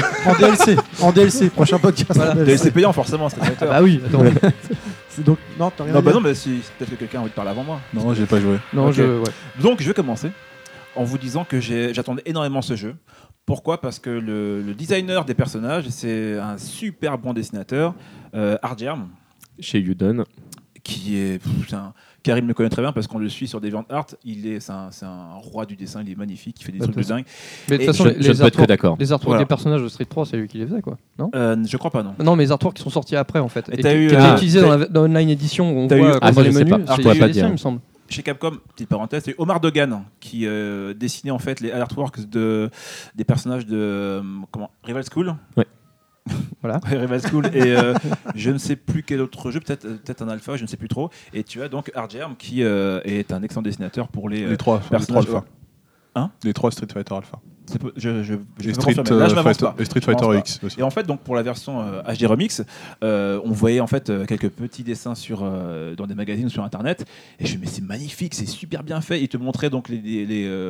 En DLC, prochain podcast. Voilà. En DLC. C'est payant forcément, c'est Fighter. Bah oui, attends. C'est donc non, t'as rien Non, à bah dire non, mais peut-être que quelqu'un a envie de parler avant moi. Non, j'ai pas joué. Non, Ok. ouais. Donc je vais commencer en vous disant que j'attendais énormément ce jeu. Pourquoi ? Parce que le designer des personnages, c'est un super bon dessinateur, Artgerm, Chez Udon. qui est... Karim le connaît très bien parce qu'on le suit sur DeviantArt. C'est un roi du dessin, il est magnifique, il fait des trucs de dingue. Mais de Et toute façon, je ne peux être que d'accord. les artworks Voilà. des personnages de Street 3, c'est lui qui les faisait, quoi. Non Je crois pas, non. Non, mais les artworks qui sont sortis après, en fait. Et Et t'as qui eu, étaient utilisés dans l'online edition où on t'as eu- voit ah, dans ça, les je sais menus. pas. Ah, je C'est pourrais pas les dire. il me semble. Chez Capcom, petite parenthèse, c'est Omar Dogan qui dessinait en fait les artworks des personnages de Rival School. Ouais. Voilà. Rival School et je ne sais plus quel autre jeu, peut-être un alpha, je ne sais plus trop. Et tu as donc Artgerm qui est un excellent dessinateur pour les Les trois personnages alpha. Hein Les trois Street Fighter alpha. je Et peux Street, confirmer. Là, je m'avance Fighter, pas. et Street Je m'avance Fighter pas. X aussi. Et en fait, donc pour la version HD Remix, on voyait en fait quelques petits dessins dans des magazines ou sur Internet. Et je me dis, mais c'est magnifique, c'est super bien fait. Ils te montraient donc les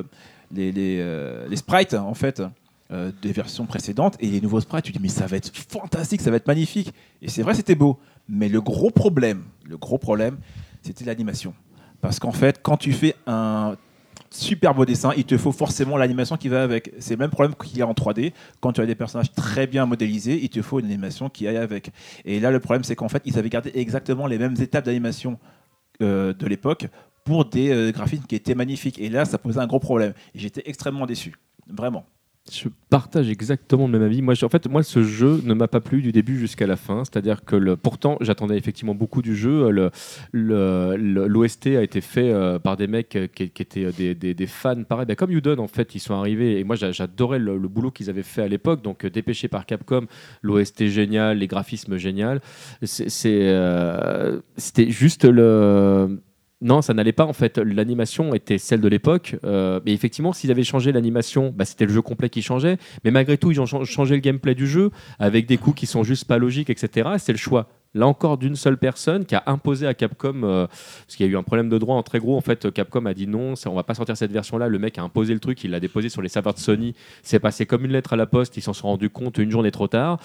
sprites en fait des versions précédentes et les nouveaux sprites. Tu te dis, mais ça va être fantastique, ça va être magnifique. Et c'est vrai, c'était beau. Mais le gros problème, c'était l'animation. Parce qu'en fait, quand tu fais un super beau dessin, il te faut forcément l'animation qui va avec. C'est le même problème qu'il y a en 3D. Quand tu as des personnages très bien modélisés, il te faut une animation qui aille avec. Et là, le problème, c'est qu'en fait, ils avaient gardé exactement les mêmes étapes d'animation de l'époque pour des graphismes qui étaient magnifiques. Et là, ça posait un gros problème. Et j'étais extrêmement déçu. Vraiment. Je partage exactement le même avis. Moi, ce jeu ne m'a pas plu du début jusqu'à la fin. C'est-à-dire que pourtant, j'attendais effectivement beaucoup du jeu. L'OST a été fait par des mecs qui étaient des fans, pareil, comme Udon en fait. Ils sont arrivés et moi, j'adorais le boulot qu'ils avaient fait à l'époque. Donc, dépêché par Capcom, l'OST génial, les graphismes génial. C'était juste Non, ça n'allait pas en fait. L'animation était celle de l'époque. Mais effectivement, s'ils avaient changé l'animation, c'était le jeu complet qui changeait. Mais malgré tout, ils ont changé le gameplay du jeu avec des coups qui sont juste pas logiques, etc. C'est le choix. Là encore, d'une seule personne qui a imposé à Capcom, parce qu'il y a eu un problème de droit en très gros. En fait, Capcom a dit non, on va pas sortir cette version-là. Le mec a imposé le truc, il l'a déposé sur les serveurs de Sony. C'est passé comme une lettre à la poste. Ils s'en sont rendus compte une journée trop tard.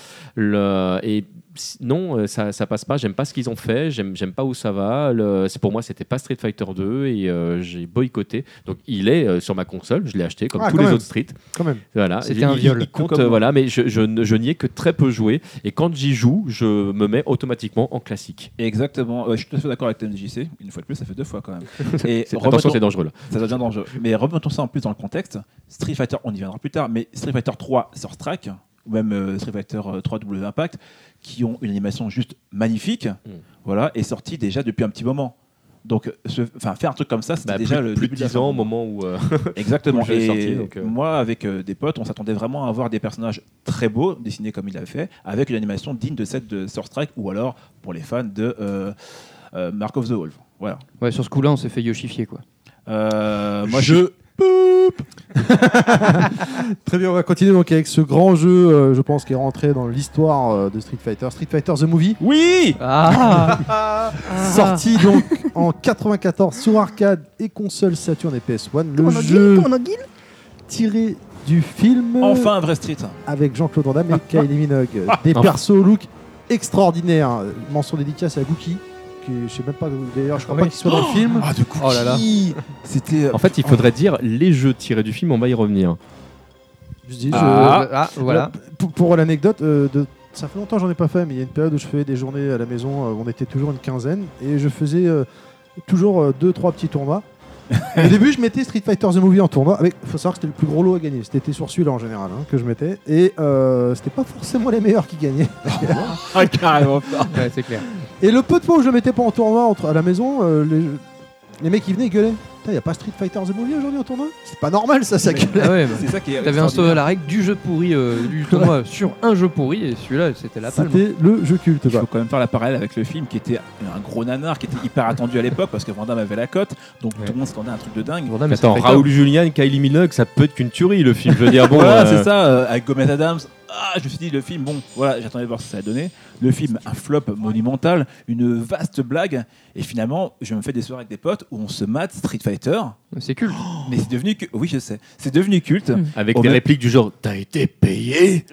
Non, ça passe pas. J'aime pas ce qu'ils ont fait. J'aime pas où ça va. Pour moi, c'était pas Street Fighter 2 et j'ai boycotté. Donc, il est sur ma console. Je l'ai acheté comme tous les autres Street. Quand même. Voilà. C'était un viol. Il compte, voilà, mais je n'y ai que très peu joué. Et quand j'y joue, je me mets automatiquement en classique. Exactement. Je suis tout à fait d'accord avec TMDJC. Une fois de plus, ça fait 2 fois quand même. Et attention, c'est dangereux là. Ça devient dangereux. Mais remettons ça en plus dans le contexte. Street Fighter, on y viendra plus tard, mais Street Fighter 3 sur Strike, ou même Street Fighter 3 W Impact, qui ont une animation juste magnifique, voilà, est sorti déjà depuis un petit moment. Donc, faire un truc comme ça, c'était déjà le plus début de 10 ans au moment où exactement. où le jeu est sorti, donc, moi, avec des potes, on s'attendait vraiment à avoir des personnages très beaux, dessinés comme il avait fait, avec une animation digne de celle de Sur Strike, ou alors, pour les fans, de Mark of the Wolf. Voilà. Ouais, sur ce coup-là, on s'est fait yoshifier, quoi. Moi, je... Très bien, on va continuer donc avec ce grand jeu, je pense, qui est rentré dans l'histoire de Street Fighter The Movie. Oui. Sorti donc en 94 sur arcade et console Saturn et PS1. Le jeu tiré du film. Enfin un vrai Street. Avec Jean-Claude Van Damme et Kylie Minogue. Des persos au look extraordinaires. Mention dédicace à Gookie. Je sais même pas, d'ailleurs, je crois pas qu'il soit dans le film. Ah, de Cookie. Oh là là. C'était. En fait, il faudrait dire les jeux tirés du film, on va y revenir. Je dis, voilà. Pour l'anecdote, ça fait longtemps que j'en ai pas fait, mais il y a une période où je faisais des journées à la maison, où on était toujours une quinzaine, et je faisais toujours 2-3 petits tournois. Au début, je mettais Street Fighter The Movie en tournoi. Il faut savoir que c'était le plus gros lot à gagner. C'était sur celui-là en général que je mettais. Et c'était pas forcément les meilleurs qui gagnaient. Carrément. Ouais, c'est clair. Et le peu de fois où je le mettais pas en tournoi à la maison, les mecs ils venaient gueuler. Il n'y a pas Street Fighter The Movie aujourd'hui en tournoi ? C'est pas normal ça gueule. Ah ouais, C'est ça qui est. t'avais instauré la règle du jeu pourri du tournoi sur un jeu pourri et celui-là c'était la palme. C'était le jeu culte. Il faut quand même faire la parallèle avec le film qui était un gros nanar, qui était hyper attendu à l'époque parce que Van Damme avait la cote, donc tout le monde s'attendait à un truc de dingue. Attends, Raoul Julian, Kylie Minogue, ça peut être qu'une tuerie le film. Je veux dire, bon. Voilà, c'est ça, avec Gomez Adams. Je me suis dit, le film, bon, voilà, j'attendais de voir ce que ça allait donner. Le film, un flop monumental, une vaste blague. Et finalement, je me fais des soirées avec des potes où on se mate Street Fighter. C'est culte. Mais c'est devenu oui, je sais, c'est devenu culte. Avec des répliques du genre t'as été payé.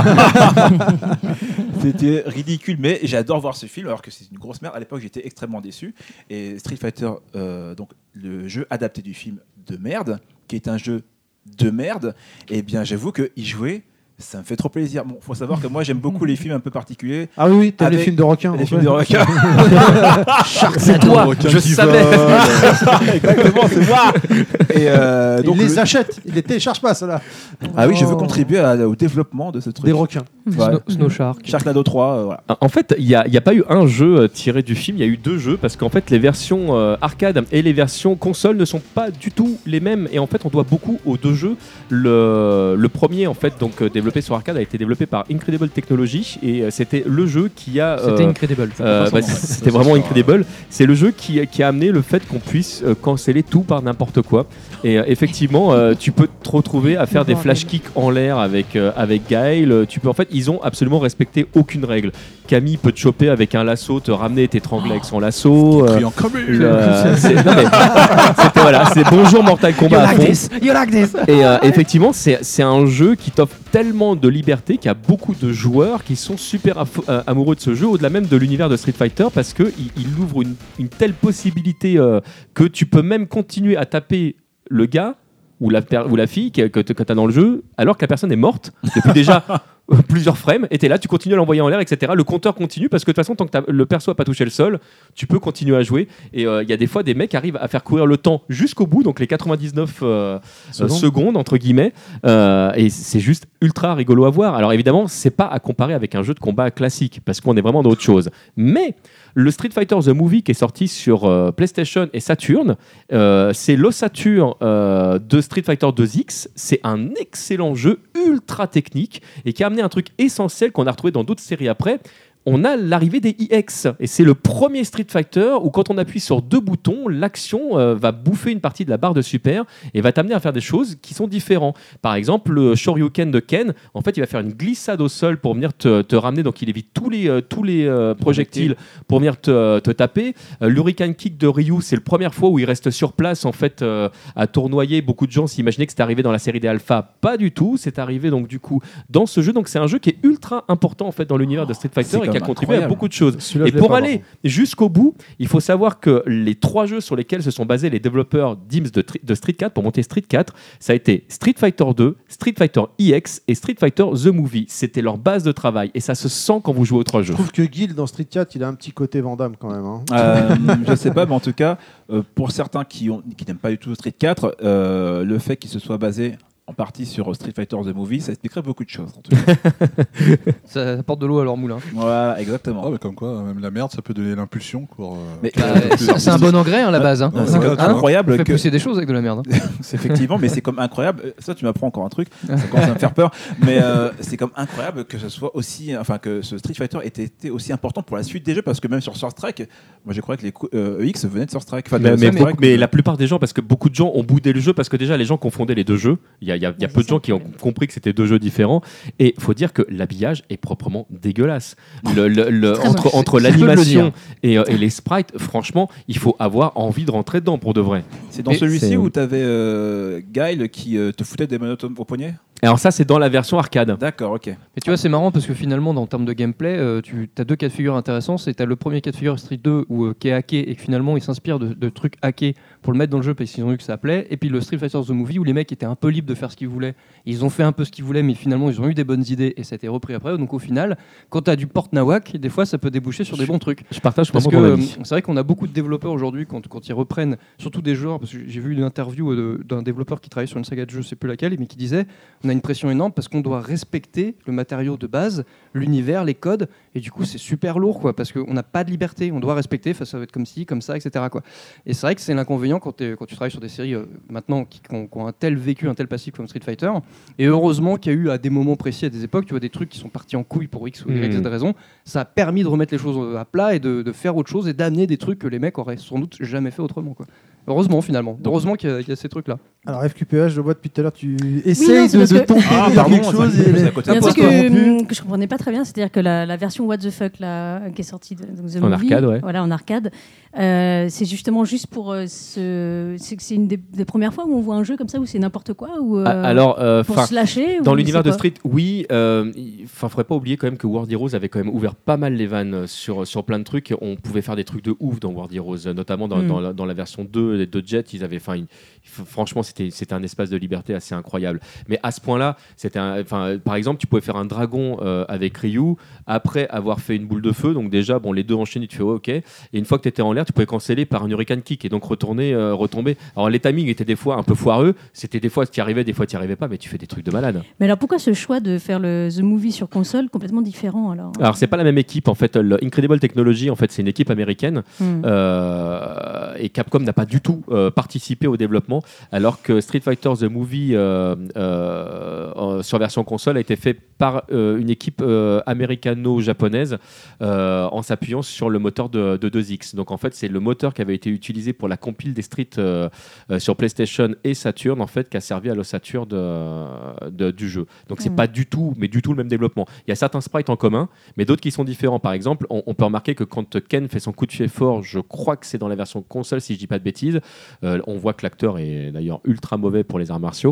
C'était ridicule, mais j'adore voir ce film alors que c'est une grosse merde. À l'époque, j'étais extrêmement déçu. Et Street Fighter, donc le jeu adapté du film de merde, qui est un jeu de merde, et bien j'avoue que y jouer, ça me fait trop plaisir. Bon, faut savoir que moi j'aime beaucoup les films un peu particuliers. Ah oui, t'as les films de requins. Les films de requins. C'est toi, je savais. Exactement, c'est moi. Et donc ils les achètent, ils les téléchargent pas, ceux-là. Ah oui, je veux contribuer au développement de ce truc. Des requins. Ouais. Snow Shark. Sharknado 3, voilà. En fait, il n'y a pas eu un jeu tiré du film, il y a eu 2 jeux parce qu'en fait, les versions arcade et les versions console ne sont pas du tout les mêmes. Et en fait, on doit beaucoup aux 2 jeux. Le premier, en fait, donc développé sur arcade, a été développé par Incredible Technology et c'était le jeu qui a. C'était Incredible. C'était vraiment Incredible. C'est le jeu qui a amené le fait qu'on puisse canceller tout par n'importe quoi. Et effectivement, tu peux te retrouver à faire des flash kicks en l'air avec Gaël. En fait, ils ont absolument respecté aucune règle. Camille peut te choper avec un lasso, te ramener et t'étrangler avec son lasso. C'est bonjour Mortal Kombat à fond. You like this. Et effectivement, c'est un jeu qui t'offre tellement de liberté qu'il y a beaucoup de joueurs qui sont super amoureux de ce jeu, au-delà même de l'univers de Street Fighter, parce qu'il ouvre une telle possibilité que tu peux même continuer à taper le gars ou la fille que tu as dans le jeu alors que la personne est morte depuis déjà plusieurs frames, et t'es là, tu continues à l'envoyer en l'air, etc. Le compteur continue parce que de toute façon, tant que le perso n'a pas touché le sol, tu peux continuer à jouer. Et il y a des fois des mecs qui arrivent à faire courir le temps jusqu'au bout, donc les 99 secondes entre guillemets, et c'est juste ultra rigolo à voir. Alors évidemment, c'est pas à comparer avec un jeu de combat classique parce qu'on est vraiment dans autre chose. Mais le Street Fighter The Movie qui est sorti sur PlayStation et Saturn, c'est l'ossature de Street Fighter 2X. C'est un excellent jeu ultra technique et qui a amené un truc essentiel qu'on a retrouvé dans d'autres séries après. On a l'arrivée des EX et c'est le premier Street Fighter où quand on appuie sur 2 boutons, l'action va bouffer une partie de la barre de super et va t'amener à faire des choses qui sont différentes. Par exemple, le Shoryuken de Ken, en fait, il va faire une glissade au sol pour venir te ramener, donc il évite tous les projectiles pour venir te taper. L'Hurricane Kick de Ryu, c'est la première fois où il reste sur place en fait à tournoyer. Beaucoup de gens s'imaginaient que c'était arrivé dans la série des Alpha, pas du tout. C'est arrivé donc du coup dans ce jeu. Donc c'est un jeu qui est ultra important en fait dans l'univers de Street Fighter et qui a contribué à beaucoup de choses. Et pour aller jusqu'au bout, il faut savoir que les 3 jeux sur lesquels se sont basés les développeurs d'IMS de Street 4 pour monter Street 4, ça a été Street Fighter 2, Street Fighter EX et Street Fighter The Movie. C'était leur base de travail et ça se sent quand vous jouez aux 3 jeux. Je trouve que Guild dans Street 4, il a un petit côté Van Damme quand même. Hein. Je sais pas, mais en tout cas, pour certains qui n'aiment pas du tout Street 4, le fait qu'il se soit basé en partie sur Street Fighter The Movie, ça expliquerait beaucoup de choses. En tout cas. Ça apporte de l'eau à leur moulin. Voilà, exactement. Ah, mais comme quoi, même la merde, ça peut donner l'impulsion pour. Mais, c'est un bon engrais, la base. Hein. C'est incroyable. On fait pousser des choses avec de la merde. C'est effectivement, mais c'est comme incroyable. Ça, tu m'apprends encore un truc. Ça commence à me faire peur. Mais c'est comme incroyable que ce soit aussi, enfin que ce Street Fighter ait été aussi important pour la suite des jeux, parce que même sur Source Strike, moi, je croyais que les EX venaient de Source Strike. Enfin, mais la plupart des gens, parce que beaucoup de gens ont boudé le jeu, parce que déjà les gens confondaient les 2 jeux. Il y a peu de gens qui ont compris que c'était 2 jeux différents. Et il faut dire que l'habillage est proprement dégueulasse. Entre l'animation et les sprites, franchement, il faut avoir envie de rentrer dedans pour de vrai. C'est dans celui-ci où tu avais Guile qui te foutait des menottes au poignet. Alors ça, c'est dans la version arcade. D'accord, ok. Mais tu vois, c'est marrant parce que finalement, en termes de gameplay, tu as 2 cas de figure intéressants. C'est le premier cas de figure Street 2 qui est hacké et que finalement, ils s'inspirent de trucs hackés pour le mettre dans le jeu parce qu'ils ont vu que ça plaît. Et puis le Street Fighter The Movie où les mecs étaient un peu libres de faire ce qu'ils voulaient. Ils ont fait un peu ce qu'ils voulaient, mais finalement, ils ont eu des bonnes idées et ça a été repris après. Donc au final, quand tu as du port-nawak, des fois, ça peut déboucher sur des bons trucs. Je partage parce vraiment ton que avis. c'est vrai qu'on a beaucoup de développeurs aujourd'hui quand ils reprennent, surtout des genres, parce que j'ai vu une interview d'un développeur qui travaille sur une saga de jeu, je sais plus laquelle, mais qui disait on a une pression énorme parce qu'on doit respecter le matériau de base, l'univers, les codes, et du coup c'est super lourd quoi, parce qu'on n'a pas de liberté, on doit respecter, ça va être comme ci, comme ça, etc. quoi. Et c'est vrai que c'est l'inconvénient quand tu travailles sur des séries maintenant qui ont un tel vécu, un tel passif comme Street Fighter, et heureusement qu'il y a eu à des moments précis, à des époques, tu vois des trucs qui sont partis en couille pour X ou Y raison, ça a permis de remettre les choses à plat et de faire autre chose et d'amener des trucs que les mecs auraient sans doute jamais fait autrement quoi. Heureusement finalement, heureusement qu'il y a ces trucs là. Alors FQPH, je vois depuis tout à l'heure tu essayes de tomber quelque chose. Il y a un truc que je comprenais pas très bien, c'est-à-dire que la version What the Fuck là, qui est sortie de The Movie, arcade, ouais. voilà, en arcade, c'est justement juste pour c'est une des premières fois où on voit un jeu comme ça où c'est n'importe quoi ou pour se lâcher. Dans l'univers de Street, oui. Faudrait pas oublier quand même que World Heroes avait quand même ouvert pas mal les vannes sur plein de trucs. On pouvait faire des trucs de ouf dans World Heroes, notamment dans la version 2 de Jet. Ils avaient, franchement, c'était un espace de liberté assez incroyable. Mais à ce point-là, par exemple, tu pouvais faire un dragon avec Ryu après avoir fait une boule de feu. Donc déjà, les 2 enchaînés, tu fais ok. Et une fois que tu étais en l'air, tu pouvais canceller par un Hurricane Kick et donc retomber. Alors les timings étaient des fois un peu foireux. C'était des fois tu y arrivais, des fois tu y arrivais pas, mais tu fais des trucs de malade. Mais alors pourquoi ce choix de faire le The Movie sur console complètement différent alors c'est pas la même équipe en fait. Incredible Technology en fait c'est une équipe américaine et Capcom n'a pas du tout participé au développement, alors que Street Fighter The Movie sur version console a été fait par une équipe américano-japonaise en s'appuyant sur le moteur de 2X. Donc en fait c'est le moteur qui avait été utilisé pour la compile des Street sur PlayStation et Saturn en fait qui a servi à l'ossature du jeu. Donc c'est pas du tout le même développement. Il y a certains sprites en commun, mais d'autres qui sont différents. Par exemple, on peut remarquer que quand Ken fait son coup de pied fort, je crois que c'est dans la version console si je dis pas de bêtises, on voit que l'acteur est d'ailleurs ultra mauvais pour les arts martiaux.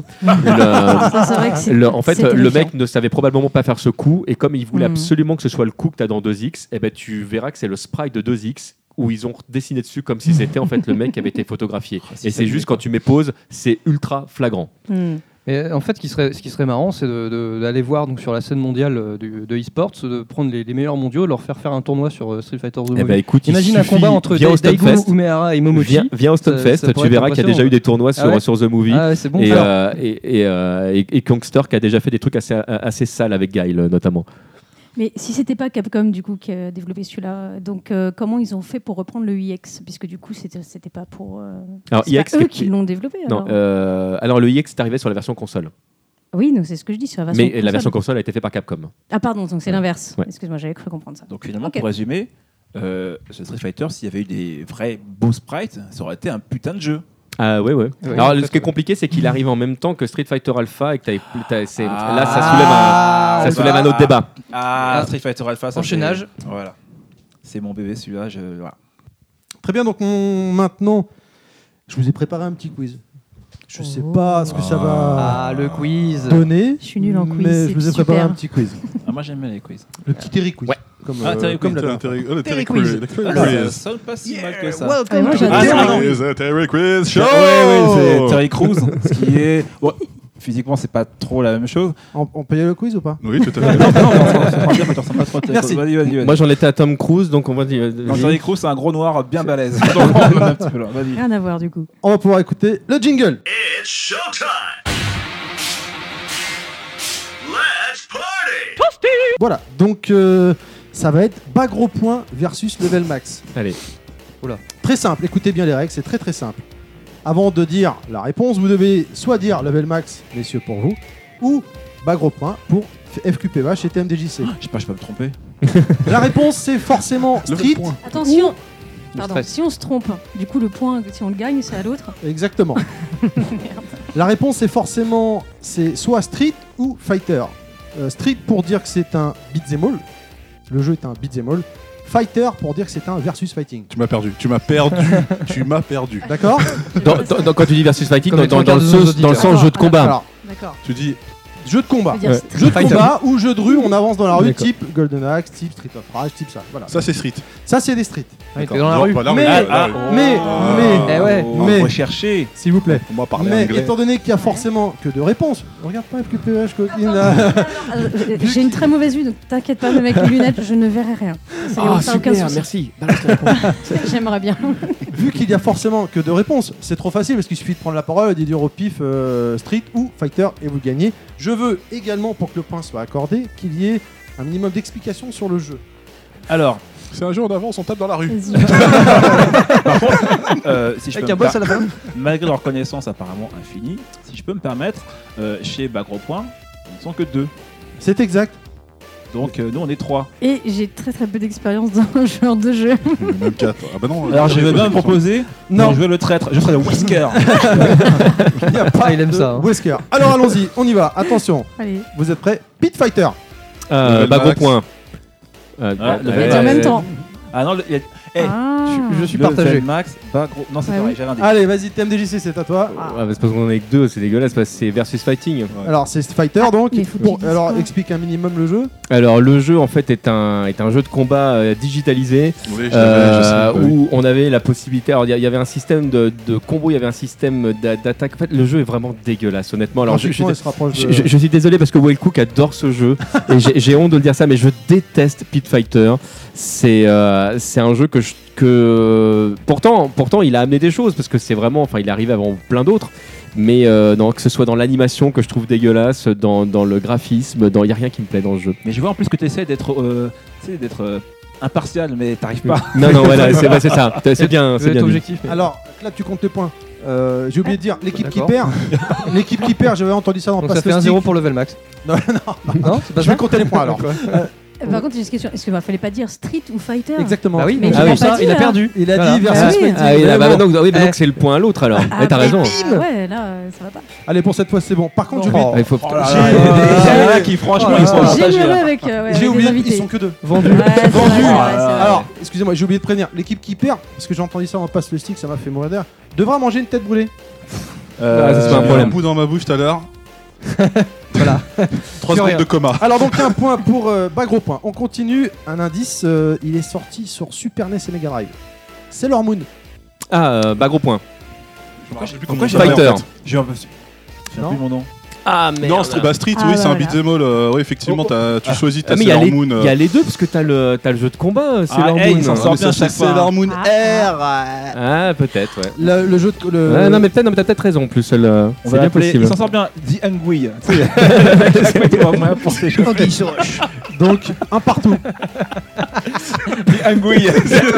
En fait, le mec ne savait probablement pas faire ce coup, et comme il voulait absolument que ce soit le coup que tu as dans 2X, tu verras que c'est le sprite de 2X où ils ont dessiné dessus comme si c'était en fait le mec qui avait été photographié. Et c'est juste quand tu mets pause, c'est ultra flagrant. Et en fait, ce qui serait marrant, c'est d'aller voir donc, sur la scène mondiale de e-sports, de prendre les meilleurs mondiaux, leur faire un tournoi sur Street Fighter The Movie. Eh ben, écoute, Imagine un combat entre Daigo Umehara et Momochi. Viens au Stunfest, tu verras qu'il y a déjà eu des tournois sur The Movie. Ah ouais, c'est bon. Et Kongster qui a déjà fait des trucs assez sales avec Guile notamment. Mais si c'était pas Capcom du coup qui a développé celui-là, donc comment ils ont fait pour reprendre le EX, puisque du coup c'était pas pour. Alors c'est pas eux qui l'ont développé. Non, alors le EX est arrivé sur la version console. Oui, non, c'est ce que je dis sur la version. Mais la version console a été faite par Capcom. Ah pardon, donc c'est l'inverse. Ouais. Excuse-moi, j'avais cru comprendre ça. Donc finalement, Ok. pour résumer, ce Street Fighter, s'il y avait eu des vrais beaux sprites, ça aurait été un putain de jeu. Ah ouais. Ouais, Alors en fait, ce qui est compliqué, c'est qu'il arrive en même temps que Street Fighter Alpha et que là ça soulève un autre débat. Street Fighter Alpha, ça Enchaînage. fait- Voilà. C'est mon bébé celui-là. Voilà. Très bien, donc maintenant, je vous ai préparé un petit quiz. Je sais pas ce que ça va le quiz. donner. Je suis nulle en quiz, Mais c'est je vous ai préparé super. un petit quiz. Ah, moi j'aime bien les quiz. Le petit Terry quiz. Ouais. Comme, Terry comme quiz. la dernière fois. Terry Quiz. Quiz. Ça sonne pas si mal que ça. Ah, moi, j'adore. Terry Quiz Show. C'est Terry Crews, ce qui est. Bon, physiquement, c'est pas trop la même chose. On peut y aller au quiz ou pas? Oui, tout à fait. Merci. Vas-y. Moi j'en étais à Tom Cruise, donc on va dire. Non, Terry Crews, c'est un gros noir bien balèze. Donc, on va un petit peu là. Vas-y. Rien à voir du coup. On va pouvoir écouter le jingle. It's showtime. Let's party. Voilà, donc ça va être bas gros point versus level max. Allez. Très simple, écoutez bien les règles, c'est très très simple. Avant de dire la réponse, vous devez soit dire level max, messieurs, pour vous, ou bas gros point pour FQPVH et TMDJC. Je sais pas, je peux me tromper. La réponse, c'est forcément Street. Attention. Pardon, stress. si on se trompe, du coup le point, si on le gagne, c'est à l'autre. Exactement. La réponse, c'est soit Street ou Fighter. Street pour dire que c'est un beat'em all. Le jeu est un beat'em all. Fighter pour dire que c'est un versus fighting. Tu m'as perdu. D'accord? Quand tu dis versus fighting, Comme les dans trois le quarts de nos sens auditeurs. jeu de combat. Alors, D'accord. Tu dis jeu de combat. On peut dire Street Jeu de Fighter. combat ou jeu de rue, on avance dans la rue, D'accord. type Golden Axe, type Street of Rage, type ça. Voilà. ça, c'est Street. Ça, c'est des streets. T'es dans la Non, rue. pas là, Mais- là, mais- Eh ouais. mais- rechercher. S'il vous plaît. On va parler Mais anglais. étant donné qu'il y a forcément que deux réponses, regarde pas FQPH, coquine là. J'ai une très mauvaise vue, donc t'inquiète pas, même avec les lunettes, je ne verrai rien. Ça n'a aucun souci. merci. J'aimerais bien. Vu qu'il y a forcément que deux réponses, c'est trop facile parce qu'il suffit de prendre la parole et de dire au pif Street ou Fighter et vous gagnez. Je veux également, pour que le point soit accordé, qu'il y ait un minimum d'explications sur le jeu. Alors, C'est un jeu en avance, on tape dans la rue. Vas-y. si je Avec peux un me boss à la fin. malgré leur connaissance apparemment infinie, si je peux me permettre, chez Bas Gros Point, ils ne sont que 2. C'est exact. Donc nous on est 3. Et j'ai très très peu d'expérience dans le genre de jeu. Même 4. Ah bah non. Alors je vais bien me proposer, Non. je veux le traître, je ferai le whisker. Il n'y a pas il aime de ça, hein. Wesker. Alors allons-y, on y va. Attention, Allez. vous êtes prêts? Pit Fighter. Bas gros Max. point. On va dire en même temps. Ah non, il y a... Hey, Ah. Je suis le partagé. Max, Bas Gros... Non c'est Ah pareil, oui. j'avais un dé. Allez, vas-y, TMDJC, c'est à toi. C'est parce qu'on en est que 2, c'est dégueulasse parce que c'est versus fighting. Alors c'est Fighter donc. mais faut que Bon, tu dises alors quoi explique un minimum le jeu. Alors le jeu en fait est un jeu de combat digitalisé Oui, je sais. où on avait la possibilité. Alors il y avait un système de combo, il y avait un système d'attaque. En fait, le jeu est vraiment dégueulasse, honnêtement. Alors Graphiquement, il se rapproche de... je suis désolé parce que Wellcook adore ce jeu et j'ai honte de le dire ça, mais je déteste Pit Fighter. C'est un jeu que pourtant il a amené des choses parce que c'est vraiment, enfin il est arrivé avant plein d'autres. Mais non, que ce soit dans l'animation que je trouve dégueulasse, dans le graphisme, il n'y a rien qui me plaît dans le jeu. Mais je vois en plus que tu essaies d'être impartial, mais t'arrives pas. Non, voilà, c'est ça. C'est bien, c'est bien. dit. objectif. Mais... Alors là tu comptes tes points. J'ai oublié de dire l'équipe qui D'accord. perd. L'équipe qui perd, j'avais entendu ça dans Donc ça Pass fait le 1-0 Stick. pour level max. Non, Non, c'est pas Je ça. vais compter les points alors. Par contre, j'ai une question. Est-ce qu'il fallait pas dire Street ou Fighter? Exactement. Ah oui, Mais mais il a pas ça, dit, il a là. perdu. Il a Voilà. dit versus Ah oui. fighting. Ah oui, là, Mais bon. donc c'est le point à l'autre alors. Ah, T'as raison. ouais, là, ça va pas. Allez, pour cette fois c'est bon. Par contre, j'ai Oh. oublié. Il faut... Oh là là, J'ai- il y en a qui franchement ils sont J'ai partagés, mieux là. avec, ouais, J'ai avec oublié, les ils invités. sont que deux. Vendu. Ouais, c'est Vendu. vrai, c'est vrai, c'est vrai. Alors, excusez-moi, j'ai oublié de prévenir. L'équipe qui perd, parce que j'ai entendu ça en Pass le Stick, ça m'a fait mourir d'air, devra manger une tête brûlée. Ah, ça, c'est pas un J'ai eu problème. un bout dans ma bouche tout à l'heure. Voilà. 3 Plus rien. secondes de coma. Alors donc un point pour bas gros point. On continue. Un indice, il est sorti sur Super NES et Mega Drive. Sailor Moon. Bas gros point. Je me rappelle plus Pourquoi comment j'ai ça s'appelle, Fighter. en fait. J'ai un peu... J'ai Non. plus mon nom. Ah merde. Non, Street, Ah, oui, c'est un voilà. beat'em all. Oui, effectivement, tu choisis ta Ah, mais il y a Sailor les- Moon. il y a les deux parce que t'as le jeu de combat, Sailor hey, Moon. il s'en Ah, sort mais bien ça, c'est chaque fois. Sailor Moon Ah. R. Ah peut-être ouais. Le jeu de. Ouais, non mais peut-être t'as peut-être raison en plus. On C'est va bien l'appeler, possible. il s'en sort bien, The Angouille. Tu sais, pour ces jeux. Donc, un partout. The Angouille.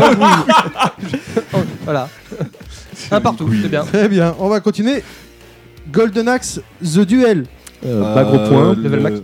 Voilà. Un partout, c'est bien. Très bien, on va continuer. Golden Axe, The Duel. Pas gros point. level max.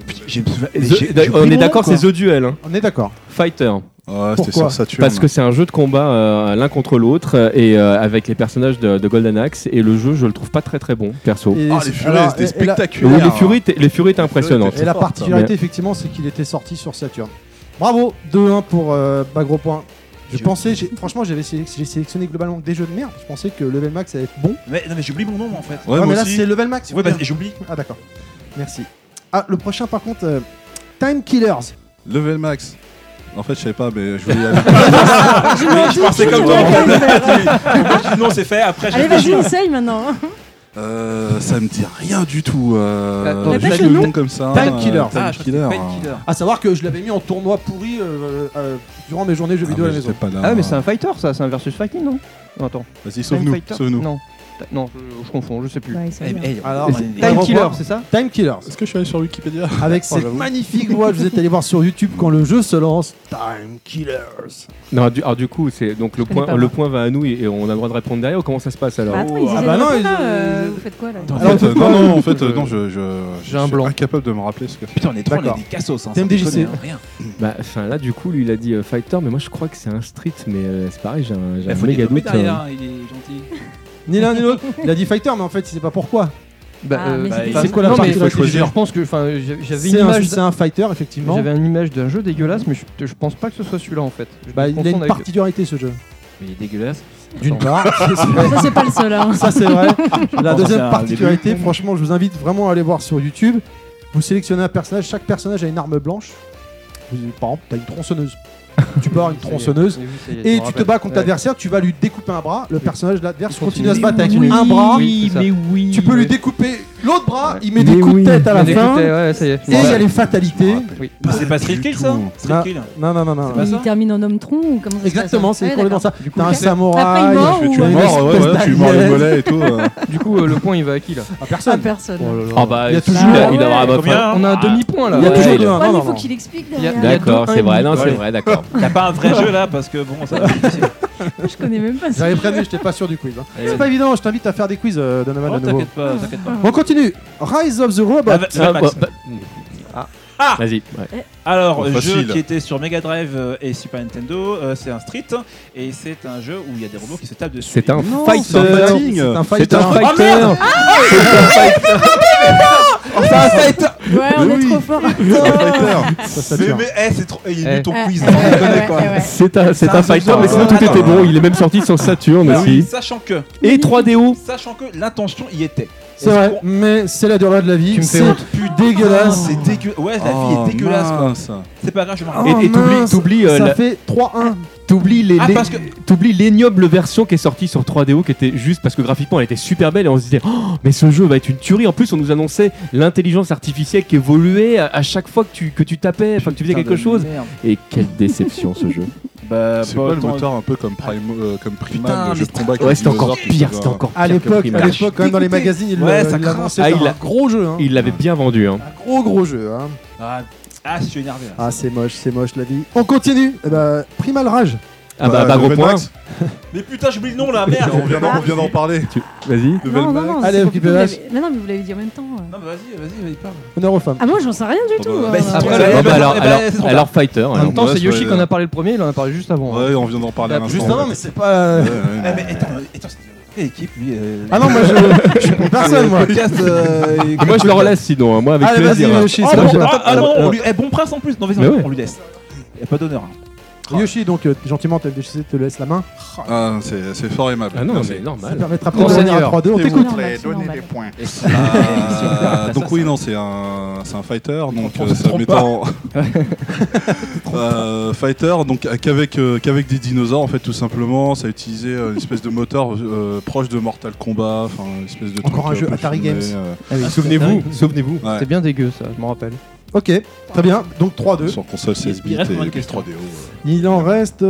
On est d'accord, c'est The Duel. Hein. On est d'accord. Fighter. Ouais, c'était Pourquoi sur Saturn. Parce que c'est un jeu de combat l'un contre l'autre et avec les personnages de Golden Axe et le jeu je le trouve pas très très bon perso. Et Ah, c'est- les furies, alors, c'était et la- spectaculaire. Oui, les furies étaient impressionnantes. Et la fort, particularité, ça. effectivement, c'est qu'il était sorti sur Saturn. Bravo, 2-1 pour Bagro Point. Franchement, j'ai sélectionné globalement que des jeux de merde. Je pensais que Level Max allait être bon. Mais j'oublie mon nom moi, en fait. Ouais, mais moi là, aussi. c'est Level Max. Ouais, bah, j'oublie. Ah, d'accord. Merci. Ah, le prochain, par contre, Time Killers. Level Max. En fait, je savais pas, mais je voulais y aller. Je pensais comme toi. Non, c'est fait. Après, j'ai Allez, vas-y, essaye maintenant. Ça me dit rien du tout. Répète Juste le le nom. nom comme ça. Time Killer. Time Killer. À savoir que je l'avais mis en tournoi pourri durant mes journées jeux vidéo à la maison. Pas là. Ah mais c'est un fighter ça, c'est un versus fighting non? Non attends. Vas-y, Time sauve-nous. Fighter Sauve-nous. Non. Non, je confonds, je sais plus. Ouais, ça va. Alors, Et c'est Time Killer, c'est ça? Time Killers. Est-ce que je suis allé sur Wikipédia? Avec cette magnifique voix, vous êtes allé voir sur YouTube quand le jeu se lance. Time Killers. Non, alors du coup c'est donc le connais point pas, le moi. point va à nous et on a le droit de répondre derrière ou comment ça se passe alors? Bah, attends, ils Ah essaient bah de non, répondre, ils- là, vous faites quoi là En Alors, fait, pourquoi non, en fait, non, je j'ai un suis blanc. incapable de me rappeler ce que. Putain, on est trop, on D'accord. est des cassos. Hein, TMDJC. sans déconner, hein, rien. Bah enfin là du coup lui il a dit fighter mais moi je crois que c'est un street mais c'est pareil j'ai Il un faut méga développer doute. derrière, hein, il est gentil. Ni l'un ni l'autre. Il a dit Fighter, mais en fait, il sait pas pourquoi. Bah, Ah, mais c'était- c'est quoi la non, mais particularité faut choisir. je pense que enfin j'avais une C'est image un fighter, effectivement. j'avais une image d'un jeu dégueulasse mais je pense pas que ce soit celui-là en fait. Je Bah, me il a confonds une avec- particularité ce jeu. Mais il est dégueulasse. D'une part, Ça, c'est pas le seul. Hein. ça c'est vrai. La pense que c'est deuxième un particularité, début. franchement, je vous invite vraiment à aller voir sur YouTube. Vous sélectionnez un personnage, chaque personnage a une arme blanche. Par exemple, tu as une tronçonneuse. Tu peux avoir une tronçonneuse. Et tu te bats contre l'adversaire, tu vas lui découper un bras. Le personnage de l'adversaire continue à se battre avec un bras. Oui, c'est ça. oui. Tu peux lui découper l'autre bras, il met Mais des coups oui. de tête à la Mais fin. écoutez, ouais, ça y est. Et il y a les fatalités. Oui. C'est pas Street Kill ça Street Kill. Non, non, non, non. pas ça Il termine en homme tronc ou comment ça se passe? Exactement, c'est Ouais, complètement d'accord. ça. T'as un Ok. samouraï. Après, il mord Tu ou es une mort, ouais, espèce ouais, tu mords les d'alien. mollets et tout. Du coup le point il va à qui là? Ah, Ah, personne. personne. Ah bah Il y a toujours- il aura Ah ouais. Combien On a un demi-point là. Il y a Ouais, toujours il deux. a- Non, Ouais, mais non, il faut non. qu'il explique Il y a- derrière. D'accord, deux, c'est un, vrai, non, ouais. c'est vrai, d'accord. Y'a pas un vrai jeu là parce que bon, ça va être difficile. Je connais même pas ça. J'avais prévenu, j'étais pas sûr du quiz. Hein. C'est pas évident, je t'invite à faire des quiz, Donovan, Oh, de nouveau. t'inquiète pas, t'inquiète pas. On continue. Rise of the Robot. Ah, Max. Vas-y. Ouais. Alors, Oh, jeu facile. qui était sur Mega Drive et Super Nintendo, c'est un Street et c'est un jeu où il y a des robots qui se tapent dessus. C'est un Non, fighter. c'est un fighting. C'est un C'est fighter. un fighter. C'est un fighter. Ouais, on Mais est oui. trop fort. Ça Mais, tue. c'est trop. Il est Eh. ton quiz. Ouais, ouais, ouais. C'est un Ça, fighter, ça, mais sinon tout attends. était bon. Il est même sorti sur Saturn Alors, aussi. Sachant que Et 3DO. l'intention y était. C'est vrai, mais c'est la durée de la vie. Tu me fais C'est honte. plus dégueulasse. C'est dégueulasse. Ouais, la vie est dégueulasse quoi. C'est pas grave, je m'en Oh, Et mince, t'oublies ça fait 3-1. parce que t'oublies l'ignoble version qui est sortie sur 3DO qui était juste parce que graphiquement elle était super belle et on se disait oh, mais ce jeu va être une tuerie. En plus on nous annonçait l'intelligence artificielle qui évoluait à chaque fois que tu tapais, enfin que tu faisais quelque chose. Et quelle déception ce jeu. Bah, C'est pas le moteur un peu comme Primal, Putain, le jeu de combat avec Ouais les c'était encore dinosaures qui pire, se c'était doivent- encore À pire que l'époque, Primal. quand même dans les magazines, il Ouais, ça l'annonçait craint. comme Ah, il un a- gros jeu. Hein. Il l'avait bien vendu hein. Un gros jeu. Hein. je suis énervé là. Ah, c'est moche la vie. On continue. Eh ben, Primal Rage. Ah bah gros Level point. Max. Mais putain, j'oublie le nom là, merde. On vient d'en parler. Vas-y. Non, Level non, Max. non. Allez, c'est un pour petit que peu vous vache. l'avez- Mais non, mais vous l'avez dit en même temps. Non, bah vas-y, parle. Honneur aux femmes. Ah, moi, j'en sais rien du tout. bah, c'est Après, trop le- bien. Bon, bah, alors, eh ben, alors, c'est trop alors Fighter. En alors. même temps, c'est ouais, Yoshi ouais. qu'on a parlé le premier, il en a parlé juste avant. Ouais, on vient d'en parler à l'instant. Juste avant, mais c'est pas. Ouais, Eh, ouais. mais attends, c'est équipe lui. Ah non, moi je suis pour personne, moi. Podcast. Moi je le relaisse sinon, moi avec Allez, vas-y, plaisir. Yoshi, Oh, c'est bon, bon. ah non, on lui. Bon prince en plus. Non, vas-y, Mais ouais. on lui laisse. Y a pas d'honneur. Yoshi, donc gentiment, TFDC te laisse la main. Ah, c'est fort aimable. Ah non, Merci. mais Ça normal. permettra Grand de revenir à seigneur. 3-2. On S'il t'écoute. vous plaît, C'est donnez normal. des points. Ah, Donc oui, non, c'est un fighter, donc On se ça trompe mettant fighter, donc qu'avec des dinosaures en fait, tout simplement. Ça a utilisé une espèce de moteur proche de Mortal Kombat, enfin une espèce de Encore truc un jeu peu Atari filmé, Games. Ah oui, Souvenez-vous. ouais. C'est bien dégueu ça, je m'en rappelle. Ok, très bien. Donc 3-2. Sur console 16 Il bits reste et combien de puis questions 3DO. Il en reste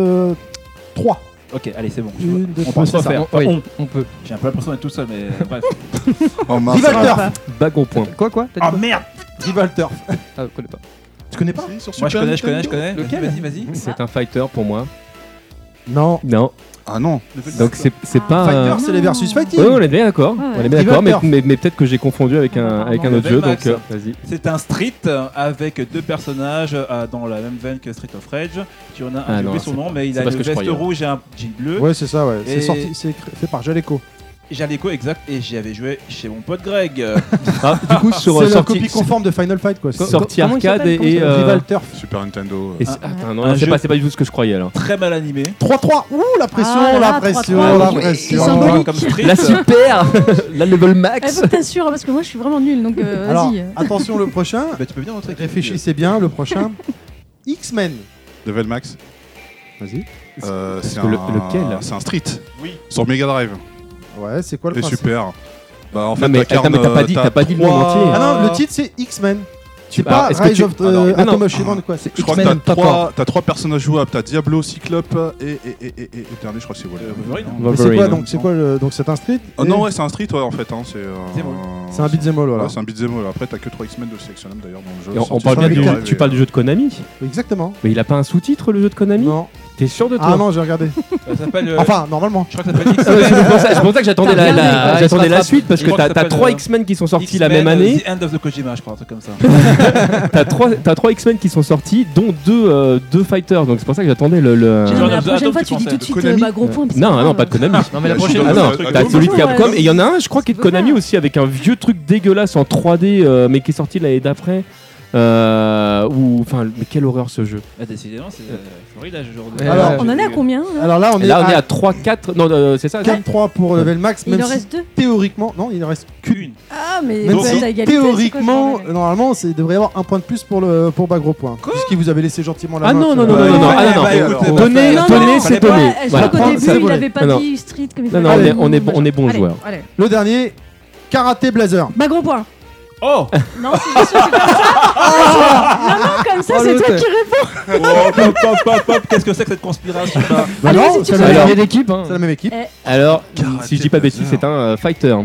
3. Ok, allez, c'est bon. Une, deux, On trois, peut se c'est ça. refaire. Oui, on peut. J'ai un peu l'impression d'être tout seul, mais bref. Oh mince. Rival Turf. Bague au point. Quoi T'as dit Ah quoi merde. Rival Turf. Ah, je connais pas. Tu connais pas? Moi je connais. Lequel Vas-y. C'est un fighter pour moi. Non. Non. Ah non. Donc c'est pas Fighter, un. c'est les versus fighting. Oui, on est bien d'accord. Ouais, ouais. On est bien d'accord, Rival mais peut-être que j'ai confondu avec un Le autre jeu. Velmax. Donc vas-y. C'est un Street avec deux personnages dans la même veine que Street of Rage. Tu en as Ah un, j'ai non, oublié son c'est nom, pas- mais il c'est a pas une ce que je veste croyais. rouge et un jean bleu. Ouais, c'est ça, ouais. Et- C'est fait par Jaleco. J'ai l'écho exact et j'y avais joué chez mon pote Greg. Ah, du coup, sur C'est la sortie, copie conforme de Final Fight, quoi. C'est- sortie Comment il arcade s'appelle, et. Rival Turf. Super Nintendo. et Ah, attends, non, un c'est jeu- pas du tout ce que je croyais alors. Très mal animé. 3-3. Ouh, la pression, Ah là la là, pression, 3-3. la Oui, pression. symbolique. Comme Street. La super La level Il max faut que t'assures, parce que moi je suis vraiment nulle, donc Alors, vas-y. attention, le prochain. Bah, tu peux venir montrer. Réfléchissez bien, le prochain. X-Men. Level Max. Vas-y. C'est lequel C'est un Street. Oui. Sur Mega Drive. Ouais, c'est quoi le Et principe? super. Bah en Non, fait, mais attends, mais t'as pas dit le nom entier. Ah non, le titre c'est X-Men. C'est Ah, pas est-ce que Rise tu- of Ah non. Atom Achievement quoi. C'est Je crois que X-Men, t'as pas trois personnages jouables. T'as Diablo, Cyclope et le dernier, je crois que c'est Wolverine. Wolverine. Mais c'est quoi Wolverine. donc? C'est quoi le... Donc c'est un street? Ah non, ouais, c'est un Street, ouais, en fait. Hein, C'est C'est un beat'em all, voilà. Ouais, c'est un beat'em all. Après, t'as que 3 X-Men de sélectionnable d'ailleurs dans le jeu. Et on Sorti parle sur bien Mega du. Drive Tu et, parles du jeu de Konami Exactement. Mais il a pas un sous-titre le jeu de Konami Non. T'es sûr de toi Ah non, j'ai regardé. Ça s'appelle. Enfin, normalement. Je crois que ça s'appelle Ah ouais, X-Men. c'est pour ça que j'attendais T'as la, regardé, la- quoi. j'attendais Il se la rattrape. suite parce Je que crois que t'as ça s'appelle, 3 X-Men qui sont sortis la X-Men, même année. The End of the Kojima, je crois, un truc comme ça. T'as 3 X-Men qui sont sortis, dont deux fighters. Donc c'est pour ça que j'attendais le. Non, mais Genre la of the prochaine Atom, fois, tu tu dis pensais tout de suite Konami gros point. puis c'est Non, non, grave. pas de Konami. Non, mais la Je prochaine. donne Ah non, un truc t'as Atom. celui de Ouais, Capcom ouais. et il y en a un, je crois, qui est de Tu peux Konami faire. aussi avec un vieux truc dégueulasse en 3D mais qui est sorti l'année d'après. Enfin, mais quelle horreur ce jeu. Ah, décidément, c'est Florida aujourd'hui. Alors, On en est à combien là Alors là, on Et est là, on est à à 3-4. Non, c'est ça 4-3 pour Level Max, Il même en si reste 2. théoriquement, non, il en reste qu'une. Ah, mais Même on peut si être à égalité. théoriquement, c'est quoi, normalement, il devrait y avoir un point de plus pour Bagro Point. Puisqu'il vous avait laissé gentiment la Ah main. non, non, non, Ouais. non, non, Ouais, ah non, bah, non. écoute, Tenez, Non, tenez, non, c'est ouais, tenez. Je Voilà. crois qu'au début, ça il volait. avait pas Non, dit street comme il Non, fallait. non, on est bons Allez, joueurs. allez. Le dernier, Karaté Blazer. Bah, gros point. Oh. Non, c'est sûr, c'est comme ça. Non, non, comme ça, Oh, c'est l'autre. toi qui réponds. Oh, pop, pop, pop, pop. Qu'est-ce que c'est que cette conspiration là Bah Allez, non, vas-y, tu c'est peux. la Il y même- a d'équipe. Hein. c'est la même équipe. Alors, Karaté si je dis pas de bêtises, Blazer. c'est un fighter.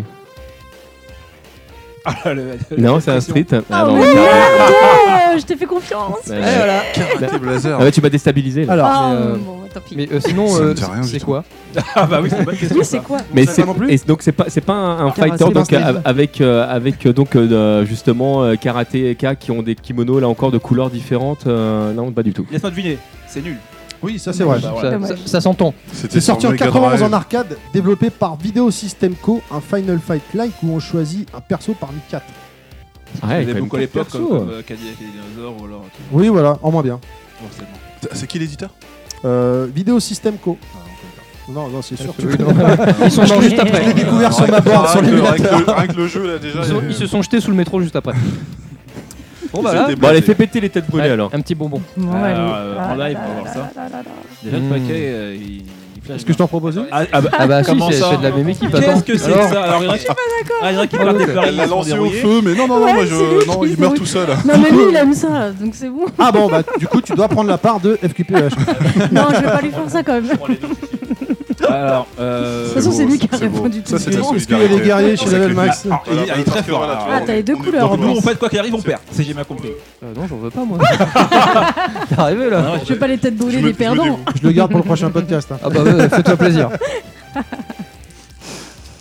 Ah, Non, c'est un street. Ah, Oh, non, mais mais merde, je t'ai fait confiance. voilà. Karaté Blazer. Ah ouais, tu m'as déstabilisé là. Alors, Ah, mais, bon, tant pis. Mais sinon, Ça me dit rien du c'est tout. quoi Ah bah oui, c'est une bonne question. Oui, c'est quoi Mais savez c'est pas non plus et donc c'est pas un Karaté, fighter donc Blazer. avec donc justement karatéka qui ont des kimonos là encore de couleurs différentes. Non, pas du tout. Laisse-moi deviner, c'est nul. oui, ça c'est vrai. Bah, voilà. Ça s'entend. C'est sorti en 91 en arcade, développé par Video System Co, un Final Fight-like où on choisit un perso parmi 4. Ouais, J'aimais quand beaucoup à même l'époque, perso. comme Cadillac et les dinosaures ou alors. Oui, voilà, en moins bien. Forcément. C'est qui l'éditeur? Video System Co. Non, non, c'est sûr. Oui, non. Ils sont morts juste Je l'ai après. découvert sur ma borne sur l'émulateur. Avec le jeu là déjà. Ils se sont jetés sous le métro juste après. Bon bah là, Ils ont Bon allez, fais péter les têtes brûlées ouais, alors. un petit bonbon. Bon, Alors, allez. en Ah, live, là, on va là, voir là, ça. là, là, là. Déjà le Mmh. paquet, il flash. Est-ce que je t'en propose une Ah bah si, Comment c'est ça de la même équipe. Qu'est-ce Attends. que c'est Alors, que ça Alors, il y en a qui il y en a qui Ah, partent des l'autre. paris, Elle l'a ils sont lancé au dérouillés. feu, mais non, Ouais, moi c'est lui non, qui il meurt s'est- tout seul. Non, mais lui, il aime ça, donc c'est bon. Ah bon, bah du coup, tu dois prendre la part de FQPH. Non, je vais pas lui faire ça quand même. Alors, De toute façon, c'est lui qui a répondu tout Ça, c'est de la simplement. Est-ce qu'il y a des guerriers chez Level Max Ah, il est très fort. là. Ah, t'as les deux couleurs en Donc nous, plus. en fait, quoi qu'il arrive, on perd. Si j'ai bien compris. non, j'en veux pas moi. T'es arrivé là. Je vais pas les têtes brûlées Je me- des je me perdants. dévoue. Je le garde pour le prochain podcast. hein. Ah bah ouais, fais-toi plaisir.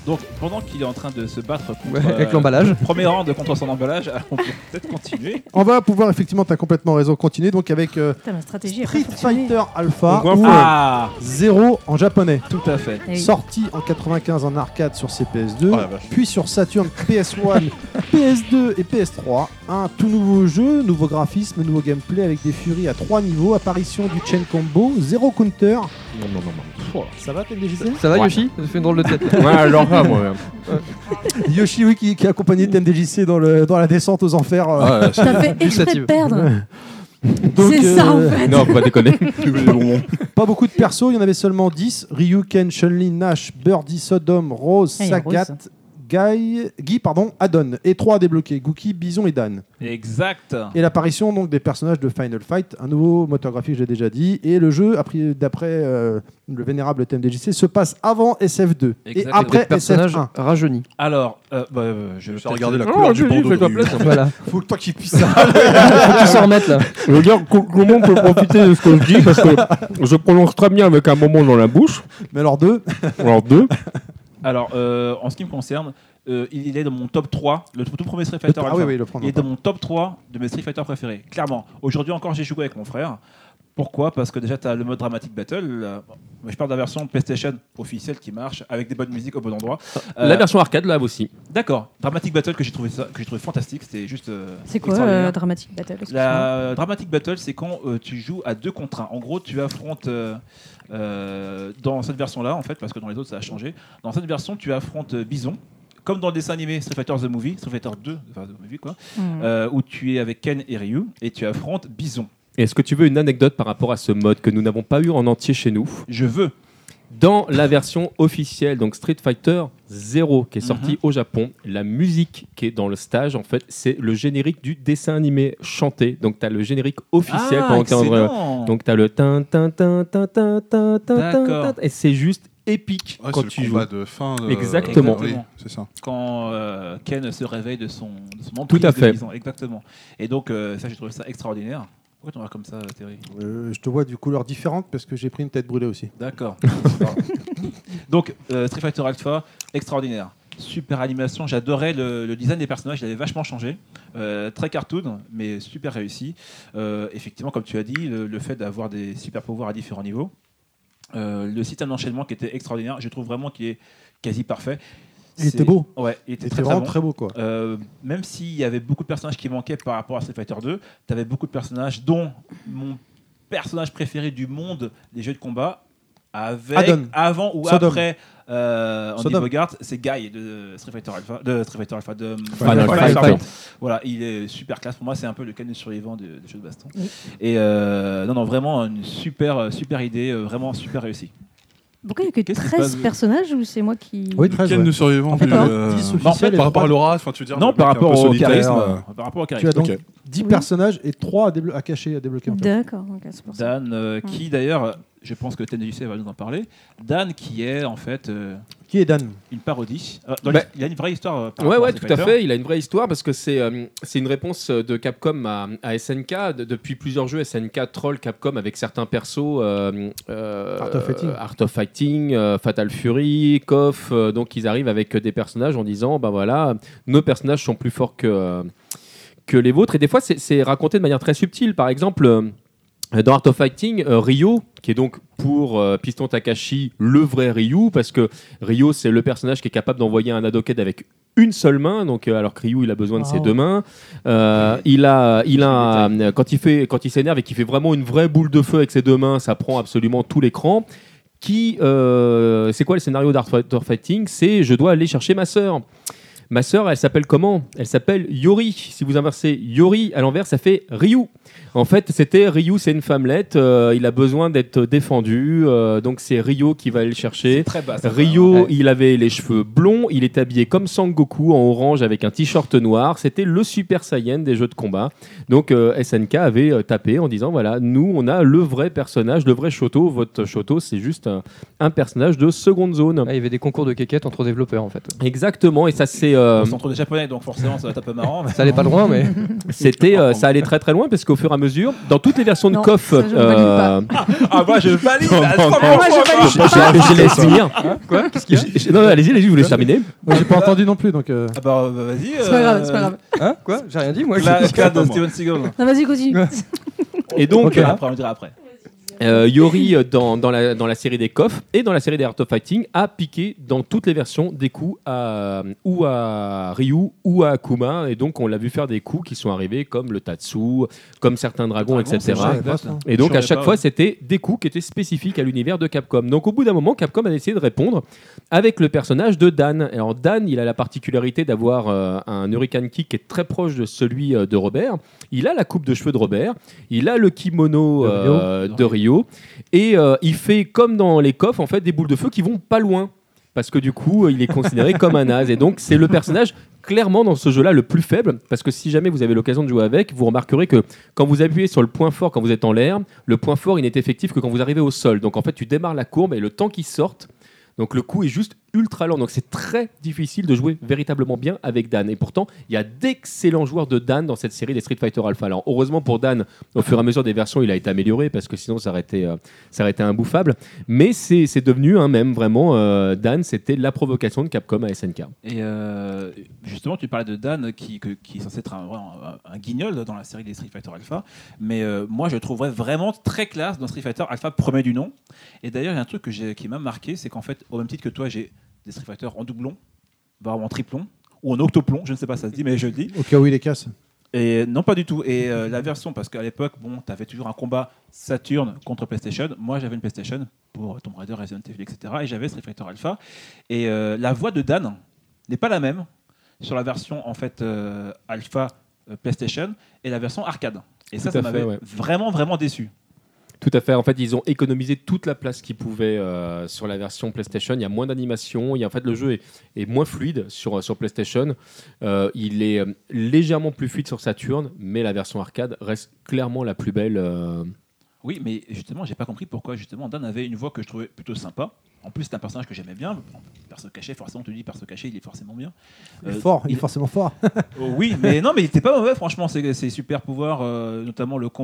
Donc, pendant qu'il est en train de se battre contre, Ouais, avec l'emballage. Premier round contre son emballage, on peut peut-être continuer. On va pouvoir effectivement, t'as complètement raison, continuer donc avec Putain, ma stratégie a pas Street fonctionné. Fighter Alpha On ou voit Ah, 0 en japonais. tout à fait. Eh oui. Sorti en 95 en arcade sur CPS2, Oh la vache. puis sur Saturn, PS1, PS2 et PS3. Un tout nouveau jeu, nouveau graphisme, nouveau gameplay avec des furies à 3 niveaux, apparition du chain combo, 0 counter. Non. Ça va TMDJC Ça va Yoshi Ça fait une drôle de tête. Ouais, alors là, moi. Yoshi, oui, qui a accompagné TMDJC dans la descente aux enfers. Ah, ouais, T'as fait exprès Gustative. de perdre. Donc, C'est ça en fait. Non, faut pas déconner. Pas beaucoup de persos, il y en avait seulement 10. Ryu, Ken, Chun-Li, Nash, Birdie, Sodom, Rose, Ah, il y a Sagat, Rose. Guy, Adon. Et 3 à débloquer, Gookie, Bison et Dan. Exact. Et l'apparition donc des personnages de Final Fight, un nouveau moteur graphique, je l'ai déjà dit. Et le jeu, d'après le vénérable TMDJC, se passe avant SF2 et Exact. après Personnage SF1. rajeuni. Alors, je vais vais regarder la Oh, couleur du Julie, bandeau. fais-toi de plaisir. Ryu. Voilà. Faut le temps qu'il puisse ça. Faut que tu s'en remettes là. Je veux dire, comment on peut profiter de ce que je dis parce que je prononce très bien avec un moment dans la bouche. Mais alors 2, Alors deux. Alors, en ce qui me concerne, il est dans mon top 3, le tout premier Street Fighter ah Alpha. oui, oui, le prendre. Il est dans mon top 3 de mes Street Fighter préférés, clairement. Aujourd'hui encore, j'ai joué avec mon frère. Pourquoi ? Parce que déjà, tu as le mode Dramatic Battle. Je parle de la version PlayStation officielle qui marche, avec des bonnes musiques au bon endroit. La version arcade, là aussi. D'accord. Dramatic Battle que j'ai trouvé fantastique. C'était juste. C'est quoi extraordinaire. Dramatic Battle excuse-moi. La Dramatic Battle, c'est quand tu joues à 2 contre 1. En gros, tu affrontes, dans cette version-là, en fait, parce que dans les autres, ça a changé. Dans cette version, tu affrontes Bison, comme dans le dessin animé Street Fighter The Movie, Street Fighter 2, enfin The Movie, quoi, où tu es avec Ken et Ryu, et tu affrontes Bison. Est-ce que tu veux une anecdote par rapport à ce mode que nous n'avons pas eu en entier chez nous ? Je veux. Dans la version officielle, donc Street Fighter 0, qui est sorti au Japon, la musique qui est dans le stage, en fait, c'est le générique du dessin animé chanté. Donc, tu as le générique officiel pendant que t'es en vrai. excellent. Donc, tu as le tin tin tin tin tin tin tin D'accord. tin, et c'est juste épique Ouais, quand c'est tu le joues. combat de fin. Exactement. Oui, c'est ça. Quand Ken se réveille de son Tout emprise à de fait. Bison. Exactement. Et donc, ça, j'ai trouvé ça extraordinaire. Pourquoi tu en as comme ça, Terry ? je te vois du couleur différente parce que j'ai pris une tête brûlée aussi. D'accord. Donc, Street Fighter Alpha, extraordinaire. Super animation, j'adorais le design des personnages, il avait vachement changé. Très cartoon, mais super réussi. Effectivement, comme tu as dit, le fait d'avoir des super pouvoirs à différents niveaux. Le système d'enchaînement qui était extraordinaire, je trouve vraiment qu'il est quasi parfait. Il était beau. Ouais, il était C'était très, très vraiment bon. très beau quoi. Même s'il y avait beaucoup de personnages qui manquaient par rapport à Street Fighter 2, tu avais beaucoup de personnages, dont mon personnage préféré du monde des jeux de combat, avec Adon. avant ou Sodom. après Andy Sodom. Bogart, c'est Guy de Street Fighter Alpha, de Final Fight. Fight. Voilà, il est super classe. Pour moi, c'est un peu le Ken survivant des jeux de baston. Oui. Et non, vraiment une super idée, vraiment super réussie. Pourquoi il n'y a que Qu'est-ce qui se 13 passe personnages ou c'est moi qui. Oui, 13. Quel ouais. de survivant En fait, vu, d'accord. 10 en fait, officiels et par rapport à trois- l'aura, enfin tu veux dire. Non, le par mec un rapport peu au solitaire, charisme. Par rapport au Tu as charisme. donc Ok. 10 Oui. personnages et 3 à cacher, à débloquer. En fait. D'accord, ok, c'est pour ça. Dan, qui d'ailleurs, je pense que TNJC va nous en parler. Dan, qui est en fait Qui est Dan? une parodie. Bah, Il a une vraie histoire. par Ouais, rapport ouais, à tout Street à Fighter. fait. Il a une vraie histoire parce que c'est une réponse de Capcom à SNK. Depuis plusieurs jeux, SNK troll Capcom avec certains persos. Art of Fighting. Art of Fighting, Fatal Fury, KOF. Donc ils arrivent avec des personnages en disant bah voilà, nos personnages sont plus forts que les vôtres. Et des fois, c'est raconté de manière très subtile. Par exemple, dans Art of Fighting, Ryo, qui est donc pour Piston Takashi le vrai Ryu, parce que Ryo, c'est le personnage qui est capable d'envoyer un Hadouken avec une seule main, donc alors que Ryu, il a besoin de ses deux mains. Quand il s'énerve et qu'il fait vraiment une vraie boule de feu avec ses deux mains, ça prend absolument tout l'écran. C'est quoi le scénario d'Art of Fighting ? C'est je dois aller chercher ma sœur. Ma sœur, elle s'appelle comment ? Elle s'appelle Yori. Si vous inversez Yori à l'envers, ça fait Ryu. En fait, c'était Ryu, c'est une femmelette. Il a besoin d'être défendu. Donc, c'est Ryo qui va aller le chercher. Très bas. ça, Ryo, vraiment. il avait les cheveux blonds. Il est habillé comme Sangoku en orange avec un t-shirt noir. C'était le Super Saiyan des jeux de combat. Donc, SNK avait tapé en disant voilà, nous, on a le vrai personnage, le vrai Shoto. Votre Shoto, c'est juste un personnage de seconde zone. Ah, il y avait des concours de quéquettes entre développeurs en fait. Exactement, et ça s'est Au centre des japonais, donc forcément ça va être un peu marrant. Ça allait pas loin, mais ça allait très très loin parce qu'au fur et à mesure, dans toutes les versions de Non, KOF, ça, je ne valide pas. Moi je valide. je laisse finir. quoi? Qu'est-ce qu'il y a? Non, allez-y, vous laissez terminer. Moi, j'ai pas entendu non plus, donc. Vas-y. C'est pas grave, c'est pas grave. Hein? Quoi? J'ai rien dit, moi. Clad de Steven Seagal. Non, vas-y, continue. Ouais. Et donc, Ok, après on le dira après. Yori, dans la série des KOF et dans la série des Art of Fighting, a piqué dans toutes les versions des coups ou à Ryu ou à Akuma. Et donc, on l'a vu faire des coups qui sont arrivés comme le Tatsu, comme certains dragons, etc. Et donc, à chaque fois, c'était des coups qui étaient spécifiques à l'univers de Capcom. Donc, au bout d'un moment, Capcom a décidé de répondre avec le personnage de Dan. Alors, Dan, il a la particularité d'avoir un Hurricane Kick qui est très proche de celui de Robert. Il a la coupe de cheveux de Robert. Il a le kimono de Ryu. Et il fait comme dans les KOF, en fait, des boules de feu qui vont pas loin. Parce que du coup, il est considéré comme un naze. Et donc, c'est le personnage clairement dans ce jeu-là le plus faible. Parce que si jamais vous avez l'occasion de jouer avec, vous remarquerez que quand vous appuyez sur le point fort quand vous êtes en l'air, le point fort, il n'est effectif que quand vous arrivez au sol. Donc en fait, tu démarres la courbe et le temps qu'il sorte, donc le coup est juste ultra lent. Donc c'est très difficile de jouer véritablement bien avec Dan. Et pourtant, il y a d'excellents joueurs de Dan dans cette série des Street Fighter Alpha. Alors heureusement pour Dan, au fur et à mesure des versions, il a été amélioré parce que sinon ça aurait été imbouffable. Mais c'est devenu même vraiment Dan, c'était la provocation de Capcom à SNK. Et justement, tu parlais de Dan qui est censé être un guignol dans la série des Street Fighter Alpha. Mais moi, je le trouverais vraiment très classe dans Street Fighter Alpha premier du nom. Et d'ailleurs, il y a un truc qui m'a marqué, c'est qu'en fait, au même titre que toi, j'ai des Street Fighter en doublon, voire en triplon, ou en octoplon, je ne sais pas si ça se dit, mais je le dis. Au cas où il les casse. Et non, pas du tout. Et la version, parce qu'à l'époque, tu avais toujours un combat Saturn contre PlayStation. Moi, j'avais une PlayStation pour Tomb Raider, Resident Evil, etc. Et j'avais Street Fighter Alpha. Et la voix de Dan n'est pas la même sur la version en fait Alpha PlayStation et la version arcade. Et ça m'avait vraiment, vraiment déçu. Tout à fait. En fait, ils ont économisé toute la place qu'ils pouvaient sur la version PlayStation. Il y a moins d'animation. En fait, le jeu est moins fluide sur PlayStation. Il est légèrement plus fluide sur Saturn, mais la version arcade reste clairement la plus belle. Oui, mais justement, j'ai pas compris pourquoi justement Dan avait une voix que je trouvais plutôt sympa. En plus, c'est un personnage que j'aimais bien. Perso caché, forcément, tu dis perso caché, il est forcément bien. Il est forcément fort. Oui, mais non, mais il était pas mauvais, franchement. Ses super pouvoirs, notamment le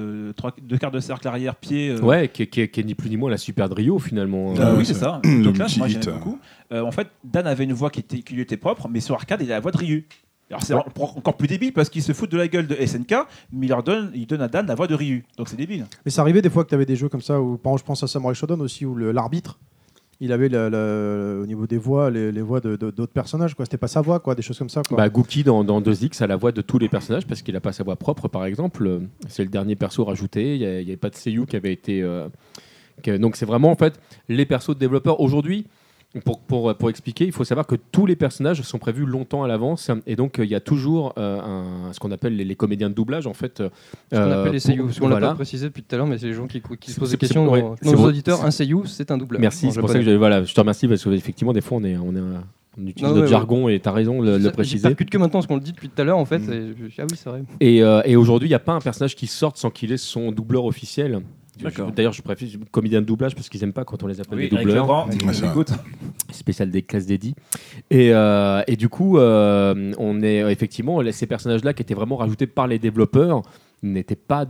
2 quarts de cercle arrière-pied. Ouais, qui est ni plus ni moins la super de Ryo finalement. Oui, c'est ça. Donc là, moi j'aimais beaucoup. En fait, Dan avait une voix qui lui était propre, mais sur arcade, il a la voix de Ryu. Alors c'est encore plus débile parce qu'il se fout de la gueule de SNK, mais il donne à Dan la voix de Ryu. Donc c'est débile. Mais ça arrivait des fois que tu avais des jeux comme ça, où, par exemple, je pense à Samurai Shodown aussi, où l'arbitre, il avait au niveau des voix, les voix d'autres personnages, quoi. C'était pas sa voix, quoi, des choses comme ça, quoi. Bah, Gookie dans 2X a la voix de tous les personnages parce qu'il a pas sa voix propre, par exemple. C'est le dernier perso rajouté. Il y avait pas de seiyuu qui avait été. Donc c'est vraiment en fait les persos de développeurs aujourd'hui. Pour expliquer, il faut savoir que tous les personnages sont prévus longtemps à l'avance et donc il y a toujours ce qu'on appelle les comédiens de doublage en fait. Ce qu'on appelle les seiyuu, parce qu'on l'a pas précisé depuis tout à l'heure, mais c'est les gens qui se posent des questions. Nos auditeurs, un seiyuu, c'est un doubleur. Merci, c'est pour ça que je te remercie parce qu'effectivement des fois on utilise notre jargon et tu as raison de le préciser. Ça percute que maintenant ce qu'on le dit depuis tout à l'heure en fait. Ah oui, c'est vrai. Et aujourd'hui, il n'y a pas un personnage qui sorte sans qu'il ait son doubleur officiel. D'ailleurs, je préfère comédien de doublage parce qu'ils n'aiment pas quand on les appelle des doubleurs. Spécial des classes dédiées. Et du coup, on est effectivement ces personnages-là qui étaient vraiment rajoutés par les développeurs n'étaient pas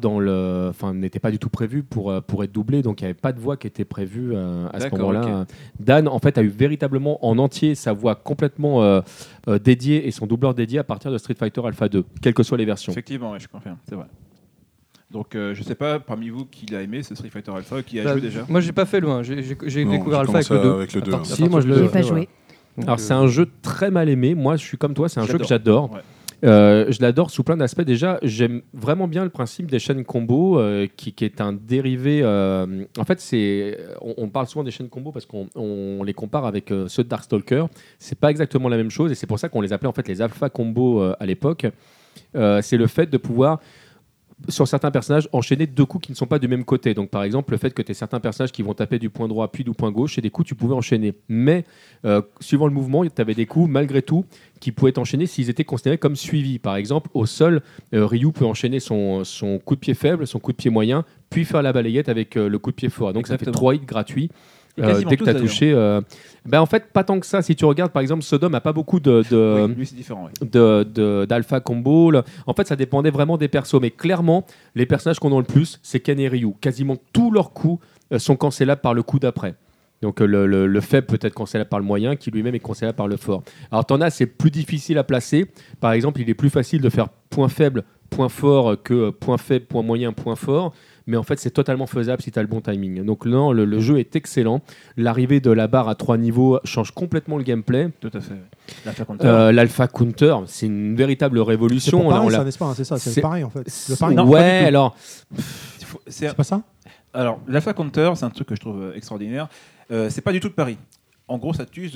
du tout prévus pour être doublés. Donc il n'y avait pas de voix qui était prévue à ce moment-là. Okay. Dan en fait a eu véritablement en entier sa voix complètement dédiée et son doubleur dédié à partir de Street Fighter Alpha 2, quelles que soient les versions. Effectivement, je confirme, c'est vrai. Donc je sais pas parmi vous qui l'a aimé ce Street Fighter Alpha, qui a joué déjà. Moi j'ai pas fait le 1, j'ai découvert Alpha avec le 2. Si, moi je l'ai pas joué. Donc, alors c'est un jeu très mal aimé. Moi je suis comme toi, c'est un jeu que j'adore. Ouais. Je l'adore sous plein d'aspects. Déjà, j'aime vraiment bien le principe des chaînes combo, qui est un dérivé. En fait, on parle souvent des chaînes combo parce qu'on les compare avec ceux de Darkstalker. C'est pas exactement la même chose et c'est pour ça qu'on les appelait en fait les alpha combo à l'époque. C'est le fait de pouvoir sur certains personnages, enchaîner deux coups qui ne sont pas du même côté. Donc, par exemple, le fait que tu aies certains personnages qui vont taper du point droit puis du point gauche, et des coups, tu pouvais enchaîner. Mais, suivant le mouvement, tu avais des coups, malgré tout, qui pouvaient enchaîner s'ils étaient considérés comme suivis. Par exemple, au sol, Ryu peut enchaîner son coup de pied faible, son coup de pied moyen, puis faire la balayette avec le coup de pied fort. Donc, exactement. Ça fait 3 hits gratuits. Quasiment dès que tous, tu as d'ailleurs. touché. En fait, pas tant que ça. Si tu regardes, par exemple, Sodom a pas beaucoup Oui, lui, c'est différent. Oui. d'alpha combo. En fait, ça dépendait vraiment des persos. Mais clairement, les personnages qu'on a le plus, c'est Ken et Ryu. Quasiment tous leurs coups sont cancellables par le coup d'après. Donc le faible peut être cancellable par le moyen, qui lui-même est cancellable par le fort. Alors t'en as, c'est plus difficile à placer. Par exemple, il est plus facile de faire point faible, point fort que point faible, point moyen, point fort. Mais en fait, c'est totalement faisable si tu as le bon timing. Donc non, le jeu est excellent. L'arrivée de la barre à 3 niveaux change complètement le gameplay. Tout à fait. L'Alpha Counter. L'Alpha Counter, c'est une véritable C'est révolution. pour pareil, Là, on ça, l'a- n'est-ce pas, hein, c'est ça, c'est c'est- pareil en fait. Le c'est- pareil. Non, pas ouais, du tout. alors... C'est- C'est pas ça Alors, l'Alpha Counter, c'est un truc que je trouve extraordinaire. C'est pas du tout de pari. En gros, ça t'use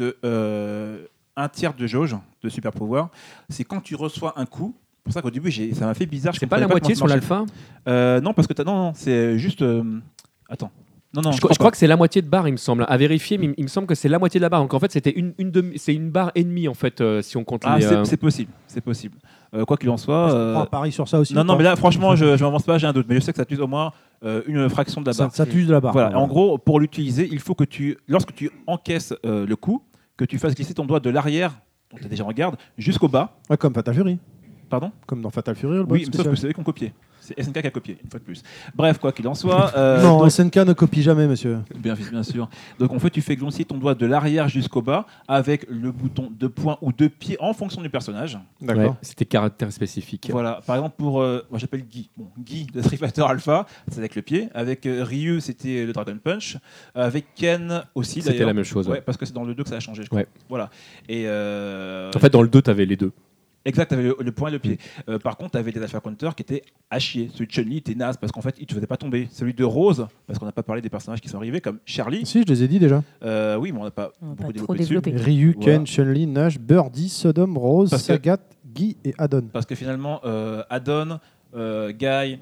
un tiers de jauge de super pouvoir. C'est quand tu reçois un coup. C'est pour ça qu'au début, ça m'a fait bizarre. Je C'est pas la comprenais moitié sur comment ça l'Alpha marchait. Non, parce que non, c'est juste. Attends. Non, Je crois que c'est la moitié de barre, il me semble. À vérifier, mais il me semble que c'est la moitié de la barre. Donc en fait, c'était c'est une barre et demie en fait, si on compte Ah, les. c'est possible. C'est possible. Quoi qu'il en soit. Je prends un pari sur ça aussi. Non, ou pas mais là, franchement, je m'avance pas, j'ai un doute. Mais je sais que ça t'use au moins une fraction de la barre. ça t'use de la barre. Voilà. En gros, pour l'utiliser, il faut que lorsque tu encaisses le coup, que tu fasses glisser ton doigt de l'arrière, donc tu es déjà en garde, jusqu'au bas. Ouais, comme Fatal Fury. Pardon ? Comme dans Fatal Fury, le Oui, boss sauf que spécial. c'est eux qui ont copié. C'est SNK qui a copié, une fois de plus. Bref, quoi qu'il en soit. Non, donc- SNK ne copie jamais, monsieur. bien sûr. Donc en fait, tu fais glisser ton doigt de l'arrière jusqu'au bas avec le bouton de poing ou de pied en fonction du personnage. D'accord. Ouais, c'était caractère spécifique. Voilà. Par exemple, pour. Moi, j'appelle Guy. Bon, Guy de Street Fighter Alpha, c'est avec le pied. Avec Ryu, c'était le Dragon Punch. Avec Ken aussi, C'était d'ailleurs. la même chose. Ouais, Ouais. parce que c'est dans le 2 que ça a changé, je crois. Ouais. Voilà. Et. En fait, dans le 2, tu avais les deux. Exact, t'avais le point et le pied. Par contre, t'avais des Alpha Counter qui étaient à chier. Celui de Chun-Li était naze parce qu'en fait, il te faisait pas tomber. Celui de Rose, parce qu'on n'a pas parlé des personnages qui sont arrivés, comme Charlie. Si, je les ai dit déjà. Oui, mais on n'a pas On n'a beaucoup pas trop développé dessus. développé. Ryu, Voilà. Ken, Chun-Li, Nash, Birdie, Sodom, Rose, Parce que- Sagat, Guy et Adon. Parce que finalement, Adon, Guy,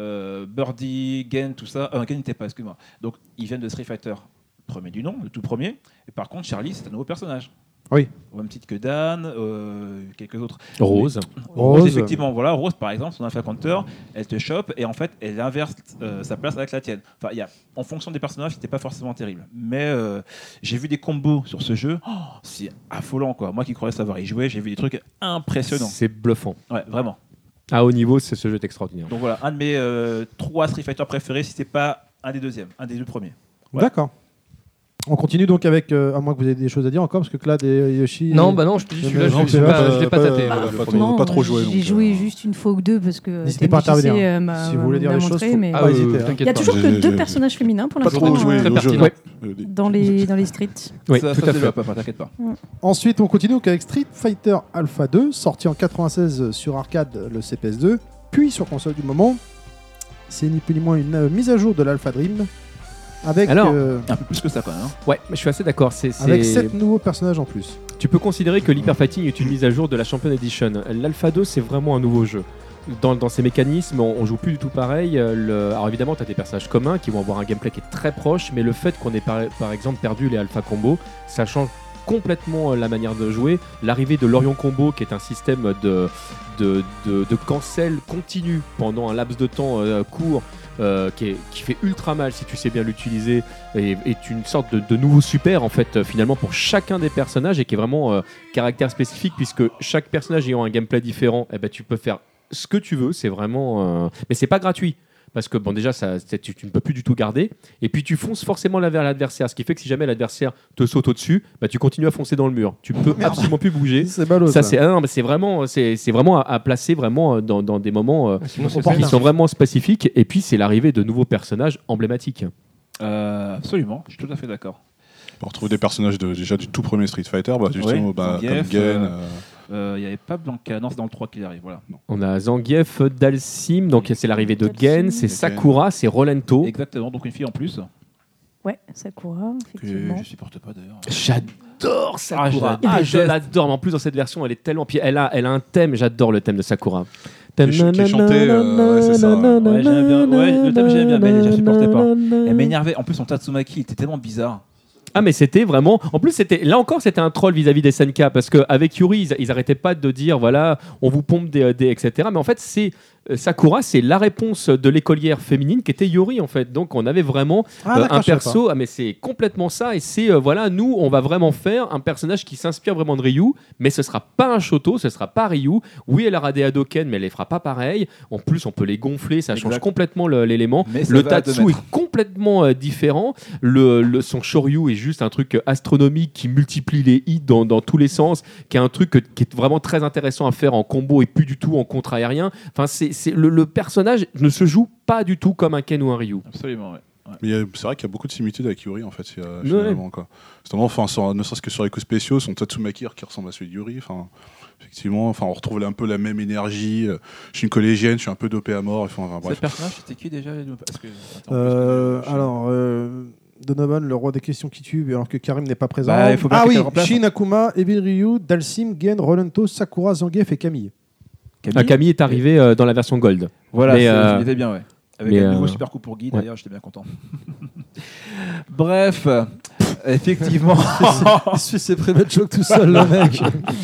Birdie, Gen, tout ça. Gen n'était pas, excuse-moi. Donc, ils viennent de Street Fighter, premier du nom, le tout premier. Et par contre, Charlie, c'est un nouveau personnage. Oui. Au même titre que Dan, quelques autres. Rose. Rose, effectivement, voilà, Rose par exemple, son Alpha Counter, elle te chope et en fait elle inverse sa place avec la tienne. Enfin, en fonction des personnages, c'était pas forcément terrible. Mais j'ai vu des combos sur ce jeu, c'est affolant quoi. Moi qui croyais savoir y jouer, j'ai vu des trucs impressionnants. C'est bluffant. Ouais, vraiment. À haut niveau, ce jeu est extraordinaire. Donc voilà, un de mes 3 Street Fighter préférés, si c'est pas un des deuxièmes, un des deux premiers. Ouais. D'accord. On continue donc avec, à moins que vous ayez des choses à dire encore, parce que Claude et Yoshi. Non, bah non, je te dis, celui-là, Non, je c'est l'ai vrai, pas, je l'ai pas tâté. Non, pas trop joué. J'ai donc, joué juste une fois ou deux parce que N'hésitez pas à TMDJC, intervenir. m'a- Si vous voulez dire m'a des choses, montré, faut mais pas hésiter. hein. il t'inquiète y a pas. toujours que J'ai- 2 personnages féminins pour Pas trop l'instant joué très au jeu. pertinent. dans les streets. Oui, ça, tout ça à se fait. développe, pas, t'inquiète pas. Ensuite, on continue donc avec Street Fighter Alpha 2, sorti en 96 sur arcade, le CPS2, puis sur console du moment. C'est ni plus ni moins une mise à jour de l'Alpha Dream, avec, Alors, Un peu plus que ça quand même. Hein. Ouais, mais je suis assez d'accord. avec 7 nouveaux personnages en plus. Tu peux considérer que l'Hyper Fighting est une mise à jour de la Champion Edition. L'Alpha 2, c'est vraiment un nouveau jeu. Dans ses mécanismes, on joue plus du tout pareil. Alors évidemment, tu as des personnages communs qui vont avoir un gameplay qui est très proche, mais le fait qu'on ait par exemple perdu les Alpha Combo, ça change complètement la manière de jouer. L'arrivée de l'Orion Combo, qui est un système de cancel continu pendant un laps de temps court, qui fait ultra mal si tu sais bien l'utiliser, et est une sorte de nouveau super en fait finalement pour chacun des personnages, et qui est vraiment caractère spécifique, puisque chaque personnage ayant un gameplay différent, eh ben, tu peux faire ce que tu veux. C'est vraiment mais c'est pas gratuit, parce que bon, déjà tu ne peux plus du tout garder, et puis tu fonces forcément vers l'adversaire, ce qui fait que si jamais l'adversaire te saute au-dessus, bah, tu continues à foncer dans le mur, tu peux absolument plus bouger. C'est ballot. Ça, mais c'est vraiment à placer vraiment dans des moments qui sont vraiment spécifiques. Et puis c'est l'arrivée de nouveaux personnages emblématiques. Absolument, je suis tout à fait d'accord. On retrouve des personnages déjà du tout premier Street Fighter, justement, Ouais, comme Zangief, Gen. Il n'y avait pas Blanca, non, c'est dans le 3 qu'il arrive. Voilà. On a Zangief, Dalsim, donc c'est l'arrivée de Dalsim. Gen, c'est Sakura, c'est Rolento. Exactement, donc une fille en plus. Ouais, Sakura, Que effectivement. je supporte pas d'ailleurs. J'adore Sakura. Ah, Je l'adore, mais en plus dans cette version, elle est tellement. Puis elle a un thème, j'adore le thème de Sakura. Qui est chanté, ouais, c'est ça. Ouais, j'aime bien. Ouais, le thème j'aime bien, mais je supportais pas. Elle m'énervait. En plus, son Tatsumaki était tellement bizarre. Ah, mais c'était vraiment. En plus, là encore, c'était un troll vis-à-vis des SNK, parce qu'avec Yuri, ils arrêtaient pas de dire voilà, on vous pompe des etc. Mais en fait, c'est Sakura, c'est la réponse de l'écolière féminine qui était Yori en fait. Donc on avait vraiment d'accord, un je savais perso, mais c'est complètement ça. Et c'est voilà, nous on va vraiment faire un personnage qui s'inspire vraiment de Ryu, mais ce sera pas un Shoto, ce sera pas Ryu. Oui, elle aura des Hadoken, mais elle les fera pas pareil. En plus, on peut les gonfler, ça change complètement l'élément. Mais ça Le va à 2 Tatsu mètres. est complètement différent. Son Shoryu est juste un truc astronomique qui multiplie les hits dans tous les sens, qui est un truc qui est vraiment très intéressant à faire en combo et plus du tout en contre aérien. Enfin, le personnage ne se joue pas du tout comme un Ken ou un Ryu. Absolument, ouais. Mais c'est vrai qu'il y a beaucoup de similitudes avec Yuri en fait, finalement. Quoi. Notamment, ne serait-ce que sur les coups spéciaux, son Tatsumaki qui ressemble à celui de Yuri. Effectivement, on retrouve un peu la même énergie. Je suis une collégienne, je suis un peu dopé à mort. Bref. Ce personnage, c'était qui déjà Parce que, Donovan, le roi des questions qui tue, alors que Karim n'est pas présent. Bah, il faut bien oui, quelqu'un le remplace. Shin, Akuma, Evil Ryu, Dalsim, Gen, Rolento, Sakura, Zangief et Camille. Camille est arrivé dans la version Gold. Voilà, Mais, il était bien, ouais. Avec mais, un nouveau super coup pour Guy, ouais. d'ailleurs, j'étais bien content. Bref, effectivement. Il suit ses private jokes tout seul, le mec.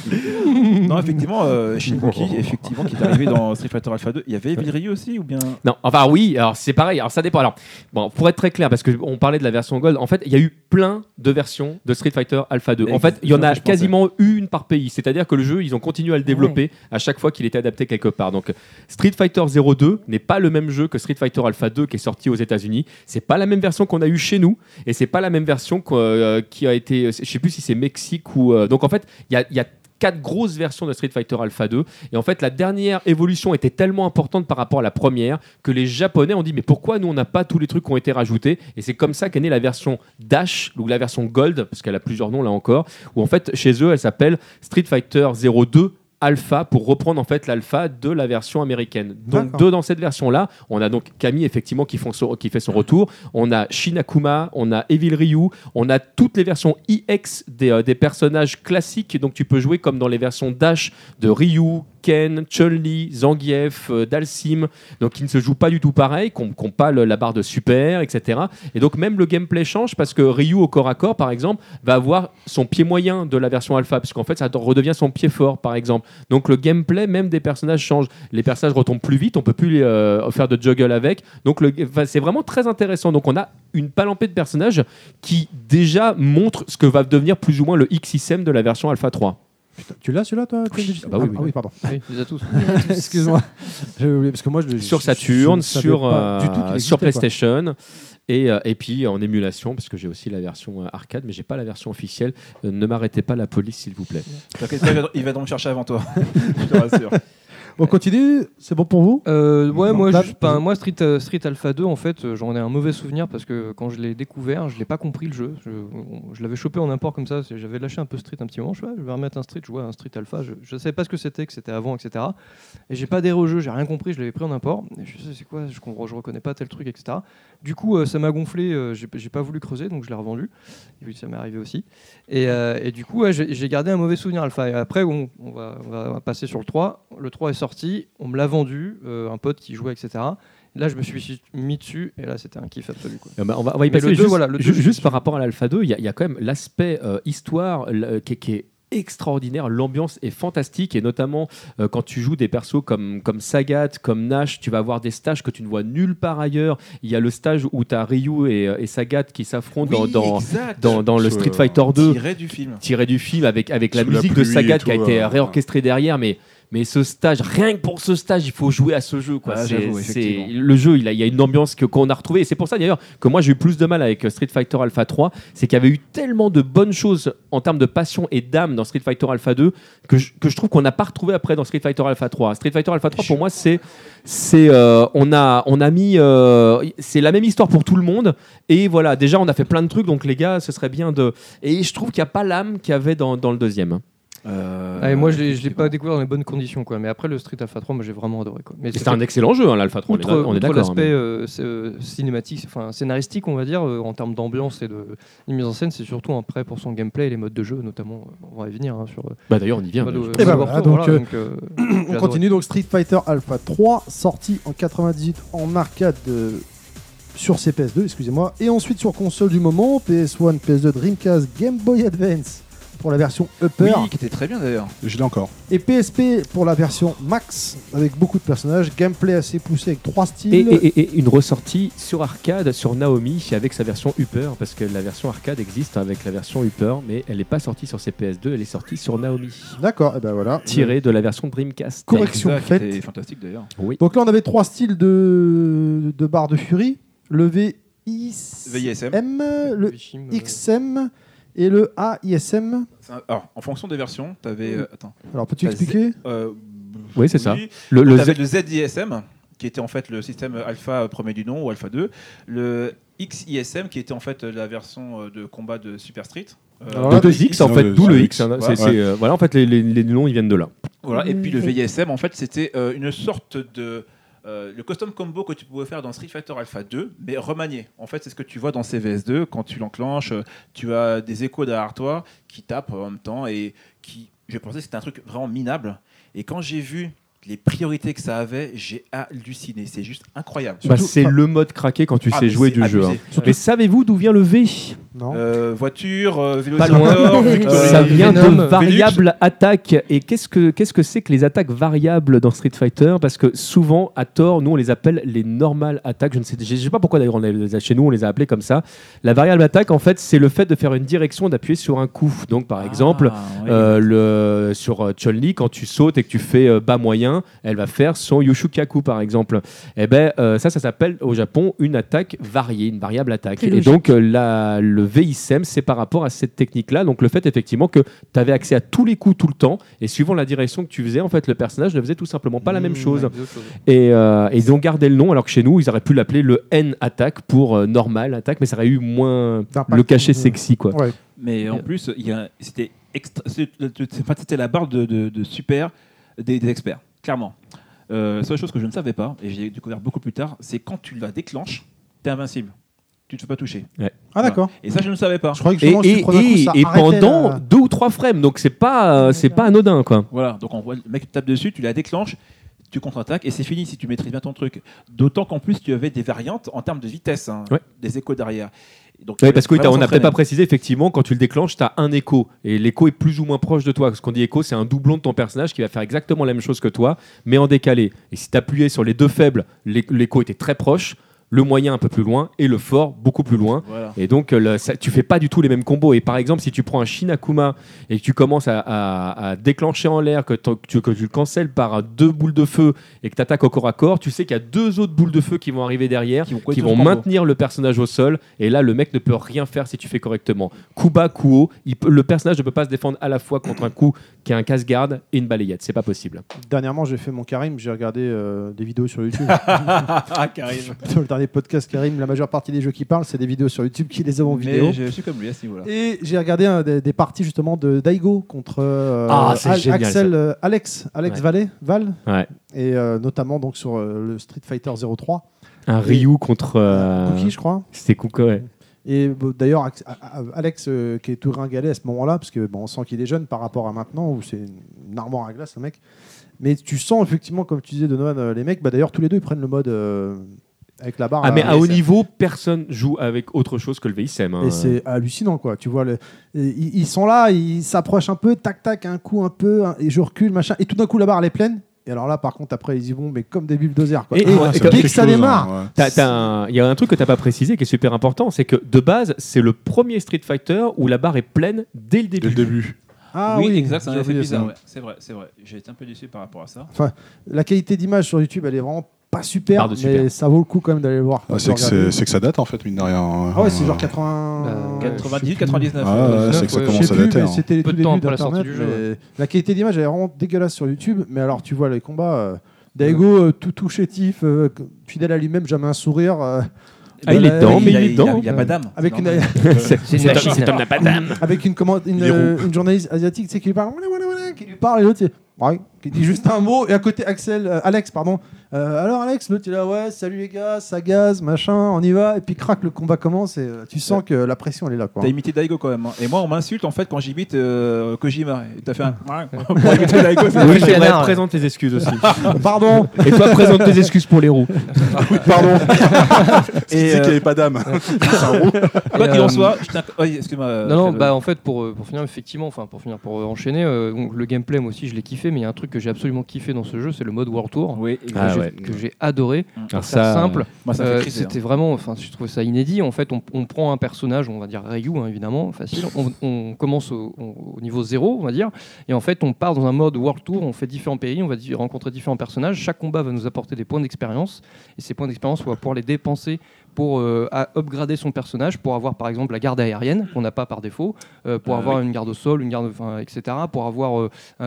Non, effectivement, Shinbuki, effectivement, qui est arrivé dans Street Fighter Alpha 2. Il y avait Evil Ryu aussi ou bien Non, enfin oui, alors c'est pareil, alors ça dépend. Alors, bon, pour être très clair, parce qu'on parlait de la version Gold, en fait, il y a eu plein de versions de Street Fighter Alpha 2. En fait, il y en a quasiment une par pays, c'est-à-dire que le jeu, ils ont continué à le développer à chaque fois qu'il était adapté quelque part. Donc, Street Fighter 02 n'est pas le même jeu que Street Fighter Alpha 2 qui est sorti aux États-Unis. C'est pas la même version qu'on a eu chez nous, et c'est pas la même version qui a été, je sais plus si c'est Mexique ou. Donc en fait, il y a 4 grosses versions de Street Fighter Alpha 2 et en fait la dernière évolution était tellement importante par rapport à la première que les Japonais ont dit mais pourquoi nous on n'a pas tous les trucs qui ont été rajoutés, et c'est comme ça qu'est née la version Dash ou la version Gold, parce qu'elle a plusieurs noms là encore, où en fait chez eux elle s'appelle Street Fighter 02 Alpha, pour reprendre en fait l'alpha de la version américaine. Donc dans cette version-là, on a donc Camille effectivement qui fait son retour, on a Shin Akuma, on a Evil Ryu, on a toutes les versions EX des personnages classiques, donc tu peux jouer comme dans les versions Dash de Ryu, Ken, Chun-Li, Zangief, Dalsim, donc qui ne se jouent pas du tout pareil, qui n'ont pas la barre de super, etc. Et donc même le gameplay change parce que Ryu au corps à corps, par exemple, va avoir son pied moyen de la version alpha, parce qu'en fait ça redevient son pied fort, par exemple. Donc le gameplay même des personnages change. Les personnages retombent plus vite, on peut plus faire de juggle avec. Donc c'est vraiment très intéressant. Donc on a une palempée de personnages qui déjà montrent ce que va devenir plus ou moins le XSM de la version Alpha 3. Putain, tu l'as celui-là toi bah oui, oui. Ah oui, pardon. Oui, ils les a tous. Excuse-moi. J'avais oublié parce que moi sur Saturn, sur PlayStation. PlayStation. Et puis en émulation, parce que j'ai aussi la version arcade, mais j'ai pas la version officielle. Ne m'arrêtez pas la police, s'il vous plaît. Il va donc chercher avant toi. Je te rassure. On continue, c'est bon pour vous? Ouais, Non, moi Street Alpha 2, en fait, j'en ai un mauvais souvenir parce que quand je l'ai découvert, je l'ai pas compris le jeu. Je l'avais chopé en import comme ça. J'avais lâché un peu Street un petit moment. Je vais remettre un Street, je vois un Street Alpha. Je savais pas ce que c'était avant, etc. Et j'ai pas adhéré au jeu, j'ai rien compris. Je l'avais pris en import. Et je sais c'est quoi, je reconnais pas tel truc, etc. Du coup, ça m'a gonflé. J'ai pas voulu creuser, donc je l'ai revendu. Et puis ça m'est arrivé aussi. Et du coup, j'ai gardé un mauvais souvenir Alpha. Et après, on va passer sur le 3. Le 3 est sorti, on me l'a vendu, un pote qui jouait, etc. Là, je me suis mis dessus, et là, c'était un kiff absolu. Quoi. On va y passer. Juste par rapport à l'Alpha 2, il y a quand même l'aspect histoire qui est extraordinaire, l'ambiance est fantastique, et notamment quand tu joues des persos comme Sagat, comme Nash, tu vas avoir des stages que tu ne vois nulle part ailleurs. Il y a le stage où tu as Ryu et Sagat qui s'affrontent dans le Street Fighter 2 tiré du film avec la musique de Sagat qui a été réorchestrée derrière, mais ce stage, rien que pour ce stage, il faut jouer à ce jeu. Quoi. Le jeu, il y a une ambiance qu'on a retrouvée. Et c'est pour ça d'ailleurs que moi j'ai eu plus de mal avec Street Fighter Alpha 3. C'est qu'il y avait eu tellement de bonnes choses en termes de passion et d'âme dans Street Fighter Alpha 2 que je trouve qu'on n'a pas retrouvé après dans Street Fighter Alpha 3. Street Fighter Alpha 3 pour moi on a mis c'est la même histoire pour tout le monde. Et voilà, déjà on a fait plein de trucs, donc les gars, ce serait bien de. Et je trouve qu'il n'y a pas l'âme qu'il y avait dans le deuxième. Moi, je l'ai pas découvert dans les bonnes conditions, quoi. Mais après, le Street Alpha 3, moi, j'ai vraiment adoré, quoi. Mais c'est un excellent jeu, hein, l'Alpha 3. On est d'accord. L'aspect cinématique, enfin scénaristique, on va dire, en termes d'ambiance et de mise en scène, c'est surtout un prêt pour son gameplay et les modes de jeu, notamment. On va y venir sur. D'ailleurs, on y vient. On continue donc Street Fighter Alpha 3, sorti en 98 en arcade sur CPS2, excusez-moi, et ensuite sur console du moment, PS1, PS2, Dreamcast, Game Boy Advance. pour la version Upper. Oui, qui était très bien d'ailleurs. Je l'ai encore. Et PSP pour la version Max, avec beaucoup de personnages, gameplay assez poussé avec 3 styles. Et une ressortie sur arcade sur Naomi avec sa version Upper, parce que la version arcade existe avec la version Upper, mais elle n'est pas sortie sur CPS2, elle est sortie sur Naomi. D'accord, et ben voilà. Tirée de la version Dreamcast. Correction Exact, faite. c'était fantastique d'ailleurs. Oui. Donc là, on avait 3 styles de barres de Fury. Le VISM, le XM et le AISM. Alors, en fonction des versions, tu avais. Attends. Alors, peux-tu T'as expliquer Oui, c'est ça. Le Le ZISM, qui était en fait le système alpha premier du nom ou alpha 2. Le XISM, qui était en fait la version de combat de Super Street. Alors là, 2X en non, fait, le d'où le X. X. hein. Ouais. Voilà, en fait, les noms ils viennent de là. Voilà. Et puis le VISM, en fait, c'était une sorte de. Le custom combo que tu pouvais faire dans Street Fighter Alpha 2, mais remanié. En fait, c'est ce que tu vois dans CVS2. Quand tu l'enclenches, tu as des échos derrière toi qui tapent en même temps et qui, je pensais que c'était un truc vraiment minable. Et quand j'ai vu les priorités que ça avait, j'ai halluciné. C'est juste incroyable. Bah, Surtout- c'est le mode craqué quand tu sais mais jouer c'est du jeu. abusé. hein. Mais savez-vous d'où vient le V? Non. Voiture, vélo Pas loin. Ça vient Venom, de variable attaque. Et qu'est-ce que c'est que les attaques variables dans Street Fighter? Parce que souvent, à tort, nous on les appelle les normales attaques. Je ne sais pas pourquoi d'ailleurs chez nous on les a appelées comme ça. La variable attaque, en fait, c'est le fait de faire une direction, d'appuyer sur un coup. Donc par exemple, sur Chun-Li, quand tu sautes et que tu fais bas moyen, elle va faire son Yoshukaku par exemple. Et ben ça s'appelle au Japon une attaque variée, une variable attaque. C'est Et logique. donc le VISM, c'est par rapport à cette technique-là. Donc le fait effectivement que tu avais accès à tous les coups tout le temps, et suivant la direction que tu faisais, en fait, le personnage ne faisait tout simplement pas la même chose. Et ils ont gardé le nom, alors que chez nous, ils auraient pu l'appeler le N attaque pour normal attaque, mais ça aurait eu moins D'impact. le cachet sexy, quoi. Ouais. Mais en plus, c'était c'était la barre de super des experts, clairement. La seule chose que je ne savais pas, et j'ai découvert beaucoup plus tard, c'est quand tu la déclenches, t'es invincible. Tu ne te fais pas toucher. Ah, d'accord. Et ça, je ne savais pas. Je croyais que Et, justement, si tu prenais un coup, ça et arrêtait pendant la- 2 ou 3 frames, donc c'est pas anodin, quoi. Voilà, donc on voit le mec tape dessus, tu la déclenches, tu contre-attaques et c'est fini si tu maîtrises bien ton truc. D'autant qu'en plus, tu avais des variantes en termes de vitesse, hein, Ouais. des échos derrière. Donc, Oui, parce qu'on vraiment n'a peut-être s'entraîner. pas précisé, effectivement, quand tu le déclenches, tu as un écho. Et l'écho est plus ou moins proche de toi. Ce qu'on dit écho, c'est un doublon de ton personnage qui va faire exactement la même chose que toi, mais en décalé. Et si tu appuyais sur les deux faibles, l'écho était très proche, le moyen un peu plus loin et le fort beaucoup plus loin. Voilà. Et donc, tu fais pas du tout les mêmes combos. Et par exemple, si tu prends un Shin Akuma et que tu commences à déclencher en l'air, que tu le cancelles par 2 boules de feu et que tu attaques au corps à corps, tu sais qu'il y a 2 autres boules de feu qui vont arriver derrière, Qui vont qui tout vont le combo. maintenir le personnage au sol. Et là, le mec ne peut rien faire si tu fais correctement. Coup bas, coup haut, le personnage ne peut pas se défendre à la fois contre un coup qui a un casse-garde et une balayette. C'est pas possible. Dernièrement, j'ai fait mon Karim, j'ai regardé des vidéos sur YouTube. Ah, Karim. Sur le dernier podcast Karim, la majeure partie des jeux qui parlent, c'est des vidéos sur YouTube qui les ont en vidéo. Mais je suis comme lui à ce niveau-là. Et j'ai regardé des parties justement de Daigo contre c'est génial, Axel, Alex Ouais. Val, Ouais. et notamment donc sur le Street Fighter 03, Un Ryu contre. Cookie, je crois. C'était Cookie, ouais. Et d'ailleurs, Alex, qui est tout ringalé à ce moment-là, parce que on sent qu'il est jeune par rapport à maintenant, où c'est une armoire à glace, le mec. Mais tu sens effectivement, comme tu disais, Donovan, les mecs, d'ailleurs, tous les deux, ils prennent le mode avec la barre. Ah, mais à haut VSM. niveau, personne joue avec autre chose que le VISM. hein. Et c'est hallucinant, quoi. Tu vois, ils sont là, ils s'approchent un peu, tac, tac, un coup, un peu, et je recule, machin. Et tout d'un coup, la barre, elle est pleine. Et alors là, par contre, après, ils y vont, mais comme des bulldozers, quoi. Et- Dès que ça démarre, Il y a un truc que tu n'as pas précisé qui est super important, c'est que de base, c'est le premier Street Fighter où la barre est pleine dès le début. Dès le début. ah oui, exact, c'est un j'ai effet oublié bizarre. ça. Ouais. C'est vrai. J'ai été un peu déçu par rapport à ça. La qualité d'image sur YouTube, elle est vraiment pas super, Barre de mais super. ça vaut le coup quand même d'aller le voir. Ah, c'est que ça date en fait, mine de rien. Ah ouais, c'est genre 80... 98, 99. Ah ouais, c'est que ça ouais, Je commence sais à plus, dater. mais hein. c'était les Peu tout de temps débuts après la sortie d'Internet. du jeu, mais La qualité d'image, elle est vraiment dégueulasse sur YouTube. Mais alors, tu vois les combats, Daigo, tout chétif, fidèle à lui-même, jamais un sourire. Ah, il est dedans, mais il est dedans. Il n'y a pas d'âme. Avec une, C'est une machine. Cet homme n'a pas d'âme. avec une journaliste asiatique, tu sais, qui lui parle, qui lui parle, et l'autre, c'est... Ouais, qui dit juste un mot, et à côté Alex, pardon. Alors Alex, l'autre il est là, ouais, salut les gars, ça gaz, machin, on y va, et puis crac, le combat commence, et tu sens que la pression elle est là, quoi. T'as imité Daigo quand même. Hein. Et moi, on m'insulte en fait quand j'imite Kojima. Et t'as fait un. Pour imiter Daigo, c'est Oui, c'est c'est vrai, canard. présente tes excuses aussi. Pardon. Et toi, présente tes excuses pour les roues. Pardon. Et il disait qu'il n'y avait pas d'âme. Quoi Et, qu'il en soit, je tiens. Oui, excuse-moi. Non, Fred. bah en fait pour finir effectivement, enfin pour enchaîner, donc, le gameplay moi aussi je l'ai kiffé, mais il y a un truc que j'ai absolument kiffé dans ce jeu, c'est le mode World Tour. Oui, que exactement. Ah j'ai- ouais. que j'ai adoré. Alors Pour ça, faire simple, Moi, ça me fait criser, c'était vraiment, enfin, je trouvais ça inédit. En fait, on prend un personnage, on va dire Ryu, hein, évidemment, facile. On commence au niveau 0, on va dire, et en fait, on part dans un mode World Tour. On fait différents pays, on va rencontrer différents personnages. Chaque combat va nous apporter des points d'expérience, et ces points d'expérience, on va pouvoir les dépenser pour upgrader son personnage, pour avoir par exemple la garde aérienne qu'on n'a pas par défaut, pour avoir une garde au sol, une garde, etc. Pour avoir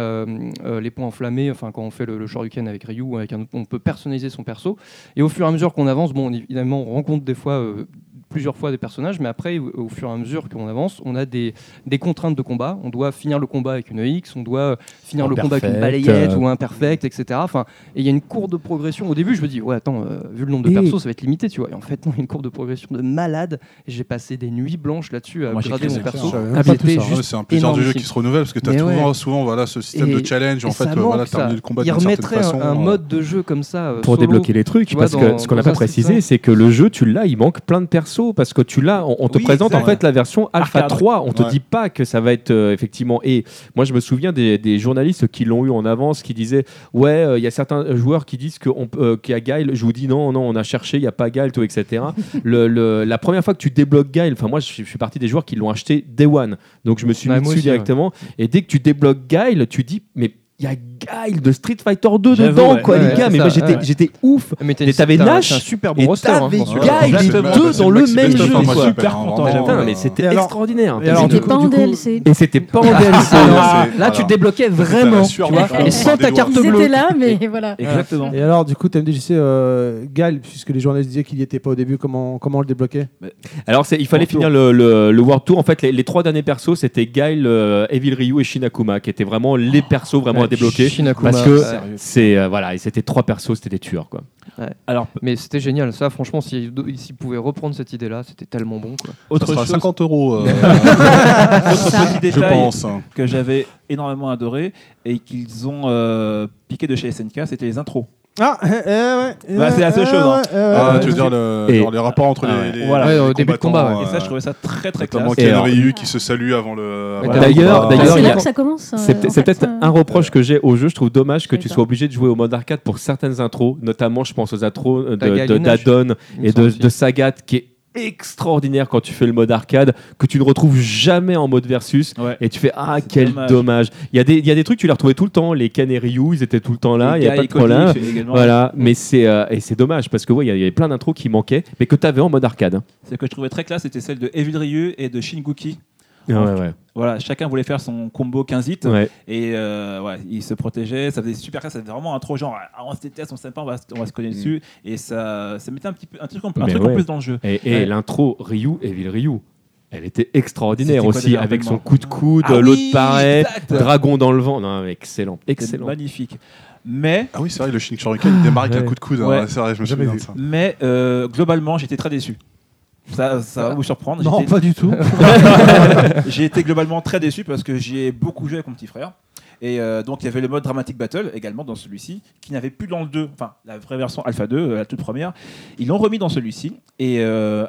les points enflammés, enfin quand on fait le Shoryuken avec Ryu, on peut personnaliser son perso. Et au fur et à mesure qu'on avance, bon, évidemment, on rencontre des fois plusieurs fois des personnages, mais après, au fur et à mesure qu'on avance, on a des contraintes de combat. On doit finir le combat avec une X, on doit finir le combat avec une balayette ou un perfect, etc. Enfin, et il y a une courbe de progression. Au début, je me dis, ouais, attends, vu le nombre de persos, ça va être limité, tu vois. Et en fait, non, il y a une courbe de progression de malade. Et j'ai passé des nuits blanches là-dessus à Moi, j'ai upgrader cru, mon c'est perso. clair. Ah, c'était tout ça. juste Ouais, c'est un plaisir de jeu énormissime. qui se renouvelle parce que tu Mais as souvent voilà, ce système Et- de challenge. En Et fait, ça voilà, manque, ça. terminer le combat Il d'une certaine remettrait façon. un mode de jeu comme ça. pour solo, débloquer les trucs, tu vois, parce que ce qu'on n'a dans pas un précisé, Street c'est que le jeu, tu l'as, il manque plein de persos, parce que tu l'as, on te Oui, présente c'est en vrai. fait la version Alpha Arcade. 3, on te Ouais. dit pas que ça va être effectivement. Et moi, je me souviens des journalistes qui l'ont eu en avance, qui disaient ouais, il y a certains joueurs qui disent qu'il y a Guile. Je vous dis non, on a cherché, il n'y a pas Guile, tout, etc. La première fois que tu débloques Guile, enfin moi, je suis partie des joueurs qui l'ont acheté Day One, donc je me suis Ouais, mis moi dessus aussi, ouais. directement. Et dès que tu débloques Guile, tu dis mais il y a Guile de Street Fighter 2 J'avoue, dedans, ouais. quoi, Ouais, les gars. c'est Mais ça, moi, j'étais ouais. j'étais ouf. Mais Mais t'avais Nash, c'est un super et bon roster. hein, t'avais franchement. Guile, les Exactement. deux dans le Maxi même Best of, jeu. hein, moi, quoi. super vraiment. content, j'avoue. Putain, mais c'était Et alors- extraordinaire. et alors, C'était du pas coup- en DLC. Et c'était pas en DLC. Là, Voilà. tu débloquais C'était vraiment, la tu sueur vois, du front, et sans des ta doigts. carte Ils bleue. étaient là, mais voilà. Exactement. Et alors, du coup, TMDJC, Gal, puisque les journalistes disaient qu'il n'y était pas au début, comment on le débloquait? Alors, il fallait finir le World Tour. En fait, les trois derniers persos, c'était Guile, Evil Ryu et Shinakuma, qui étaient vraiment les persos vraiment à débloquer. Shinakuma, Parce que ouais. c'est voilà, et c'était trois persos, c'était des tueurs, quoi. Alors, Mais c'était génial, ça franchement, s'ils pouvaient reprendre cette idée-là, c'était tellement bon, quoi. Ça autre sera chose, 50 euros, autre petit je détail pense. que j'avais énormément adoré et qu'ils ont piqué de chez SNK, c'était les intros. Ah, ouais. Bah, c'est la seule chose, hein. Ah, tu veux dire Et- genre les rapports entre Ah ouais. les Voilà. Ouais, au les début de combattants, combat, ouais. Et ça, je trouvais ça très très notamment classe. Et Ken alors- Ryu qui se salue avant le. Ouais, avant le d'ailleurs- combat. d'ailleurs, C'est il y là a- que ça commence. C'est peut-être un reproche que j'ai au jeu. Je trouve dommage que tu D'accord. sois obligé de jouer au mode arcade pour certaines intros, notamment je pense aux intros Guile Nash, d'Adon il me et semble aussi. de Sagat, qui est extraordinaire quand tu fais le mode arcade, que tu ne retrouves jamais en mode versus. Ouais. Et tu fais ah quel dommage. dommage. Il y a des trucs tu les retrouvais tout le temps. Les Ken et Ryu, ils étaient tout le temps là. Il y a Guy pas de et Cody, problème. c'est également- Voilà, mais c'est dommage parce que ouais, il y avait plein d'intros qui manquaient, mais que tu avais en mode arcade. Ce que je trouvais très classe, c'était celle de Evil Ryu et de Shinguki. Ouais. Voilà, chacun voulait faire son combo 15 hits Ouais. et ouais, ils se protégeaient. Ça faisait super classe, ça faisait vraiment un trop genre ah, on se déteste, on s'aime pas, on va se coller dessus. Et ça mettait un truc en Mais en ouais. plus dans le jeu. Et Ouais. l'intro Ryu, Evil Ryu, elle était extraordinaire C'était quoi aussi, déjà, avec son vraiment coup de coude, Ah l'autre oui, pareil, exact. dragon dans le vent. Non, mais excellent, C'est excellent. magnifique. Mais Ah oui, c'est vrai, le Shin Shuriken il démarre avec un ouais. coup de coude. hein. Ouais. Ouais, c'est vrai, je me Jamais souviens vu. de ça. Mais globalement, j'étais très déçu. Ça va vous surprendre. Non, J'étais- pas du tout. J'ai été globalement très déçu parce que j'y ai beaucoup joué avec mon petit frère. Et donc il y avait le mode Dramatic Battle également dans celui-ci, qui n'avait plus dans le 2, enfin la vraie version Alpha 2, la toute première. Ils l'ont remis dans celui-ci. Et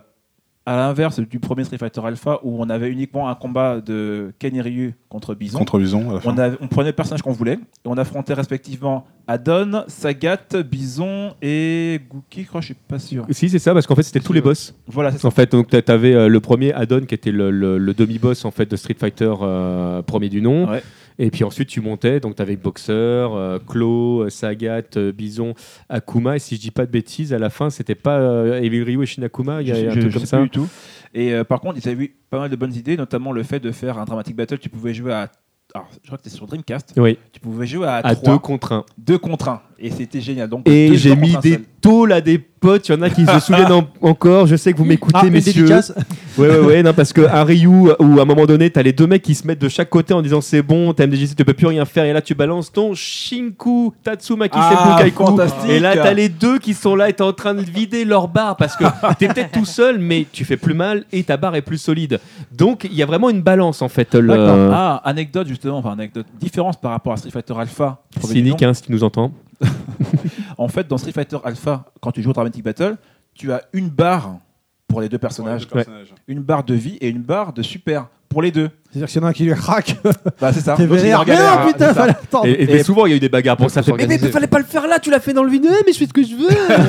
à l'inverse du premier Street Fighter Alpha, où on avait uniquement un combat de Ken et Ryu contre Bison, Contre Bison, à la fin. on prenait le personnage qu'on voulait et on affrontait respectivement Adon, Sagat, Bison et Gookie, je crois, je suis pas sûr. Si, c'est ça, parce qu'en fait, c'était tous les boss. Voilà, c'est ça. En fait, donc tu avais le premier Adon qui était le demi-boss en fait de Street Fighter premier du nom. Ouais. Et puis ensuite tu montais, donc tu avais Boxer, Claw, Sagat, Bison, Akuma. Et si je dis pas de bêtises, à la fin c'était pas Evil Ryu et Shinakuma, il y a un truc je comme sais ça. plus du tout. Et par contre, ils avaient eu pas mal de bonnes idées, notamment le fait de faire un Dramatic Battle. Tu pouvais jouer à. Alors, je crois que c'était sur Dreamcast. Oui, Tu pouvais jouer à à 3, 2 contre 1. 2 contre 1. Et c'était génial. Donc, Et 2 j'ai heures mis contre un des seul. tôles à des potes. Il y en a qui se souviennent encore. Je sais que vous m'écoutez, une messieurs. dédicace. Ouais, non, parce qu'un Ryu, où à un moment donné, t'as les deux mecs qui se mettent de chaque côté en disant c'est bon, t'as MDJC, tu peux plus rien faire. Et là, tu balances ton Shinku Tatsumaki Seppu Kaiku. fantastique. Et là, t'as les deux qui sont là et t'es en train de vider leur barre parce que t'es peut-être tout seul, mais tu fais plus mal et ta barre est plus solide. Donc, il y a vraiment une balance en fait. D'accord. Ah, anecdote justement, différence par rapport à Street Fighter Alpha. premier Cynique, nom. hein, si tu nous entends. En fait, dans Street Fighter Alpha, quand tu joues au Dramatic Battle, tu as une barre pour les deux personnages. Une barre de vie et une barre de super pour les deux. C'est-à-dire qu'il y en a un qui lui craque. Bah, c'est ça. T'es L'autre, il est vénère. en Mais galère, non, hein, putain, c'est ça. fallait attendre. Et souvent, il y a eu des bagarres pour ça. Faut s'organiser. Fallait pas le faire là, tu l'as fait dans le vidéo, mais je fais ce que je veux.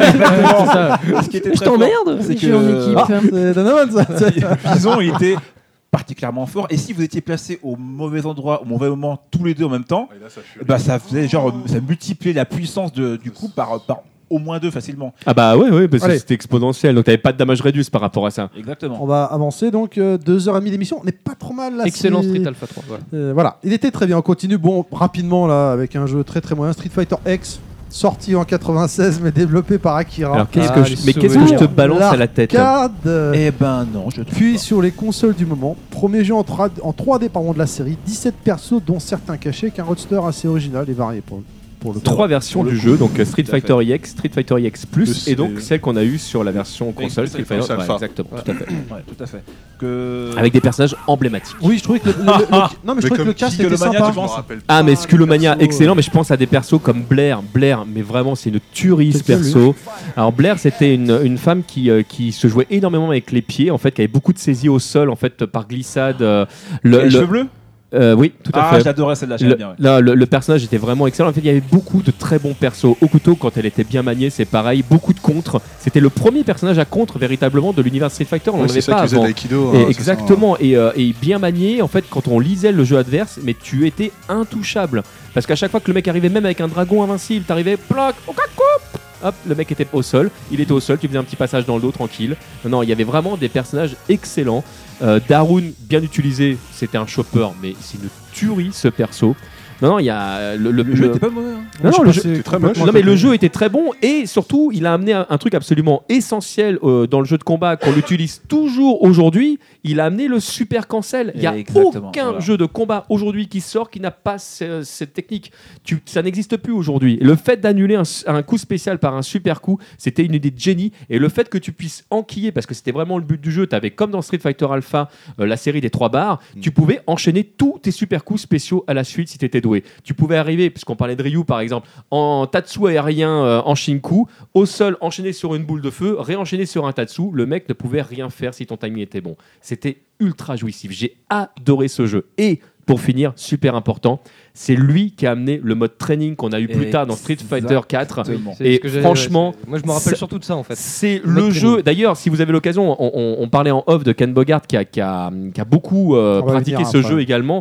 Ce qui était Je très fort, t'emmerde, c'est je suis en que équipe. Ah, c'est Donovan, ça. Bison, il était particulièrement fort. Et si vous étiez placés au mauvais endroit, au mauvais moment, tous les deux en même temps, bah, ça faisait ça multipliait la puissance du coup par au moins 2 facilement. Ah bah ouais, parce que Allez. c'était exponentiel, donc t'avais pas de damage réduit par rapport à ça. Exactement. On va avancer donc 2h30 d'émission. On n'est pas trop mal là. Excellent c'est- Street Alpha 3. Voilà. Voilà, il était très bien. On continue rapidement là avec un jeu très très moyen, Street Fighter X, sorti en 96 mais développé par Akira. Alors qu'est-ce Ah, que les qu'est-ce que je te souvenirs. balance à la tête? L'arcade. Eh ben non, je trouve Puis pas. sur les consoles du moment, premier jeu en 3D de la série, 17 persos dont certains cachés, qu'un roadster assez original et varié pour le 3 versions Pour le du coup. jeu, donc Street Tout à Fighter EX, Street Fighter EX Plus, et donc et- celle qu'on a eue sur la version console Street Fighter. Alpha. Exactement, tout à fait. Ouais, tout à fait. Que... Avec des personnages emblématiques. Oui, je trouvais que non mais je trouvais que le cast était Skullomania, sympa. tu penses Ah mais Skullomania, perso, excellent, mais je pense à des persos comme Blair, mais vraiment c'est une tuerie ce C'est quel, lui perso. Alors Blair c'était une femme qui se jouait énormément avec les pieds, en fait, qui avait beaucoup de saisie au sol, en fait, par glissade. Les cheveux bleus Oui, tout à Ah, fait. j'adorais celle-là, j'aimais bien. Ouais. Là, le personnage était vraiment excellent. En fait, il y avait beaucoup de très bons persos. Okuto, quand elle était bien maniée, c'est pareil. Beaucoup de contres. C'était le premier personnage à contre véritablement de l'univers Street Fighter. On n'en Ouais, avait c'est pas ça qui faisait avant. de l'aïkido. Et hein, c'est exactement, et bien manié, en fait, quand on lisait le jeu adverse, mais tu étais intouchable. Parce qu'à chaque fois que le mec arrivait, même avec un dragon invincible, t'arrivais, ploc, hop, le mec était au sol, il était au sol, tu faisais un petit passage dans le dos tranquille. Non, il y avait vraiment des personnages excellents. Darun, bien utilisé, c'était un chopper, mais c'est une tuerie ce perso. Non, il y a Le jeu était pas mauvais. Hein. non, Je non, le sais jeu, pas, c'est très moche. non, mais le jeu était très bon et surtout il a amené un truc absolument essentiel dans le jeu de combat qu'on utilise toujours aujourd'hui. Il a amené le super cancel. Il n'y a Exactement, aucun voilà. jeu de combat aujourd'hui qui sort qui n'a pas cette technique. Ça n'existe plus aujourd'hui. Le fait d'annuler un coup spécial par un super coup, c'était une idée de génie. Et le fait que tu puisses enquiller, parce que c'était vraiment le but du jeu, tu avais comme dans Street Fighter Alpha la série des 3 barres, tu pouvais enchaîner tous tes super coups spéciaux à la suite si tu étais doué. Tu pouvais arriver, puisqu'on parlait de Ryu par exemple, en tatsu aérien en Shinku, au sol enchaîner sur une boule de feu, réenchaîner sur un tatsu, le mec ne pouvait rien faire si ton timing était bon. C'était ultra jouissif. J'ai adoré ce jeu. Et pour finir, super important, c'est lui qui a amené le mode training qu'on a eu plus tard dans Street Fighter 4. Exactement. C'est Et ce que j'ai- franchement, moi je me rappelle ça- surtout de ça en fait. c'est Le mode le training. jeu. D'ailleurs, si vous avez l'occasion, on parlait en off de Ken Bogart qui a beaucoup va pratiqué venir ce après. jeu également,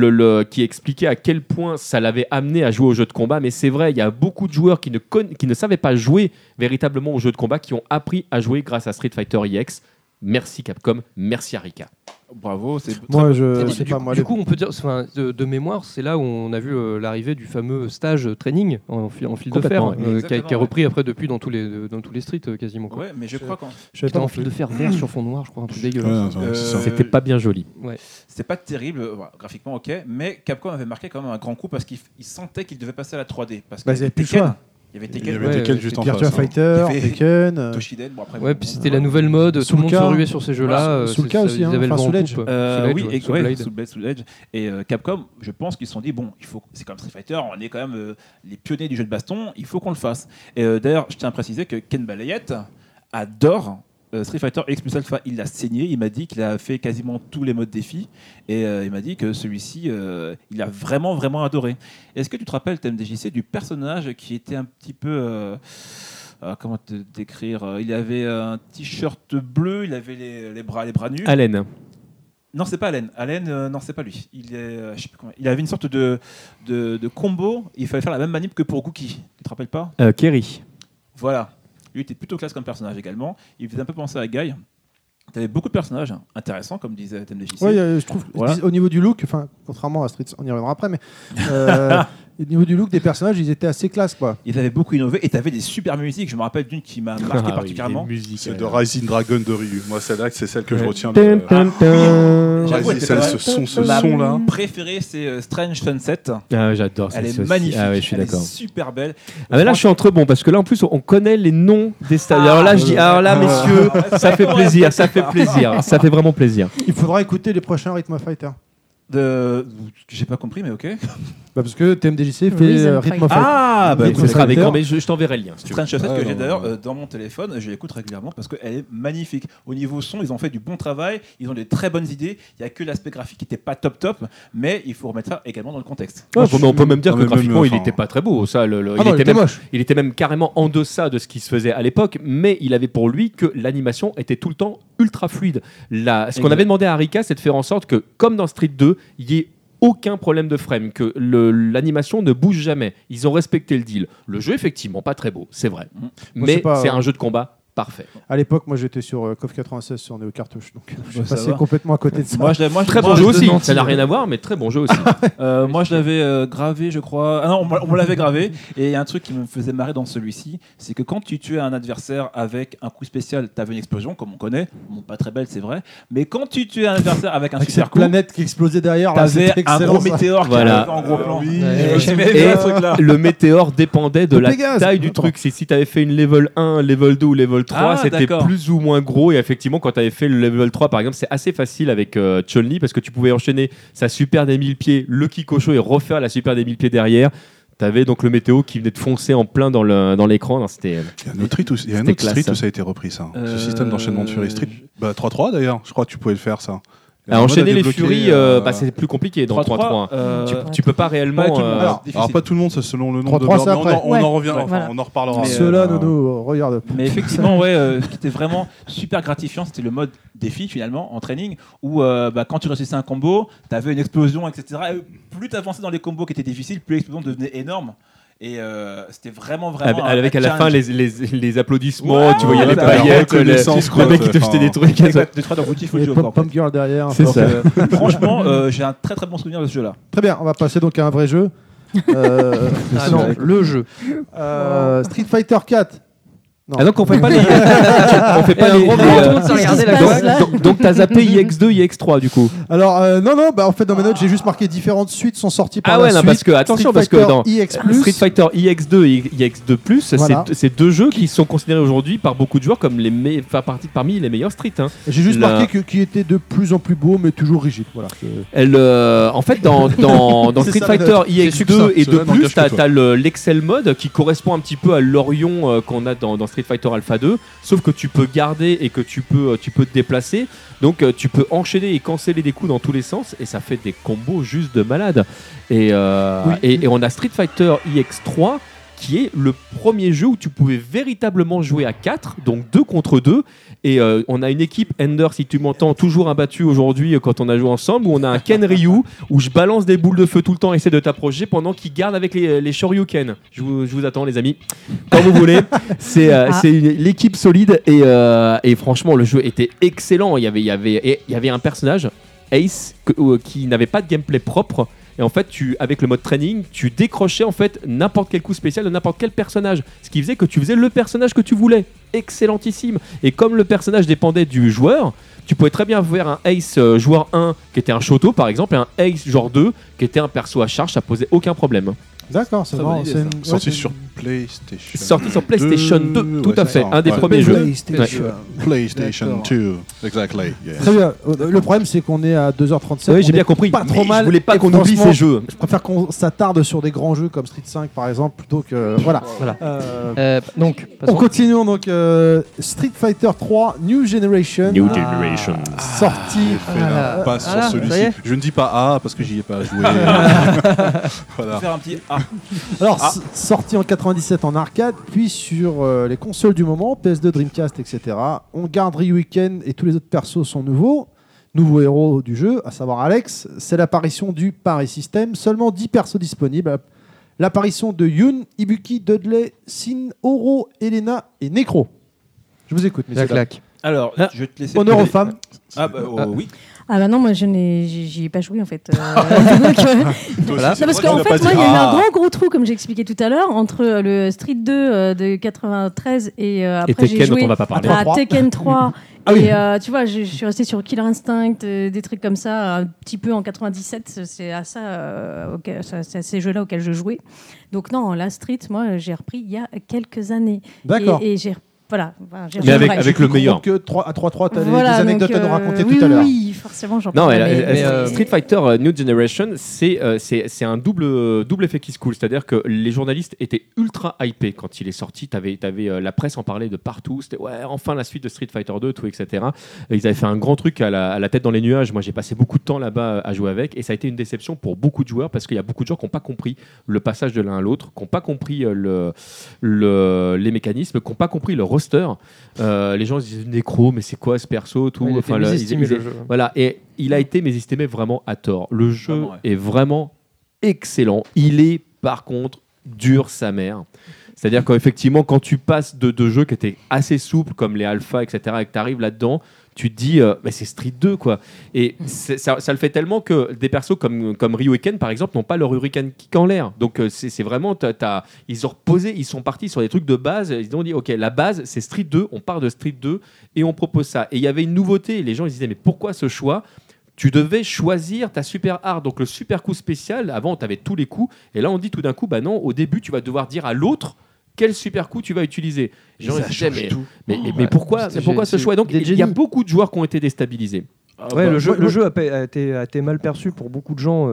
qui expliquait à quel point ça l'avait amené à jouer au jeu de combat. Mais c'est vrai, il y a beaucoup de joueurs qui ne savaient pas jouer véritablement au jeu de combat, qui ont appris à jouer grâce à Street Fighter EX. Merci Capcom, merci Arika. Bravo, c'est Moi, je Du- sais pas. Moi, du coup, on peut dire, enfin, de mémoire, c'est là où on a vu l'arrivée du fameux stage training en fil de fer, Complètement, qui a exactement, repris après depuis dans tous les streets quasiment. Quoi. Ouais, mais je crois qu'en je savais C'était pas en non fil plus. de fer vert sur fond noir, je crois, un truc Ouais, dégueulasse. c'est ça. C'était pas bien joli. c'est pas terrible, voilà, graphiquement ok, mais Capcom avait marqué quand même un grand coup parce qu'il sentait qu'il devait passer à la 3D. Parce Bah, qu'il ils avaient plus le Tekken, choix. il y avait Il y Tekken, avait Ouais, Tekken juste en Virtua face. hein. Fighter, Il fait- Tekken. Toshiden, bon après. Ouais, bon, puis c'était la nouvelle mode, tout le monde se Soulka. ruait sur ces jeux-là. Voilà, Soulka c'est- aussi, ils hein, avaient le enfin, vent en Soul Edge. poupe. oui, Soul Blade. Soul Edge. Et Capcom, je pense qu'ils se sont dit bon, c'est comme Street Fighter, on est quand même les pionniers du jeu de baston, il faut qu'on le fasse. Et d'ailleurs, je tiens à préciser que Ken Balayette adore Street Fighter X plus Alpha. Il l'a saigné, il m'a dit qu'il a fait quasiment tous les modes défis et il m'a dit que celui-ci, il a vraiment vraiment adoré. Est-ce que tu te rappelles, TMDJC, du personnage qui était un petit peu comment te décrire, il avait un t-shirt bleu, il avait les bras nus. Allen. Non, c'est pas Allen. Allen, non, c'est pas lui. Je sais plus comment. Il avait une sorte de combo. Il fallait faire la même manip que pour Gookie. Tu te rappelles pas? Kerry. Voilà. Lui était plutôt classe comme personnage également. Il faisait un peu penser à Guy. Tu avais beaucoup de personnages intéressants, comme disait TMDJC. Ouais, je trouve Voilà. au niveau du look, enfin, contrairement à Street, on y reviendra après, mais Au niveau du look des personnages, ils étaient assez classe, quoi. Ils avaient beaucoup innové et t'avais des super musiques. Je me rappelle d'une qui m'a marqué Ah, particulièrement. oui, les musiques, C'est de Rising Dragon de Ryu. Moi, celle-là, c'est celle que je Ouais. retiens. Tin, tin, tin. J'avoue, Vas-y, elle celle- était ce Ma son-là. préférée, c'est Strange Sunset. Ah, j'adore. Elle ça est aussi. magnifique. Ah ouais, je suis Elle est d'accord. super belle. Ah mais là je suis entre bon parce que là en plus on connaît les noms des stades. Ah, Alors là je dis alors là ouais. messieurs ça fait Ouais, plaisir, ouais, ça fait plaisir, ça fait vraiment plaisir. Il faudra écouter les prochains Rhythm of Fighter. J'ai pas compris, mais ok. Bah, parce que TMDJC fait Rhythm Rhythm of Fighter. Fighter. Ah, bah, Rhythm Ce of sera avec Fighter. grand mais je t'enverrai le lien. si tu veux. Strange Sunset Ouais, que j'ai non, d'ailleurs ouais. dans mon téléphone, je l'écoute régulièrement parce qu'elle est magnifique. Au niveau son, ils ont fait du bon travail, ils ont des très bonnes idées. Il y a que l'aspect graphique qui n'était pas top, mais il faut remettre ça également dans le contexte. Ouais, on peut même dire Non, que mais même, graphiquement il enfin, était pas très beau. Ça, Ah non, il, il était était même, moche. il était même carrément en deçà de ce qui se faisait à l'époque, mais il avait pour lui que l'animation était tout le temps ultra fluide. Ce qu'on Exact. avait demandé à Rika, c'est de faire en sorte que, comme dans Street 2, il y ait aucun problème de frame, que l'animation ne bouge jamais. Ils ont respecté le deal. Le jeu, effectivement, pas très beau, c'est vrai. Moi, Mais c'est pas- c'est un jeu de combat parfait. À l'époque, moi j'étais sur KOF 96 sur Neo Cartouche, donc je suis Ouais, ça passé va. complètement à côté de ça. Très bon jeu aussi, ça n'a rien à voir, mais très bon jeu aussi. Moi, je l'avais gravé, je crois. Ah non, on me l'avait gravé. Et il y a un truc qui me faisait marrer dans celui-ci, c'est que quand tu tuais un adversaire avec un coup spécial, t'avais une explosion, comme on connaît. Bon, pas très belle, c'est vrai. Mais quand tu tuais un adversaire avec un Avec super cette coup, planète qui explosait derrière, là, t'avais c'était un excellent. gros ça. météore qui Voilà. arrivait en gros plan. oui. Et j'aimais Et bien ce truc-là. le météore dépendait de Le la Pégase. taille du truc. Si tu avais fait une level 1, level 2 ou level 3, Ah, c'était d'accord. plus ou moins gros. Et effectivement, quand tu avais fait le level 3, par exemple, c'est assez facile avec Chun-Li parce que tu pouvais enchaîner sa super des 1000 pieds, le Kikosho et refaire la super des 1000 pieds derrière. Tu avais donc le météo qui venait de foncer en plein dans l'écran. Non, C'était Il y a un autre street où, il y a un C'était autre street classe, où ça. ça a été repris, ça. Ce système d'enchaînement de Fury Street. je- Bah, 3-3 d'ailleurs, je crois que tu pouvais le faire, ça. Il y a à un mode enchaîner à les débloquer, furies, c'est plus compliqué dans 3-3. Tu peux pas réellement. Pas tout le monde. alors, difficile. Alors, pas tout le monde, c'est selon le nombre 3-3, de c'est bornes, mais après. on en Ouais. revient, enfin, Voilà. on en reparlera. Mais, Ceux-là, Nono, regarde. Mais effectivement, ouais, ce qui était vraiment super gratifiant, c'était le mode défi finalement en training où quand tu réussissais un combo, tu avais une explosion, etc. Et plus tu avançais dans les combos qui étaient difficiles, plus l'explosion devenait énorme. Et c'était vraiment. Avec à la fin challenge. les applaudissements, Ouais, tu voyais ouais, les bah, paillettes, reconnaissance, le quoi, mec qui te enfin, jetait des trucs. Exact, des trois dans Footy, faut le Et jouer Pump encore, en Pump Girl derrière. C'est enfin, ça. Franchement, j'ai un très très bon souvenir de ce jeu-là. Très bien, on va passer donc à un vrai jeu. Ah non, le jeu. Street Fighter 4. Non. Ah donc on fait pas les. On fait pas Et les. on remonte Qu'est-ce qui regarder se la passe, gauche. là Donc t'as zappé IX2, IX3 du coup. Alors, non, en fait, dans mes notes, j'ai juste marqué différentes suites sont sorties par Ah la ouais, non, suite. parce que attention, Street parce que Fighter dans EX+, Street Fighter IX2 et IX2+, Voilà. c'est deux jeux qui sont considérés aujourd'hui par beaucoup de joueurs comme parmi les meilleurs Street. Hein. J'ai juste La- marqué qui était de plus en plus beau, mais toujours rigide. Voilà. En fait, dans C'est Street ça, Fighter c'est succinct, IX2 et cela 2+, n'engage que toi. t'as l'Excel mode qui correspond un petit peu à l'Orion qu'on a dans Street Fighter Alpha 2, sauf que tu peux garder et que tu peux te déplacer. Donc tu peux enchaîner et canceller des coups dans tous les sens et ça fait des combos juste de malade. Et on a Street Fighter IX3 qui est le premier jeu où tu pouvais véritablement jouer à 4, donc 2 contre 2. Et on a une équipe, Ender, si tu m'entends, toujours imbattue aujourd'hui quand on a joué ensemble, où on a un Ken Ryu, où je balance des boules de feu tout le temps, essaie de t'approcher, pendant qu'il garde avec les Shoryuken. Je vous attends, les amis. Quand vous voulez. C'est l'équipe solide. Et franchement, le jeu était excellent. Il y avait un personnage, Ace, qui n'avait pas de gameplay propre. Et en fait, avec le mode training, tu décrochais en fait n'importe quel coup spécial de n'importe quel personnage. Ce qui faisait que tu faisais le personnage que tu voulais. Excellentissime. Et comme le personnage dépendait du joueur, tu pouvais très bien faire un Ace joueur 1 qui était un Shoto par exemple, et un Ace joueur 2 qui était un perso à charge, ça posait aucun problème. D'accord, c'est Ça marrant. valide, c'est ça. une- Sorti ouais, sur PlayStation. Sorti sur PlayStation 2, tout à c'est fait. ça. Un des Ouais. premiers jeux. PlayStation. PlayStation D'accord. 2. Exactly. Yes. Très bien. Le problème, c'est qu'on est à 2h37. Oui, j'ai On bien est compris. Pas trop Mais mal. je voulais pas Et qu'on oublie franchement, ces jeux. Je préfère qu'on s'attarde sur des grands jeux comme Street 5 par exemple, plutôt que. Voilà. Voilà. Euh, Donc, on passons. continue donc Street Fighter 3 New Generation. New Generation. Sorti. Voilà. Pas sur Voilà, ça y celui-ci. est. Je ne dis pas A parce que j'y ai pas joué. On Voilà. va faire un petit Alors, sorti en 97 en arcade, puis sur les consoles du moment, PS2, Dreamcast, etc. On garde Ryuken et tous les autres persos sont nouveaux. Nouveau héros du jeu, à savoir Alex. C'est l'apparition du Parry System. Seulement 10 persos disponibles. L'apparition de Yun, Ibuki, Dudley, Sin, Oro, Elena et Necro. Je vous écoute, messieurs. La claque. Alors, Ah. je vais te laisser. Honneur aux femmes. Ah, bah, oui. Ah bah non, moi j'y ai pas joué en fait. Donc, Voilà. non, parce qu'en fait, moi il y a eu un gros trou, comme j'expliquais tout à l'heure, entre le Street 2 de 93 et après j'ai joué à Tekken 3. Ah oui. Et tu vois, je suis restée sur Killer Instinct, des trucs comme ça, un petit peu en 97. C'est à c'est à ces jeux-là auxquels je jouais. Donc non, la Street, moi j'ai repris il y a quelques années. D'accord. Et j'ai voilà. Mais avec le meilleur. Que 3-3, tu as Voilà, des anecdotes à nous raconter oui, tout à l'heure. Oui, forcément, j'en Non, parle. Street Fighter New Generation, c'est un double effet qui se coule. C'est-à-dire que les journalistes étaient ultra hypés quand il est sorti. T'avais la presse en parlait de partout. C'était ouais, enfin la suite de Street Fighter 2, tout, etc. Ils avaient fait un grand truc à la tête dans les nuages. Moi, j'ai passé beaucoup de temps là-bas à jouer avec. Et ça a été une déception pour beaucoup de joueurs parce qu'il y a beaucoup de gens qui n'ont pas compris le passage de l'un à l'autre, qui n'ont pas compris les mécanismes, qui n'ont pas compris le roster. Les gens se disent Necro, mais c'est quoi ce perso tout. Ouais, Enfin, voilà, et il a été mésestimé vraiment à tort. Le jeu est vraiment excellent. Il est par contre dur sa mère. C'est-à-dire qu'effectivement, quand tu passes de jeux qui étaient assez souples comme les alpha, etc., et que tu arrives là-dedans, tu te dis, c'est Street 2, quoi. Et ça le fait tellement que des persos comme Ryuken, par exemple, n'ont pas leur Hurricane Kick en l'air. Donc, c'est vraiment, ils ont reposé, ils sont partis sur des trucs de base. Ils ont dit, OK, la base, c'est Street 2, on part de Street 2 et on propose ça. Et il y avait une nouveauté. Les gens, ils disaient, mais pourquoi ce choix ? Tu devais choisir ta super art. Donc, le super coup spécial, avant, tu avais tous les coups. Et là, on dit tout d'un coup, bah non, au début, tu vas devoir dire à l'autre quel super coup tu vas utiliser. Les gens disaient, mais pourquoi ce choix ? Donc, il y a beaucoup de joueurs qui ont été déstabilisés. Le jeu a été mal perçu pour beaucoup de gens.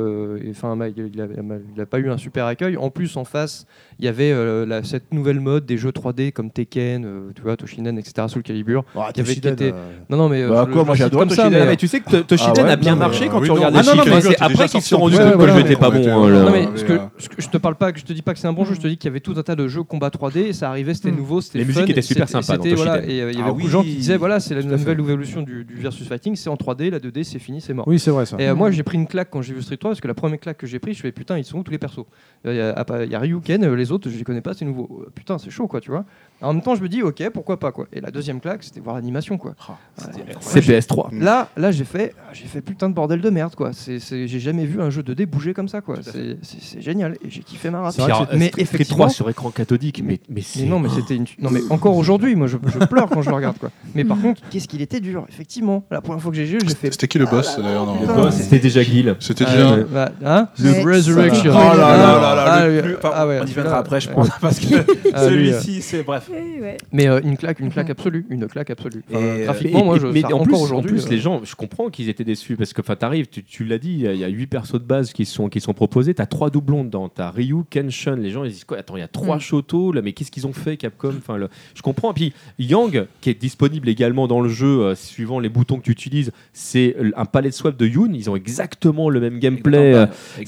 Il n'a pas eu un super accueil. En plus, en face, il y avait cette nouvelle mode des jeux 3D comme Tekken, tu vois, Toshinen, etc. Soul Calibur. Non, mais moi j'adore Toshinen. Mais tu sais que Toshinen a bien marché quand tu regardes les non, chiffres. mais C'est après qu'ils se sont rendus compte compte que le jeu n'était pas bon. Non, mais je te dis pas que c'est un bon jeu. Je te dis qu'il y avait tout un tas de jeux combat 3D. Et ça arrivait, c'était nouveau, c'était les fun, musiques étaient super sympas dans Toshinen. Et il y avait beaucoup de gens qui disaient voilà, c'est la nouvelle évolution du versus fighting, c'est en 3D, la 2D, c'est fini, c'est mort. Oui, c'est vrai ça. Et moi j'ai pris une claque quand j'ai vu Street 3 parce que la première claque que j'ai pris, je fais putain, ils sont où tous les persos ? Il y a Ryuken, les autres je les connais pas, c'est nouveau. Putain, c'est chaud quoi, tu vois. En même temps, je me dis OK, pourquoi pas quoi. Et la deuxième claque, c'était voir l'animation quoi. C'est PS3. Là j'ai fait putain de bordel de merde quoi. J'ai jamais vu un jeu 2D bouger comme ça quoi. C'est génial et j'ai kiffé ma race. Mais effectivement 3 sur écran cathodique, mais non, mais c'était mais encore aujourd'hui, moi je pleure quand je le regarde quoi. Mais par contre, qu'est-ce qu'il était dur, effectivement. La première fois que j'ai joué, j'ai fait. C'était qui le boss d'ailleurs dans le boss, c'était déjà Guile. C'était déjà. Le Resurrection. Oh là là, on y viendra après, je pense, parce que celui-ci, c'est bref. Mais une claque absolue, graphiquement, moi, mais en plus, encore aujourd'hui. les gens, je comprends qu'ils étaient déçus parce que, t'arrives, tu l'as dit, il y a 8 persos de base qui sont proposés, t'as 3 doublons dedans, t'as Ryu, Ken, Shun, les gens ils disent quoi ? Attends, il y a 3 Shoto, là, mais qu'est-ce qu'ils ont fait, Capcom ? Je comprends. Et puis Yang, qui est disponible également dans le jeu, suivant les boutons que tu utilises, c'est un palette swap de Yoon. Ils ont exactement le même gameplay.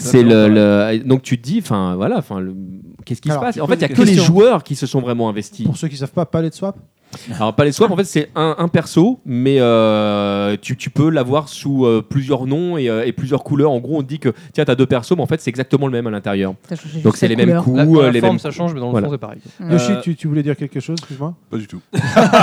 Donc tu te dis, qu'est-ce qui se passe ? En fait, il n'y a que les joueurs qui se sont vraiment investis. Pour ceux qui ne savent pas, palette swap. Alors palette swap, en fait, c'est un perso, mais tu peux l'avoir sous plusieurs noms et plusieurs couleurs. En gros, on te dit que tiens, t'as 2 persos, mais en fait, c'est exactement le même à l'intérieur. Donc c'est les mêmes coups, les formes, ça change, mais dans le fond, c'est pareil. Yoshi, tu voulais dire quelque chose, excuse-moi ? Pas du tout.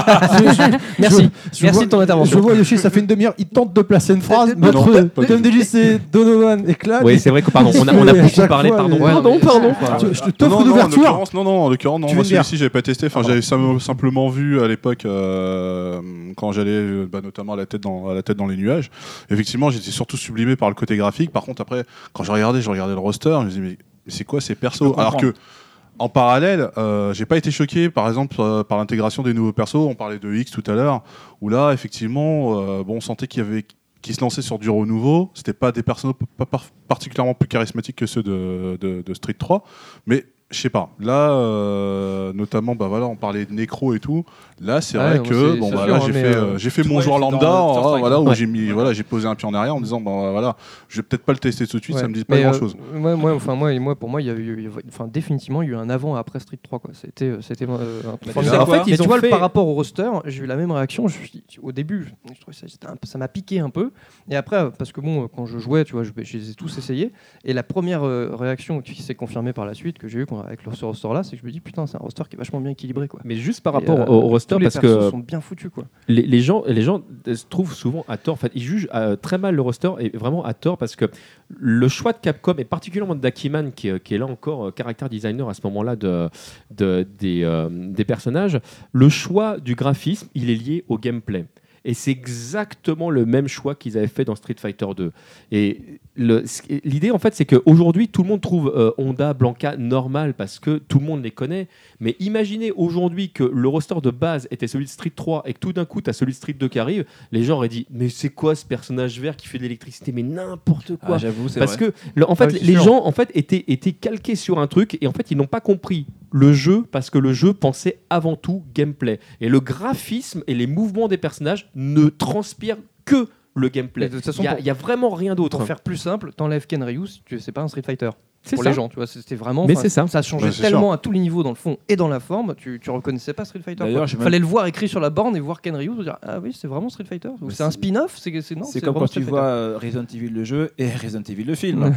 Merci de ton intervention. Je vois Yoshi, ça fait une demi-heure, il tente de placer une phrase. Notre thème de c'est Donovan et Clad. Oui, c'est vrai que pardon, on a beaucoup parlé. Pardon. Je t'offre d'ouverture. Non, en l'occurrence, moi celui-ci, j'avais pas testé. J'avais simplement vu à l'époque quand j'allais notamment à la tête dans les nuages. Effectivement, j'étais surtout sublimé par le côté graphique. Par contre, après, quand je regardais le roster, je me disais mais c'est quoi ces persos ? Alors que en parallèle, j'ai pas été choqué, par exemple, par l'intégration des nouveaux persos. On parlait de X tout à l'heure, où là, effectivement, on sentait qu'il y avait qui se lançaient sur du renouveau. C'était pas des personnages pas particulièrement plus charismatiques que ceux de Street 3, mais je sais pas. Là, notamment, on parlait de Necro et tout. Là, c'est vrai que j'ai fait mon joueur lambda, où j'ai posé un pied en arrière en me disant, je vais peut-être pas le tester tout de suite, ça me dit pas grand-chose. Pour moi, il y a eu, définitivement, il y a eu un avant et après Street 3, quoi. C'était en fait, ils ont fait par rapport au roster, j'ai eu la même réaction. Au début, je trouvais ça m'a piqué un peu, et après, parce que quand je jouais, tu vois, je les ai tous essayés, et la première réaction qui s'est confirmée par la suite que j'ai eu quand avec ce roster-là, c'est que je me dis putain, c'est un roster qui est vachement bien équilibré, quoi. Mais juste par Et, rapport au roster, tous les parce persos que sont bien foutus, quoi. les gens se trouvent souvent à tort. En fait, ils jugent très mal le roster et vraiment à tort parce que le choix de Capcom et particulièrement d'Akiman qui est là encore character designer à ce moment-là des personnages, le choix du graphisme, il est lié au gameplay. Et c'est exactement le même choix qu'ils avaient fait dans Street Fighter 2. Et l'idée, en fait, c'est qu'aujourd'hui, tout le monde trouve Honda, Blanca normal parce que tout le monde les connaît. Mais imaginez aujourd'hui que le roster de base était celui de Street 3 et que tout d'un coup, tu as celui de Street 2 qui arrive. Les gens auraient dit, mais c'est quoi ce personnage vert qui fait de l'électricité? Mais n'importe quoi. Ah, j'avoue, c'est parce vrai. que, en fait, oui, c'est les sûr. gens en fait, étaient calqués sur un truc et en fait, ils n'ont pas compris le jeu parce que le jeu pensait avant tout gameplay. Et le graphisme et les mouvements des personnages ne transpirent que le gameplay. Mais de toute façon, Il y a vraiment rien d'autre. Pour faire plus simple, t'enlèves Ken Ryu, c'est pas un Street Fighter. C'est Pour ça. les gens, tu vois, c'était vraiment. Mais enfin, c'est ça. Ça changeait Ouais, c'est tellement sûr. à tous les niveaux dans le fond et dans la forme, tu reconnaissais pas Street Fighter. D'ailleurs, quoi. j'ai même- Fallait le voir écrit sur la borne et voir Ken Ryu, se dire ah oui, c'est vraiment Street Fighter. Ou Mais c'est un c'est- spin-off, non, C'est comme vraiment quand Street tu Fighter. vois Resident Evil le jeu et Resident Evil le film.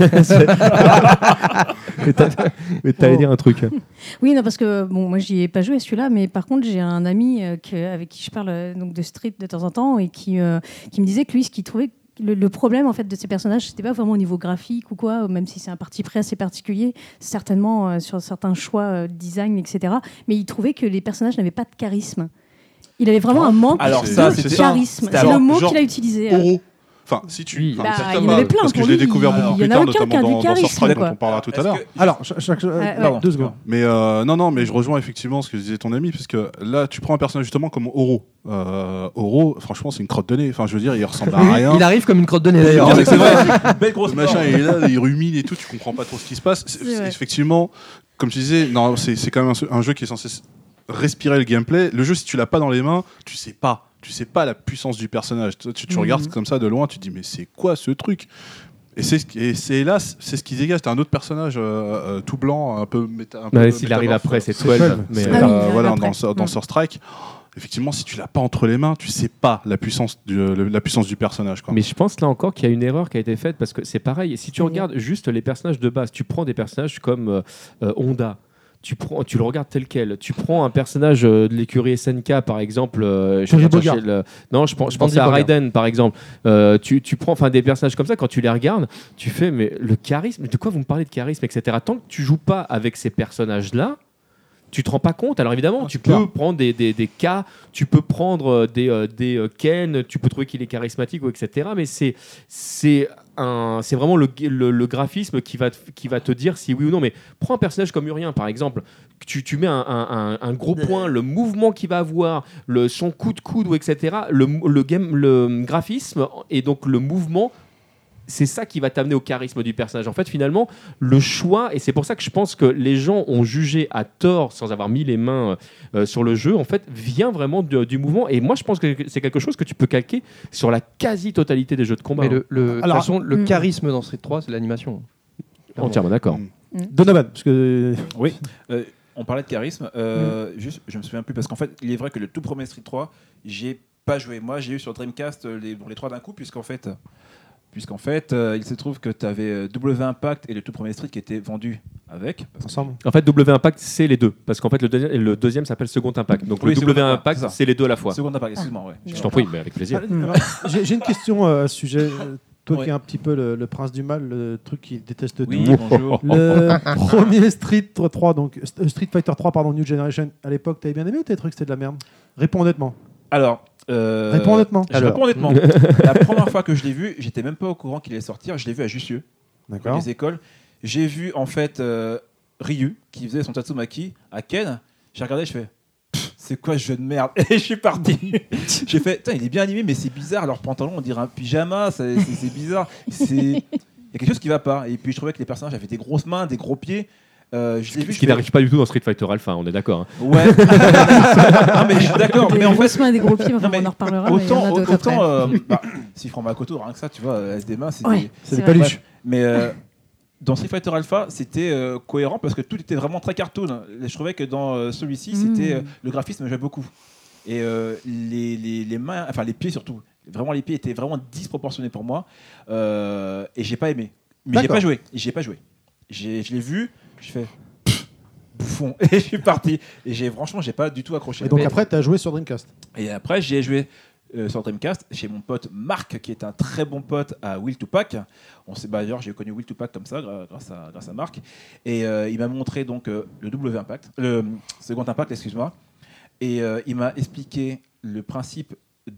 Mais t'allais dire un truc. Oui, non, parce que bon, moi, j'y ai pas joué à celui-là, mais par contre, j'ai un ami avec qui je parle donc de Street de temps en temps et qui me disait que lui, ce qu'il trouvait le problème en fait de ces personnages, c'était pas vraiment au niveau graphique ou quoi, même si c'est un parti pris assez particulier, certainement sur certains choix design, etc. Mais il trouvait que les personnages n'avaient pas de charisme. Il avait vraiment un manque Alors de ça, c'était ça. charisme. C'était C'est le alors- mot genre qu'il a utilisé. Oro. Enfin, si tu. Oui. enfin, Bah, certains il y en avait plein, parce que pour je l'ai lui, découvert il beaucoup y plus en a tard, aucun qui a notamment du dans charisme, Surstrike, quoi. dont on parlera tout à l'heure. Alors, ouais. Pardon, 2 secondes. Mais non, mais je rejoins effectivement ce que disait ton ami, parce que là, tu prends un personnage justement comme Oro. Oro, franchement, c'est une crotte de nez. Enfin, je veux dire, il ressemble à rien. Il arrive comme une crotte de nez d'ailleurs. C'est vrai, belle grosse Le machin, il est là, il rumine et tout, tu comprends pas trop ce qui se passe. C'est vrai. Effectivement, comme tu disais, non, c'est quand même un jeu qui est censé respirer le gameplay. Le jeu, si tu l'as pas dans les mains, tu sais pas la puissance du personnage. Tu regardes comme ça de loin, tu te dis mais c'est quoi ce truc? Et c'est là, c'est ce qui dégage. T'as un autre personnage tout blanc, un peu S'il arrive après, c'est 12. 12. Mais, Ah oui, il arrive voilà, après. dans Surstrike. Effectivement, si tu l'as pas entre les mains, tu sais pas la puissance du personnage. Quoi. Mais je pense là encore qu'il y a une erreur qui a été faite parce que c'est pareil. Si tu Oui. regardes juste les personnages de base, tu prends des personnages comme Honda. Tu le regardes tel quel. Tu prends un personnage de l'écurie SNK par exemple. Thierry Bogard. Je pensais à Bogard. Raiden par exemple. Tu prends des personnages comme ça, quand tu les regardes, tu fais mais le charisme. De quoi vous me parlez de charisme, etc. Tant que tu joues pas avec ces personnages-là, tu te rends pas compte. Alors évidemment, tu peux prendre des cas, tu peux prendre des Ken, tu peux trouver qu'il est charismatique, ou etc. Mais c'est vraiment le graphisme qui va te dire si oui ou non. Mais prends un personnage comme Urien, par exemple. Tu mets un gros point, le mouvement qu'il va avoir, son coup de coude, ou etc. Le graphisme et donc le mouvement, c'est ça qui va t'amener au charisme du personnage. En fait, finalement, le choix, et c'est pour ça que je pense que les gens ont jugé à tort, sans avoir mis les mains sur le jeu, en fait, vient vraiment du mouvement. Et moi, je pense que c'est quelque chose que tu peux calquer sur la quasi-totalité des jeux de combat. Mais de Alors, toute façon, le charisme dans Street 3, c'est l'animation. Entièrement d'accord. Donovan, parce que Oui. On parlait de charisme. Juste, je me souviens plus parce qu'en fait, il est vrai que le tout premier Street 3, j'ai pas joué. Moi, j'ai eu sur Dreamcast les trois d'un coup, puisqu'en fait, il se trouve que tu avais W Impact et le tout premier Street qui étaient vendus avec. ensemble. En fait, W Impact, c'est les deux. Parce qu'en fait, le deuxième s'appelle Second Impact. Donc Oui, le Second W Impact, Impact, c'est ça. c'est les deux à la fois. Second Impact, excuse-moi. Ouais. Je t'en prie, mais avec plaisir. Alors, j'ai une question à ce sujet. Toi Ouais. qui es un petit peu le prince du mal, le truc qui déteste Oui, tout. bonjour. Le premier Street 3, donc Street Fighter 3, pardon, New Generation, à l'époque, t'avais bien aimé ou t'avais trouvé que c'était de la merde? Réponds honnêtement. Alors. Réponds honnêtement. Je réponds honnêtement. La première fois que je l'ai vu, j'étais même pas au courant qu'il allait sortir. Je l'ai vu à Jussieu, dans D'accord. les écoles. J'ai vu en fait Ryu qui faisait son Tatsumaki à Ken. J'ai regardé, je fais c'est quoi ce jeu de merde? Et je suis parti. J'ai fait putain, il est bien animé, mais c'est bizarre. Leur pantalon, on dirait un pyjama. C'est bizarre. Il y a quelque chose qui va pas. Et puis je trouvais que les personnages avaient des grosses mains, des gros pieds. Je l'ai vu. Ce qui n'arrive pas du tout dans Street Fighter Alpha, on est d'accord. Hein. Ouais. Non, mais je suis d'accord. Des Mais en grosses fait, mains et des gros pieds, enfin, non, mais on en reparlera. Mais il y en a d'autres après. si je prends Makoto, rien que ça, tu vois, SD main, c'est Ouais, des- C'est des vrai. paluches. Mais dans Street Fighter Alpha, c'était cohérent parce que tout était vraiment très cartoon. Et je trouvais que dans celui-ci, c'était le graphisme, j'aime beaucoup. Et les mains, enfin les pieds surtout, vraiment les pieds étaient vraiment disproportionnés pour moi. Et j'ai pas aimé. Mais j'ai D'accord. pas joué. Je l'ai vu, je fais. fond. Et je suis parti. Et franchement, j'ai pas du tout accroché. Et donc après, tu as joué sur Dreamcast. Et après, j'ai joué sur Dreamcast chez mon pote Marc, qui est un très bon pote à Will to Pack. On s'est d'ailleurs, j'ai connu Will to Pack comme ça grâce à Marc. Et il m'a montré donc le W Impact, le Second Impact, excuse-moi. Et il m'a expliqué le principe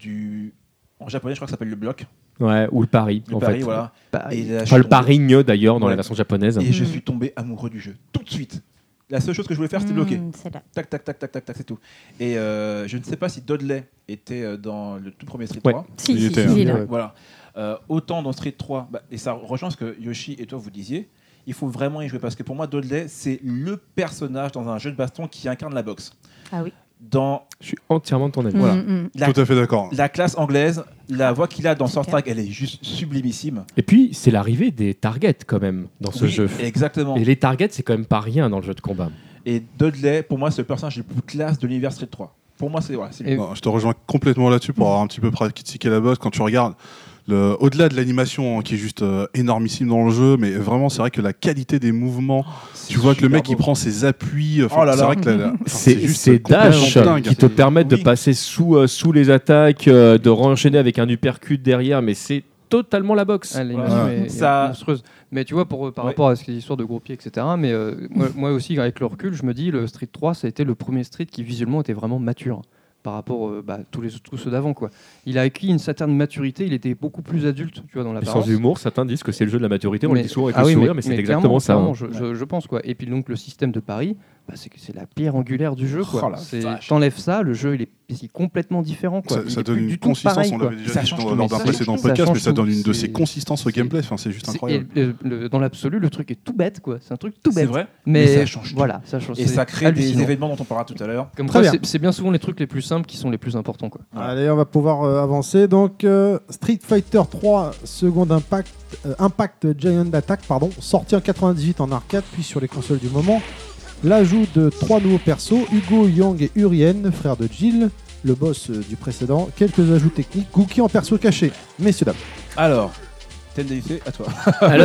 en japonais, je crois que ça s'appelle le bloc. Ouais, ou le pari. Le en pari, fait. voilà. Pareil. Et là, je Enfin, suis le tombé- parigne d'ailleurs dans la Ouais. version japonaise. Et je suis tombé amoureux du jeu tout de suite. La seule chose que je voulais faire, c'était bloquer. C'est là. Tac, tac, tac, tac, tac, tac, c'est tout. Et je ne sais pas si Dudley était dans le tout premier Street Ouais. 3. Si, Il si, était, si, hein. il est là. Ouais. Voilà. Autant dans Street 3, et ça rejoint ce que Yoshi et toi vous disiez, il faut vraiment y jouer parce que pour moi, Dudley, c'est le personnage dans un jeu de baston qui incarne la boxe. Ah oui. Dans Je suis entièrement de ton avis. Voilà. la, Tout à fait d'accord. la classe anglaise, la voix qu'il a dans Super. Sword Strike, elle est juste sublimissime. Et puis, c'est l'arrivée des targets quand même dans ce Oui, jeu. Exactement. Et les targets, c'est quand même pas rien dans le jeu de combat. Et Dudley, pour moi, c'est le personnage le plus classe de l'univers Street 3. Pour moi, c'est lui. Et- Bon, je te rejoins complètement là-dessus pour avoir un petit peu pratiqué la boxe. Quand tu regardes, au-delà de l'animation qui est juste énormissime dans le jeu, mais vraiment, c'est vrai que la qualité des mouvements, tu vois que le mec il prend ses appuis. Oh là c'est là. vrai que C'est juste ces dash complètement dingue. qui te permettent de Oui. passer sous les attaques, de renchaîner avec un uppercut derrière, mais c'est totalement la boxe. Ah, l'animation Ouais. est Ça- monstrueuse. Mais tu vois, par Ouais. rapport à ces histoires de gros pieds, etc., mais moi aussi, avec le recul, je me dis, le Street 3, ça a été le premier Street qui visuellement était vraiment mature par rapport à tous ceux d'avant, quoi. Il a acquis une certaine maturité, il était beaucoup plus adulte, tu vois, dans Et l'apparence. sans humour, certains disent que c'est le jeu de la maturité, on le dit souvent avec le oui, sourire, mais c'est exactement clairement, ça. clairement, je pense, quoi. Et puis donc le système de pari, c'est la pierre angulaire du jeu, quoi. Oh la vache. T'enlèves ça, le jeu il est complètement différent, quoi. Il Ça est donne plus une du tout consistance, pareil, on quoi. l'avait déjà Ça dit change lors tout, d'un ça précédent change podcast, mais ça tout. donne une de C'est- ses consistances au gameplay. Enfin, c'est juste incroyable. Dans l'absolu, le truc est tout bête, quoi. C'est un truc tout C'est bête. vrai, Mais ça change tout. voilà, ça change. Et c'est ça crée hallucinant. des événements dont on parlera tout à l'heure. Comme Très quoi, bien. c'est bien souvent les trucs les plus simples qui sont les plus importants, quoi. Allez, on va pouvoir avancer. Donc, Street Fighter 3 Second Impact Giant Attack, sorti en 98 en arcade, puis sur les consoles du moment. L'ajout de 3 nouveaux persos, Hugo, Yang et Urien, frère de Jill, le boss du précédent. Quelques ajouts techniques, Gookie en perso caché. Messieurs, dames. Alors, TLDC, à toi.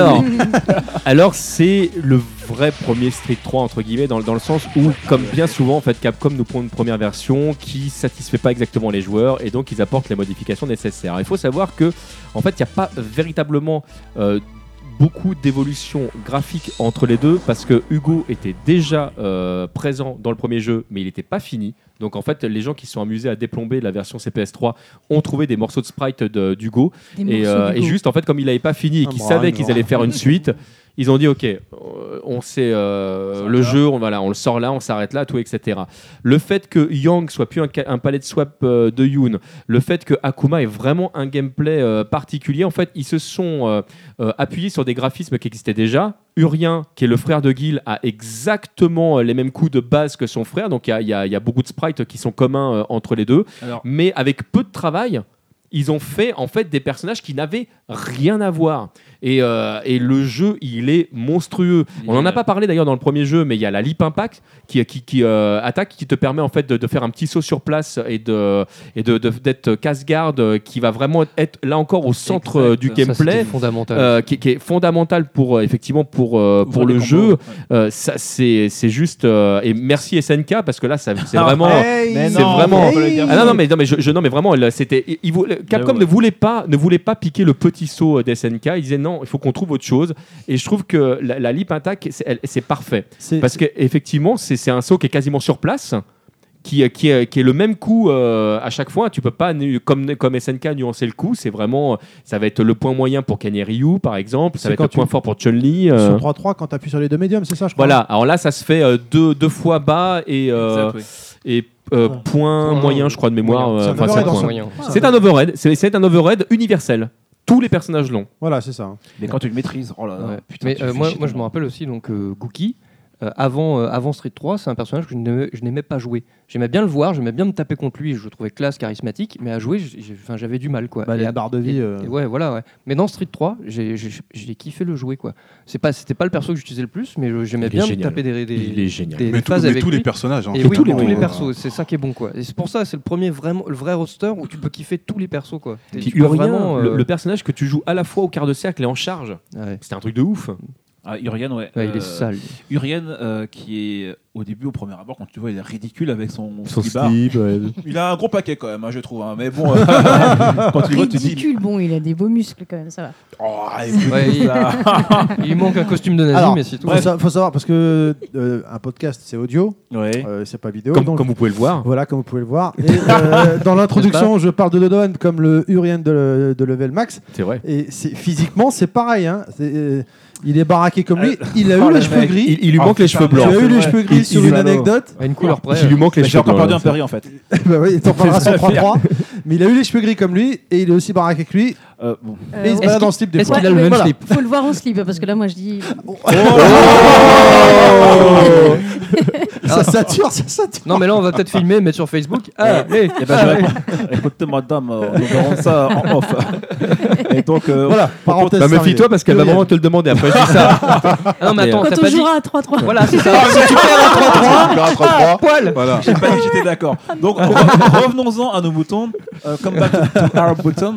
Alors c'est le vrai premier Street 3 entre guillemets dans le sens où, comme bien souvent en fait, Capcom nous prend une première version qui satisfait pas exactement les joueurs et donc ils apportent les modifications nécessaires. Il faut savoir que en fait il n'y a pas véritablement beaucoup d'évolution graphique entre les deux parce que Hugo était déjà présent dans le premier jeu mais il n'était pas fini. Donc en fait les gens qui se sont amusés à déplomber la version CPS3 ont trouvé des morceaux de sprite d'Hugo et juste en fait comme il n'avait pas fini et qu'ils savaient qu'ils allaient faire une suite, ils ont dit ok, on sait le jeu, on le sort là, on s'arrête là, tout, etc. Le fait que Yang soit plus un palais de swap de Yoon, le fait que Akuma ait vraiment un gameplay particulier, en fait ils se sont appuyés sur des graphismes qui existaient déjà. Urien, qui est le frère de Gil, a exactement les mêmes coups de base que son frère, donc il y a beaucoup de sprites qui sont communs entre les deux, Alors, mais avec peu de travail. Ils ont fait en fait des personnages qui n'avaient rien à voir et le jeu il est monstrueux. On n'en a pas parlé d'ailleurs dans le premier jeu, mais il y a la Leap Impact qui attaque, qui te permet en fait de faire un petit saut sur place et d'être casse-garde, qui va vraiment être là encore au centre du Ça, gameplay, c'était fondamental. qui est fondamental pour effectivement pour le les jeu. combos, Ça c'est juste et merci SNK parce que là c'est Ah, vraiment mais c'est non, vraiment on peut le dire. non mais vraiment là, c'était Capcom ne voulait pas piquer le petit saut d'SNK. Il disait non, il faut qu'on trouve autre chose. Et je trouve que la Leap Attack, c'est parfait. Parce qu'effectivement, c'est un saut qui est quasiment sur place, qui est le même coup à chaque fois. Tu peux pas, comme SNK, nuancer le coup. C'est vraiment, ça va être le point moyen pour Ken Ryu, par exemple. Ça va être le point fort pour Chun-Li. Sur 3-3, quand tu appuies sur les deux médiums, c'est ça, je crois. Voilà. Alors là, ça se fait deux fois bas et point moyen, je crois, de mémoire. C'est un Enfin, overhead c'est un en point. moyen. C'est un overhead. C'est un overhead universel. Tous les personnages l'ont. Voilà, c'est ça. Mais quand tu le maîtrises, oh là là, Ouais. putain, Mais tu fais moi chier je tout me le rappelle aussi donc Gookie. Avant Street 3, c'est un personnage que je n'aimais pas jouer. J'aimais bien le voir, j'aimais bien me taper contre lui, je le trouvais classe, charismatique, mais à jouer, j'avais du mal, quoi. Bah, les barres de vie. Et ouais, voilà, ouais. Mais dans Street 3, j'ai kiffé le jouer, quoi. C'était pas le perso que j'utilisais le plus, mais j'aimais Il est bien me génial. taper Il est génial. Mais phases avec tous lui. les personnages. Et oui, tous les persos, c'est ça qui est bon, quoi. Et c'est pour ça, c'est le vrai roster où tu peux kiffer tous les persos, quoi. Puis Tu peux Urien, vraiment, le personnage que tu joues à la fois au quart de cercle et en charge, ouais. c'était un truc de ouf. Ah, Urien, ouais. Ouais, il est sale. Urien, qui est au début, au premier abord, quand tu vois, il est ridicule avec son Son ski bar. slip. Ouais. Il a un gros paquet quand même, je trouve. Mais bon, quand tu le vois, tu te dis. Ridicule, bon, il a des beaux muscles quand même, ça va. Oh, écoute, Ouais, ça. Il lui manque un costume de nazi, Alors, mais c'est tout. faut savoir, parce que un podcast, c'est audio, Ouais. c'est pas vidéo. Comme, donc, comme vous pouvez le voir. voilà, comme vous pouvez le voir. Et dans l'introduction, je parle de Dodon comme le Urien de Level Max. C'est vrai. Et physiquement, c'est pareil. Hein. Il est baraqué comme lui. Il a eu les cheveux gris. Il lui manque les cheveux Tu blancs. as eu les cheveux gris sur il une est anecdote. À une couleur près. Il lui manque les J'ai cheveux encore blancs. perdu là. un Perry en fait. Bah oui, il t'en parlera sur 3-3. Mais il a eu les cheveux gris comme lui. Et il est aussi baraqué que lui. Bon. Et il se balade en slip des est-ce fois. qu'il a le même Voilà. slip Faut le voir en slip parce que là, moi, je dis. Ça sature. Non, mais là, on va peut-être filmer et mettre sur Facebook. Ah, hey, Eh ben, écoutez, madame, nous verrons ça en off. Et donc, Voilà, parenthèse. Bah, terminée. méfie-toi parce qu'elle va vraiment te le demander après. Je dis ça. Ah non, mais attends, Quand t'as on pas dit. jouera à 3-3. Voilà, c'est ça. Si tu perds à 3-3, poil. Voilà. j'ai pas dit que j'étais d'accord. Donc, revenons-en à nos moutons. Come back to our buttons.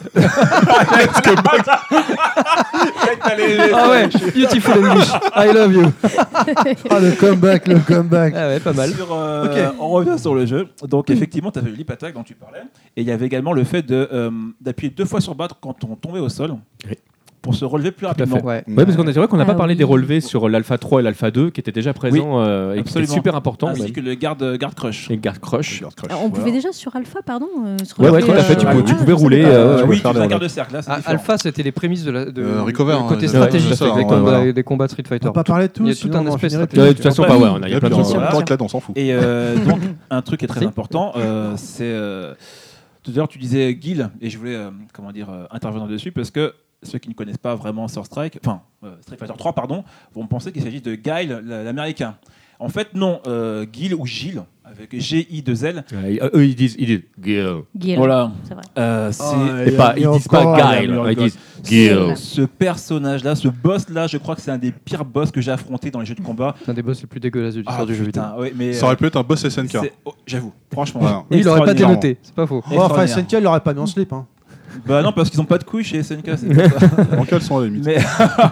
Ah ouais, beautiful English. I love you. Ah, le comeback. Ah ouais, pas mal. On revient sur le jeu. Donc, effectivement, tu avais le lip attack dont tu parlais. Et il y avait également le fait d'appuyer 2 fois sur battre quand on tombait au sol. Oui. Pour se relever plus Tout à fait. rapidement. Ouais. Ouais, parce qu'on c'est vrai qu'on n'a pas Ah parlé oui. des relevés sur l'Alpha 3 et l'Alpha 2 qui étaient déjà présents et qui étaient Absolument. super importants. Ainsi même. que le garde crush. Et Guard Crush. On pouvait déjà sur Alpha, pardon se Ouais, relever, tout à fait. Tu ah, pouvais ça rouler. dépend. tu pouvais Oui, faire tu des fais un relevés. garde cercle. Là, c'est différent. Alpha, c'était les prémices de Recover, du côté ouais, stratégique c'est ça, des ouais, combats, voilà. des combats Street Fighter. On va pas parler de tout. Il y a tout sinon un on va aspect finir stratégique. De toute façon, Ouais, pas oui. ouais, il y a plein de Bien gens. sûr, Voilà. tant que là, on s'en fout. Et donc, un truc qui est très Si. important, c'est. Tout à l'heure, tu disais Guile, et je voulais intervenir dessus parce que ceux qui ne connaissent pas vraiment Street Fighter 3, pardon, vont penser qu'il s'agit de Guile, l'américain. En fait, non, Guile ou Gilles, avec G-I-2-L. Ouais, eux, ils disent Gil. Guillaume, Voilà. c'est vrai. Et pas, ils disent pas Guile, ils disent Gil. Ce personnage-là, ce boss-là, je crois que c'est un des pires boss que j'ai affronté dans les jeux de combat. C'est un des boss les plus dégueulasses de l'histoire du jeu vidéo. putain, ouais, mais, Ça aurait pu être un boss SNK. j'avoue, franchement. Voilà. Oui, il aurait pas été extraordinaire. noté, c'est pas faux. Enfin, Extraordinaire. SNK, il l'aurait pas mis en slip. Hein. Bah non, parce qu'ils n'ont pas de couilles chez SNK. C'est pour ça. En quels sont les limites Mais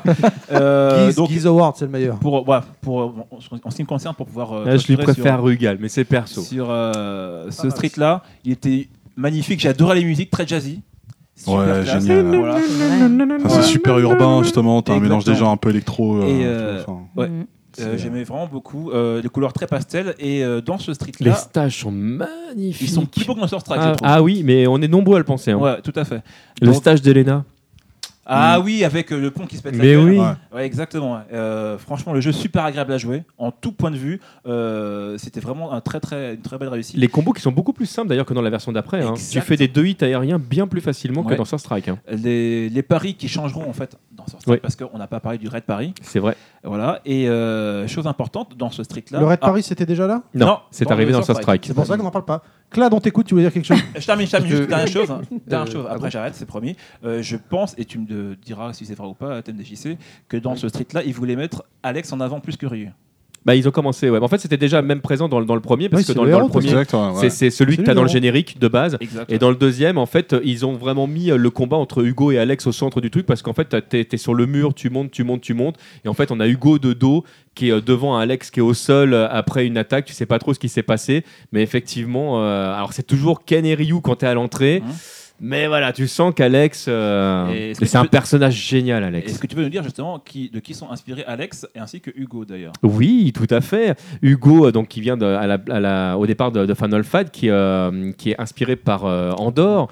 donc, Giz Award, c'est le meilleur. en ce qui me concerne, pour pouvoir Je lui clôturer préfère Rugal, mais c'est perso. sur ce street-là, il était magnifique. J'adorais les musiques, très jazzy. Super Ouais, classe. génial. Voilà. Enfin, c'est super urbain, justement. T'as un mélange Exactement. déjà un peu électro. Et, enfin, ouais. Mhm. J'aimais vraiment beaucoup les couleurs très pastel. Et dans ce Les street-là, stages sont magnifiques. ils sont plus beaux que Monster Strike, je trouve. Ah oui, mais on est nombreux à le penser. Hein. Ouais, tout à fait. Le Donc- stage d'Elena. Ah oui, avec le pont qui se pète la Mais gueule. oui. Ouais. Ouais, exactement. Ouais. Franchement, le jeu super agréable à jouer en tout point de vue. C'était vraiment une très belle réussite. Les combos qui sont beaucoup plus simples d'ailleurs que dans la version d'après. Hein. Tu Exact. fais des 2 hits aériens bien plus facilement que Ouais. dans Sur Strike. Hein. Les paris qui changeront en fait dans ce street Oui. parce qu'on n'a pas parlé du Red Paris. C'est vrai. Voilà. Et chose importante dans ce street là. Le Red Paris, c'était déjà là Non, Non, c'est dans arrivé le dans Sur Sur Strike. C'est pour ça qu'on n'en parle pas. Claude, on t'écoute, tu voulais dire quelque chose Je termine juste dernière chose. Dernière chose. ah Après bon j'arrête, c'est promis. Je pense et tu me diras si c'est vrai ou pas, thème DJC, que dans ce street là, ils voulaient mettre Alex en avant plus que Ryu. Bah, ils ont commencé, ouais. En fait, c'était déjà même présent dans le premier, parce Oui, que c'est dans le le héros, premier, Exact, ouais. c'est celui que C'est tu as lui, dans le le héros. générique de base. Exact. Et dans le deuxième, en fait, ils ont vraiment mis le combat entre Hugo et Alex au centre du truc, parce qu'en fait, t'es sur le mur, tu montes. Et en fait, on a Hugo de dos qui est devant un Alex qui est au sol après une attaque. Tu sais pas trop ce qui s'est passé. Mais effectivement, alors c'est toujours Ken et Ryu quand t'es à l'entrée. Mais voilà, tu sens qu'Alex, Et est-ce que c'est tu un peux- personnage génial, Alex. Est-ce que tu peux nous dire justement de qui sont inspirés Alex et ainsi que Hugo d'ailleurs? Oui, tout à fait. Hugo, donc qui vient au départ de Final Fight, qui est inspiré par Andor,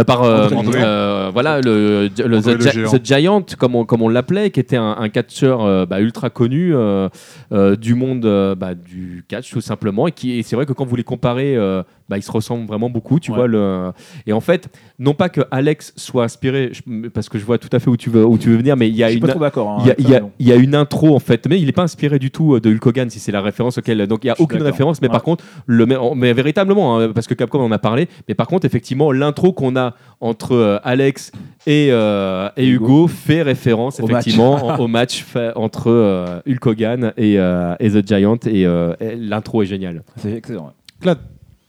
voilà André le géant. The Giant, comme on l'appelait, qui était un catcheur ultra connu du monde du catch tout simplement, et c'est vrai que quand vous les comparez, ils se ressemblent vraiment beaucoup, tu Ouais. vois et en fait, non pas que Alex soit inspiré, parce que je vois tout à fait où tu veux venir, mais il y a Je suis une pas trop d'accord. hein, il y a- avec il y, ça, a- mais bon. il y a une intro en fait, mais il n'est pas inspiré du tout de Hulk Hogan, si c'est la référence auquel. Donc il n'y a Je suis aucune d'accord. référence, mais Ouais. par contre, mais véritablement, hein, parce que Capcom en a parlé, mais par contre, effectivement, l'intro qu'on a entre Alex et Hugo fait référence Au effectivement au match fait entre Hulk Hogan et The Giant, et l'intro est géniale. C'est excellent. Ouais. Claude,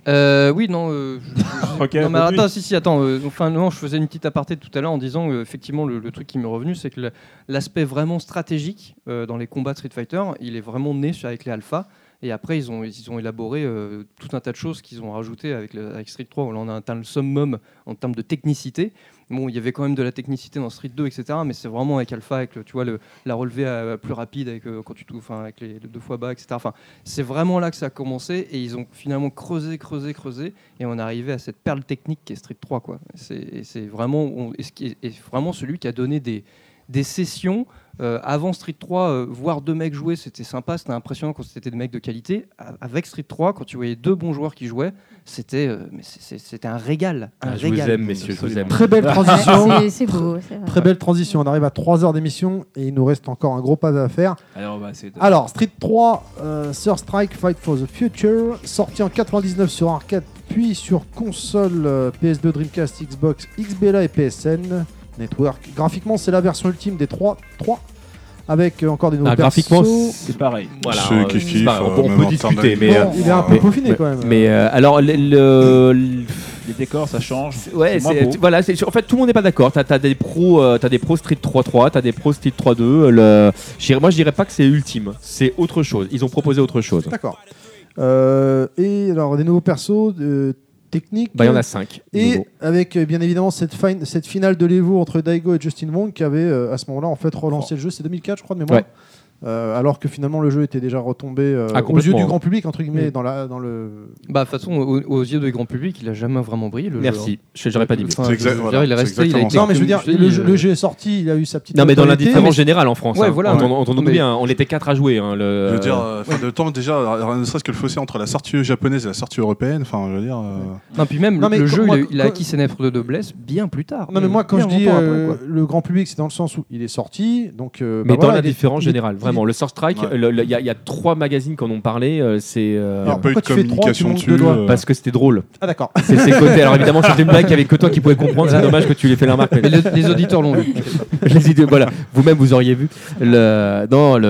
Oui, non. Ok, non, mais continue. attends. Enfin, non, je faisais une petite aparté tout à l'heure en disant effectivement le truc qui m'est revenu, c'est que l'aspect vraiment stratégique dans les combats de Street Fighter, il est vraiment né avec les alphas. Et après, ils ont élaboré tout un tas de choses qu'ils ont rajoutées avec Street 3. Là, on a atteint le summum en termes de technicité. Bon, il y avait quand même de la technicité dans Street 2, etc. Mais c'est vraiment avec Alpha, avec la relevée plus rapide, avec, quand tu touches, avec les 2 fois bas, etc. Enfin, c'est vraiment là que ça a commencé. Et ils ont finalement creusé. Et on est arrivé à cette perle technique qui est Street 3. Quoi. C'est vraiment, vraiment celui qui a donné des sessions. Avant Street 3, voir 2 mecs jouer, c'était sympa, c'était impressionnant quand c'était des mecs de qualité. Avec Street 3, quand tu voyais 2 bons joueurs qui jouaient, c'était un régal. Je vous aime, messieurs, je vous aime. Très belle transition. C'est beau, c'est vrai. Très belle transition. On arrive à 3 heures d'émission et il nous reste encore un gros pas à faire. Alors, on va essayer de... Alors, Street 3, Third Strike Fight for the Future, sorti en 99 sur arcade, puis sur console PS2, Dreamcast, Xbox, XBLA et PSN Network. Graphiquement, c'est la version ultime des 3, avec encore des nouveaux graphiquement, persos. c'est pareil. Voilà, Ceux qui kiffent, on même peut en discuter, termes mais Bon, il est un peu peaufiné quand même. mais alors Les décors, ça change. ouais, moins beau. voilà, en fait tout le monde n'est pas d'accord. T'as des pros Street 3.3, t'as des pros Street 3.2. Moi, je dirais pas que c'est ultime, c'est autre chose. Ils ont proposé autre chose. D'accord. Et alors, des nouveaux persos techniques. Bah, il y en a 5. Et avec bien évidemment cette finale de l'Evo entre Daigo et Justin Wong qui avait à ce moment-là en fait relancé le jeu. C'est 2004 je crois de mémoire. Ouais. Alors que finalement le jeu était déjà retombé aux complètement. yeux du grand public entre guillemets dans le. Bah de toute façon aux yeux du grand public, il a jamais vraiment brillé le Merci. jeu. J'aurais pas dit mieux. Enfin, C'est exact- je veux voilà, dire, il est c'est resté. Il a exactement été ça. Non mais je veux dire comme je dis, le jeu est sorti, il a eu sa petite. Non mais dans notoriété. l'indifférence générale en France. Ouais, hein. voilà. Entendons-nous Mais- bien. On était 4 à jouer. Hein, Je veux dire, de temps déjà, ne serait-ce que le fossé entre la sortie japonaise et la sortie européenne, enfin, je veux dire. Non puis même Non, mais le jeu, moi, il a acquis ses lettres de noblesse bien plus tard. Non mais moi quand je Bien dis longtemps après, quoi. le grand public c'est dans le sens où il est sorti donc. Mais dans l'indifférence générale, vraiment. Le Source Strike, Ouais. il y a 3 magazines qui en ont parlé. C'est Il n'y Alors, a pas eu de pourquoi tu fais trois, tu communication montes dessus. deux doigts parce que c'était drôle. Ah d'accord. C'est côté. Alors évidemment, c'était une blague avec que toi qui pouvais comprendre. C'est dommage que tu l'aies fait la remarque. Mais les auditeurs l'ont vu. Les idées, voilà. Vous-même, vous auriez vu. Le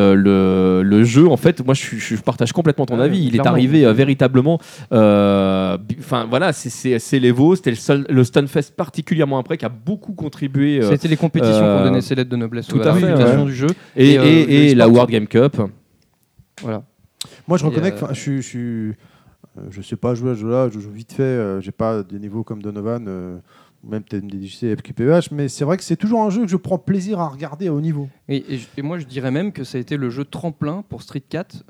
jeu, en fait, moi, je partage complètement ton avis. Il est clairement. arrivé véritablement. Enfin, voilà, c'est l'Evo. C'était le Stunfest particulièrement après qui a beaucoup contribué. C'était les compétitions qui ont donné ses lettres de noblesse tout à à la fait, réputation ouais. du jeu. Et le la e-sport. World Game Cup. Voilà. Moi, je Et, reconnais que je sais pas jouer à ce jeu-là, je joue vite fait, j'ai pas des niveaux comme Donovan, ou même peut-être des DJC FQPH, mais c'est vrai que c'est toujours un jeu que je prends plaisir à regarder à haut niveau. Et moi, je dirais même que ça a été le jeu tremplin pour Street 4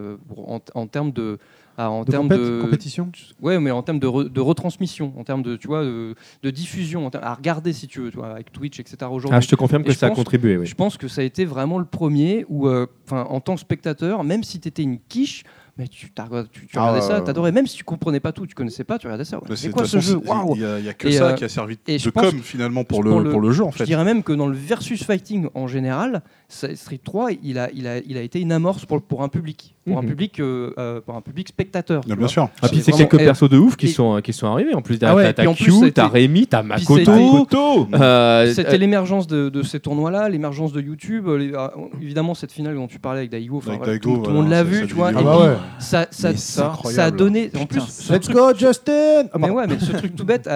en termes de. Compétition. Ouais, mais en termes de retransmission, en termes de, tu vois, de diffusion, à regarder si tu veux, tu vois, avec Twitch, etc. Aujourd'hui. Ah, je te confirme Et que je ça a pense- contribué. Oui. Je pense que ça a été vraiment le premier où, en tant que spectateur, même si tu étais une quiche, mais tu regardais ça, t'adorais. Même si tu comprenais pas tout, tu connaissais pas, tu regardais ça. Ouais. Mais C'est de quoi toute ce façon, jeu? Waouh. Il y a que Et, ça qui a servi et je de pense com finalement pour je prends le jeu en Je fait. dirais même que dans le versus fighting en général, Street 3, il a été une amorce pour un public, pour un public spectateur. tu Bien vois. sûr. Ah, puis c'est Vraiment- quelques et- persos de ouf qui et- sont arrivés. En plus, Ah ouais, t'as puis en plus, ça a Q, été- t'as Rémi, t'as puis ça a été- Makoto. C'était l'émergence de ces tournois-là, l'émergence de YouTube, évidemment cette finale dont tu parlais avec Daigo, enfin, Avec voilà, Daigo, tout le monde l'a ça vu, devient tu vois. du- Et Ah bah puis, ouais. ça a incroyable. donné, en plus, ce Let's truc- go Justin. Ah, mais pardon. ouais, mais ce truc tout bête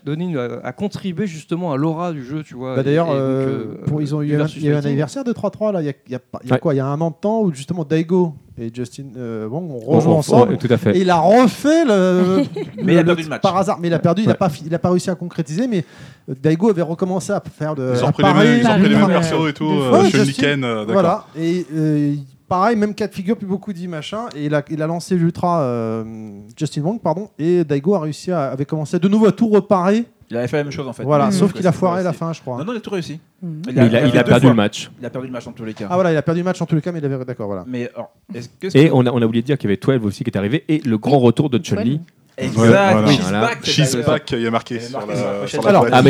a contribué justement à l'aura du jeu, tu vois. Bah, d'ailleurs, Et donc, ils ont du eu un versus il y a eu un fighting. anniversaire de 3-3 là, il y a Ouais. quoi, il y a un an de temps où justement Daigo et Justin Wong ont rejoint ensemble. Ouais, tout à fait. Et il a refait Mais il a perdu le match. par hasard. Mais il a perdu, Ouais. il a pas réussi à concrétiser. Mais Daigo avait recommencé à faire de. Ils ont à repris les parer, mêmes- ils ont repris les mêmes Ouais. persos et tout. Ouais, Sean Justin, Liken, d'accord. Voilà. Et pareil, même cas de figure, plus beaucoup dit machin. Et il a lancé l'Ultra Justin Wong, pardon. Et Daigo avait commencé de nouveau à tout reparer. Il avait fait la même chose en fait. Voilà, Mmh. sauf qu'il a C'est foiré pas la réussi. fin, je crois. Non, non, il a tout réussi. Mhm. Mais il a fait deux perdu fois. le match. Il a perdu le match dans tous les cas. Ah voilà, il a perdu le match en tous les cas, mais il avait. D'accord, voilà. Mais alors, Et on a oublié de dire qu'il y avait 12 aussi qui est arrivé et le grand retour de Chun-Li. Exact, voilà. She's Voilà. back, c'est She's d'ailleurs. back, il y a marqué Il y a sur marqué la sur la sur pochette. la Alors, boîte. Ah mais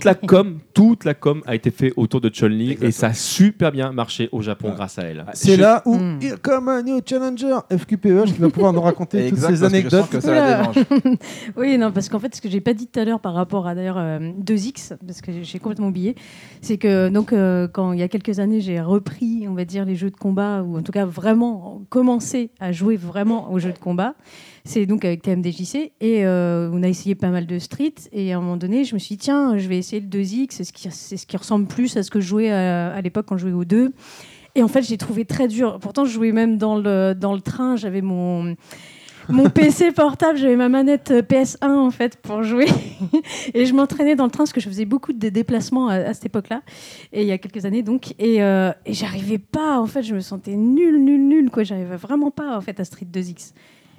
toute la com a été faite autour de Chun-Li et ça a super bien marché au Japon grâce à elle. C'est Je- là où Mm. il comme un new challenger FQPH qui va pouvoir nous raconter toutes Exact, ces parce que je anecdotes. sens que ça la démange. Oui, non, parce qu'en fait, ce que j'ai pas dit tout à l'heure par rapport à d'ailleurs 2X, parce que j'ai complètement oublié, c'est que donc quand il y a quelques années j'ai repris, on va dire, les jeux de combat ou en tout cas vraiment commencé à jouer vraiment aux jeux de combat. C'est donc avec TMDJC et on a essayé pas mal de street et à un moment donné je me suis dit tiens je vais essayer le 2X, c'est ce qui ressemble plus à ce que je jouais à l'époque quand je jouais au 2 et en fait j'ai trouvé très dur, pourtant je jouais même dans le train, j'avais mon PC portable, j'avais ma manette PS1 en fait pour jouer et je m'entraînais dans le train parce que je faisais beaucoup de déplacements à cette époque-là et il y a quelques années donc et j'arrivais pas en fait, je me sentais nulle quoi, j'arrivais vraiment pas en fait à Street 2X.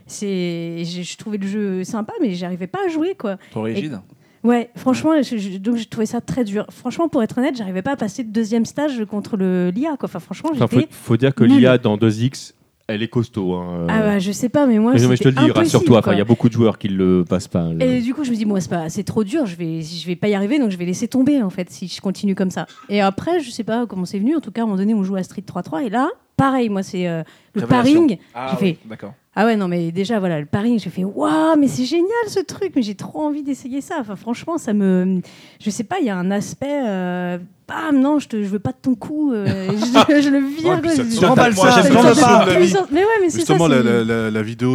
Je trouvais le jeu sympa mais j'arrivais pas à jouer quoi. Trop rigide. Ouais, franchement, donc j'ai trouvé ça très dur. Franchement, pour être honnête, j'arrivais pas à passer le deuxième stage contre l'IA quoi. Enfin franchement, j'étais faut dire que l'IA dans 2X elle est costaud. Hein. Ah bah je sais pas, mais moi mais c'était je te le dis, rassure-toi, il y a beaucoup de joueurs qui le passent pas. Et du coup, je me dis, moi, c'est trop dur, je vais pas y arriver, donc je vais laisser tomber, en fait, si je continue comme ça. Et après, je sais pas comment c'est venu, en tout cas, à un moment donné, on joue à Street 3-3, et là, pareil, moi, c'est le paring. J'ai fait, d'accord. Ah ouais, non, mais déjà, voilà, le paring, j'ai fait, waouh, mais c'est génial ce truc, mais j'ai trop envie d'essayer ça. Enfin, franchement, je sais pas, il y a un aspect, bam, non, je veux pas de ton coup, je le vire. Ouais, je remballe ça. Mais ouais, mais c'est justement, ça. la vidéo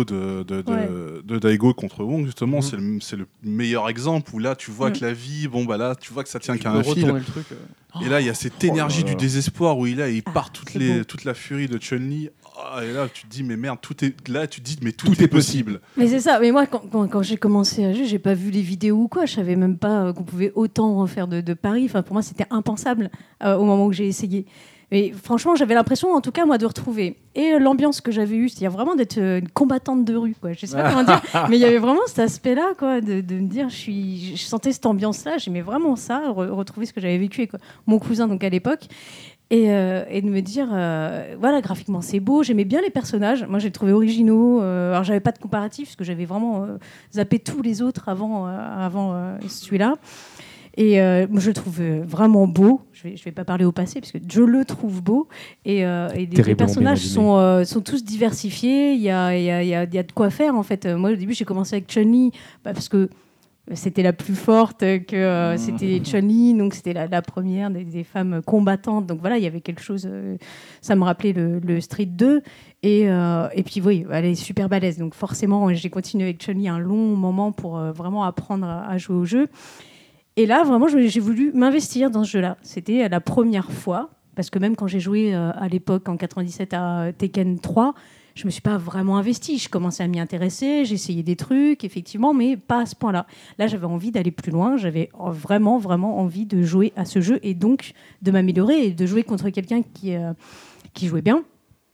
de Daigo contre Wong, justement, c'est le meilleur exemple où là, tu vois que la vie, bon, bah là, tu vois que ça tient qu'à un fil. Le truc, Et là, il y a cette énergie du désespoir où il part toute la furie de Chun-Li. Oh, et là, tu te dis, mais merde, tout est possible. Mais c'est ça. Mais moi, quand j'ai commencé à jouer, j'ai pas vu les vidéos ou quoi. Je savais même pas qu'on pouvait autant refaire de paris. Enfin, pour moi, c'était impensable au moment où j'ai essayé. Mais franchement, j'avais l'impression, en tout cas, moi, de retrouver. Et l'ambiance que j'avais eue, c'est-à-dire vraiment d'être une combattante de rue, quoi. Je sais pas comment dire, mais il y avait vraiment cet aspect-là, quoi, de me dire, je sentais cette ambiance-là, j'aimais vraiment ça, retrouver ce que j'avais vécu avec mon cousin, donc à l'époque. Et de me dire, voilà, graphiquement c'est beau, j'aimais bien les personnages, moi j'ai trouvé originaux, alors j'avais pas de comparatif parce que j'avais vraiment zappé tous les autres avant celui-là. Et je le trouve vraiment beau, je vais pas parler au passé parce que je le trouve beau, et les personnages sont tous diversifiés, il y a de quoi faire en fait. Moi au début j'ai commencé avec Chun-Li parce que c'était la plus forte, que c'était Chun-Li, donc c'était la première des femmes combattantes. Donc voilà, il y avait quelque chose, ça me rappelait le Street 2. Et puis oui, elle est super balèze. Donc forcément, j'ai continué avec Chun-Li un long moment pour vraiment apprendre à jouer au jeu. Et là, vraiment, j'ai voulu m'investir dans ce jeu-là. C'était la première fois, parce que même quand j'ai joué à l'époque, en 97, à Tekken 3, je me suis pas vraiment investie. Je commençais à m'y intéresser, j'essayais des trucs, effectivement, mais pas à ce point-là. Là, j'avais envie d'aller plus loin. J'avais vraiment, vraiment envie de jouer à ce jeu et donc de m'améliorer et de jouer contre quelqu'un qui jouait bien.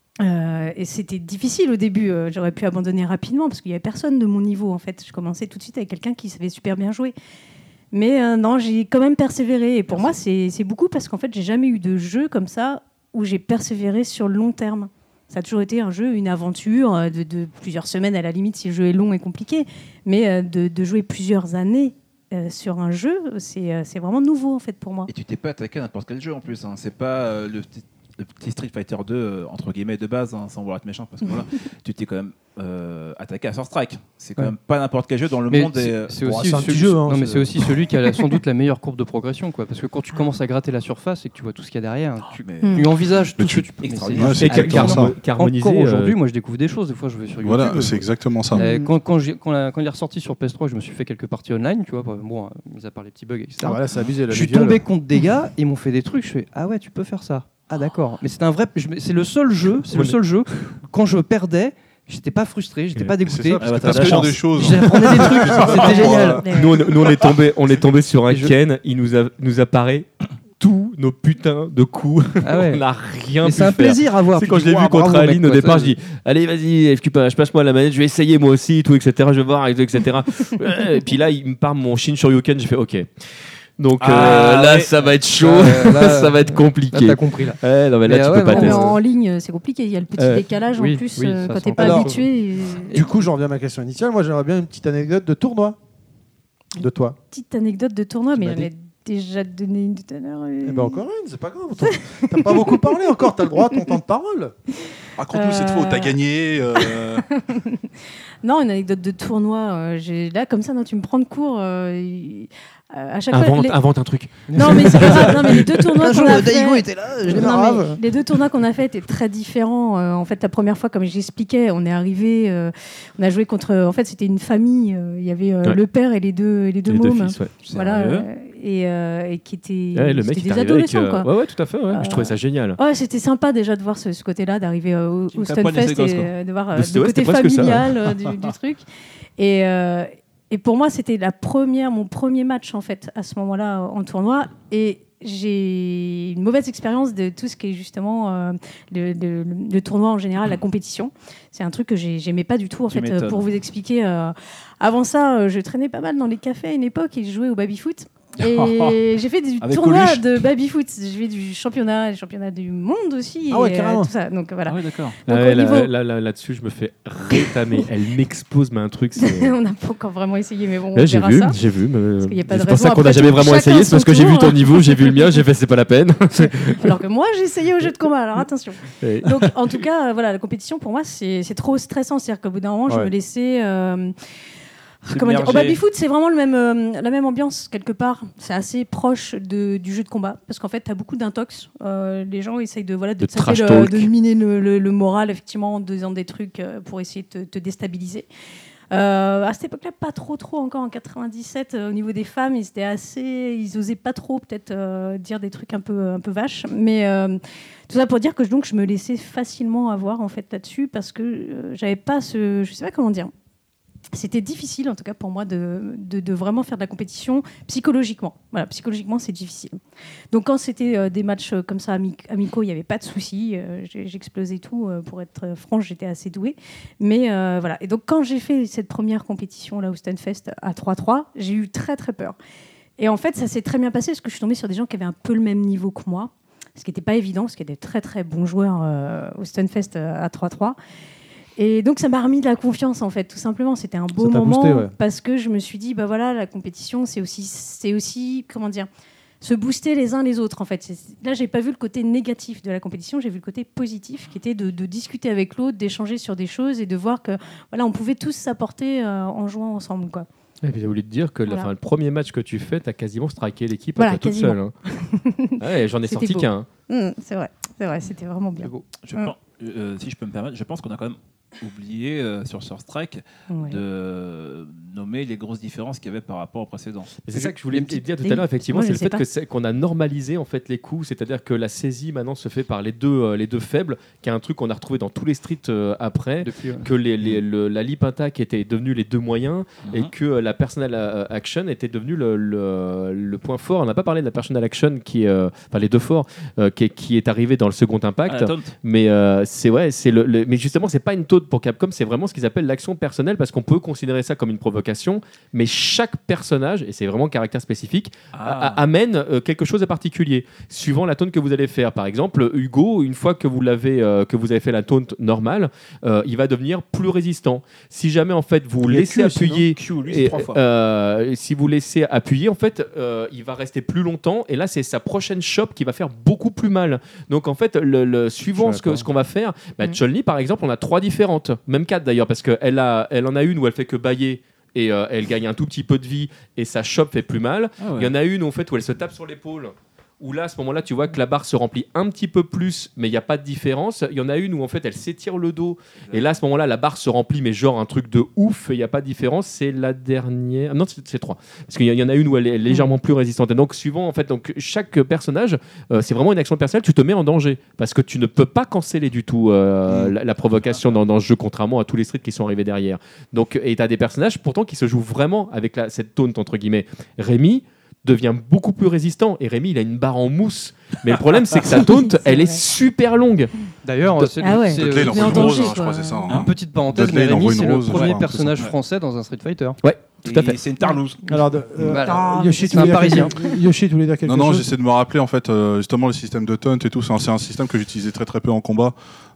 Et c'était difficile au début. J'aurais pu abandonner rapidement parce qu'il y avait personne de mon niveau. En fait, je commençais tout de suite avec quelqu'un qui savait super bien jouer. Mais non, j'ai quand même persévéré. Et pour moi, c'est beaucoup parce qu'en fait, j'ai jamais eu de jeu comme ça où j'ai persévéré sur le long terme. Ça a toujours été un jeu, une aventure de plusieurs semaines à la limite si le jeu est long et compliqué. Mais de jouer plusieurs années sur un jeu, c'est vraiment nouveau en fait pour moi. Et tu t'es pas attaqué à n'importe quel jeu en plus. Hein. C'est pas le petit Street Fighter 2 entre guillemets de base, hein, sans vouloir être méchant, parce que voilà, tu t'es quand même attaqué à Sword Strike. C'est quand même pas n'importe quel jeu dans le monde. C'est aussi un petit jeu. Hein, mais c'est aussi celui qui a sans doute la meilleure courbe de progression, quoi. Parce que quand tu commences à gratter la surface et que tu vois tout ce qu'il y a derrière, tu envisages tout ce que tu peux. C'est harmonisé. Encore aujourd'hui, moi je découvre des choses. Des fois, je vais sur YouTube. Voilà, c'est exactement ça. Quand il est ressorti sur PS3, je me suis fait quelques parties online, tu vois. Bon, mis à part les petits bugs, etc. Voilà, c'est abusé. Je suis tombé contre des gars, ils m'ont fait des trucs. Je fais ah ouais, tu peux faire ça. Ah d'accord. Mais c'est un vrai. C'est le seul jeu. Quand je perdais, j'étais pas frustré, j'étais pas dégoûté. Parce que des choses. J'apprenais des trucs. C'était génial. Nous on est tombé sur un Ken. Il nous apparaît tous nos putains de coups. Ah ouais. On n'a rien pu faire. C'est un plaisir à voir. C'est quand je l'ai vu contre Aline au départ, je dis allez vas-y, passe-moi la manette, je vais essayer moi aussi, tout, etc. Je vais voir, etc. Et puis là, il me parle mon Shin Shoryuken, j'ai fait ok. Donc là, ça va être chaud, ça va être compliqué. Là, t'as compris là. Non, mais là, tu peux pas tester. En ligne, c'est compliqué. Il y a le petit décalage en plus quand t'es pas habitué. Du coup, j'en reviens à ma question initiale. Moi, j'aimerais bien une petite anecdote de tournoi. De toi. Petite anecdote de tournoi, mais j'en ai déjà donné une tout à l'heure. Eh ben encore une, c'est pas grave. T'as pas beaucoup parlé encore. T'as le droit à ton temps de parole. Raconte-nous cette fois où t'as gagné. Non, une anecdote de tournoi. Là, comme ça, non, tu me prends de court. À chaque fois, Invente un truc. Non, mais c'est pas grave. Non, mais les deux tournois qu'on a Daigo fait. était là, je l'ai marave. Les deux tournois qu'on a fait étaient très différents. En fait, la première fois, comme j'expliquais, on est arrivé, on a joué contre. En fait, c'était une famille. Il y avait le père et les deux mômes. Fils, ouais. Voilà. Et qui étaient, Le mec c'était est des arrivé avec. adolescents, quoi. Ouais, tout à fait. Ouais. Je trouvais ça génial. Ouais, c'était sympa déjà de voir ce côté-là, d'arriver au me tapoines Stunfest les gosses, et de voir Mais le c'était côté presque ça, familial du truc. Et pour moi, c'était mon premier match en fait à ce moment-là en tournoi. Et j'ai une mauvaise expérience de tout ce qui est justement le tournoi en général, la compétition. C'est un truc que j'aimais pas du tout en Tu fait. m'étonnes. Pour vous expliquer, avant ça, je traînais pas mal dans les cafés à une époque et je jouais au baby-foot. Et j'ai fait des Avec tournois Coluche. de baby-foot. J'ai fait du championnat du monde aussi. Ah ouais, et, carrément. tout ça. Donc voilà. Ah ouais, d'accord. Donc, Ouais, au niveau- là-dessus, je me fais rétamer. Elle m'explose, mais un truc, c'est. On n'a pas encore vraiment essayé, mais bon, on Ouais, j'ai verra vu, ça. j'ai vu. Parce qu'il y a pas de C'est pour raison. ça qu'on n'a Après, jamais tout- vraiment chacun essayé. C'est parce son que j'ai vu tour. ton niveau, j'ai vu le mien, j'ai fait c'est pas la peine. Alors que moi, j'ai essayé au jeu de combat, alors attention. Et- Donc, en tout cas, voilà, la compétition, pour moi, c'est trop stressant. C'est-à-dire qu'au bout d'un moment, je me laissais... comment dire, au Submergé. baby-foot, c'est vraiment la même ambiance, quelque part. C'est assez proche du jeu de combat. Parce qu'en fait, tu as beaucoup d'intox. Les gens essayent de De te saper trash talk. de miner le moral, effectivement, en disant des trucs pour essayer de te déstabiliser. À cette époque-là, pas trop encore en 97 au niveau des femmes, ils osaient pas trop peut-être dire des trucs un peu vaches, mais tout ça pour dire que donc je me laissais facilement avoir en fait là-dessus parce que j'avais pas je sais pas comment dire. C'était difficile, en tout cas pour moi, de vraiment faire de la compétition psychologiquement. Voilà, psychologiquement, c'est difficile. Donc, quand c'était des matchs comme ça amicaux, il n'y avait pas de souci. J'explosais tout. Pour être franche, j'étais assez douée. Mais voilà. Et donc, quand j'ai fait cette première compétition là au Stunfest à 3-3, j'ai eu très, très peur. Et en fait, ça s'est très bien passé parce que je suis tombée sur des gens qui avaient un peu le même niveau que moi. Ce qui n'était pas évident, parce qu'il y a des très, très bons joueurs au Stunfest à 3-3. Et donc ça m'a remis de la confiance en fait, tout simplement. C'était un beau Ça t'a moment boosté, ouais. parce que je me suis dit bah voilà, la compétition c'est aussi comment dire, se booster les uns les autres en fait. Là j'ai pas vu le côté négatif de la compétition, j'ai vu le côté positif qui était de discuter avec l'autre, d'échanger sur des choses et de voir que voilà on pouvait tous s'apporter en jouant ensemble quoi. Et puis j'ai voulu te dire que Voilà. le premier match que tu fais, t'as quasiment striké l'équipe Voilà, à toi toute seule. Hein. Ouais, j'en ai C'était sorti beau. qu'un. C'est vrai, c'était vraiment bien. Si je peux me permettre, je pense qu'on a quand même oublié sur Strike Ouais. de nommer les grosses différences qu'il y avait par rapport au précédent. Et c'est ça que je voulais te dire tout Et à l'heure, effectivement, moi, c'est je le sais fait qu'on a normalisé en fait les coups, c'est-à-dire que la saisie maintenant se fait par les deux faibles, qui est un truc qu'on a retrouvé dans tous les streets après, que la lip attack était devenue les deux moyens et que la personal action était devenue le point fort. On n'a pas parlé de la personal action enfin les deux forts qui est arrivé dans le second impact, la taunt. mais mais justement c'est pas une taunt pour Capcom, c'est vraiment ce qu'ils appellent l'action personnelle parce qu'on peut considérer ça comme une provocation, mais chaque personnage, et c'est vraiment caractère spécifique, amène quelque chose de particulier suivant la taunt que vous allez faire. Par exemple, Hugo, une fois que vous avez fait la taunt normale, il va devenir plus résistant. Si jamais en fait vous Il y a laissez Q aussi, appuyer, Q, lui, c'est 3 fois. si vous laissez appuyer, en fait, il va rester plus longtemps. Et là, c'est sa prochaine shop qui va faire beaucoup plus mal. Donc en fait, suivant ce qu'on va faire, Chun-Li par exemple, on a 3 différentes, même 4 d'ailleurs, parce qu'elle en a une où elle fait que bailler. Et elle gagne un tout petit peu de vie et sa shop fait plus mal. Ah ouais. Il y en a une en fait, où elle se tape sur l'épaule, où là à ce moment-là tu vois que la barre se remplit un petit peu plus mais il n'y a pas de différence. Il y en a une où en fait elle s'étire le dos et là à ce moment-là la barre se remplit mais genre un truc de ouf et il n'y a pas de différence. C'est la dernière, non c'est 3 parce qu'il y en a une où elle est légèrement plus résistante et donc suivant en fait donc chaque personnage c'est vraiment une action personnelle, tu te mets en danger parce que tu ne peux pas canceller du tout la provocation dans ce jeu contrairement à tous les streets qui sont arrivés derrière. Donc et tu as des personnages pourtant qui se jouent vraiment avec cette taunt entre guillemets. Rémi devient beaucoup plus résistant et Rémi il a une barre en mousse mais le problème c'est que sa taunt elle est super longue. D'ailleurs, Ah ouais. Dudley, il mais en envoie une rose, danger, hein, je crois, quoi. c'est ça. Une hein. petite parenthèse, Dudley, mais il envoie Rémi, une c'est le rose, premier ouais, personnage c'est ça. français dans un Street Fighter. Ouais, tout à fait. C'est une tarlouse. Alors, Voilà. Yoshi, tu C'est un voulais dire Parisien. Yoshi, tu voulais dire quelque Non, chose j'essaie de me rappeler en fait justement le système de taunt et tout. C'est un système que j'utilisais très très peu en combat.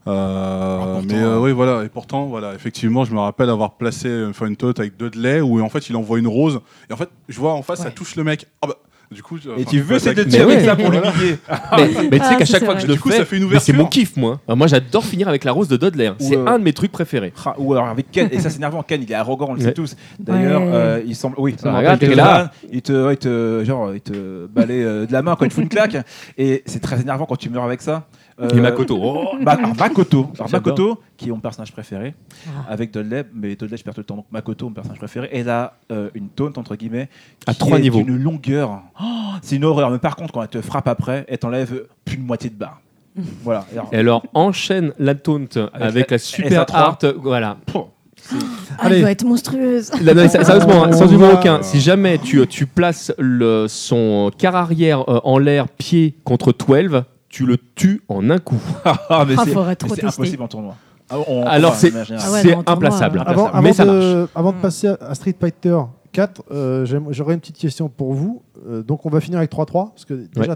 Oui, voilà. Et pourtant, voilà, effectivement, je me rappelle avoir placé une taunt avec Dudley où en fait il envoie une rose et en fait je vois en face ça touche le mec. Ah bah, Du coup, Et tu veux essayer de Mais tirer ouais. ça pour l'humilier. Mais tu sais qu'à chaque fois que je le Du coup, fais, ça fait une mais c'est ouverture. mon kiff, moi. Moi, j'adore finir avec la rose de Dudley. C'est Ou, un de mes trucs préférés. Ou alors avec Ken, et ça c'est énervant, Ken il est arrogant, on le sait Ouais. tous. D'ailleurs, Ouais. il semble. Oui, Ça me regarde, rappelle t'es Ken là. Lan, il te balaye de la main quand il te fout une claque. Et c'est très énervant quand tu meurs avec ça. Et Makoto. Oh. Makoto. Alors, J'adore. Makoto, qui est mon personnage préféré, Ah. avec Dudley, mais Dudley je perds tout le temps, donc Makoto, mon personnage préféré, elle a une taunt entre guillemets, À qui 3 est niveaux. d'une longueur. Oh, c'est une horreur, mais par contre, quand elle te frappe après, elle t'enlève plus de moitié de barre. Voilà. Alors, Et alors, enchaîne la taunt avec la super SA3. art. Voilà. Elle Allez. doit être monstrueuse. Là, non, sérieusement, hein, On sans humour va- aucun, si jamais tu places son quart arrière en l'air, pied contre 12, tu le tues en un coup. mais Ah, c'est faudrait mais trop c'est tester. impossible en tournoi. Alors, c'est en général. Ah ouais, c'est non, en tournoi, implaçable. Implaçable. Mais ça marche. Avant de passer à Street Fighter 4, j'aurais une petite question pour vous. Donc on va finir avec 3-3, parce que déjà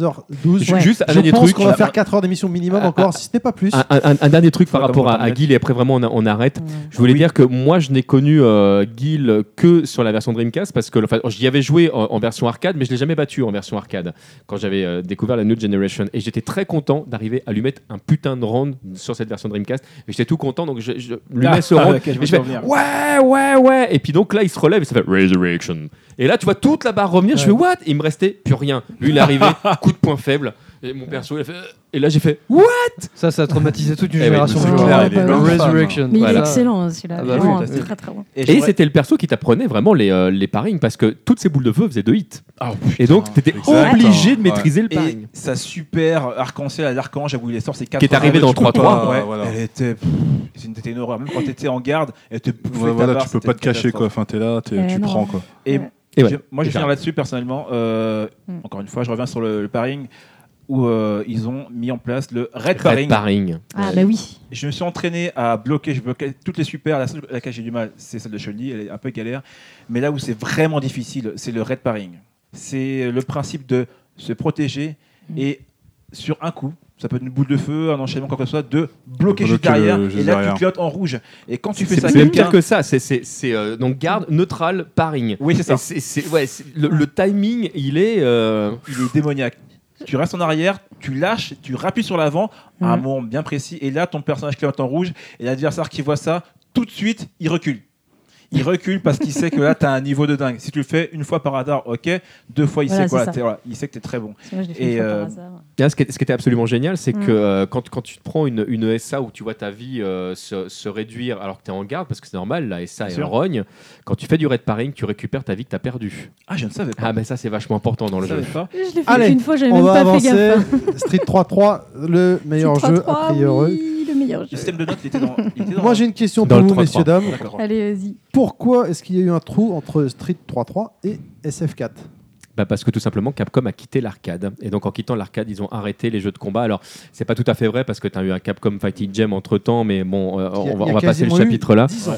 3h12. Juste un Je dernier pense truc. qu'on va faire 4 heures d'émission minimum encore, si ce n'est pas plus. Un dernier truc par Faut rapport comment à Guile et après vraiment on arrête. Ouais. Je voulais Oui. dire que moi je n'ai connu Guile que sur la version Dreamcast parce que j'y avais joué en version arcade mais je l'ai jamais battu en version arcade quand j'avais découvert la New Generation et j'étais très content d'arriver à lui mettre un putain de round sur cette version Dreamcast et j'étais tout content donc je lui mets ce round ok, je me et je fais souviens. ouais et puis donc là il se relève et ça fait Resurrection et là tu vois toute la barre revenir je fais what et il me restait plus rien lui il est arrivé coup de poing faible et mon perso il a fait et là j'ai fait what Ça a traumatisé toute une Eh oui, génération c'est de clair, joueurs. il est bah oui. Resurrection. Mais il est Voilà. excellent celui-là. Ah bah Vraiment, oui, c'est fantastique. très très bon. et j'aimerais- c'était le perso qui t'apprenait vraiment les parings parce que toutes ces boules de feu faisaient 2 hits Ah, et donc t'étais exact. obligé de Ouais. maîtriser le Et paring sa super arc-en-ciel à l'archange, où il sort ses 4 Qui est arrivé dans 3-3. Ouais, Voilà. elle était. C'était une horreur. Même quand t'étais en garde, elle te bouffait Ouais, ta voilà, barre, tu peux c'était pas te une cacher quoi. catastrophe. Enfin, t'es là, tu non. prends quoi. Et, Ouais. Et ouais. moi, je vais J'arrête. finir là-dessus personnellement. Encore une fois, je reviens sur le paring où ils ont mis en place le red Red paring. paring. Ah bah oui. Je me suis entraîné à bloquer, je bloquais toutes les super. La seule à laquelle j'ai du mal, c'est celle de Chun-Li, elle est un peu galère. Mais là où c'est vraiment difficile, c'est le red paring. C'est le principe de se protéger et sur un coup, ça peut être une boule de feu, un enchaînement, quoi que ce soit, de bloquer juste Bloquer le derrière juste et là derrière. tu clottes en rouge. Et quand tu fais ça, C'est même quelqu'un- pire que ça. C'est donc garde, neutral, paring. Oui, c'est ça. Ouais, le timing, il est. Il est démoniaque. Tu restes en arrière, tu lâches, tu rappuies sur l'avant à un Mhm. moment bien précis. Et là, ton personnage clignote en rouge. Et l'adversaire qui voit ça, tout de suite, il recule. Il recule parce qu'il sait que là, tu as un niveau de dingue. Si tu le fais une fois par hasard, ok. 2 fois, il Voilà, sait quoi. c'est ça. Voilà, il sait que tu es très bon. Parce que moi, je l'ai fait Et, une fois par hasard. Là, ce qui était absolument génial, c'est Mm. que quand tu te prends une SA où tu vois ta vie se réduire alors que tu es en garde, parce que c'est normal, la SA Bien est sûr. en rogne, quand tu fais du red paring, tu récupères ta vie que tu as perdue. Ah, je ne savais pas. Ah, ben ça, c'est vachement important dans le Je jeu. savais pas. Je l'ai fait Allez, une fois, j'avais on même va pas fait avancer. gaffe. Street 3-3, le meilleur C'est jeu 3-3, a priori. oui, le meilleur Le jeu. système de notes, il était dans. Moi j'ai une question Dans pour le vous, 3-3. messieurs, dames. D'accord. Allez, vas-y. Pourquoi est-ce qu'il y a eu un trou entre Street 3-3 et SF4 Bah parce que tout simplement Capcom a quitté l'arcade et donc en quittant l'arcade ils ont arrêté les jeux de combat. Alors c'est pas tout à fait vrai parce que tu as eu un Capcom Fighting Gem entre temps mais bon on va passer le chapitre là. 10 ans.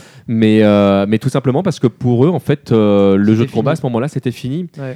Mais tout simplement parce que pour eux en fait le jeu de combat fini. à ce moment-là c'était fini. Ouais.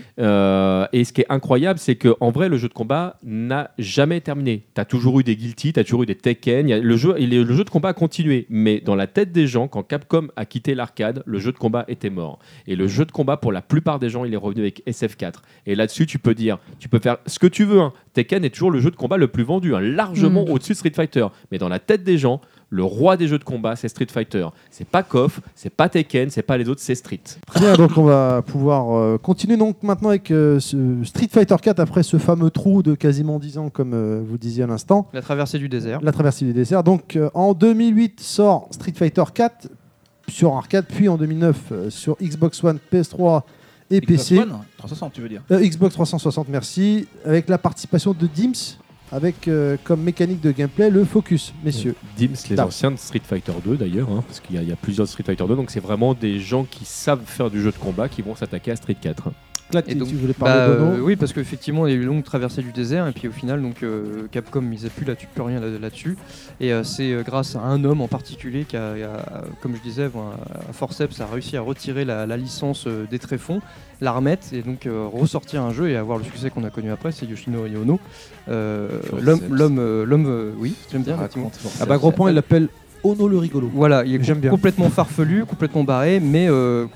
Et ce qui est incroyable c'est que en vrai le jeu de combat n'a jamais terminé. Tu as toujours eu des Guilty, tu as toujours eu des Tekken, le jeu de combat a continué mais dans la tête des gens quand Capcom a quitté l'arcade le jeu de combat était mort. Et le jeu de combat pour la plupart des gens il est revenu avec SF4. Et là-dessus, tu peux faire ce que tu veux. Hein. Tekken est toujours le jeu de combat le plus vendu, hein, largement au-dessus de Street Fighter. Mais dans la tête des gens, le roi des jeux de combat, c'est Street Fighter. C'est pas KOF, c'est pas Tekken, c'est pas les autres, c'est Street. Très bien, donc on va pouvoir continuer donc maintenant avec ce Street Fighter 4 après ce fameux trou de quasiment 10 ans comme vous disiez à l'instant. La traversée du désert. La traversée du désert. Donc en 2008 sort Street Fighter 4 sur arcade, puis en 2009 sur Xbox One, PS3 et PC. Xbox One 360, tu veux dire. Xbox 360, merci. Avec la participation de Dims, avec comme mécanique de gameplay le focus, messieurs. Dims, les Dap. anciens de Street Fighter 2 d'ailleurs, hein, parce qu'il y a plusieurs Street Fighter 2, donc c'est vraiment des gens qui savent faire du jeu de combat qui vont s'attaquer à Street 4. Là, Et donc, tu voulais parler d'Ono. oui, parce qu'effectivement, il y a eu une longue traversée du désert, et puis au final, donc, Capcom misait plus rien là-dessus. Et c'est grâce à un homme en particulier qui a, comme je disais, à forceps, a réussi à retirer la licence des tréfonds, la remettre, et donc ressortir un jeu et avoir le succès qu'on a connu après, c'est Yoshinori Ono. L'homme, oui, j'aime bien, effectivement. Ah bah gros point, il l'appelle Ono le rigolo. Voilà, il est J'aime bien. complètement farfelu, complètement barré, mais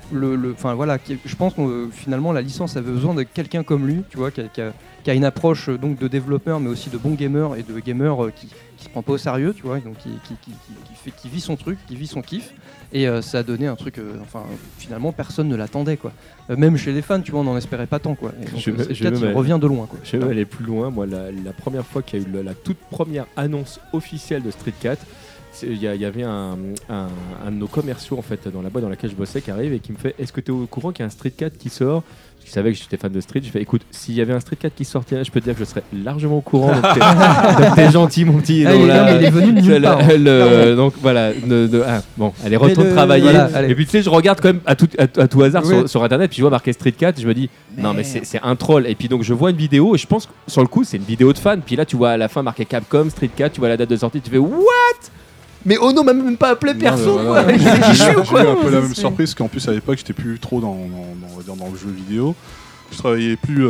je pense que finalement la licence avait besoin de quelqu'un comme lui, tu vois, qui a une approche donc de développeur, mais aussi de bon gamer et de gamer qui se prend pas au sérieux, tu vois, donc qui vit son truc, qui vit son kiff, et ça a donné un truc, finalement personne ne l'attendait, quoi. Même chez les fans, tu vois, on n'en espérait pas tant, quoi. Et donc, il revient de loin, quoi. Je vais aller plus loin. Moi, la première fois qu'il y a eu la toute première annonce officielle de Street 4, il y avait un de nos commerciaux en fait dans la boîte dans laquelle je bossais qui arrive et qui me fait: est-ce que tu es au courant qu'il y a un Street 4 qui sort? Je savais que j'étais fan de Street. Je fais: écoute, s'il y avait un Street 4 qui sortait, je peux te dire que je serais largement au courant. Donc t'es gentil, mon petit. Il est venu de nulle part. Donc voilà. Bon, allez, retourne travailler. Voilà, et puis tu sais, je regarde quand même à tout hasard Oui. sur internet, puis je vois marqué Street 4, je me dis non mais c'est un troll. Et puis donc je vois une vidéo et je pense que sur le coup c'est une vidéo de fan. Puis là tu vois à la fin marqué Capcom Street 4, tu vois la date de sortie, tu fais what? Mais Ono m'a même pas appelé perso, quoi. J'ai Il sait qui je suis ou quoi? eu un peu la même surprise qu'en plus à l'époque j'étais plus trop on va dire dans le jeu vidéo. Je travaillais plus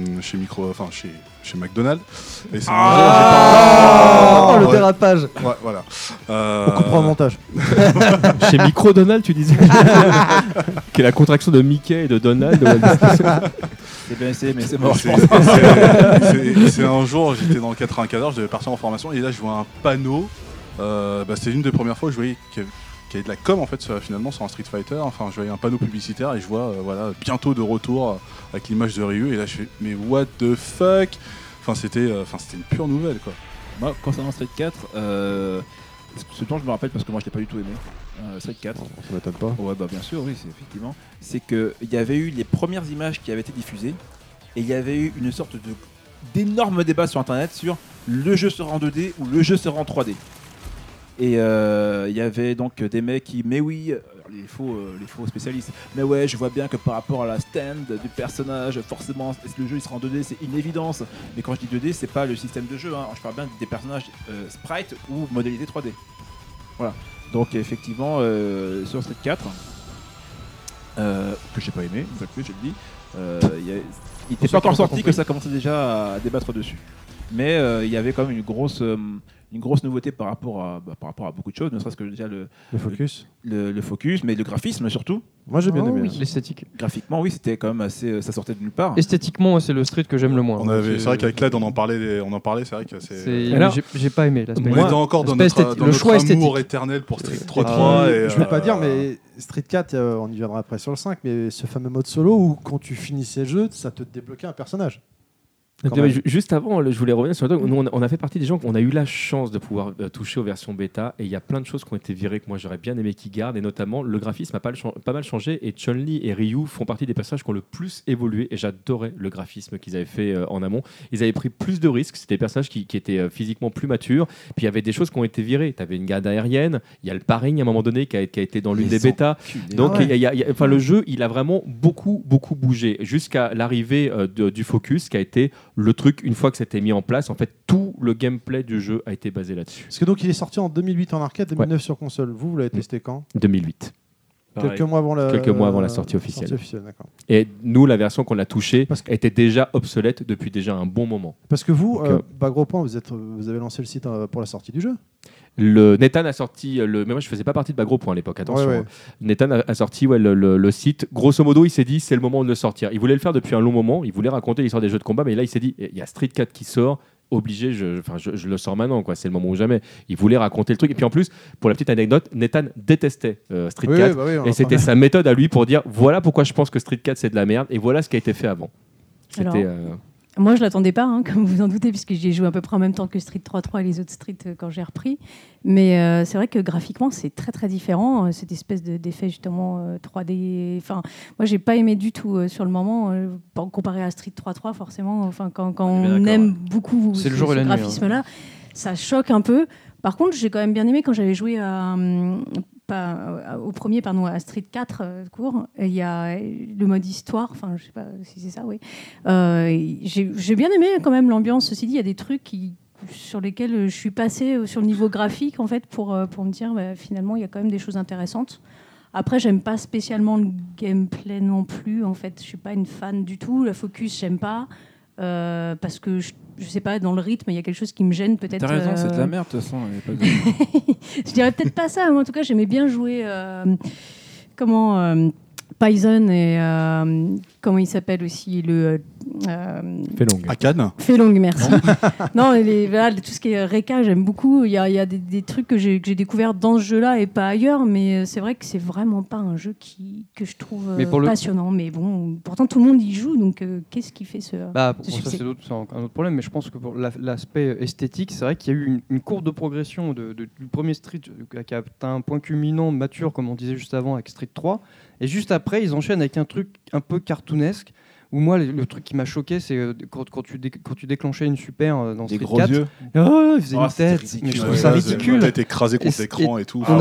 chez McDonald's. Et c'est le dérapage. Ouais, voilà. On comprend le montage. Chez Microdonald, tu disais qui est la contraction de Mickey et de Donald. C'est bien essayé, mais c'est mort. C'est un jour, j'étais dans le 94, je devais partir en formation et là je vois un panneau. C'était l'une des premières fois que je voyais qu'il y avait de la com en fait finalement sur un Street Fighter. Enfin, je voyais un panneau publicitaire et je vois bientôt de retour avec l'image de Ryu et là je fais mais what the fuck. C'était une pure nouvelle, quoi. Moi, concernant Street 4, ce dont je me rappelle parce que moi je l'ai pas du tout aimé. Street 4. Ça m'étonne pas. Ouais, bah bien sûr, oui, effectivement. C'est qu'il y avait eu les premières images qui avaient été diffusées et il y avait eu une sorte d'énorme débat sur internet sur le jeu sera en 2D ou le jeu sera en 3D. Et il y avait donc des mecs qui, mais oui, les faux spécialistes, mais ouais, je vois bien que par rapport à la stand du personnage, forcément, le jeu il sera en 2D, c'est une évidence. Mais quand je dis 2D, c'est pas le système de jeu, hein. Je parle bien des personnages sprite ou modalité 3D. Voilà. Donc effectivement, sur Street 4, que j'ai pas aimé, une fois de plus, je le dis, il n'était pas encore sorti que ça commençait déjà à débattre dessus. Mais il y avait quand même une grosse nouveauté par rapport à beaucoup de choses, ne serait-ce que déjà le focus. Le focus, mais le graphisme surtout. Moi j'ai bien aimé. Oui. L'esthétique. Graphiquement, oui, c'était quand même assez. Ça sortait de nulle part. Esthétiquement, c'est le Street que j'aime le moins. C'est vrai qu'avec Led, on en parlait, c'est vrai que c'est. Alors, j'ai pas aimé la On était encore dans notre amour éternel pour Street 3. Je vais pas dire, mais Street 4, on y viendra après sur le 5, mais ce fameux mode solo où quand tu finissais le jeu, ça te débloquait un personnage. Juste avant, je voulais revenir sur le truc. Nous, on a fait partie des gens qui ont eu la chance de pouvoir toucher aux versions bêta. Et il y a plein de choses qui ont été virées que moi j'aurais bien aimé qu'ils gardent. Et notamment, le graphisme a pas mal changé. Et Chun-Li et Ryu font partie des personnages qui ont le plus évolué. Et j'adorais le graphisme qu'ils avaient fait en amont. Ils avaient pris plus de risques. C'était des personnages qui étaient physiquement plus matures. Puis il y avait des choses qui ont été virées. Tu avais une garde aérienne. Il y a le paring à un moment donné qui a été dans l'une des bêtas. Donc le jeu, il a vraiment beaucoup bougé. Jusqu'à l'arrivée du focus qui a été le truc, une fois que c'était mis en place, en fait, tout le gameplay du jeu a été basé là-dessus. Parce que donc il est sorti en 2008 en arcade, 2009 sur console. Vous l'avez testé quand? 2008. Quelques mois avant la sortie officielle. D'accord. Et nous, la version qu'on a touchée était déjà obsolète depuis déjà un bon moment. Parce que vous, gros point, vous avez lancé le site pour la sortie du jeu. Nethan a sorti mais moi je faisais pas partie de Bagro Point à l'époque, attention. Ouais. Nethan a sorti le site. Grosso modo, il s'est dit c'est le moment de le sortir. Il voulait le faire depuis un long moment, il voulait raconter l'histoire des jeux de combat, mais là il s'est dit il y a Street 4 qui sort, obligé, je le sors maintenant, quoi. C'est le moment ou jamais. Il voulait raconter le truc. Et puis en plus, pour la petite anecdote, Nethan détestait Street 4 et c'était sa méthode à lui pour dire voilà pourquoi je pense que Street 4 c'est de la merde et voilà ce qui a été fait avant. C'était moi, je ne l'attendais pas, comme vous en doutez, puisque j'y ai joué à peu près en même temps que Street 3.3 et les autres Street quand j'ai repris. Mais c'est vrai que graphiquement, c'est très très différent. Cette espèce d'effet justement 3D. Enfin, moi, j'ai pas aimé du tout sur le moment, comparé à Street 3.3 forcément. Enfin, quand on aime beaucoup ce graphisme-là, ça choque un peu. Par contre, j'ai quand même bien aimé quand j'avais joué à Street 4 court, il y a le mode histoire, enfin je sais pas si c'est ça, oui. J'ai bien aimé quand même l'ambiance. Ceci dit, il y a des trucs sur lesquels je suis passée sur le niveau graphique en fait pour me dire finalement il y a quand même des choses intéressantes. Après, j'aime pas spécialement le gameplay non plus. En fait, je suis pas une fan du tout. Le focus, j'aime pas. parce que je sais pas, dans le rythme, il y a quelque chose qui me gêne peut-être. T'as raison, c'est de la merde de toute façon. il y a pas de- Je dirais peut-être pas ça, mais en tout cas, j'aimais bien jouer. Python et comment il s'appelle aussi le Felong. À Cannes. Felong, merci. Non, voilà, tout ce qui est Reka, j'aime beaucoup. Il y a des trucs que j'ai découvert dans ce jeu-là et pas ailleurs, mais c'est vrai que c'est vraiment pas un jeu que je trouve passionnant. Mais bon, pourtant tout le monde y joue, donc qu'est-ce qui fait ce Pour ça, succès? c'est un autre problème, mais je pense que pour l'aspect esthétique, c'est vrai qu'il y a eu une courbe de progression du premier Street qui a atteint un point culminant mature, comme on disait juste avant, avec Street 3. Et juste après, ils enchaînent avec un truc un peu cartoonesque. Où moi, le truc qui m'a choqué, c'est quand tu déclenchais une super dans Des Street gros 4. yeux. Oh, il faisait une c'était tête. ridicule. Mais je trouve ça ridicule. La tête écrasée contre l'écran et tout.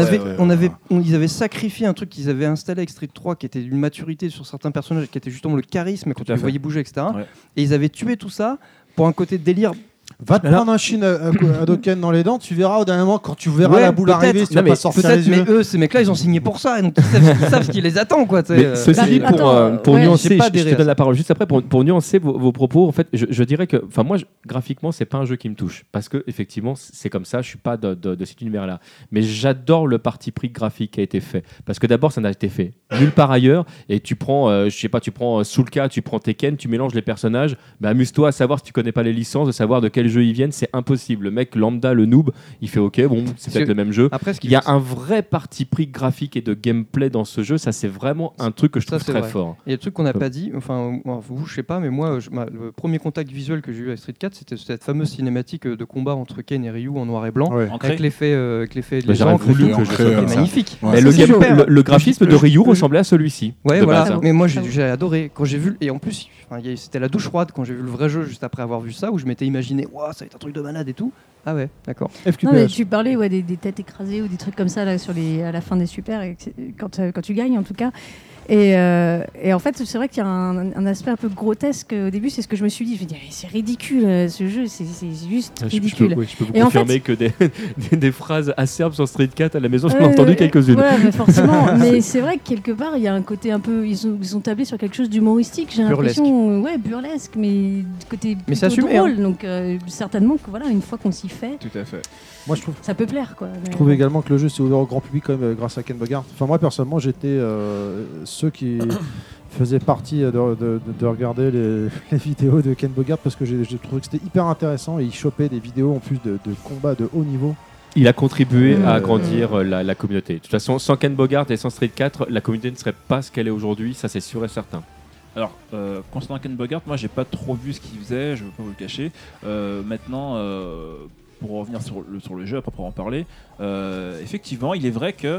Ils avaient sacrifié un truc qu'ils avaient installé avec Street 3 qui était d'une maturité sur certains personnages, qui était justement le charisme quand tu les voyais bouger, etc. Ouais. Et ils avaient tué tout ça pour un côté délire. Va te prendre un Shin Hadoken dans les dents, tu verras au dernier moment quand tu verras la boule peut-être. arriver, tu vas pas sortir les yeux. Mais eux, ces mecs-là, ils ont signé pour ça, et donc ils savent ce qui les attend, quoi. Mais ceci dit, pour nuancer, je te donne la parole juste après, pour nuancer vos propos, en fait, je dirais que, enfin moi, graphiquement, c'est pas un jeu qui me touche, parce que effectivement, c'est comme ça, je suis pas de cet univers-là. Mais j'adore le parti pris graphique qui a été fait, parce que d'abord, ça n'a été fait nulle part ailleurs, et tu prends, je sais pas, tu prends Soulka, tu prends Tekken, tu mélanges les personnages, mais amuse-toi à savoir si tu connais pas les licences, de savoir de quel jeu ils viennent, c'est impossible. Le mec lambda, le noob, il fait OK, bon, c'est peut-être le même jeu. Après, il y a un vrai parti pris graphique et de gameplay dans ce jeu, ça c'est vraiment un truc que je trouve très fort. Et le truc qu'on n'a pas dit, enfin vous je sais pas, mais moi le premier contact visuel que j'ai eu avec Street 4, c'était cette fameuse cinématique de combat entre Ken et Ryu en noir et blanc, avec l'effet de les j'aurais encres, voulu que je sois comme ça. magnifique. Ouais. Le graphisme de Ryu ressemblait à celui-ci. Ouais, voilà. Base. Mais moi j'ai adoré quand j'ai vu, et en plus c'était la douche froide quand j'ai vu le vrai jeu juste après avoir vu ça, où je m'étais imaginé waouh, ça va être un truc de malade et tout. Ah ouais, d'accord. Non, mais tu parlais des têtes écrasées ou des trucs comme ça là, à la fin des super, quand tu gagnes en tout cas. Et en fait, c'est vrai qu'il y a un aspect un peu grotesque au début, c'est ce que je me suis dit. Je me dis, c'est ridicule ce jeu, c'est juste ridicule. Je peux vous et confirmer que des phrases acerbes sur Street 4 à la maison, j'en ai entendu quelques-unes. Ouais, mais forcément. Mais c'est vrai que quelque part, il y a un côté un peu. Ils ont tablé sur quelque chose d'humoristique, j'ai l'impression. Ouais, burlesque, mais côté c'est assumé, drôle. Hein. Donc certainement que voilà, une fois qu'on s'y fait. Tout à fait. Moi, je trouve. Ça peut plaire, quoi. Je trouve également que le jeu s'est ouvert au grand public quand même grâce à Ken Bogart. Enfin, moi personnellement, j'étais ceux qui faisaient partie de regarder les vidéos de Ken Bogart parce que j'ai trouvé que c'était hyper intéressant et il chopait des vidéos en plus de combats de haut niveau. Il a contribué à agrandir la communauté. De toute façon, sans Ken Bogart et sans Street 4, la communauté ne serait pas ce qu'elle est aujourd'hui, ça c'est sûr et certain. Alors, concernant Ken Bogart, moi j'ai pas trop vu ce qu'il faisait, je veux pas vous le cacher. Maintenant, pour revenir sur le jeu à proprement parler, effectivement, il est vrai que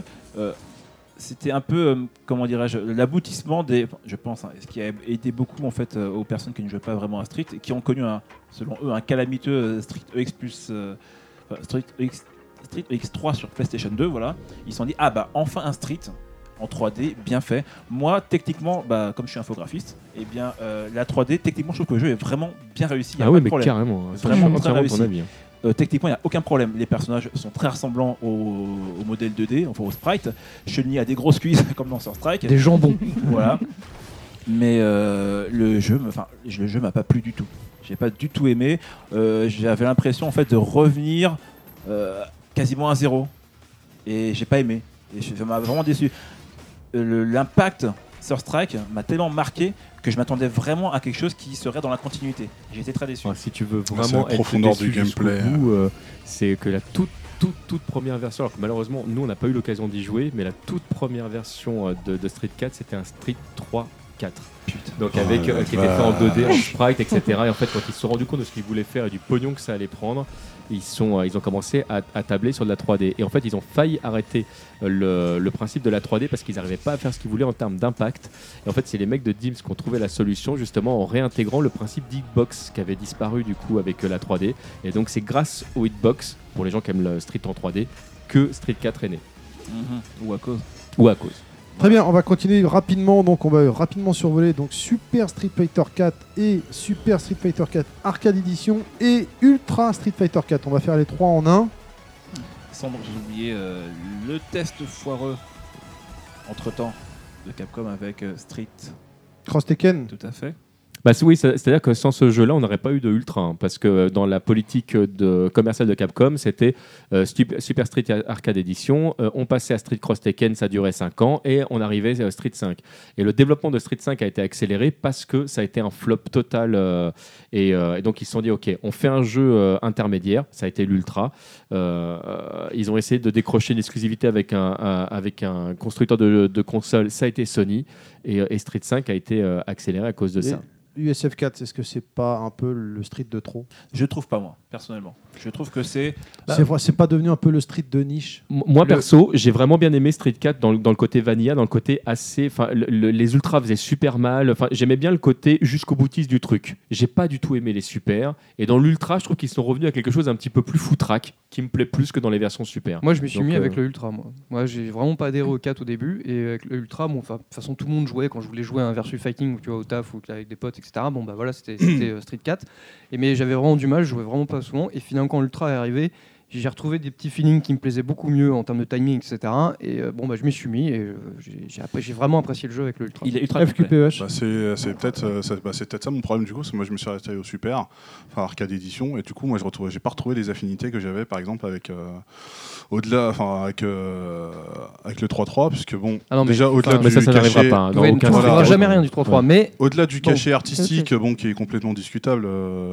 c'était un peu, comment dirais-je, l'aboutissement des, je pense, ce qui a aidé beaucoup en fait aux personnes qui ne jouaient pas vraiment à Street et qui ont connu selon eux un calamiteux Street EX plus Street EX3 sur PlayStation 2, voilà. Ils se sont dit enfin un Street en 3D bien fait. Moi techniquement, comme je suis infographiste, et bien la 3D techniquement je trouve que le jeu est vraiment bien réussi. Ah oui, mais carrément, vraiment très réussi. Ton avis. Techniquement, il n'y a aucun problème. Les personnages sont très ressemblants au modèle 2D, enfin au sprite. Chun-Li a des grosses cuisses comme dans Sur Strike. Des jambons. Voilà. Mais le jeu m'a pas plu du tout. J'ai pas du tout aimé. J'avais l'impression en fait de revenir quasiment à zéro. Et j'ai pas aimé. Et ça m'a vraiment déçu. L'impact Sur Strike m'a tellement marqué que je m'attendais vraiment à quelque chose qui serait dans la continuité. J'ai été très déçu. Si tu veux vraiment être profondeur du gameplay, c'est que la toute première version, alors que malheureusement nous on n'a pas eu l'occasion d'y jouer, mais la toute première version de Street 4 c'était un Street 3-4. Donc qui était fait en 2D, en sprite, etc. Et en fait quand ils se sont rendus compte de ce qu'ils voulaient faire et du pognon que ça allait prendre, ils ont commencé à tabler sur de la 3D. Et en fait ils ont failli arrêter le principe de la 3D parce qu'ils n'arrivaient pas à faire ce qu'ils voulaient en termes d'impact. Et en fait c'est les mecs de Dims qui ont trouvé la solution justement en réintégrant le principe d'hitbox qui avait disparu du coup avec la 3D. Et donc c'est grâce au hitbox, pour les gens qui aiment le Street en 3D, que Street 4 est né. Ou à cause. Très bien, on va continuer rapidement. Donc, on va rapidement survoler donc Super Street Fighter 4 et Super Street Fighter 4 Arcade Edition et Ultra Street Fighter 4. On va faire les trois en un. Sans j'ai oublié le test foireux entre-temps de Capcom avec Street Cross Tekken. Tout à fait. Oui, c'est-à-dire que sans ce jeu-là, on n'aurait pas eu de Ultra, hein, parce que dans la politique commerciale de Capcom, c'était Super Street Arcade Edition, on passait à Street Cross Tekken, ça durait 5 ans, et on arrivait à Street 5. Et le développement de Street 5 a été accéléré parce que ça a été un flop total, et donc ils se sont dit, ok, on fait un jeu intermédiaire, ça a été l'Ultra. Ils ont essayé de décrocher une exclusivité avec un constructeur de console, ça a été Sony, et Street 5 a été accéléré à cause de ça. USF 4, est-ce que c'est pas un peu le Street de trop ? Je trouve pas, moi, personnellement. Je trouve que c'est... C'est pas devenu un peu le Street de niche ? Moi, perso, j'ai vraiment bien aimé Street 4 dans le côté vanilla, dans le côté assez... les ultras faisaient super mal. J'aimais bien le côté jusqu'au boutiste du truc. J'ai pas du tout aimé les super. Et dans l'ultra, je trouve qu'ils sont revenus à quelque chose un petit peu plus foutraque, qui me plaît plus que dans les versions super. Moi, je m'y suis mis avec le ultra. Moi, j'ai vraiment pas adhéré au 4 au début. Et avec le ultra, de toute façon, tout le monde jouait. Quand je voulais jouer à un versus fighting, tu vois, au taf ou avec des potes, etc. Bon, bah voilà, c'était Street 4. Mais j'avais vraiment du mal, je jouais vraiment pas souvent. Et finalement, quand l'ultra est arrivé, j'ai retrouvé des petits feelings qui me plaisaient beaucoup mieux en termes de timing, etc. Et je m'y suis mis et j'ai vraiment apprécié le jeu avec le ultra. Il est ultra FQPH. C'est peut-être ça mon problème du coup, parce que moi je me suis arrêté au Super, Arcade Edition, et du coup moi j'ai pas retrouvé les affinités que j'avais par exemple avec avec le 3.3, puisque bon, déjà au-delà du ça n'arrivera cachet, pas. Hein, on ne trouvera jamais rien du 3.3, mais au-delà du cachet artistique, qui est complètement discutable,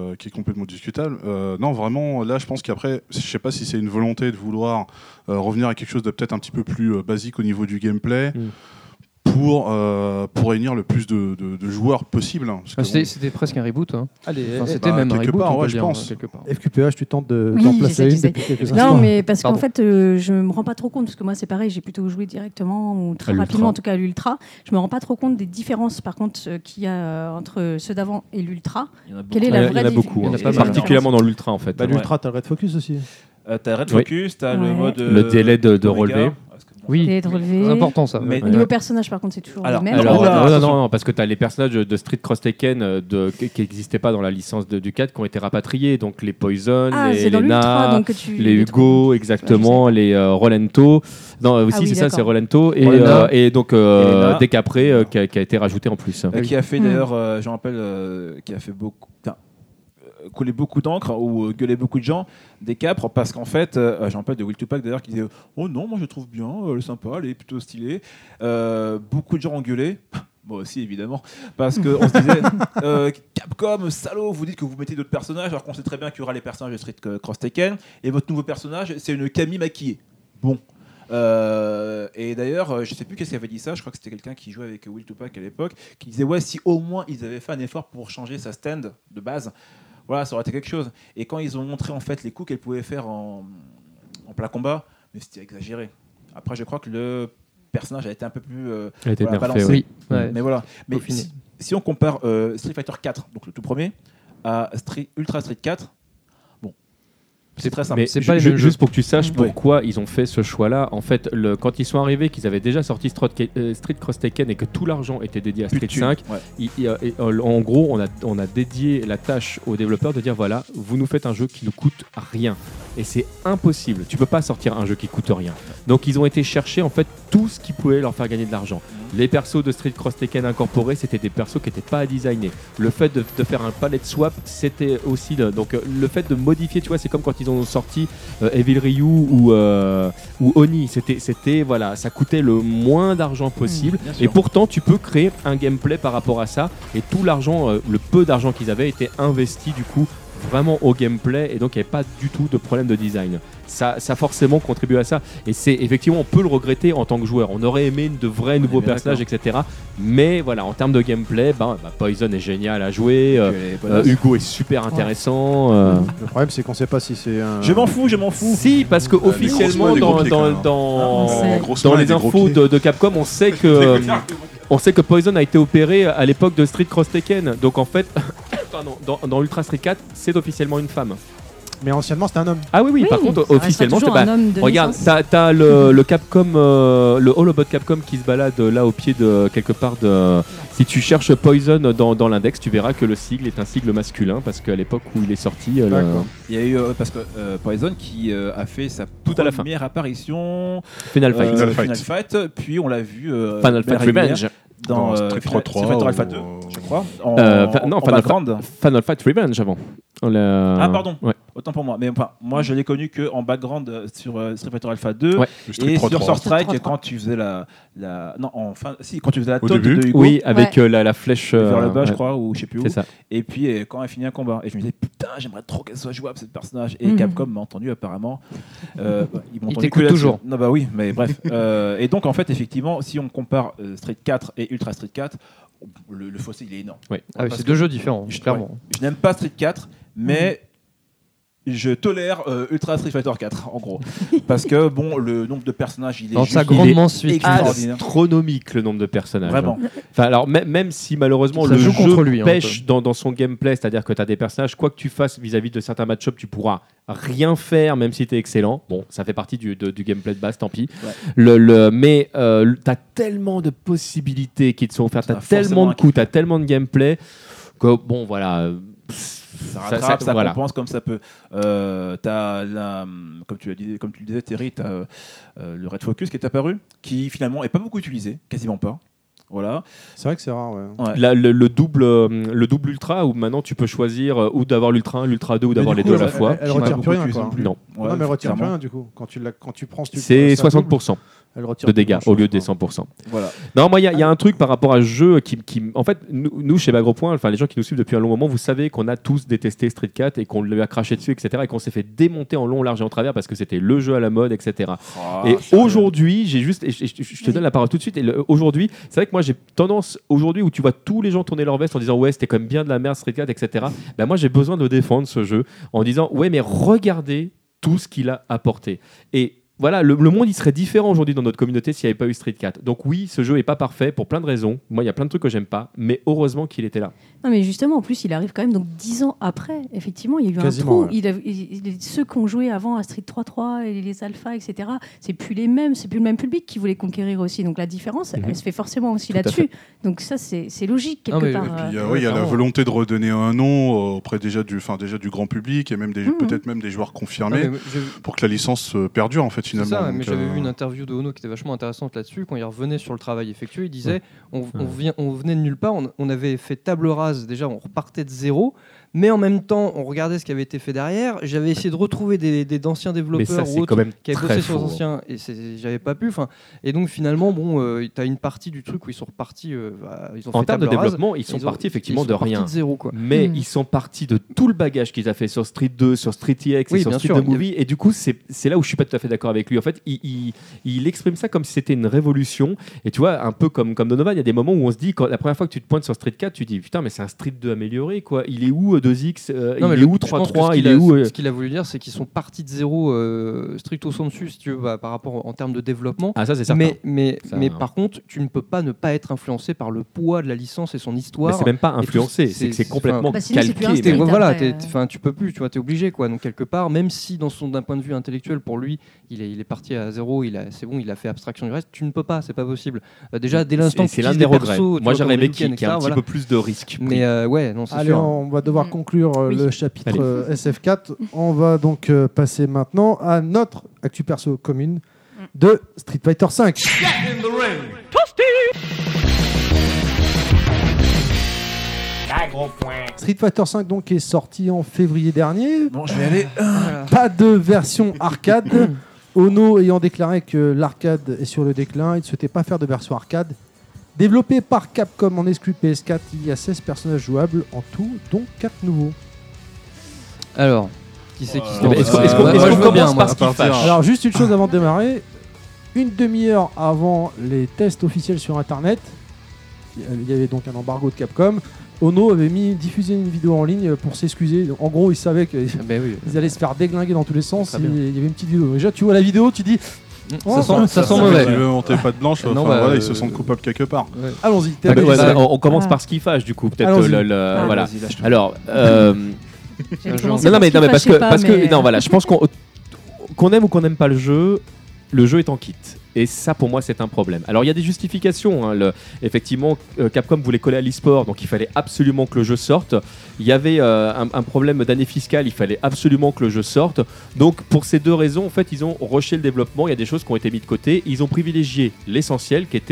non vraiment là je pense qu'après, je sais pas si c'est une volonté de vouloir revenir à quelque chose de peut-être un petit peu plus basique au niveau du gameplay. Pour réunir le plus de joueurs possible. C'était presque un reboot. Hein. C'était même un quelque reboot, part, je pense. quelque part. FQPH, tu tentes d'en Oui, placer une j'essaie. depuis quelques instants. Non, mais parce qu'en Pardon. fait, je me rends pas trop compte, parce que moi, c'est pareil, j'ai plutôt joué directement ou très À l'Ultra. rapidement, en tout cas à l'Ultra. Je me rends pas trop compte des différences, par contre, qu'il y a entre ceux d'avant et l'Ultra. Il y en a beaucoup. Quelle est Il la y en vraie a beaucoup, Il y en a hein. pas mal. Particulièrement dans l'ultra en fait. Bah, l'Ultra, t'as le Red Focus aussi. T'as Red Oui. Focus, t'as le Ouais. mode... Le délai de Omega, relevé. parce que bon, Oui, D'être relevé. c'est important ça. Mais- Au niveau personnage, par contre, c'est toujours Alors, le même. Alors, Oula, non, parce que tu as les personnages de Street Cross Tekken qui n'existaient pas dans la licence du 4 qui ont été rapatriés. Donc les Poison, Ah, les c'est dans l'Ultra, Na, donc que tu les les Hugo, trouves. exactement, les Rolento. Non, aussi, Ah oui, c'est ça, d'accord. c'est Rolento. Rolento. Et donc, Elena. Décapré qui a été rajouté en plus. qui a fait d'ailleurs, j'en rappelle, qui a fait couler beaucoup d'encre ou gueuler beaucoup de gens, des capres, parce qu'en fait, j'en rappelle de Will Tupac d'ailleurs qui disait oh non, moi je trouve bien, elle est sympa, elle est plutôt stylée. Beaucoup de gens ont gueulé. Moi aussi évidemment, parce qu'on se disait Capcom, salaud, vous dites que vous mettez d'autres personnages alors qu'on sait très bien qu'il y aura les personnages de Street Cross Tekken et votre nouveau personnage c'est une Camille maquillée. Bon. Et d'ailleurs, je sais plus qu'est-ce qui avait dit ça, je crois que c'était quelqu'un qui jouait avec Will Tupac à l'époque, qui disait ouais, si au moins ils avaient fait un effort pour changer sa stand de base, voilà, ça aurait été quelque chose. Et quand ils ont montré en fait les coups qu'elle pouvait faire en plein combat, mais c'était exagéré. Après, je crois que le personnage a été un peu plus Elle a été nerfée, balancé. oui. Ouais. Mais voilà. Mais Peaufiné. si on compare Street Fighter 4, donc le tout premier, à Ultra Street 4, bon, c'est très simple. Mais C'est pas les mêmes juste jeux. pour que tu saches Ouais. pourquoi ils ont fait ce choix-là. En fait, quand ils sont arrivés, qu'ils avaient déjà sorti Street Cross Tekken et que tout l'argent était dédié à Plus Street de thunes. 5, Ouais. en gros, on a dédié la tâche aux développeurs de dire voilà, vous nous faites un jeu qui ne coûte rien. Et c'est impossible. Tu peux pas sortir un jeu qui coûte rien. Donc ils ont été chercher en fait tout ce qui pouvait leur faire gagner de l'argent. Les persos de Street Cross Tekken incorporés, c'était des persos qui n'étaient pas à designer. Le fait de faire un palette swap, c'était aussi donc le fait de modifier, tu vois, c'est comme quand ils ont sorti Evil Ryu ou Oni. C'était voilà, ça coûtait le moins d'argent possible. bien sûr. Et pourtant, tu peux créer un gameplay par rapport à ça. Et tout l'argent, le peu d'argent qu'ils avaient, était investi du coup vraiment au gameplay et donc il n'y avait pas du tout de problème de design. Ça forcément contribue à ça et c'est effectivement on peut le regretter en tant que joueur. On aurait aimé de vrais nouveaux bien personnages, etc. Mais voilà, en termes de gameplay, Poison est génial à jouer, Hugo est super intéressant. Le problème, c'est qu'on sait pas si c'est un. Je m'en fous. Si, parce que officiellement des gros clics, dans les des gros infos clics. de Capcom, on sait que Poison a été opéré à l'époque de Street Cross Tekken. Donc en fait, pardon, dans Ultra Street 4, c'est officiellement une femme. Mais anciennement, c'était un homme. Ah oui, par contre, ça restera officiellement, toujours un homme de regarde, naissance. t'as le Capcom, le Holobot Capcom qui se balade là au pied de quelque part de. Si tu cherches Poison dans l'index, tu verras que le sigle est un sigle masculin parce qu'à l'époque où il est sorti, D'accord. Il y a eu parce que Poison qui a fait sa Tout à la fin. première apparition Final Fight. Final Final Fight, puis on l'a vu Final Fight Revenge. Revenge. dans Street Street 3 Fighter Alpha ou, 2, je crois. Non, Final Fight Revenge avant. Ah pardon, Ouais. autant pour moi. Mais enfin, moi je l'ai connu que en background sur Street Fighter Alpha 2 Ouais. Street et 3. sur Sword Strike 3. quand tu faisais quand tu faisais la Au taunt début. de Hugo Oui, avec la flèche vers le bas, je ouais. crois, ou je sais plus où. C'est ça. Et puis quand elle finit un combat, et je me disais putain, j'aimerais trop qu'elle soit jouable cette personnage. Et Mhm. Capcom m'a entendu apparemment. Ils m'ont Il entendu t'écoute que là-dessus. toujours. Non bah oui, mais bref. Et donc en fait effectivement, si on compare Street 4 et Ultra Street 4, le fossé il est énorme. Ah oui, Parce c'est que deux jeux différents, je- clairement. Je n'aime pas Street 4, mais je tolère Ultra Street Fighter 4 en gros, parce que bon, le nombre de personnages il est Dans juste sa grandement suite. extraordinaire. Astronomique le nombre de personnages. Vraiment. Enfin, alors, même si malheureusement Ça le joue jeu contre lui, hein, pêche dans son gameplay, c'est-à-dire que tu as des personnages, quoi que tu fasses vis-à-vis de certains match-ups, tu pourras rien faire, même si tu es excellent. Bon, ça fait partie du gameplay de base, tant pis. Ouais. Mais tu as tellement de possibilités qui te sont offertes, tu as Ça a forcément tellement de un coups, tu as tellement de gameplay que, bon, voilà. Ça rattrape, ça voilà. compense comme ça peut. T'as comme tu le disais Terry, t'as le Red Focus qui est apparu, qui finalement est pas beaucoup utilisé, quasiment pas. Voilà. C'est vrai que c'est rare, ouais. Ouais. Le double ultra où maintenant tu peux choisir ou d'avoir l'ultra 1, l'ultra 2 ou d'avoir Mais les du coup, deux à la fois. Elle retire Pas plus rien, beaucoup quoi. utilisé Non, Ouais, Non, mais elle retire plus clairement. rien, du coup. Quand tu prends ce c'est ça double, 60%. elle retire de plus dégâts grand-chose, au lieu des quoi. 100%. Voilà. Non, moi, il y a un truc par rapport à ce jeu qui en fait, nous chez Bagro Point, enfin les gens qui nous suivent depuis un long moment, vous savez qu'on a tous détesté Street 4 et qu'on lui a craché dessus, etc. Et qu'on s'est fait démonter en long, large et en travers parce que c'était le jeu à la mode, etc. Et aujourd'hui, je te donne la parole tout de suite. Aujourd'hui, c'est vrai que moi j'ai tendance, aujourd'hui où tu vois tous les gens tourner leur veste en disant ouais, c'était quand même bien de la merde Street 4, etc. Ben moi j'ai besoin de le défendre ce jeu en disant ouais, mais regardez tout ce qu'il a apporté. Et voilà, le monde il serait différent aujourd'hui dans notre communauté s'il n'y avait pas eu Street 4. Donc oui, ce jeu est pas parfait pour plein de raisons. Moi, il y a plein de trucs que j'aime pas, mais heureusement qu'il était là. Non, mais justement, en plus, il arrive quand même donc 10 ans après. Effectivement, il y a eu Quasiment, un trou. ouais. Ceux qui ont joué avant à Street 3.3 et les alphas, etc., c'est plus les mêmes, c'est plus le même public qui voulait conquérir aussi. Donc la différence, elle se fait forcément aussi Tout à là-dessus. Donc ça, c'est logique quelque Ah, mais- part. et Puis, il y a la clairement. volonté de redonner un nom auprès déjà du grand public et même peut-être même des joueurs Non, confirmés mais pour que la licence perdure en fait C'est finalement. ça, Donc, mais j'avais vu une interview de Ono qui était vachement intéressante là-dessus. Quand il revenait sur le travail effectué, il disait on venait de nulle part, on avait fait table rase, déjà on repartait de zéro, mais en même temps on regardait ce qui avait été fait derrière. J'avais essayé de retrouver d'anciens Mais développeurs ça, ou c'est autres quand même qui avaient très bossé sur les faux. anciens et j'avais pas pu. Et donc finalement, tu as une partie du truc où ils sont repartis. Ils ont En fait termes de table rase, développement, ils sont partis effectivement de rien. de zéro, quoi. Mais Mm. ils sont partis de tout le bagage qu'ils ont fait sur Street 2, sur Street EX Oui, et sur bien Street sûr, 2 Movie. Et du coup, c'est là où je suis pas tout à fait d'accord avec lui. En fait, il exprime ça comme si c'était une révolution. Et tu vois, un peu comme Donovan, il y a des moments où on se dit, quand la première fois que tu te pointes sur Street 4, tu te dis putain, mais c'est un Street 2 amélioré, quoi. Il est où 2X Non, mais Il est où je pense que 3.3 ce Il qu'il est a- où Ce qu'il a voulu dire, c'est qu'ils sont partis de zéro stricto sensu, si tu veux, par rapport en termes de développement. Ah, ça, c'est certain. Mais Ça, par contre, tu ne peux pas ne pas être influencé par le poids de la licence et son Mais histoire. c'est même pas Et tout, influencé, c'est que c'est complètement Bah, sinon, c'est plus un calqué. Street. mais- Voilà, après, tu peux plus, tu vois, t'es obligé, quoi. Donc quelque part, même si d'un point de vue intellectuel, pour lui, il est parti à zéro, c'est bon, il a fait abstraction du reste. Tu ne peux pas, c'est pas possible. Déjà dès l'instant que c'est tu l'un utilises des des regrets. persos, tu Moi, vois, j'aurais comme aimé Ryuken, qu'il y ait un etc., petit voilà. peu plus de risques. Mais ouais, non, c'est Allez, sûr. on va devoir conclure Oui. le chapitre Allez. SF4. On va donc passer maintenant à notre actu perso commune de Street Fighter V. Street Fighter V donc est sorti en février dernier. Bon, je vais aller. Pas de version arcade. Ono ayant déclaré que l'arcade est sur le déclin, il ne souhaitait pas faire de version arcade. Développé par Capcom en exclu PS4, il y a 16 personnages jouables en tout, dont 4 nouveaux. Alors, qui c'est qui se Eh ben, lance est-ce qu'on Moi, je veux commence bien, par moi. ce qui fâche Alors juste une chose avant de démarrer, une demi-heure avant les tests officiels sur internet, il y avait donc un embargo de Capcom, Ono avait diffusé une vidéo en ligne pour s'excuser. En gros, il savait qu'ils Ah, ben oui. allaient se faire déglinguer dans tous les sens. Très Il bien. y avait une petite vidéo. Déjà, tu vois la vidéo, tu dis Oh, Ça sent Si mauvais. tu veux monter pas de blanche, Non, enfin, bah, voilà, ils se sentent coupables quelque part. allons-y. Ah, bah, Terry. ouais, on commence par ce qui fâche, du coup. Peut-être Allons-y. voilà. Vas-y, lâche-toi. Alors, J'allais Non, commencer non, par mais ce qui fâchait pas, mais- non, voilà, je pense qu'on aime ou qu'on n'aime pas le jeu est en kit. Et ça, pour moi, c'est un problème. Alors, il y a des justifications. Hein. Effectivement, Capcom voulait coller à l'e-sport, donc il fallait absolument que le jeu sorte. Il y avait un problème d'année fiscale, il fallait absolument que le jeu sorte. Donc, pour ces deux raisons, en fait, ils ont rushé le développement. Il y a des choses qui ont été mises de côté. Ils ont privilégié l'essentiel, qui était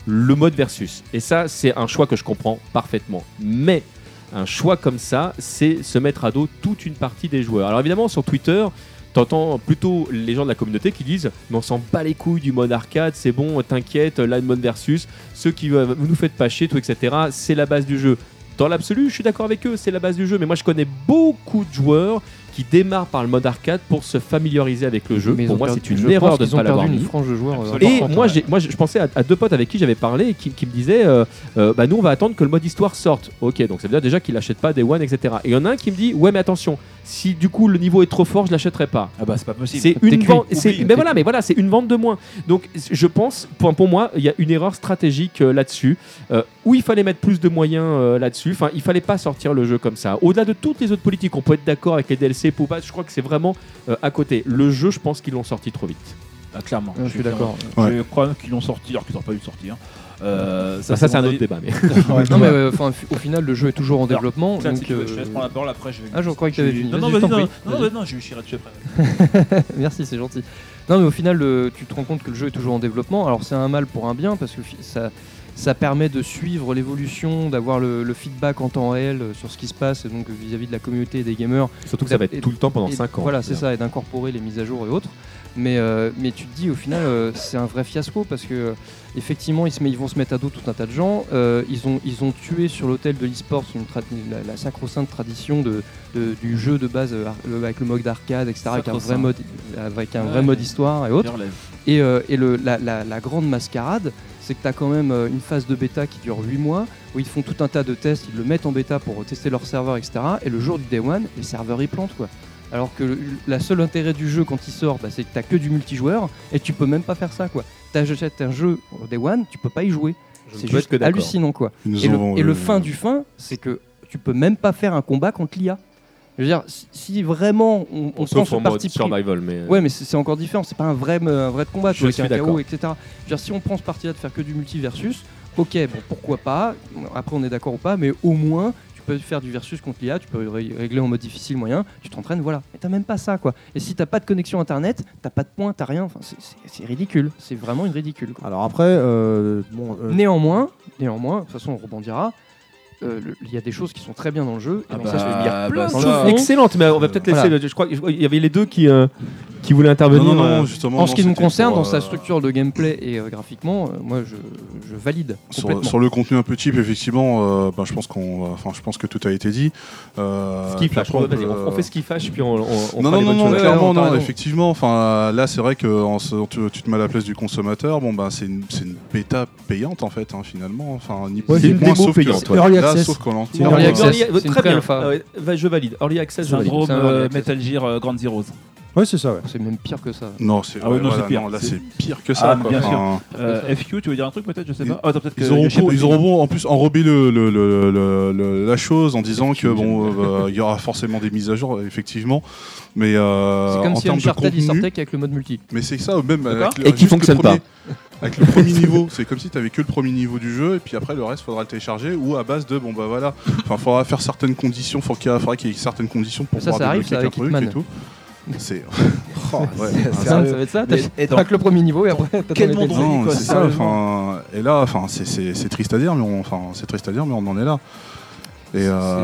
le mode versus. Et ça, c'est un choix que je comprends parfaitement. Mais un choix comme ça, c'est se mettre à dos toute une partie des joueurs. Alors évidemment, sur Twitter, t'entends plutôt les gens de la communauté qui disent « Mais on s'en bat les couilles du mode arcade, c'est bon, t'inquiète, là, le mode versus, ceux qui vous nous faites pas chier, tout, etc. C'est la base du jeu. » Dans l'absolu, je suis d'accord avec eux, c'est la base du jeu. Mais moi, je connais beaucoup de joueurs qui démarrent par le mode arcade pour se familiariser avec le jeu. Mais pour moi, c'est une erreur de ne pas l'avoir mis. Une frange de joueurs. Et moi, je pensais à deux potes avec qui j'avais parlé et qui me disaient nous, on va attendre que le mode histoire sorte. Ok, donc ça veut dire déjà qu'ils n'achètent pas des One, etc. Et il y en a un qui me dit ouais, mais attention, si du coup le niveau est trop fort, je l'achèterai pas. Ah bah c'est pas possible. C'est une vente. Mais voilà, c'est une vente de moins. Donc je pense, pour moi, il y a une erreur stratégique là-dessus, où il fallait mettre plus de moyens là-dessus. Enfin, il fallait pas sortir le jeu comme ça. Au-delà de toutes les autres politiques, on peut être d'accord avec les DLC, ou pas. Je crois que c'est vraiment à côté. Le jeu, je pense qu'ils l'ont sorti trop vite. Ah, clairement. Je suis d'accord. Ouais. Je crois qu'ils l'ont sorti alors qu'ils n'auraient pas dû le sortir. Ça c'est un autre débat. Mais... non, mais au final, le jeu est toujours en développement. Tiens, Donc, si tu veux, je te laisse prendre la parole après. Je vais... Ah, je crois que tu avais fini. Non, Vas-y, vas-y, non, je vais chier dessus après. Merci, c'est gentil. Non, mais au final, tu te rends compte que le jeu est toujours en développement. Alors, c'est un mal pour un bien parce que ça permet de suivre l'évolution, d'avoir le feedback en temps réel sur ce qui se passe, et donc vis-à-vis de la communauté et des gamers. Surtout que ça va être tout le temps pendant 5 ans. Voilà, c'est ça, et d'incorporer les mises à jour et autres. Mais tu te dis, au final, c'est un vrai fiasco parce que effectivement, ils vont se mettre à dos tout un tas de gens. Ils ont tué sur l'autel de l'e-sport la sacro-sainte tradition du jeu de base avec le mode d'arcade, etc., avec un vrai mode histoire et autres. Et la grande mascarade, c'est que tu as quand même une phase de bêta qui dure 8 mois, où ils font tout un tas de tests, ils le mettent en bêta pour tester leur serveur, etc. Et le jour du Day One, les serveurs ils plantent, quoi. Alors que le seul intérêt du jeu quand il sort, c'est que tu n'as que du multijoueur, et tu peux même pas faire ça, quoi. T'achètes un jeu au Day One, tu peux pas y jouer. C'est juste hallucinant, quoi. Et le fin du fin, c'est que tu peux même pas faire un combat contre l'IA. Je veux dire, si vraiment on prend ce parti pris, survival, mais ouais, mais c'est encore différent. C'est pas un vrai combat, je suis d'accord, etc. Je veux dire, si on prend ce parti-là de faire que du multi-versus, ok, bon, pourquoi pas. Après, on est d'accord ou pas, mais au moins, tu peux faire du versus contre l'IA, tu peux régler en mode difficile, moyen, tu t'entraînes, voilà. Mais t'as même pas ça, quoi. Et si t'as pas de connexion internet, t'as pas de points, t'as rien. Enfin, c'est ridicule. C'est vraiment une ridicule, quoi. Alors après, Néanmoins, de toute façon, on rebondira. Il y a des choses qui sont très bien dans le jeu. Il y a plein de choses excellentes, mais on va peut-être laisser. Je crois qu'il y avait les deux qui voulaient intervenir. Non, justement, en ce qui nous concerne, dans sa structure de gameplay et graphiquement, moi je valide. Sur le contenu un peu cheap, effectivement, je pense que tout a été dit. Ce qui fâche, on fait ce qui fâche, puis on non, clairement, non, effectivement. Enfin, là, c'est vrai que tu te mets à la place du consommateur. Bon, c'est une bêta payante en fait, finalement. Enfin, c'est une démo payante. Sauf qu'on l'entend. Early Access, très bien. Je valide. Early Access, je valide. Syndrome Metal Gear Ground Zeroes. Ouais, c'est ça, ouais. C'est même pire que ça. Non, c'est c'est pire. Là, c'est pire que ça. Bien sûr. FQ, tu veux dire un truc peut-être, je sais pas. Ils auront en plus enrobé la chose en disant que il y aura forcément des mises à jour, effectivement. Mais c'est comme si Uncharted il sortait qu'avec le mode multi. Mais c'est ça, même et qui fonctionne pas. Avec le premier niveau, c'est comme si tu avais que le premier niveau du jeu et puis après le reste faudra le télécharger ou à base de voilà. Enfin, faudra faire certaines conditions, faudra qu'il y ait certaines conditions pour pouvoir débloquer un truc et tout. C'est ça va être ça. T'as que le premier niveau et après t'as quel monde c'est ça. Et là, c'est triste à dire, mais on en est là. Et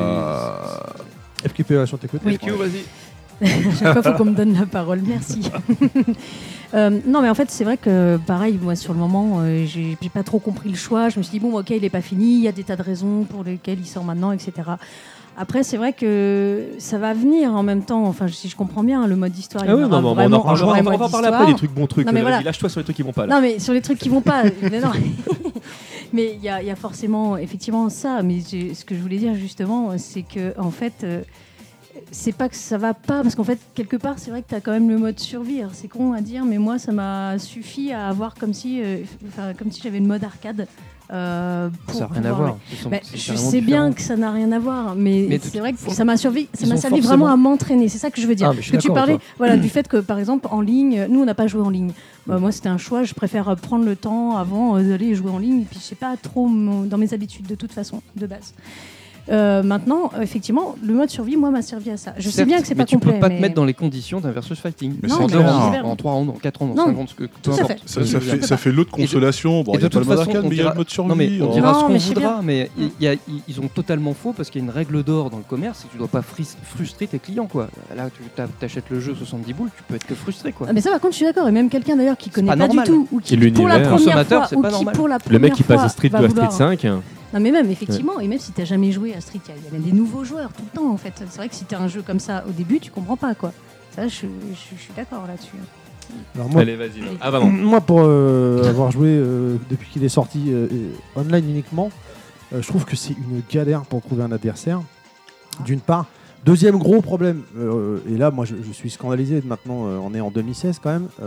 FQPA sur tes côtés. Oui. FQ, vas-y. Chaque fois, faut qu'on me donne la parole. Merci. Non, mais en fait, c'est vrai que pareil, moi, sur le moment, j'ai pas trop compris le choix. Je me suis dit, bon, ok, il est pas fini. Il y a des tas de raisons pour lesquelles il sort maintenant, etc. Après, c'est vrai que ça va venir en même temps. Enfin, si je comprends bien, le mode histoire. On va en parler après des trucs bons trucs. Non, voilà. Lâche-toi sur les trucs qui vont pas. Là. Non, mais sur les trucs qui vont pas. Mais il y a forcément, effectivement, ça. Mais ce que je voulais dire justement, c'est que en fait. C'est pas que ça va pas, parce qu'en fait, quelque part, c'est vrai que tu as quand même le mode survie. Alors, c'est con à dire, mais moi, ça m'a suffi à avoir comme si j'avais le mode arcade. Ça n'a rien à voir. Je sais bien que ça n'a rien à voir, mais c'est vrai que ça m'a servi vraiment à m'entraîner. C'est ça que je veux dire. Que tu parlais du fait que, par exemple, en ligne, nous, on n'a pas joué en ligne. Moi, c'était un choix. Je préfère prendre le temps avant d'aller jouer en ligne. Et puis, je sais pas trop dans mes habitudes, de toute façon, de base. Maintenant, effectivement, le mode survie, moi, m'a servi à ça. Je sais Certes, bien que c'est mais pas tu complet. peux pas mais... te mettre dans les conditions d'un versus fighting. Mais Non, en c'est deux clair. rounds, clair. en 3 rounds, en 4 rounds, en Non. 5 rounds, Tout à fait. Ça fait l'autre consolation. Bon, Et il n'y a de pas le toute mode façon, arcade, on mais il y a dira- le mode survie. Non, mais on Oh. dira Non, ce qu'on mais je sais voudra, mais ils ont totalement faux parce qu'il y a une règle d'or dans le commerce, c'est que tu dois pas frustrer tes clients, quoi. Là, tu achètes le jeu 70 boules, tu peux être que frustré, quoi. Ah, mais ça, par contre, je suis d'accord. Et même quelqu'un d'ailleurs qui connaît pas pas normal. du tout, ou qui Et pour la l'univers. première Consommateur, fois, c'est ou pas qui normal. pour la Le première mec qui passe fois de Street va 2 à Street vouloir- 5. Non, mais même effectivement, et même si t'as jamais joué à Street, il y a même des nouveaux joueurs tout le temps en fait. C'est vrai que si t'as un jeu comme ça au début, tu comprends pas quoi. Ça, je suis d'accord là-dessus. Alors moi, Allez, vas-y. Ah, pardon. moi, pour avoir joué depuis qu'il est sorti online uniquement, je trouve que c'est une galère pour trouver un adversaire. D'une part. Deuxième gros problème, et là, moi, je suis scandalisé. Maintenant, on est en 2016 quand même.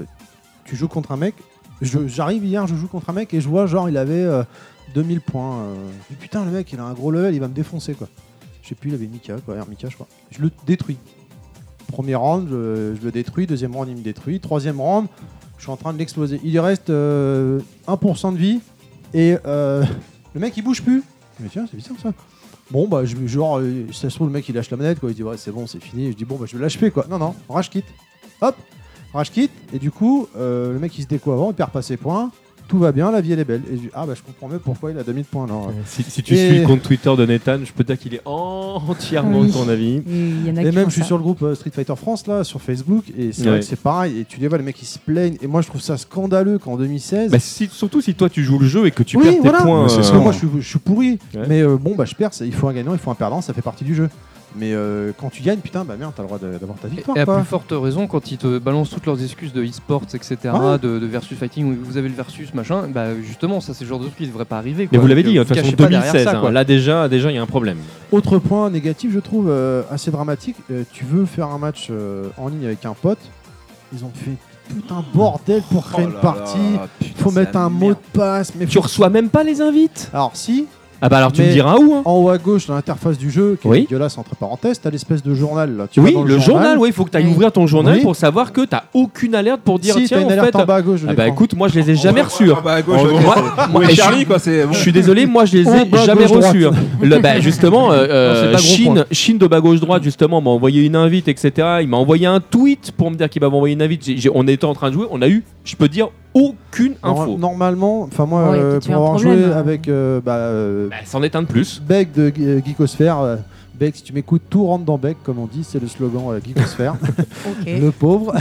Tu joues contre un mec. J'arrive hier, je joue contre un mec et je vois, genre, il avait 2000 points. Je dis, putain, le mec, il a un gros level, il va me défoncer, quoi. Je sais plus, il avait Mika, quoi, Mika, je crois. Je le détruis. Premier round, je le détruis. Deuxième round, il me détruit. Troisième round, je suis en train de l'exploser. Il lui reste 1% de vie et le mec, il bouge plus. Je me dis, tiens, c'est bizarre ça. Bon, bah, ça se trouve, le mec, il lâche la manette, quoi. Il dit, ouais, c'est bon, c'est fini. Je dis, bon, bah, je vais l'HP, quoi. Non, rage quit. Hop, rage quit. Et du coup, le mec, il se déco avant, il perd pas ses points. Tout va bien, la vie, elle est belle. Et je dis, ah, bah, je comprends mieux pourquoi il a 2000 points. Alors, Si tu Et- suis le compte Twitter de Nathan, je peux te dire qu'il est entièrement Oui. de ton avis. Et il y en a Et qui même, font je suis ça. sur le groupe Street Fighter France, là, sur Facebook, et c'est Ouais. vrai que c'est pareil. Et tu les vois, les mecs, ils se plaignent. Et moi, je trouve ça scandaleux qu'en 2016. Bah, surtout si toi tu joues le jeu et que tu Oui, perds tes voilà. points. Ouais, c'est Parce ça. que moi, je suis pourri. Ouais. Mais bon, bah, je perds. Il faut un gagnant, il faut un perdant, ça fait partie du jeu. Mais quand tu gagnes, putain, bah merde, t'as le droit d'avoir ta victoire. Et à quoi. plus forte raison, quand ils te balancent toutes leurs excuses de e-sports, etc., Ouais. de versus fighting, où vous avez le versus, machin, bah justement, ça c'est le genre de truc qui devrait pas arriver. Mais quoi. vous l'avez Donc, dit, de vous toute façon cachez pas derrière 2016. ça, quoi. Là déjà, il y a un problème. Autre point négatif, je trouve assez dramatique. Tu veux faire un match en ligne avec un pote. Ils ont fait tout un bordel pour créer une partie. Faut mettre un mot de passe. Mais Tu reçois même pas les invites. Alors, si. Ah bah alors tu Mais me diras où hein. En haut à gauche, dans l'interface du jeu, qui est Oui. dégueulasse entre parenthèses, t'as l'espèce de journal là. Tu Oui, vas dans le journal, oui, il faut que tu ailles Oui. ouvrir ton journal Oui. pour savoir que t'as aucune alerte pour dire si, tiens t'as une en alerte fait. en bas à gauche de Ah bah l'écran. écoute, moi je les ai jamais reçus. Ah bah à gauche, En ok. gros, moi, Ouais, je Charlie suis- quoi, c'est bon. Je suis désolé, moi je les Oh, ai bas, jamais gauche, reçus. Bah, justement, c'est pas gros point. Chine de bas gauche droite justement m'a envoyé une invite, etc. Il m'a envoyé un tweet pour me dire qu'il va m'envoyer une invite. On était en train de jouer, on a eu, je peux dire, aucune info. Normalement, enfin moi, Ouais, peut-être pour un avoir problème, joué hein. avec Bah, c'en est un de plus. Beck de Geekosphère, Beck, si tu m'écoutes, tout rentre dans Beck, comme on dit, c'est le slogan Geekosphère. Ok. Le pauvre.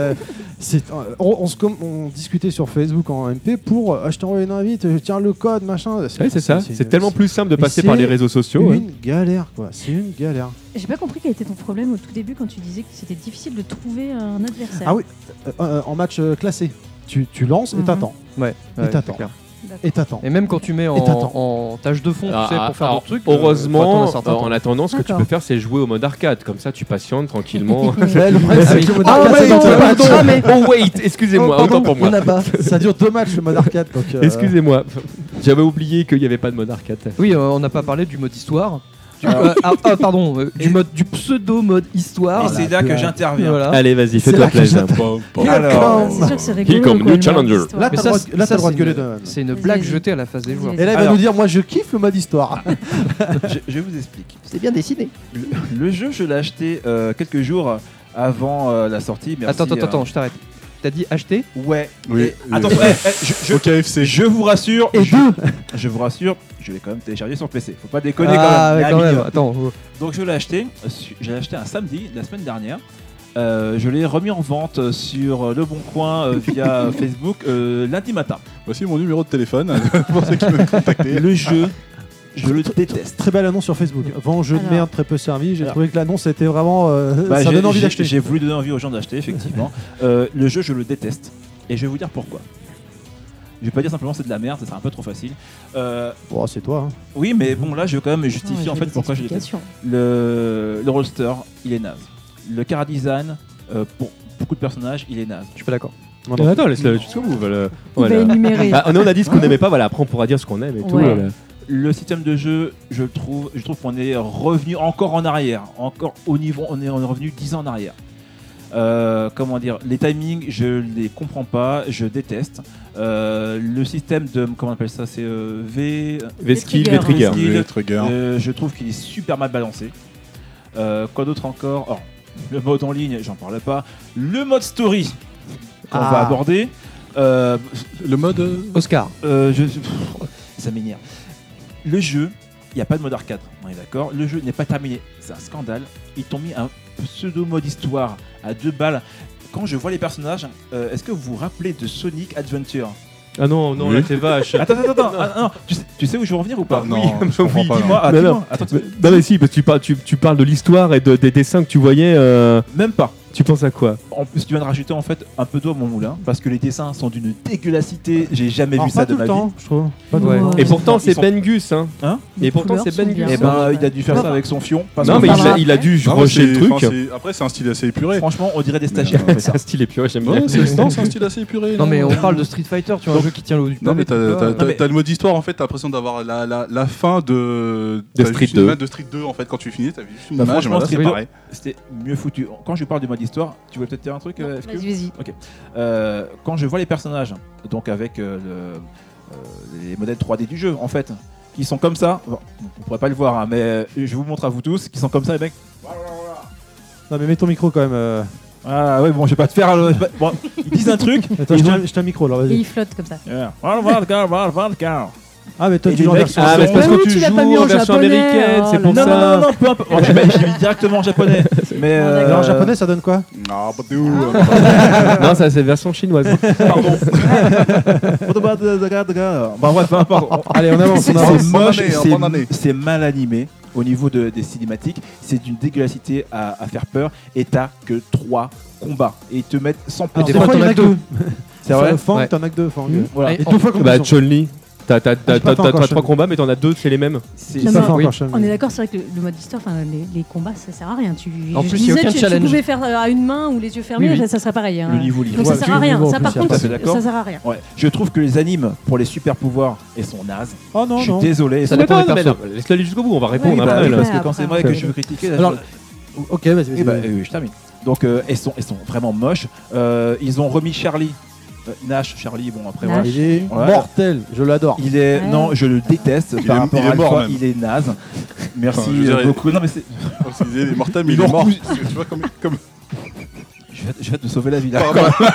On discutait sur Facebook en MP pour je t'envoie une invite, tiens le code, machin. Ouais, c'est ça. C'est tellement plus simple de mais passer par c'est les réseaux sociaux. une ouais. galère, quoi. C'est une galère. J'ai pas compris quel était ton problème au tout début quand tu disais que c'était difficile de trouver un adversaire. Ah oui, en match classé, tu lances et Mhm. t'attends. Ouais, Et ouais, t'attends. c'est clair. D'accord. Et t'attends. Et même quand tu mets Et t'attends. en tâche de fond, tu sais, pour faire Alors, d'autres trucs. heureusement, faut attendre un certain temps. en attendant, ce que tu D'accord. peux faire, c'est jouer au mode arcade. Comme ça, tu patientes tranquillement. Ouais, le problème, c'est que le mode Ah arcade, ouais, ça dure deux pardon, matchs. oh wait, excusez-moi, autant pour moi. Ça dure 2 matchs le mode arcade. Donc, Excusez-moi, j'avais oublié qu'il n'y avait pas de mode arcade. Oui, on n'a pas parlé du mode histoire. Pardon, du pseudo mode histoire. Et c'est là que j'interviens. Voilà. Allez, vas-y, C'est fais-toi là que plaisir. Alors, C'est sûr que c'est rigolo. Come quoi, new le challenger. mode d'histoire. Là, Mais t'as ça, le droit- là, t'as le droit de gueuler de. C'est une Vas-y, blague vas-y. jetée à la face des joueurs. Vas-y, Et là, il va Alors. nous dire, moi, je kiffe le mode histoire. je vous explique. C'est bien dessiné. Le jeu, je l'ai acheté quelques jours avant la sortie. Merci, Attends, je t'arrête. T'as dit acheter? Ouais. Oui. Et- Attends, Au KFC. je vous rassure. Et Je vous rassure, je l'ai quand même téléchargé sur PC. Faut pas déconner Ah, ouais, quand quand même. même. Attends. Donc je l'ai acheté. J'ai acheté un samedi, la semaine dernière. Je l'ai remis en vente sur Le Bon Coin via Facebook lundi matin. Voici mon numéro de téléphone pour ceux qui veulent me contacter. Le jeu, je le déteste. Très belle annonce sur Facebook. Vend jeu de Alors. merde, très peu servi. J'ai Alors. trouvé que l'annonce était vraiment. Bah, ça donne envie d'acheter. J'ai voulu donner envie aux gens d'acheter, effectivement. Le jeu, je le déteste. Et je vais vous dire pourquoi. Je vais pas dire simplement c'est de la merde, ça serait un peu trop facile. Oh, c'est toi. hein. Oui, mais bon, là, je vais quand même Ah, justifier j'ai en fait des pourquoi je le déteste. explications. Le rollster, il est naze. Le chara design, pour beaucoup de personnages, il est naze. Je suis pas d'accord. Attends, laisse-le jusqu'au bout. Voilà. Il va énumérer. Ah, nous, on a dit ce qu'on n'aimait pas, voilà. Après, on pourra dire ce qu'on aime et tout. Ouais. voilà. Le système de jeu, je trouve qu'on est revenu encore en arrière, encore au niveau, on est revenu 10 ans en arrière. Comment dire, les timings, je les comprends pas, je déteste. Le système de, comment on appelle ça, c'est V-Skill, V-Trigger. V-Trigger. V-Trigger. Je trouve qu'il est super mal balancé. Quoi d'autre encore? Oh, le mode en ligne, j'en parle pas. Le mode story qu'on va aborder. Le mode. Oscar. Ça m'énerve. Le jeu, il n'y a pas de mode arcade, on est d'accord. Le jeu n'est pas terminé, c'est un scandale. Ils t'ont mis un pseudo mode histoire à 2 balles. Quand je vois les personnages, est-ce que vous vous rappelez de Sonic Adventure? Ah non, non, Oui. là t'es vache. Attends, non, tu sais où je veux revenir ou pas? Non, Oui, je comprends oui, pas. Dis-moi, Non, dis-moi. non. Attends, Non mais si, parce que tu parles de l'histoire et des dessins que tu voyais. même pas. Tu penses à quoi? En plus, tu viens de rajouter en fait un peu d'eau à mon moulin parce que les dessins sont d'une dégueulassité. J'ai jamais vu ça de ma vie. je trouve. Pas tout Ouais. le temps. Et pourtant Ils c'est sont- Ben Gus, hein. Hein Et Les pourtant couleurs c'est Ben sont Gus. bien. Eh ben, il a dû faire ça avec son fion. Parce Non que mais parlera il a dû Non, rusher le c'est- truc. enfin, après, c'est un style assez épuré. franchement, on dirait des stagiaires. qui ont fait ça. C'est un style épuré, j'aime Ouais, bien. c'est un style assez épuré. Non mais on parle de Street Fighter, tu vois, un jeu qui tient le haut du Non mais panier, tu vois. t'as le mode histoire en fait, t'as l'impression d'avoir la fin de Street juste une 2. image de Street 2 en fait quand tu finis, t'as vu juste une Bah, image, franchement, voilà, c'est Street pareil. C'était mieux foutu. Quand je parle du mode histoire, tu voulais peut-être dire un truc, FQ? Vas-y. Quand je vois les personnages, donc avec les modèles 3D du jeu, en fait, qui sont comme ça, bon, on pourrait pas le voir, hein, mais je vous montre à vous tous, qui sont comme ça, les mecs. Non, mais mets ton micro quand même. Ah ouais, bon, je vais pas te faire. Bon, ils disent un truc. Attends, ils je ont- t'ai un micro, alors Et vas-y. il flotte comme ça. Yeah. Ah, mais toi, Et tu les joues en mecs, version. Ah mais c'est parce Bah que oui, tu tu l'as pas joues mis en en version japonais, américaine, c'est oh pour là ça. Non, peu importe. J'ai mis directement en japonais. Mais Alors, en japonais, ça donne quoi? Non, pas de ouf. Non, ça c'est version chinoise. Pardon. Bah ouais, peu importe. Allez, on avance, C'est on avance. c'est moche, Bonne année, bonne année. c'est mal animé au niveau des cinématiques. C'est d'une dégueulassité à faire peur. Et t'as que 3 combats. Et ils te mettent 100 Alors, des des fois, fois, il y en a t'en que as 2. C'est vrai. Fang, Ouais. t'en as que 2, Fang. Voilà. Et 2 fois comme Bah ça. Chun-Li, t'as j'ai pas fait encore 3 Chun-Li. combats mais t'en as 2, c'est les mêmes. C'est- Non, Ça mais fait oui. encore Chun-Li. On est d'accord, c'est vrai que le mode histoire, enfin les combats, ça sert à rien. En Je plus, il y a disais, aucun tu challenge. pouvais faire à une main ou les yeux fermés, Oui, oui. ça serait pareil. hein. Le niveau livre. Donc Ouais, ça sert tu- à rien. niveau Ça en par plus, contre, tout à fait d'accord. ça sert à rien. Ouais. Je trouve que les animes pour les super pouvoirs et son naze. Oh non, Je suis non. désolé. Ça dépend des Non, mais persos. non, laisse-le aller jusqu'au bout, on va Oui, répondre bah, après. oui, là. parce que après, quand c'est après. vrai que je veux critiquer, là, Alors, ok, vas-y, Eh bah, vas-y. je termine. Donc elles sont vraiment moches. Ils ont remis Charlie, Nash, Charlie. Bon après voilà. Nash. Il est Ouais. mortel, je l'adore. Il est Ouais. non, je le déteste Il par est- rapport il est à mort, Alpha, même. il est naze. Merci Enfin, je veux dire, beaucoup. Non mais c'est Il est mortel mais Ils il est l'ont mort. recousu. Parce que tu vois comme je vais te sauver la vie là.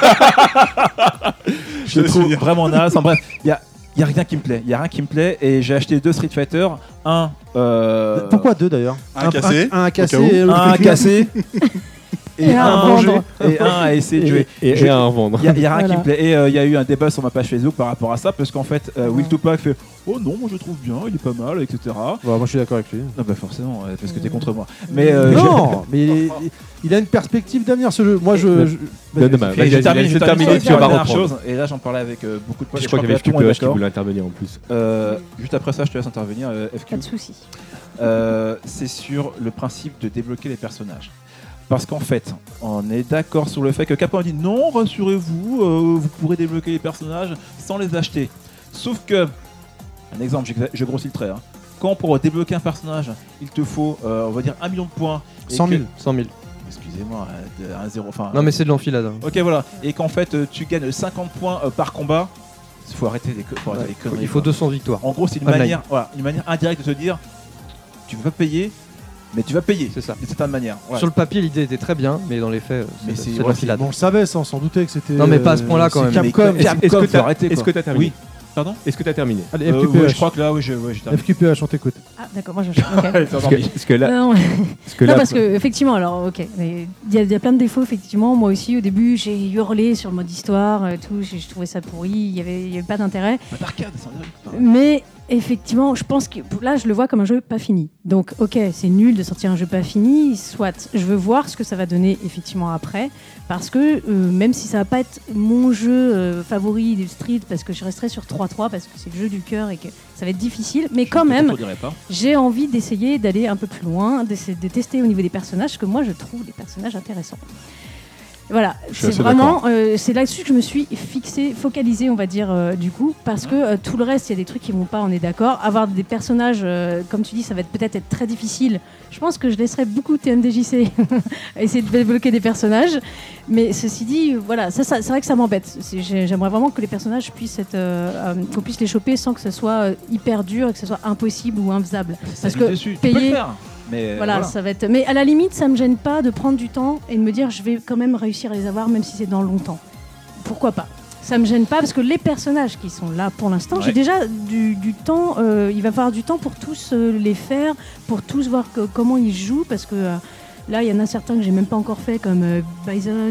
Je Je le laisse trouve finir. vraiment naze. Enfin bref, il y a rien qui me plaît. Il y a rien qui me plaît et j'ai acheté 2 Street Fighter, un Pourquoi 2 d'ailleurs? Un cassé, Un au cassé cas où. et l'autre un que tu- cassé et Et un un à mangé vendre. et un à essayer de jouer. Et à en vendre. Il y a rien qui Voilà. me plaît. Et il y a eu un débat sur ma page Facebook par rapport à ça, parce qu'en fait, Will Tupac fait oh non, moi je trouve bien, il est pas mal, etc. Ouais, moi je suis d'accord avec lui. Non, bah forcément, parce que t'es contre moi. Mais Non, mais il a une perspective d'avenir ce jeu. Moi je. Non, non, bah, j'ai vas-y, terminé, laisse-le j'ai terminer, terminé tu sur vas la dernière reprendre. chose. Et là, j'en parlais avec beaucoup de potes. Je crois qu'il y avait que tout le monde est FQPH qui d'accord. voulait intervenir en plus. Juste après ça, je te laisse intervenir, Pas FQ. de soucis. C'est sur le principe de débloquer les personnages. Parce qu'en fait, on est d'accord sur le fait que Capcom a dit non, rassurez-vous, vous pourrez débloquer les personnages sans les acheter. Sauf que, un exemple, je grossis le trait. Hein. Quand pour débloquer un personnage, il te faut, on va dire, 1 million de points. et 100 000. que- 100 000. Excusez-moi, un zéro. Enfin, Non mais c'est de l'enfilade. hein. ok, voilà. Et qu'en fait, tu gagnes 50 points par combat. Il faut arrêter les conneries. Il faut quoi. 200 victoires. En gros, c'est une Online. manière indirecte de te dire tu veux pas payer, mais tu vas payer. C'est ça. D'une certaine manière. Ouais. Sur le papier, l'idée était très bien, mais dans les faits, Mais c'est c'est- de ouais, l'enfilade. Bon, on le savait, ça, on s'en doutait que c'était. Non, mais pas à ce point-là, quand c'est même. Capcom. Mais Capcom, Est-ce que faut arrêter, est-ce quoi. que t'as terminé? Oui. Pardon Est-ce que t'as terminé? Allez, Ouais, FQPH. je crois que là, oui, j'ai terminé. FQPH, on t'écoute. Ah, d'accord, moi je. ok. Parce que là, Non, parce que non, là, parce que effectivement, alors ok, mais il y a plein de défauts effectivement. Moi aussi, au début, j'ai hurlé sur le mode histoire, et tout. Je trouvais ça pourri. Il y avait pas d'intérêt. Pas d'arcade, c'est un direct. Mais effectivement, je pense que là, je le vois comme un jeu pas fini. Donc, ok, c'est nul de sortir un jeu pas fini. Soit, je veux voir ce que ça va donner effectivement après, parce que même si ça va pas être mon jeu favori du Street, parce que je resterai sur 3-3 parce que c'est le jeu du cœur et que ça va être difficile. Mais quand même, Je dirais pas. j'ai envie d'essayer d'aller un peu plus loin, d'essayer de tester au niveau des personnages, parce que moi, je trouve les personnages intéressants. Voilà, Je suis c'est assez vraiment, c'est là-dessus que je me suis focalisée, on va dire, du coup, parce que tout le reste, il y a des trucs qui vont pas, on est d'accord. Avoir des personnages, comme tu dis, ça va peut-être être très difficile. Je pense que je laisserai beaucoup TMDJC à essayer de débloquer des personnages. Mais ceci dit, voilà, ça c'est vrai que ça m'embête. J'aimerais vraiment que les personnages puissent être, qu'on puisse les choper sans que ce soit hyper dur et que ce soit impossible ou infaisable. Parce que tu peux le payer. faire. Mais Voilà, ça va être. Mais à la limite, ça me gêne pas de prendre du temps et de me dire je vais quand même réussir à les avoir, même si c'est dans longtemps. Pourquoi pas? Ça me gêne pas parce que les personnages qui sont là pour l'instant, j'ai déjà du temps. Il va falloir du temps pour tous les faire, pour tous voir comment ils jouent, parce que là, il y en a certains que j'ai même pas encore fait, comme Bison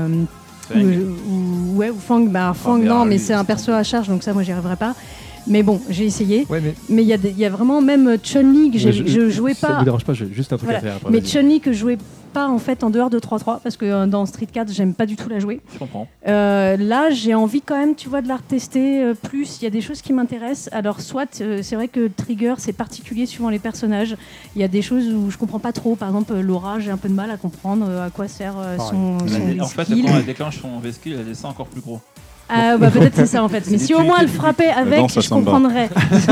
ou Fang. Fang, non, mais c'est un perso à charge, donc ça, moi, j'y arriverai pas. Mais bon, j'ai essayé. Ouais, mais il y a vraiment même Chun-Li que je jouais pas. Ça vous dérange pas, j'ai juste un truc à faire après. Mais vas-y. Chun-Li que je jouais pas en fait en dehors de 3-3 parce que dans Street 4 j'aime pas du tout la jouer. Je comprends. Là j'ai envie quand même, tu vois, de la retester plus. Il y a des choses qui m'intéressent. Alors soit c'est vrai que Trigger c'est particulier suivant les personnages. Il y a des choses où je comprends pas trop. Par exemple Laura, j'ai un peu de mal à comprendre à quoi sert son En fait, V-skill. quand elle déclenche son V-skill, elle descend encore plus gros. Ah bah peut-être c'est ça en fait. Mais si au moins elle frappait avec, ça je semble comprendrais.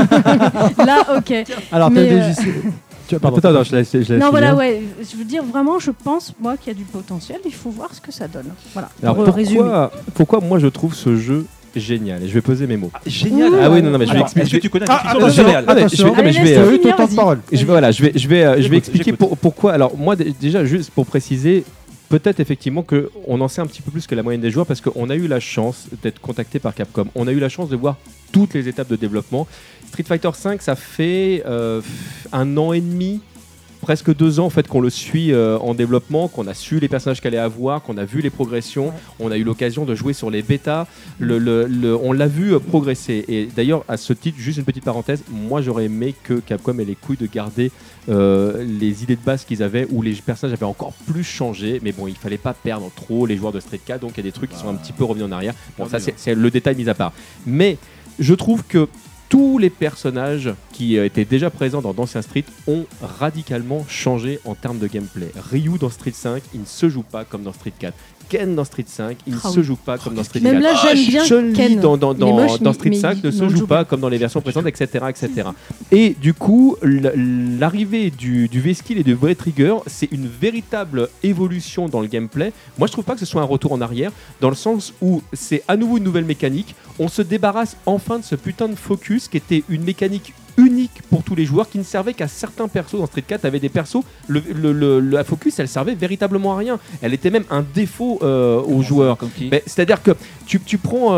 Là ok. Alors, Mais, TMDJC. Pardon. Attends, non, je laisse Non finir. voilà ouais. Je veux dire vraiment, je pense moi qu'il y a du potentiel. Il faut voir ce que ça donne. Voilà. Alors Pour résumer. pourquoi moi je trouve ce jeu génial? Et je vais poser mes mots. Génial. Ah oui, non, mais je vais Alors, expliquer. est-ce que tu connais la Ah, définition de génial? attention. Allez, je vais, laisse-le Tu as eu ton finir, temps de vas-y. parole. je vais J'écoute, expliquer j'écoute. pourquoi. Alors moi déjà juste pour préciser, peut-être effectivement qu'on en sait un petit peu plus que la moyenne des joueurs parce qu'on a eu la chance d'être contacté par Capcom. On a eu la chance de voir toutes les étapes de développement. Street Fighter V, ça fait 1 an et demi, presque 2 ans en fait qu'on le suit en développement, qu'on a su les personnages qu'elle allait avoir, qu'on a vu les progressions, on a eu l'occasion de jouer sur les bêtas, on l'a vu progresser. Et d'ailleurs, à ce titre, juste une petite parenthèse, moi j'aurais aimé que Capcom ait les couilles de garder les idées de base qu'ils avaient, où les personnages avaient encore plus changé, mais bon, il fallait pas perdre trop les joueurs de Street 4, donc il y a des trucs qui sont un petit peu revenus en arrière. Bon, ça c'est le détail mis à part. Mais je trouve que tous les personnages qui étaient déjà présents dans d'anciens Street ont radicalement changé en termes de gameplay. Ryu dans Street 5, il ne se joue pas comme dans Street 4. Ken dans Street 5, il ne se joue pas comme dans Street 4. Même là, j'aime bien Chun-Li Ken. dans Il est moche, Street mais 5 ne se on le joue joue pas comme dans les versions précédentes, etc. etc. Et du coup, l'arrivée du V-Skill et du vrai Trigger, c'est une véritable évolution dans le gameplay. Moi, je trouve pas que ce soit un retour en arrière, dans le sens où c'est à nouveau une nouvelle mécanique. On se débarrasse enfin de ce putain de focus qui était une mécanique unique pour tous les joueurs, qui ne servait qu'à certains persos. Dans Street 4, avait des persos, la focus, elle servait véritablement à rien. Elle était même un défaut aux joueurs. C'est-à-dire que tu prends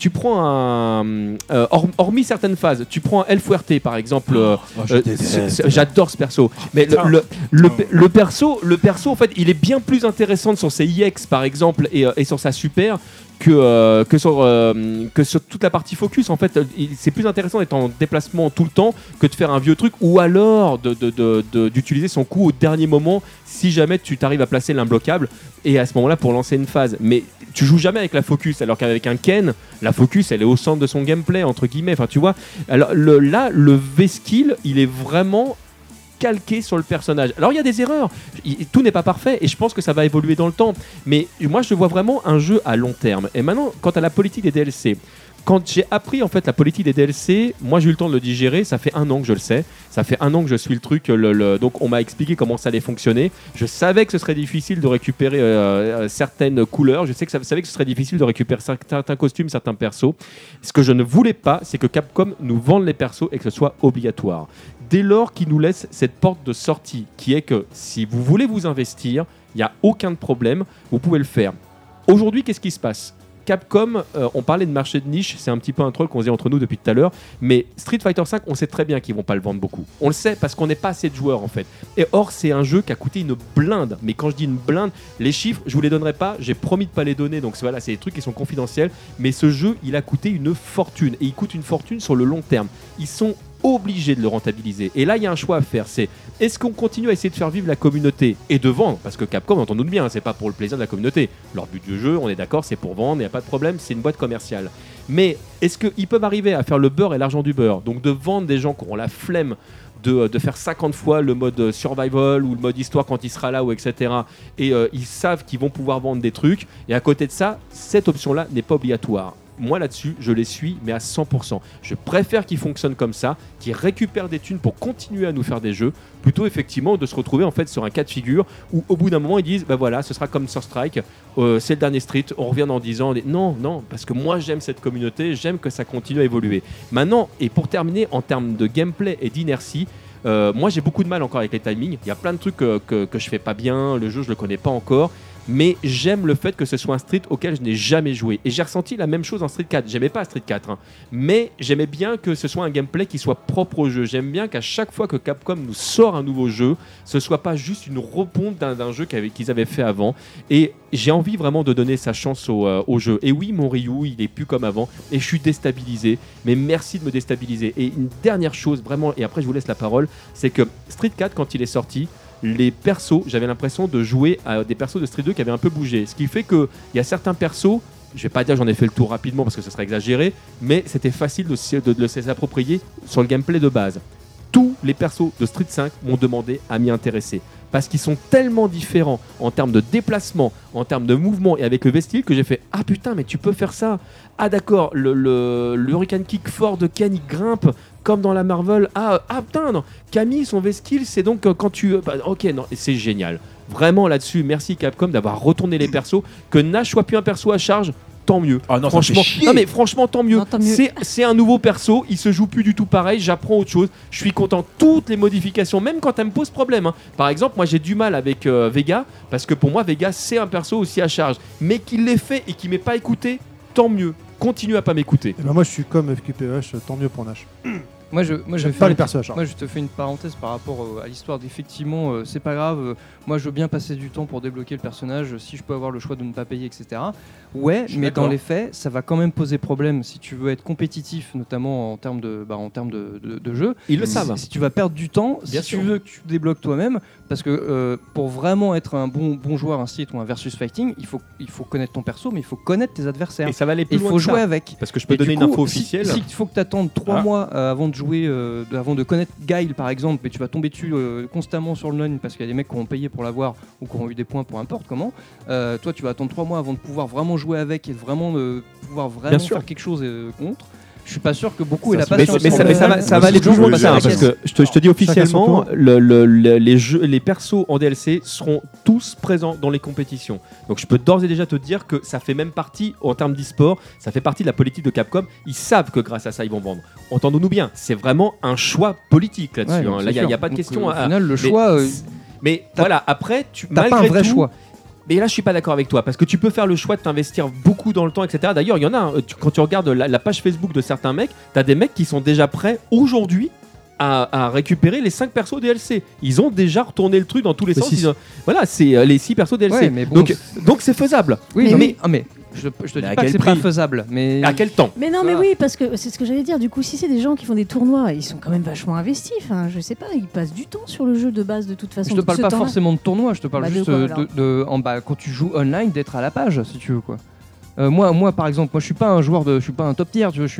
un... hormis certaines phases, tu prends El Fuerte par exemple, j'adore ce perso, mais le perso en fait, il est bien plus intéressant sur ses EX par exemple et sur sa super que sur toute la partie focus. En fait, c'est plus intéressant d'être en déplacement tout le temps que de faire un vieux truc, ou alors d'utiliser son coup au dernier moment si jamais tu t'arrives à placer l'imbloquable, et à ce moment-là pour lancer une phase. Mais tu joues jamais avec la focus, alors qu'avec un Ken, la focus elle est au centre de son gameplay entre guillemets. Enfin tu vois, alors là le V-Skill il est vraiment calqué sur le personnage. Alors il y a des erreurs, tout n'est pas parfait et je pense que ça va évoluer dans le temps, mais moi je vois vraiment un jeu à long terme. Et maintenant, quant à la politique des DLC, quand j'ai appris en fait la politique des DLC, moi j'ai eu le temps de le digérer, ça fait 1 an que je le sais, ça fait 1 an que je suis le truc, donc on m'a expliqué comment ça allait fonctionner. Je savais que ce serait difficile de récupérer certaines couleurs, je savais que ce serait difficile de récupérer certains costumes, certains persos. Ce que je ne voulais pas, c'est que Capcom nous vende les persos et que ce soit obligatoire. Dès lors qu'ils nous laissent cette porte de sortie, qui est que si vous voulez vous investir, il n'y a aucun problème, vous pouvez le faire. Aujourd'hui, qu'est-ce qui se passe ? Capcom, on parlait de marché de niche, c'est un petit peu un troll qu'on se dit entre nous depuis tout à l'heure, mais Street Fighter V, on sait très bien qu'ils vont pas le vendre beaucoup. On le sait parce qu'on n'est pas assez de joueurs en fait. Et or, c'est un jeu qui a coûté une blinde. Mais quand je dis une blinde, les chiffres, je vous les donnerai pas, j'ai promis de pas les donner, donc voilà, c'est des trucs qui sont confidentiels. Mais ce jeu, il a coûté une fortune, et il coûte une fortune sur le long terme. Ils sont obligé de le rentabiliser. Et là, il y a un choix à faire. C'est est-ce qu'on continue à essayer de faire vivre la communauté et de vendre ? Parce que Capcom, entendons-nous bien, c'est pas pour le plaisir de la communauté. Leur but du jeu, on est d'accord, c'est pour vendre, il n'y a pas de problème, c'est une boîte commerciale. Mais est-ce qu'ils peuvent arriver à faire le beurre et l'argent du beurre ? Donc de vendre des gens qui auront la flemme de faire 50 fois le mode survival ou le mode histoire quand il sera là, ou etc. Et ils savent qu'ils vont pouvoir vendre des trucs. Et à côté de ça, cette option-là n'est pas obligatoire. Moi là-dessus, je les suis, mais à 100%. Je préfère qu'ils fonctionnent comme ça, qu'ils récupèrent des thunes pour continuer à nous faire des jeux, plutôt effectivement de se retrouver en fait sur un cas de figure où au bout d'un moment ils disent bah voilà, ce sera comme sur Strike, c'est le dernier Street, on revient dans 10 ans. Non, parce que moi j'aime cette communauté, j'aime que ça continue à évoluer. Maintenant, et pour terminer, en termes de gameplay et d'inertie, moi j'ai beaucoup de mal encore avec les timings. Il y a plein de trucs que je fais pas bien, le jeu je le connais pas encore. Mais j'aime le fait que ce soit un Street auquel je n'ai jamais joué. Et j'ai ressenti la même chose en Street 4. J'aimais pas Street 4, mais j'aimais bien que ce soit un gameplay qui soit propre au jeu. J'aime bien qu'à chaque fois que Capcom nous sort un nouveau jeu, ce soit pas juste une repompe d'un jeu qu'ils avaient fait avant. Et j'ai envie vraiment de donner sa chance au jeu. Et oui, mon Ryu, il est plus comme avant. Et je suis déstabilisé. Mais merci de me déstabiliser. Et une dernière chose, vraiment, et après je vous laisse la parole, c'est que Street 4, quand il est sorti, les persos, j'avais l'impression de jouer à des persos de Street 2 qui avaient un peu bougé. Ce qui fait qu'il y a certains persos, je vais pas dire j'en ai fait le tour rapidement parce que ce serait exagéré, mais c'était facile de se les approprier sur le gameplay de base. Tous les persos de Street 5 m'ont demandé à m'y intéresser. Parce qu'ils sont tellement différents en termes de déplacement, en termes de mouvement et avec le vestil que j'ai fait ah putain mais tu peux faire ça. Ah d'accord, le Hurricane Kick fort de Ken il grimpe comme dans la Marvel. Ah putain non, Camille son vestil c'est donc quand tu... ok non, c'est génial. Vraiment là-dessus, merci Capcom d'avoir retourné les persos. Que Nash soit plus un perso à charge, tant mieux. Ah non, franchement, non mais franchement, tant mieux. Non, tant mieux. C'est un nouveau perso, il se joue plus du tout pareil, j'apprends autre chose. Je suis content. Toutes les modifications, même quand elle me pose problème. Hein. Par exemple, moi j'ai du mal avec Vega, parce que pour moi, Vega c'est un perso aussi à charge. Mais qu'il l'ait fait et qu'il m'ait pas écouté, tant mieux. Continue à pas m'écouter. Eh ben moi je suis comme FQPH, tant mieux pour Nash. Moi, je J'aime vais pas les faire personnages. moi, je te fais une parenthèse par rapport à l'histoire d'effectivement, c'est pas grave. Moi, je veux bien passer du temps pour débloquer le personnage si je peux avoir le choix de ne pas payer, etc. Ouais, mais dans les faits, ça va quand même poser problème si tu veux être compétitif, notamment en termes de jeu. Ils le savent. Si tu vas perdre du temps, Bien si sûr. tu veux que tu débloques toi-même, parce que pour vraiment être un bon joueur, un Street ou un versus fighting, il faut connaître ton perso, mais il faut connaître tes adversaires. Et ça va aller Et plus il loin faut que ça. jouer avec. Parce que je peux Et donner du une coup, info si- officielle. Si il faut que tu attendes 3 mois avant de jouer, avant de connaître Guile par exemple, et tu vas tomber dessus constamment sur le non parce qu'il y a des mecs qui ont payé pour l'avoir ou qui ont eu des points pour importe comment, toi tu vas attendre 3 mois avant de pouvoir vraiment jouer avec et de vraiment pouvoir vraiment sûr. faire quelque chose contre. Je suis pas sûr que beaucoup Ça aient la se- patience. Mais ça va aller plus loin que ça, hein, parce que je te dis officiellement, les persos en DLC seront tous présents dans les compétitions. Donc je peux d'ores et déjà te dire que ça fait même partie, en termes d'e-sport, ça fait partie de la politique de Capcom. Ils savent que grâce à ça, ils vont vendre. Entendons-nous bien, c'est vraiment un choix politique là-dessus. Ouais, hein. c'est Là, il sûr. n'y a pas de Donc, question. au final, le choix, Mais voilà, après, t'as pas un vrai choix. Mais là, je suis pas d'accord avec toi parce que tu peux faire le choix de t'investir beaucoup dans le temps, etc. D'ailleurs, il y en a. Quand tu regardes la page Facebook de certains mecs, t'as des mecs qui sont déjà prêts aujourd'hui à récupérer les 5 persos DLC. Ils ont déjà retourné le truc dans tous les sens. Voilà, c'est les 6 persos DLC. Ouais, mais bon, donc c'est faisable. Oui, Mais mais je te dis à pas que quel c'est pas prix faisable, mais À quel temps? Mais non, mais oui, parce que c'est ce que j'allais dire. Du coup, si c'est des gens qui font des tournois, ils sont quand même vachement investis. Enfin, je sais pas, ils passent du temps sur le jeu de base de toute façon. je te Tout parle ce pas temps-là. forcément de tournoi, je te parle Bah, de juste quoi, alors quand tu joues online d'être à la page si tu veux quoi. Moi par exemple, je suis pas un joueur je suis pas un top tier, tu vois,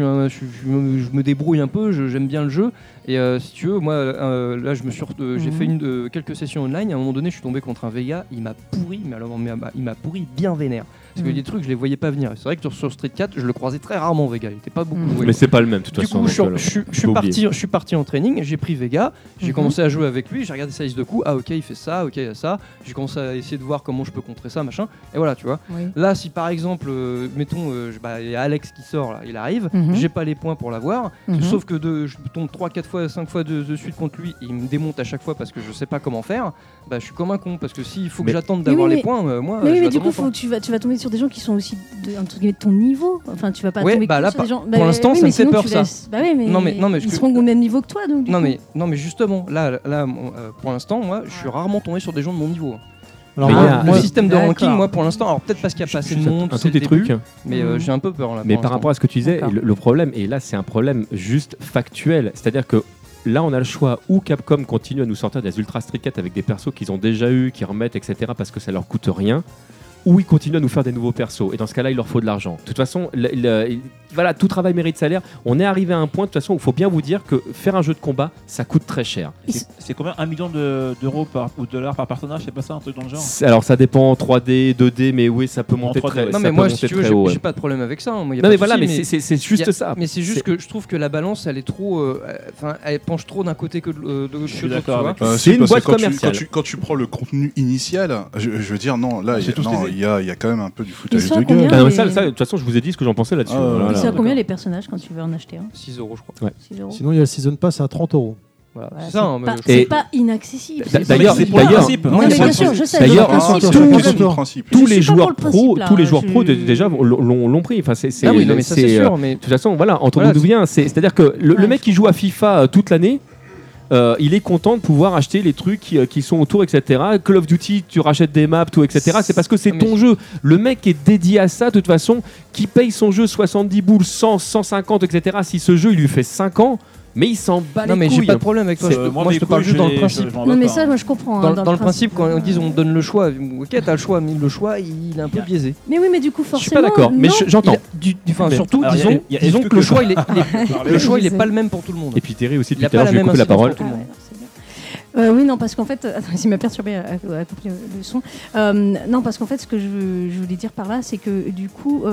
je me débrouille un peu, j'aime bien le jeu et si tu veux, moi là j'ai fait quelques sessions online et à un moment donné je suis tombé contre un Vega, il m'a pourri, mais alors il m'a pourri bien vénère. Parce que des trucs je les voyais pas venir. C'est vrai que sur Street 4, je le croisais très rarement Vega, il était pas beaucoup joué. Mais c'est pas le même de toute Du façon. coup, donc, je suis parti en training, j'ai pris Vega, j'ai commencé à jouer avec lui, j'ai regardé sa liste de coups, ah ok il fait ça, ok il y a ça, j'ai commencé à essayer de voir comment je peux contrer ça, machin, et voilà tu vois. Oui. Là si par exemple, mettons, il y a Alex qui sort là, il arrive, Mhm. j'ai pas les points pour l'avoir, Mhm. sauf que je tombe 3, 4 fois, 5 fois de suite contre lui, et il me démonte à chaque fois parce que je sais pas comment faire, je suis comme un con, parce que s'il faut que Mais- j'attende d'avoir Oui, les mais- points, moi Mais je oui, vais mais du attendre coup, longtemps. tu vas tomber sur des gens qui sont aussi entre guillemets de ton niveau. Enfin, tu vas pas Ouais, tomber bah que là, sur des gens. pour l'instant, oui, ça mais me fait sinon, peur, tu ça. laisses- Bah oui, mais, Non, mais ils seront au même niveau que toi, donc. Du Non coup. mais justement, là pour l'instant, moi je suis rarement tombé sur des gens de mon niveau. Alors Mais moi, il y a- Le moi- système de D'accord. ranking, moi pour l'instant, alors peut-être parce qu'il y a pas assez de monde, un c'est tout le des début, trucs. mais Mhm. j'ai un peu peur là. Mais pour par l'instant. rapport à ce que tu disais, D'accord. le problème, et là c'est un problème juste factuel, c'est-à-dire que là on a le choix où Capcom continue à nous sortir des Ultra Street 4 avec des persos qu'ils ont déjà eu, qu'ils remettent, etc. parce que ça leur coûte rien, ou ils continuent à nous faire des nouveaux persos. Et dans ce cas-là, il leur faut de l'argent. De toute façon, voilà, tout travail mérite salaire. On est arrivé à un point de toute façon où il faut bien vous dire que faire un jeu de combat, ça coûte très cher. C'est combien 1 million d'euros ou dollars par personnage? C'est pas ça, un truc dans le genre? Alors ça dépend 3D, 2D, mais oui, ça peut monter 3D, très, ouais. Non, ça mais peut moi, monter si tu veux, très haut. j'ai pas de problème avec ça. Hein. Moi, y a Non pas mais de voilà, souci, mais c'est juste ça. Mais c'est juste que je trouve que la balance, elle est trop. Enfin, elle penche trop d'un côté que de l'autre. Je suis d'accord avec C'est une parce boîte que quand commerciale. quand tu prends le contenu initial, je veux dire, non, là, C'est tout il y a quand même un peu du foutage Ils sont de à combien, gueule. Ah, non, mais les- ça, de toute façon, je vous ai dit ce que j'en pensais là-dessus. Ah, Voilà. Et c'est à d'accord. combien les personnages quand tu veux en acheter un? 6 euros, je crois. 6 euros. Sinon, il y a le Season Pass à 30 euros. Voilà. Voilà, C'est ça. hein, mais pas- je- c'est Et- pas inaccessible. D'ailleurs, c'est pour le principe. Non, mais bien sûr, je sais. D'ailleurs, je sais, c'est le une principe. question de principe. tous Je les suis pas joueurs pour le principe, pro, là. tous les joueurs Je- pro déjà l'ont pris. Enfin, c'est Ah oui, non, mais ça, c'est sûr. Mais De toute façon, voilà, entre Voilà, nous bien, c'est-à-dire que le Ouais. mec qui joue à FIFA toute l'année, il est content de pouvoir acheter les trucs qui sont autour, etc. Call of Duty, tu rachètes des maps, tout, etc. C'est parce que c'est Mais- ton jeu. Le mec est dédié à ça, de toute façon, qui paye son jeu 70 boules, 100, 150, etc. Si ce jeu, il lui fait 5 ans, mais il s'en bat non, les mais j'ai couilles. pas de problème avec toi. Moi, je te parle juste dans le principe. Non, mais ça, moi, je comprends. hein, Dans le principe, quand on dit on donne le choix, ok, t'as le choix, mais le choix, il est un peu biaisé. Mais oui, mais du coup, Je suis forcément. pas d'accord, mais non. j'entends. Enfin, Mais- surtout, Alors, disons, il y a disons FQ que le que choix, ça. le choix, il est pas le même pour tout le monde. Et puis Terry aussi, Il depuis a tout à l'heure, pas je la lui même coupe la parole. incidence pour tout le monde. Oui, non, parce qu'en fait, attends, il m'a perturbé à couper le son. Non, parce qu'en fait, ce que je voulais dire par là, c'est que du coup,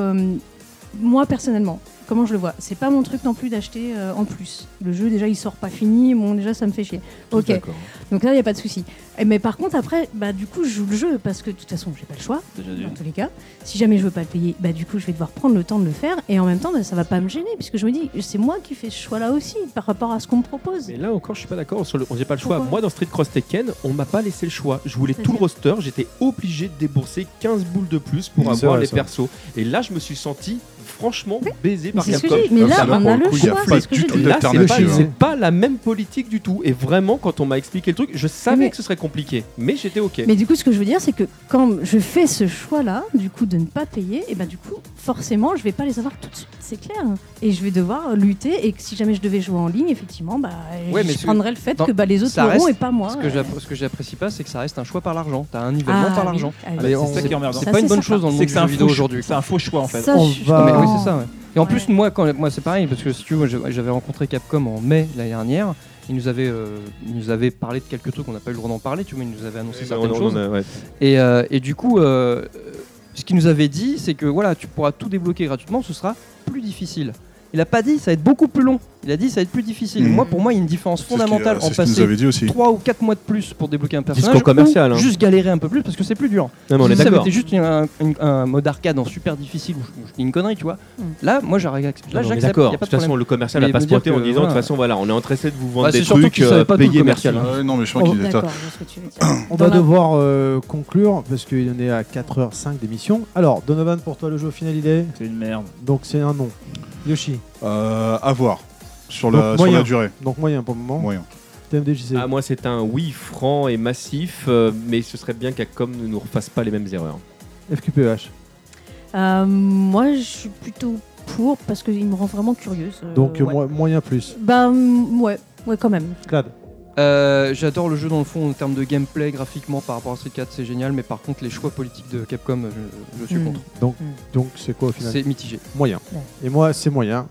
moi personnellement, comment je le vois, c'est pas mon truc non plus d'acheter en plus. Le jeu, déjà, il sort pas fini, bon, déjà, ça me fait chier. Ok, D'accord. donc là, il n'y a pas de souci. Mais par contre, après, bah, du coup, je joue le jeu parce que de toute façon, j'ai pas le choix, dans tous les cas. Si jamais je veux pas le payer, bah, du coup, je vais devoir prendre le temps de le faire et en même temps, bah, ça va pas me gêner puisque je me dis, c'est moi qui fais ce choix-là aussi par rapport à ce qu'on me propose. Mais là encore, je suis pas d'accord. On n'a pas le choix. Pourquoi Moi, dans Street Cross Tekken, on m'a pas laissé le choix. Je voulais tout le C'est-à-dire roster. J'étais obligé de débourser 15 boules de plus pour C'est avoir vrai, les ça. persos. Et là, je me suis senti franchement baisé Mais par c'est ce que Capcom. j'ai dit. Mais là, Ça, on pour a le le coup, il y a choix, pas c'est ce que du je tout dis. Là, c'est d'alternative, pas, hein. c'est pas la même politique du tout. Et vraiment, quand on m'a expliqué le truc, je savais Mais- que ce serait compliqué. Mais j'étais OK. Mais du coup, ce que je veux dire, c'est que quand je fais ce choix-là, du coup, de ne pas payer, et ben du coup, forcément, je vais pas les avoir tout de suite, c'est clair. Et je vais devoir lutter. Et que si jamais je devais jouer en ligne, effectivement, bah, Ouais, mais je prendrais le fait dans- que bah, les autres ça l'auront reste- et pas moi. Ce que j'apprécie pas, c'est que ça reste un choix par l'argent. T'as un nivellement Ah, par oui. l'argent. Ah oui. Mais C'est c'est ça qui est emmerdant. c'est Ça, pas une c'est bonne sympa. chose dans le C'est monde que du c'est jeu un vidéo faux aujourd'hui. C'est un faux choix en fait. Ça, On je suis va- Non, mais oui, d'accord. c'est ça. Ouais. Et en plus, moi, c'est pareil, parce que si tu veux, j'avais rencontré Capcom en mai l'année dernière. Ils nous avaient parlé de quelques trucs, on n'a pas eu le droit d'en parler, tu vois, ils nous avaient annoncé certaines choses. Et du coup, ce qu'il nous avait dit, c'est que voilà, tu pourras tout débloquer gratuitement, ce sera plus difficile. Il a pas dit ça va être beaucoup plus long. Il a dit ça va être plus difficile. Mhm. Moi, pour moi, il y a une différence fondamentale en C'est ce qu'il nous passer avait dit aussi. 3 ou 4 mois de plus pour débloquer un personnage. Discours commercial, ou hein. juste galérer un peu plus parce que c'est plus dur. Non, mais on est Si ça avait d'accord. été juste un mode arcade en super difficile où je dis une connerie, tu vois. Mm. Là, moi, j'accepte. Là, Non, on est j'accepte. d'accord. y De a pas toute de façon, problème. le commercial Mais n'a pas me se dire pointé en que, disant de toute voilà. façon, voilà, on est intéressé de vous vendre Bah, des c'est surtout trucs, qu'il savait pas tout, le payez, merci. commercial, hein. Ouais, non, mais je crois qu'il était. D'accord, je vois ce que tu veux dire. On va devoir conclure parce qu'il en est à 4h05 d'émission. Alors, Donovan, pour toi, le jeu au final, il est. C'est une merde. Donc, c'est un non. Yoshi. À voir. Sur Donc, la moyen. durée. Donc, moyen pour le moment. Moyen. TMDJC. Ah, moi, c'est un oui franc et massif, mais ce serait bien qu'Acom ne nous refasse pas les mêmes erreurs. FQPH. Moi, je suis plutôt pour parce qu'il me rend vraiment curieuse. Donc, ouais. moyen plus. Bah, ouais, quand même. Clad. J'adore le jeu dans le fond en termes de gameplay, graphiquement par rapport à Street 4, c'est génial, mais par contre les choix politiques de Capcom, je suis contre. Donc, c'est quoi au final? C'est mitigé. Moyen. Ouais. Et moi, c'est moyen.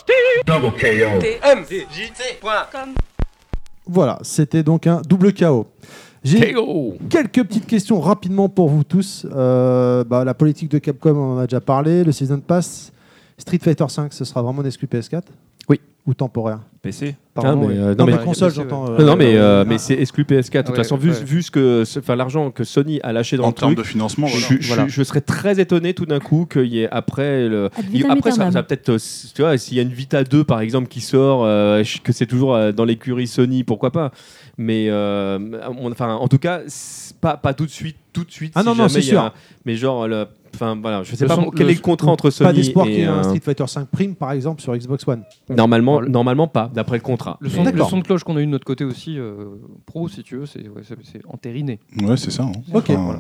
Voilà, c'était donc un double KO. J'ai KO. quelques petites questions rapidement pour vous tous. La politique de Capcom, on en a déjà parlé. Le Season Pass, Street Fighter 5, ce sera vraiment une exclu PS4? Oui. Ou temporaire? PC. Pardon, mais, oui. non, Non, mais- mais console, PC, ouais. j'entends. Non, mais c'est exclu PS4. De toute Ouais, façon, vu ce que, l'argent que Sony a lâché dans En le termes truc, de financement, je, voilà. je serais très étonné tout d'un coup qu'il y ait après le. Ad vitam Après, ça aeternam. va peut-être, tu vois, s'il y a une Vita 2 par exemple qui sort, que c'est toujours dans l'écurie Sony, pourquoi pas. Mais en tout cas, c'est pas tout de suite. Ah si non, jamais c'est il y a sûr. un- mais genre, enfin voilà, je sais Le pas son- quel est le contrat entre Pas Sony d'espoir qu'il y et ait un Street Fighter 5 Prime, par exemple, sur Xbox One. normalement pas, d'après le contrat. Le Mais- son de cloche qu'on a eu de notre côté aussi, pro si tu veux, c'est entériné. Ouais, c'est ça. hein. Ok. Enfin,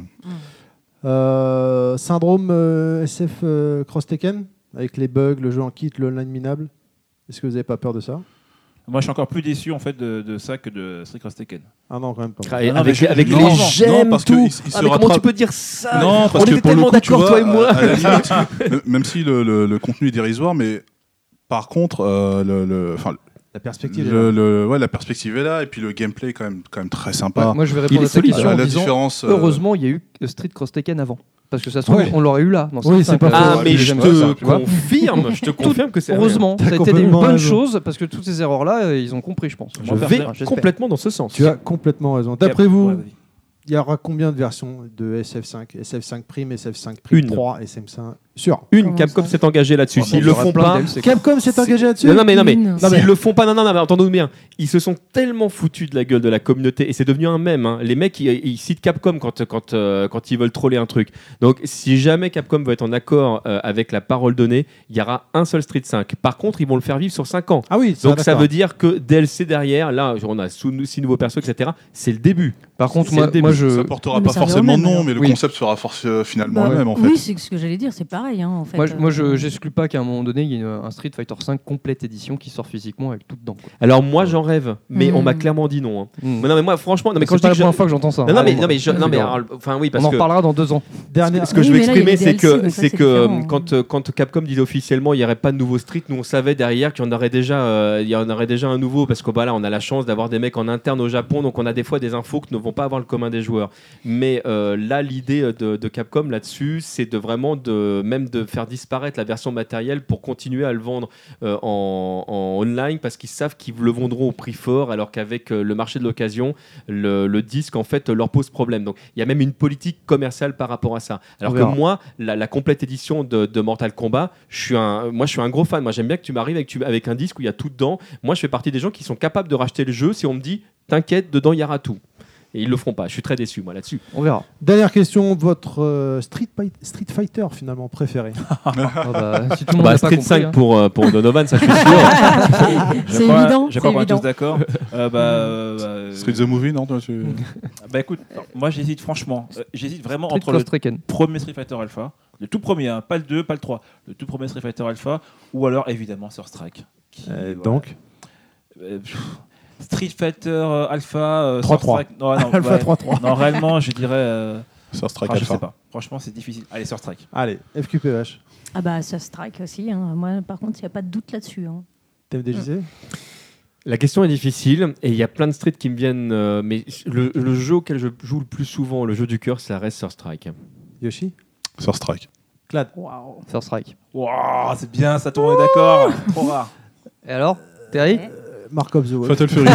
Syndrome SF Cross Tekken, avec les bugs, le jeu en kit, le online minable. Est-ce que vous n'avez pas peur de ça? Moi, je suis encore plus déçu en fait de ça que de Street Cross Tekken. Ah non, quand même pas. Et non, avec mais avec non, les non, j'aime parce que tout. il se Ah, mais comment rattrape- tu peux dire ça? Non, parce On que était pour le tellement coup, tu d'accord, vois, toi et moi. à la limite, même si le contenu est dérisoire, mais Par contre, La perspective. la perspective est là, et puis le gameplay est quand même très sympa. Ouais, moi, je vais Il répondre est à ta solide. question en La disant différence, heureusement, il y a eu Street Cross Tekken avant. Parce que ça se trouve, Ouais. on l'aurait eu là. Dans Oui, Street c'est pas 5. faux. Ah, mais J'ai je jamais vu ça, tu vois. je te confirme que c'est Heureusement, T'as ça a été une complètement bonne raison. chose parce que toutes ces erreurs-là, ils ont compris, je pense. Je Enfin, vais j'espère. complètement dans ce sens. Tu as complètement raison. D'après vous, Ouais, vas-y. il y aura combien de versions de SF5 SF5 Prime, SF5 Prime Une. 3, SM5 Sûr. Une, Capcom s'est engagé là-dessus. Oh, S'ils bon, le il y aura font plein pas, de DLC. Capcom s'est engagé là-dessus. non mais Une. Non, mais- s'ils le font pas, non, mais entendons-nous bien. Ils se sont tellement foutus de la gueule de la communauté et c'est devenu un mème. Hein. Les mecs, ils citent Capcom quand ils veulent troller un truc. Donc, si jamais Capcom veut être en accord avec la parole donnée, il y aura un seul Street 5. Par contre, ils vont le faire vivre sur 5 ans. Ah oui, Donc, ça d'accord. veut dire que DLC derrière, là, on a 6 nouveaux persos, etc. C'est le début. Par contre, C'est le début. moi, je. Ça portera Mais pas ça revient au forcément même, nom, alors. mais le Oui. concept sera finalement le même en fait. Oui, c'est ce que j'allais dire, c'est pareil hein, en fait. Moi, j'exclus pas qu'à un moment donné, il y ait un Street Fighter 5 complète édition qui sort physiquement avec tout dedans. Quoi. Alors, moi, j'en rêve, mais Mm. on m'a clairement dit non. Hein. Mm. Mais non, mais moi, franchement, non, mais quand C'est je pas dis la que première fois que j'entends ça. Non, non, hein. mais, non, mais, C'est dur. enfin, oui, parce On en que. reparlera dans 2 ans. Dernière. Ce que Oui, je veux mais là, il y a exprimer, des c'est DLC, que, donc ça, c'est c'est que différent. quand Capcom disait officiellement il n'y aurait pas de nouveau Street, nous on savait derrière qu'il y en aurait déjà, il y en aurait déjà un nouveau parce que bah, là on a la chance d'avoir des mecs en interne au Japon, donc on a des fois des infos que ne vont pas avoir le commun des joueurs. Mais là l'idée de Capcom là-dessus, c'est de vraiment même de faire disparaître la version matérielle pour continuer à le vendre en online parce qu'ils savent qu'ils le vendront au prix fort alors qu'avec le marché de l'occasion, le disque en fait leur pose problème. Donc il y a même une politique commerciale par rapport à ça. Alors On que verra. moi, la complète édition de Mortal Kombat, je suis un gros fan. Moi, j'aime bien que tu m'arrives avec un disque où il y a tout dedans. Moi, je fais partie des gens qui sont capables de racheter le jeu si on me dit t'inquiète, dedans il y aura tout. Et ils le feront pas. Je suis très déçu, moi, là-dessus. On verra. Dernière question, votre Street Fighter finalement préféré. Ah bah, si tout le monde n'a pas Street compris, 5 hein. pour Donovan, ça je suis sûr. C'est évident. Je crois qu'on est évident. tous d'accord. Street the Movie, non toi, Bah écoute, non, moi j'hésite franchement. J'hésite vraiment Street entre Cross le Tekken. premier Street Fighter Alpha, le tout premier, hein, pas le 2, pas le 3, le tout premier Street Fighter Alpha, ou alors évidemment Sur Strike. Voilà. Donc Street Fighter Alpha 3-3. Strike. Non, Alpha 3-3. Non, réellement, je dirais. Sur Strike Je Alpha. sais pas. Franchement, c'est difficile. Allez, Sur Strike. Allez, FQPH. Ah bah ça strike aussi. Hein. Moi, par contre, il n'y a pas de doute là-dessus. Hein. TMDJC La question est difficile et il y a plein de streets qui me viennent. Mais le jeu auquel je joue le plus souvent, le jeu du cœur, ça reste Sur Strike. Yoshi Sur Strike. Clad. Waouh. First Strike. Waouh, c'est bien, ça tourne, d'accord. Trop rare. Et alors Terry Mark of the Wolf. Fatal Fury.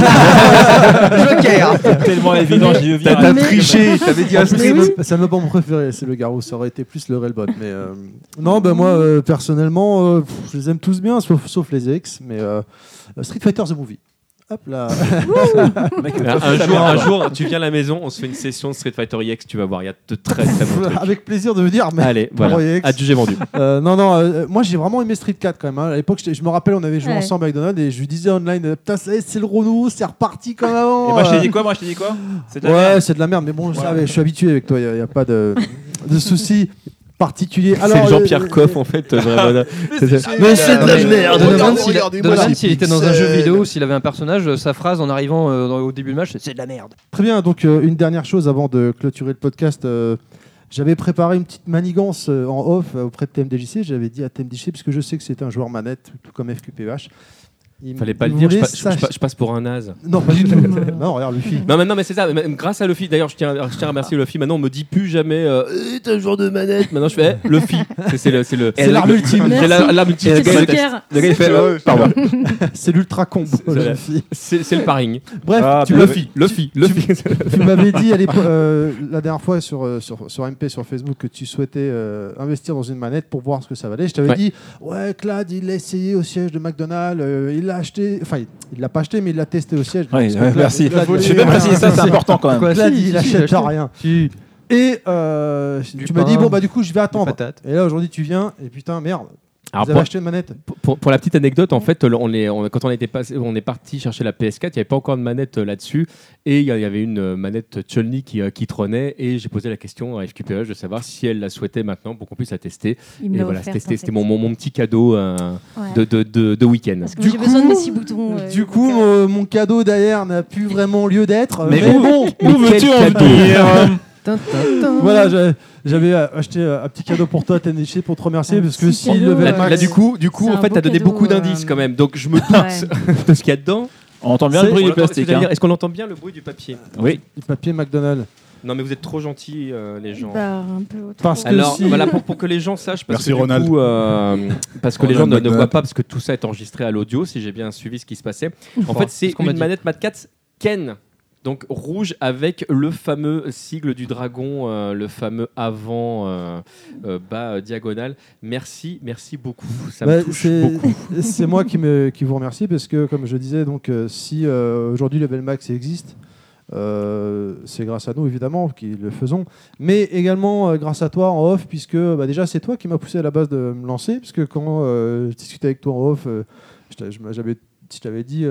Joker. C'est tellement évident, j'y viens. T'as Mais- triché, t'avais dit un Mais oui. Ça ne m'a pas mon préféré, c'est le Garou. Ça aurait été plus le Railbot. Mais non, ben moi, personnellement, je les aime tous bien, sauf les ex. Mais Street Fighter The Movie. Hop là. Mec, un jour, tu viens à la maison, on se fait une session de Street Fighter EX, tu vas voir, il y a de très très bons trucs. Avec plaisir de venir. Mais Allez, pour voilà, EX. adjugé vendu. Non, moi j'ai vraiment aimé Street 4 quand même. Hein. À l'époque, je me rappelle, on avait joué Ouais. ensemble avec Donald et je lui disais online, putain, ça y est, c'est le renouveau, c'est reparti comme avant. Et moi, je t'ai dit quoi C'est de la Ouais, merde. c'est de la merde, mais bon, je Voilà. savais, je suis habitué avec toi, il n'y a pas de soucis particuliers. C'est le Jean-Pierre Coff en fait. Vraiment. Mais c'est de la merde. regardez-moi Donovan, ces s'il était dans un jeu pixels. vidéo, s'il avait un personnage, sa phrase en arrivant au début du match, c'est de la merde. Très bien, donc une dernière chose avant de clôturer le podcast. J'avais préparé une petite manigance en off auprès de TMDJC. J'avais dit à TMDJC, puisque je sais que c'est un joueur manette, tout comme FQPH. Fallait pas le dire, je passe pour un naze. Non, pas du tout. Non, regarde, Luffy. Non, mais c'est ça. Même grâce à Luffy, d'ailleurs, je tiens à remercier Luffy. Maintenant, on me dit plus jamais t'es un joueur de manette. Maintenant, je fais Luffy. C'est l'arme ultime. C'est l'arme ultime. C'est le Joker. Le gars, il fait pardon. C'est l'ultra combo, C'est- Luffy. C'est le paring. Bref, Ah, tu bien m'as- Luffy. Tu m'avais dit la dernière fois sur MP, sur Facebook, que tu souhaitais investir dans une manette pour voir ce que ça valait. Je t'avais Ouais. dit, ouais, Clad, il l'a essayé au siège de McDonald's, il l'a acheté, enfin, il l'a pas acheté, mais il l'a testé au siège. Ouais, Parce que ouais, Clad- merci. Clad, Je sais même pas si ça, c'est important quand même. Quoi, Clad, si, il si, achète j'ai acheté. rien. Si. Et tu m'as dit, pain, bon, bah du coup, je vais attendre. Patate. Et là, aujourd'hui, tu viens, et putain, merde, Alors, vous avez acheté une manette. pour la petite anecdote, en fait, quand on est parti chercher la PS4, il n'y avait pas encore de manette là-dessus, et il y avait une manette Chun-Li qui trônait, et j'ai posé la question à FQPH de savoir si elle la souhaitait maintenant pour qu'on puisse la tester. Il me Et l'a voilà, offert, c'était en fait. mon petit cadeau Ouais. de week-end. Parce que Du j'ai besoin de coup- mes 6 boutons. Du coup, mon cadeau derrière n'a plus vraiment lieu d'être. Mais bon, où veux-tu en cadeau. venir Voilà, j'avais acheté un petit cadeau pour toi, TMDJC, pour te remercier, parce que si le Là, du coup, C'est en un fait, beau t'as donné cadeau, beaucoup d'indices quand même. Donc, je me doute Ouais. de ce qu'il y a dedans. On entend bien le bruit du plastique. Hein. Est-ce qu'on entend bien le bruit du papier? Oui. du papier McDonald's. Non, mais vous êtes trop gentils, les gens. Bah, un peu trop. Parce que Alors si- voilà pour que les gens sachent parce Merci, que du Ronald. coup, parce que les gens Ronald ne McDonald. voient pas parce que tout ça est enregistré à l'audio si j'ai bien suivi ce qui se passait. En fait, c'est ce qu'on m'a une dit. manette Mad Catz Ken. Donc rouge avec le fameux sigle du dragon, le fameux avant bas diagonale. Merci beaucoup. Ça me touche beaucoup. c'est moi qui vous remercie parce que, comme je disais, donc, si aujourd'hui Level Max existe, c'est grâce à nous évidemment qui le faisons, mais également grâce à toi en off, puisque déjà c'est toi qui m'as poussé à la base de me lancer, puisque quand je discutais avec toi en off, je t'avais dit.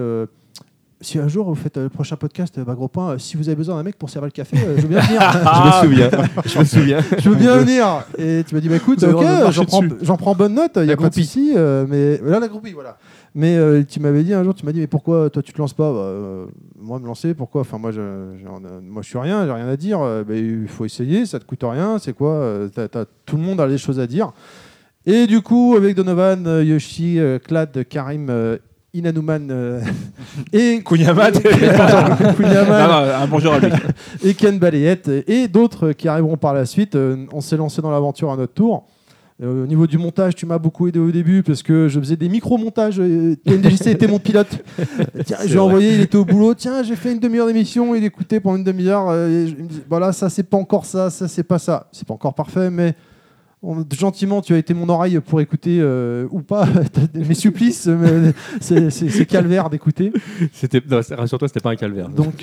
Si un jour vous faites le prochain podcast, gros point, si vous avez besoin d'un mec pour servir le café, je veux bien venir. Je me souviens. Je veux bien venir. Et tu m'as dit, écoute, Vous avez ok, le droit de marcher j'en prends bonne note, il n'y a La pas de groupie. souci. Mais là, la groupie, voilà. Mais tu m'avais dit un jour, tu m'as dit, mais pourquoi toi tu te lances pas? Moi, me lancer, pourquoi? Enfin, moi, je suis rien, j'ai rien à dire. Il faut essayer, ça te coûte rien. C'est quoi? Tout le monde a des choses à dire. Et du coup, avec Donovan, Yoshi, Clad, Karim, Inanuman et Kunyaman. Kunyaman Un bonjour à lui. et Ken Balayette et d'autres qui arriveront par la suite. On s'est lancé dans l'aventure à notre tour. Au niveau du montage, tu m'as beaucoup aidé au début parce que je faisais des micro-montages. TMDJC était mon pilote. Tiens, j'ai envoyé, il était au boulot. Tiens, j'ai fait une demi-heure d'émission. Il écoutait pendant une demi-heure. Et il me dit, voilà, ça c'est pas encore ça, ça c'est pas ça. C'est pas encore parfait, mais gentiment, tu as été mon oreille pour écouter ou pas mes supplices. Mais c'est calvaire d'écouter. Rassure-toi, c'était pas un calvaire. Donc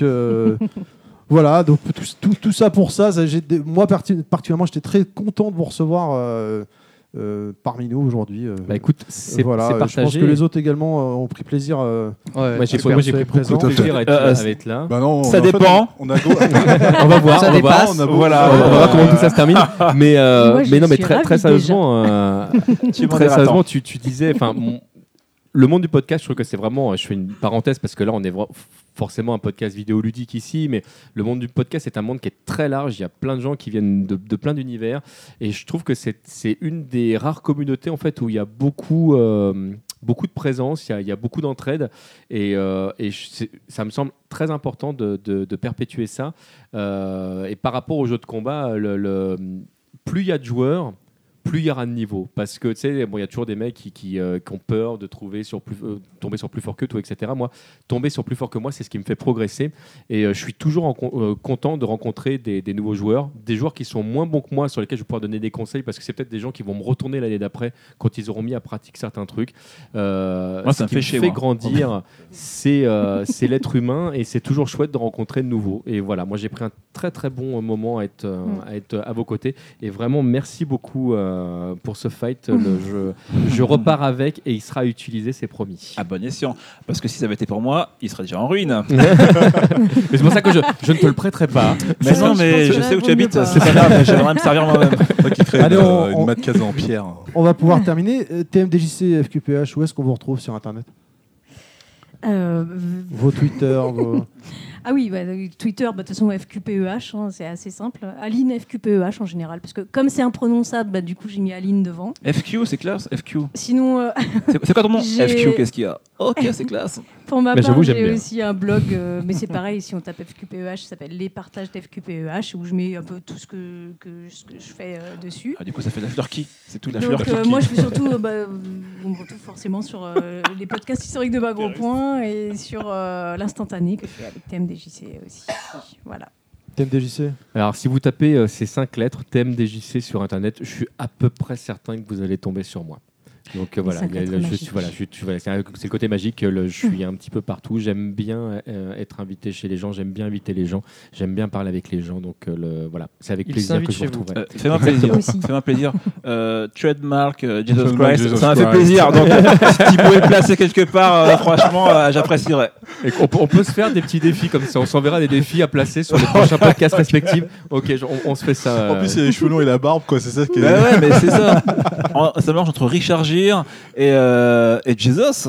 voilà, donc tout ça pour ça. Moi particulièrement, j'étais très content de vous recevoir parmi nous aujourd'hui. Bah écoute, c'est voilà, je partagé. pense que les autres également ont pris plaisir. Moi j'ai J'espère pris que vous beaucoup êtes de présents. plaisir à être là. Bah non, Ça en fait, dépend. on a On va voir. Ça on va voir. dépasse. on a beau- Voilà. On va voir comment tout ça se termine. Mais Moi, je non, mais suis très ravie sérieusement, Tu m'en très diras sérieusement, tant. tu disais, enfin, le monde du podcast, je trouve que c'est vraiment, je fais une parenthèse parce que là, on est forcément un podcast vidéoludique ici, mais le monde du podcast est un monde qui est très large. Il y a plein de gens qui viennent de plein d'univers, et je trouve que c'est une des rares communautés en fait où il y a beaucoup de présence, il y a beaucoup d'entraide, et ça me semble très important de perpétuer ça. Et par rapport aux jeux de combat, plus il y a de joueurs, plus il y aura de niveau. Parce que, tu sais, bon, il y a toujours des mecs qui ont peur de tomber sur plus fort que toi, etc. Moi, tomber sur plus fort que moi, c'est ce qui me fait progresser. Et je suis toujours content de rencontrer des nouveaux joueurs, des joueurs qui sont moins bons que moi, sur lesquels je vais pouvoir donner des conseils, parce que c'est peut-être des gens qui vont me retourner l'année d'après, quand ils auront mis à pratique certains trucs. Moi, ça me fait chier, fait moi. grandir, c'est l'être humain, et c'est toujours chouette de rencontrer de nouveaux. Et voilà, moi, j'ai pris un très très bon moment à être à vos côtés. Et vraiment, merci beaucoup pour ce fight. Je repars avec, et il sera utilisé, c'est promis. À bon escient. Parce que si ça avait été pour moi, il serait déjà en ruine. Mais c'est pour ça que je ne te le prêterai pas. Mais non, je mais pense je que sais là, où tu vaut habites. mieux pas. C'est pas grave, mais j'aimerais me servir moi-même. Toi qui crée Allez, une on- mat case en pierre. On va pouvoir terminer. TMDJC, FQPH, où est-ce qu'on vous retrouve sur Internet? Vos Twitter, vos... Ah oui, Twitter, de toute façon FQPEH, hein, c'est assez simple. Aline FQPEH en général, parce que comme c'est imprononçable, du coup j'ai mis Aline devant. FQ, c'est classe. FQ. Sinon, C'est quoi ton nom? J'ai- FQ, qu'est-ce qu'il y a? Ok, c'est classe. pour ma Mais part, j'avoue, j'aime j'ai bien. aussi un blog, mais c'est pareil, si on tape FQPEH, ça s'appelle Les Partages d'FQPEH, où je mets un peu tout ce que je fais dessus. Ah, du coup, ça fait de la fleur qui? C'est tout de la Donc, fleur qui. moi, je fais surtout, on me retrouve forcément sur les podcasts historiques de Bas Gros Point et sur l'instantané que je fais avec TMDJC aussi. Voilà. TMDJC. Alors, si vous tapez ces 5 lettres TMDJC sur Internet, je suis à peu près certain que vous allez tomber sur moi. Donc voilà, 5 lettres magiques. c'est le côté magique. Je suis un petit peu partout. J'aime bien être invité chez les gens. J'aime bien inviter les gens. J'aime bien parler avec les gens. Donc voilà, c'est avec Il plaisir s'invite que je vous chez vous. retrouverai. Fais-moi Exactement. plaisir. Aussi. Fais-moi plaisir. Trademark Jesus Trademark Christ. Jesus Ça m'a fait Christ. plaisir. Donc, si tu pouvais le placer quelque part, franchement, j'apprécierais. Et on peut se faire des petits défis comme ça. On s'enverra des défis à placer sur les prochains podcasts respectifs. Ok, on se fait ça. En plus, il y a les cheveux longs et la barbe, quoi. C'est ça qui est. Bah ouais, mais c'est ça. Ça marche entre Richard G réagir et Jesus.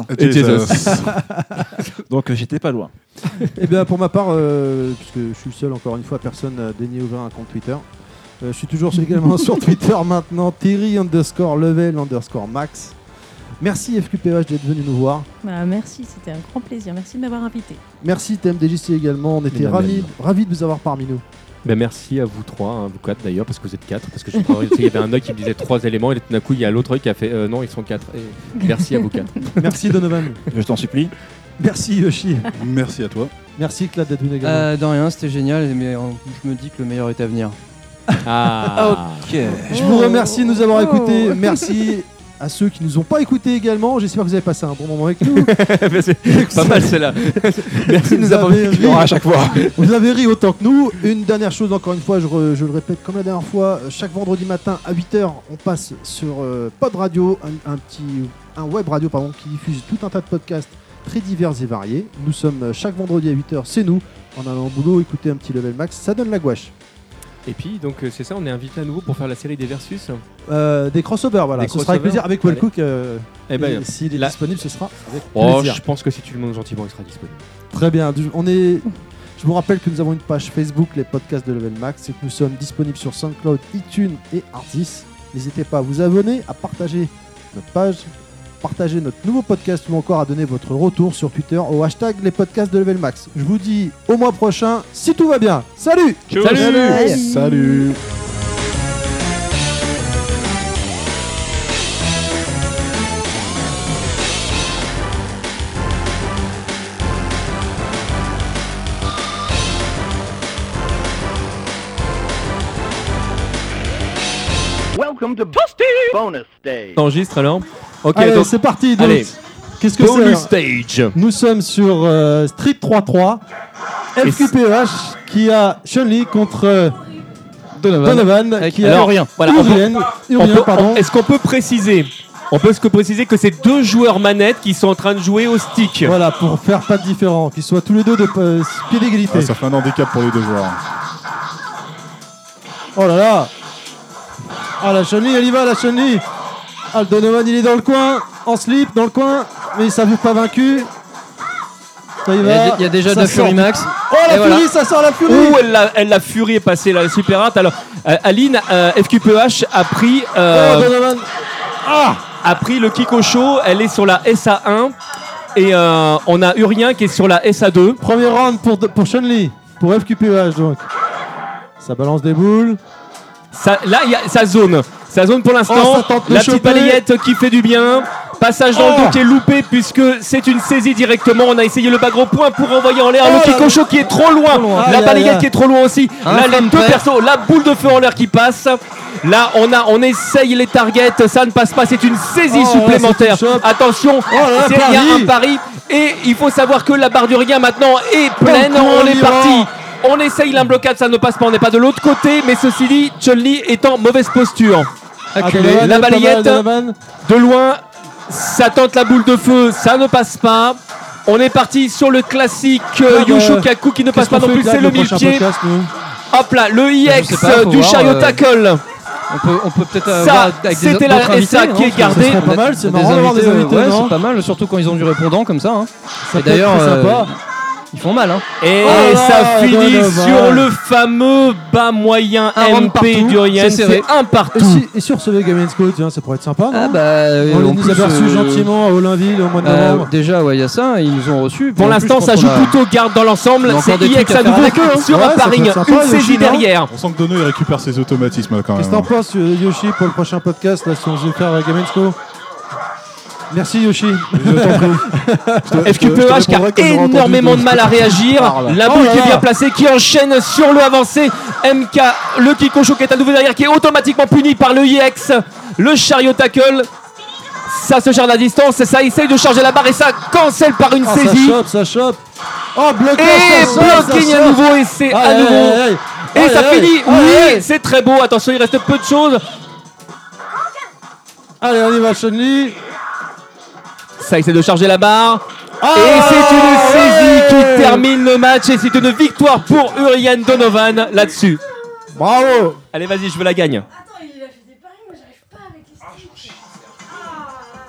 Donc j'étais pas loin. Eh bien, pour ma part, puisque je suis le seul, encore une fois, personne n'a daigné ouvrir un compte Twitter. Je suis toujours également sur Twitter maintenant, Terry_level_max. Merci FQPH d'être venu nous voir. Bah, merci, c'était un grand plaisir. Merci de m'avoir invité. Merci TMDJC également, on était ravis de vous avoir parmi nous. Ben merci à vous trois, hein, vous quatre d'ailleurs, parce que vous êtes quatre. Parce que il y avait un œil qui me disait 3 éléments, et tout d'un coup il y a l'autre œil qui a fait non, ils sont 4. Et merci à vous quatre. Merci Donovan. Je t'en supplie. Merci Yoshi. Merci à toi. Merci Claude d'être venu également. De rien, c'était génial, mais je me dis que le meilleur est à venir. Ah. Ok. Je vous remercie de nous avoir écoutés. Merci à ceux qui nous ont pas écoutés également. J'espère que vous avez passé un bon moment avec nous. C'est pas mal celle-là. Merci de nous avoir ri à chaque fois. Vous avez ri autant que nous. Une dernière chose, encore une fois, je le répète comme la dernière fois, chaque vendredi matin à 8h, on passe sur Pod Radio, un web radio qui diffuse tout un tas de podcasts très divers et variés. Nous sommes chaque vendredi à 8h, c'est nous. En allant au boulot, écouter un petit level max, ça donne la gouache. Et puis, donc, c'est ça, on est invité à nouveau pour faire la série des Versus. Des crossovers, voilà. Des Ce sera avec plaisir. Avec Wellcook, s'il est là- disponible, ce sera avec Oh, plaisir. je pense que si tu le demandes gentiment, il sera disponible. Très bien. Je vous rappelle que nous avons une page Facebook, les podcasts de Level Max, et que nous sommes disponibles sur SoundCloud, iTunes et Artis. N'hésitez pas à vous abonner, à partager notre page, partager notre nouveau podcast ou encore à donner votre retour sur Twitter au hashtag les podcasts de Level Max. Je vous dis au mois prochain, si tout va bien. Salut. Salut. Welcome to Bonus Stage. T'enregistres alors? Ok, Allez, donc c'est parti. Donc, allez. qu'est-ce que Bonus c'est Stage. Nous sommes sur Street 3-3. FQPH qui a Chun-Li contre Donovan qui a Alors, rien. Voilà, Urien, pardon. Est-ce qu'on peut préciser que c'est 2 joueurs manettes qui sont en train de jouer au stick? Voilà, pour faire pas de différent, qu'ils soient tous les deux de pied d'égalité. Ça fait un handicap pour les deux joueurs. Oh là là. Ah, la Chun-Li, elle y va, la Chun-Li. Ah, le Donovan, il est dans le coin, en slip, dans le coin, mais il s'avoue pas vaincu. Ça y va. Il y a déjà Ça de sort Fury du- Max. Oh, la Et Fury, voilà. ça sort la Fury. Ouh, la Fury est passée, la super hâte. Alors, Aline, FQPH a pris... Oh, Donovan. a pris le Kikosho, elle est sur la SA1 et on a Urien qui est sur la SA2. Premier round pour Chun-Li, pour FQPH donc. Ça balance des boules. Là, il y a sa zone pour l'instant. Oh, ça tente de La choper. petite balayette qui fait du bien. Passage dans le dos qui est loupé puisque c'est une saisie directement. On a essayé le bas gros point pour envoyer en l'air le Kikosho qui est trop loin. La balayette qui est trop loin aussi. Là, les deux persos, la boule de feu en l'air qui passe. Là, on essaye les targets, ça ne passe pas. C'est une saisie supplémentaire. c'est une chope. Attention, là, il y a pari. un pari. Et il faut savoir que la barre d'Urien maintenant est pleine. Bon, On on est y parti. va. On essaye l'imblocade, ça ne passe pas. On n'est pas de l'autre côté. Mais ceci dit, Chun-Li est en mauvaise posture. Donovan, La pas mal, balayette Donovan. de loin, ça tente la boule de feu, ça ne passe pas. On est parti sur le classique Yusho Kaku qui ne passe pas non plus, c'est le mille-pied. Hop là, le IX Je sais pas, faut du voir, chariot tackle. On peut peut-être Ça, voir avec des c'était la d'autres invités, SA qui est hein, gardée. ça serait pas mal, c'est marrant d'avoir des invités, ouais, non c'est pas mal, surtout quand ils ont du répondant comme ça. Hein. Ça Et peut être d'ailleurs, très sympa. ils font mal. Hein. Et Oh là ça là, finit Donovan. sur le fameux bas moyen Un round MP partout, d'Urien. c'est serré. C'est un partout. Et sur ce Game School, tiens, ça pourrait être sympa, non Ah bah, On en les plus, a aperçus gentiment à Olinville au mois de novembre. déjà, ouais, il y a ça, ils nous ont reçus. Pour l'instant, ça joue plutôt garde dans l'ensemble. Il y a C'est encore des IX trucs à à faire nouveau avec eux, hein. sur Ouais, un ça peut paring. être sympa, Une Yoshi, saisie non derrière. On sent que Dono il récupère ses automatismes quand Qu'est-ce même. que t'en penses, Yoshi, pour le prochain podcast, là, si on veut faire Game School? Merci, Yoshi. FQPH qui a énormément de mal à réagir. La boule qui est bien placée, qui enchaîne sur le avancé. MK, le Kikosho qui est à nouveau derrière, qui est automatiquement puni par le IX. Le chariot tackle. Ça se charge à distance, ça essaye de charger la barre et ça cancelle par une saisie. Ça chope. Oh, bloqué. Et blocking à nouveau et c'est à nouveau. Et ça finit. Oui, c'est très beau. Attention, il reste peu de choses. Allez, on y va, Chun-Li. Ça essaie de charger la barre. Et c'est une saisie qui termine le match et c'est une victoire pour Urien Donovan là-dessus. Bravo. Allez, vas-y, je veux la gagne. Attends, il a fait des paris, moi j'arrive pas avec les sticks.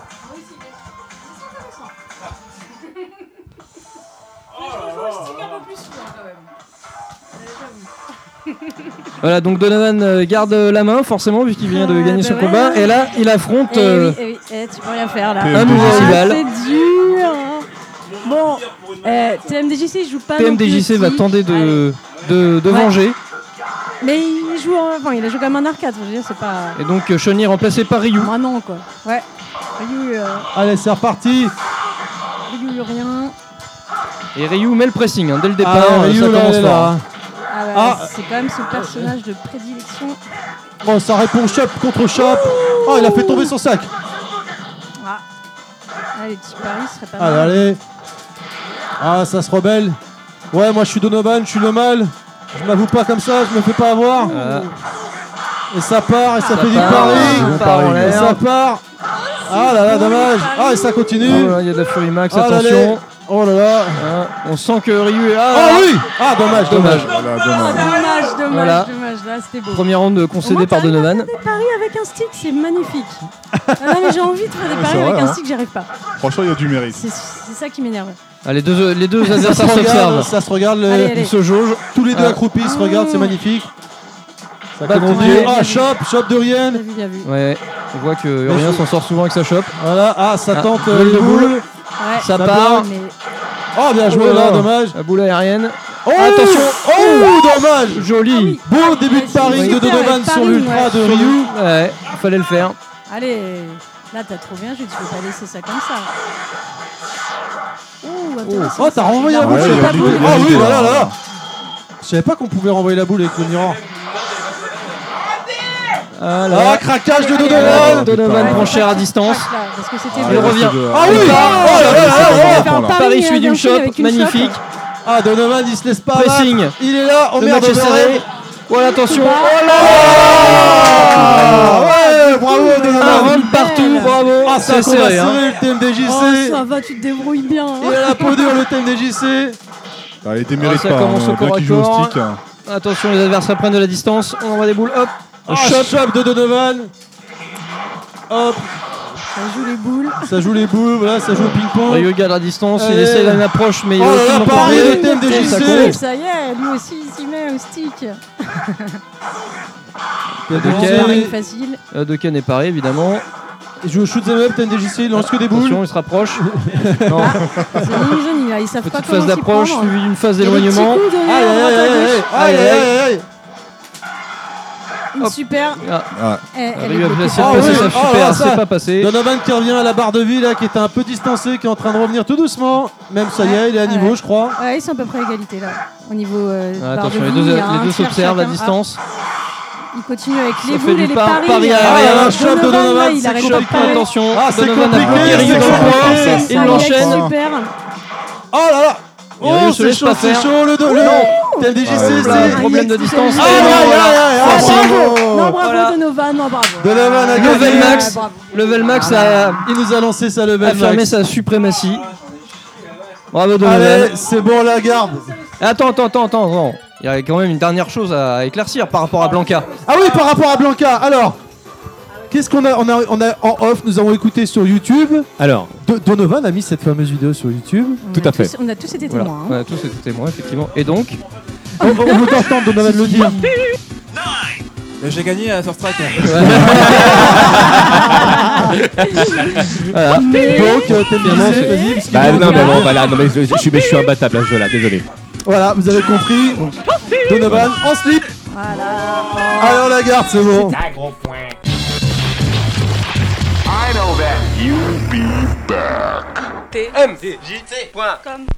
Voilà, donc Donovan garde la main, forcément, vu qu'il vient de gagner son combat. Et là, il affronte tu peux rien faire là. un nouveau rival. C'est dur. Bon, TMDJC il joue pas. TMDJC va tenter de venger. Mais il joue, il a joué comme un arcade, je veux dire, c'est pas. Et donc Chun-Li est remplacé par Ryu. Ah non quoi. Ouais. Ryu. Allez, c'est reparti. Ryu rien. Et Ryu met le pressing dès le départ. Ryu, ça commence fort. C'est quand même son personnage de prédilection. Oh, ça répond Chop contre Chop. Oh, il a fait tomber son sac. Les petits paris seraient pas mal. Allez. Ah, ça se rebelle. Ouais, moi je suis Donovan, je suis le mal. Je m'avoue pas comme ça, je me fais pas avoir. Et ça part, et ça fait du pari. Et ça part. Ah là là, dommage. Ah, et ça continue. Oh là, il y a de la Fury Max, attention. Oh là là. On sent que Ryu est. Ah oui. Ah, dommage. Dommage. Voilà. Là, c'était beau. Premier round concédé par Donovan. Des paris avec un stick, c'est magnifique. Non, mais j'ai envie de faire des paris avec un stick, j'y arrive pas. Franchement, il y a du mérite. C'est ça qui m'énerve. Ah, les deux adversaires s'observent. Ça se regarde, Allez. ils se jaugent. Tous les deux accroupis, ils se regardent, c'est magnifique. Ça continue. Ah, Chop de Rien. Bien vu. Ouais, on voit que Rien s'en sort souvent avec sa Chop. Voilà, ça tente de boule. Ouais. Ça part. Mais... Oh, bien joué là, dommage. La boule aérienne. Oh, attention. Oh, dommage. Joli. Beau début de pari de Donovan sur l'ultra de Ryu. Ouais, fallait le faire. Allez, là t'as trop bien joué, tu peux pas laisser ça comme ça. Oh, t'as renvoyé la boule. Ah oui, voilà, là. Je savais pas qu'on pouvait renvoyer la boule avec le Niran. Ah, craquage de Donovan. Donovan prend cher à distance. Parce que c'était Il revient. Ah oui. Paris suit d'une Chop, magnifique. Ah, Donovan, il se laisse pas pressing. Il est là. Oh merde, serré. Voilà, attention. Oh là. Ouais, bravo Donovan. Un round partout, bravo. Ah, ça c'est serré. le TMDJC. Oh, ça va, tu te débrouilles bien. Il a la peau dure, le TMDJC. Il démérite ça pas, commence au bien corps à qu'il joue au corps. stick. Attention, les adversaires prennent de la distance. On envoie des boules. Hop. Chop de Donovan. Hop. Ça joue les boules, voilà, ça joue au ping-pong. Ryu garde la distance, il essaie d'une approche, mais il là là, Paris de TMDJC. Ça y est, lui aussi il s'y met au stick. Facile. Doken est paré, évidemment. Il joue au shoot them up, TMDJC, il lance que des boules. Attention, il se rapproche. Non. Ils savent pas petite phase d'approche suivie d'une phase d'éloignement. Aïe. Une super. Ryu a placé sa super, c'est pas passé. Donovan qui revient à la barre de vie là, qui était un peu distancé, qui est en train de revenir tout doucement. Même ça y est, il est à niveau, je crois. Ouais, ils sont à peu près à égalité là. Au niveau. Attention, les deux s'observent à distance. Il continue avec les boules et les paris. Un shot de Donovan, il arrête Chop, pas. attention. C'est Donovan a bloqué compliqué, Ryu dans le coin. Il l'enchaîne. Super. Oh là là. Oh, c'est chaud, c'est chaud le TMDJC, c'est problème de distance. Non, bravo Donovan, non, bravo. Donovan a gagné. Level Max a Il nous a lancé sa level max. affirmé sa suprématie. Bravo Donovan. Allez, c'est bon, la garde. Attends. Il y a quand même une dernière chose à éclaircir par rapport à Blanca. Ah oui, par rapport à Blanca. Alors, qu'est-ce qu'on a, on a en off, nous avons écouté sur YouTube. Alors, Donovan a mis cette fameuse vidéo sur YouTube. Tout à fait. On a tous été témoins. On a tous été témoins, effectivement. Et donc On veut entendre Donovan le dire. J'ai gagné à Surstrike. Voilà. Donc, TMDJC, vas-y. non, mais bon, voilà, je suis imbattable à ce jeu-là, désolé. Voilà, vous avez compris. Donovan en slip. Voilà. Allez, on la garde, c'est bon. C'est un gros point. I know that. You be back. TMDJC.com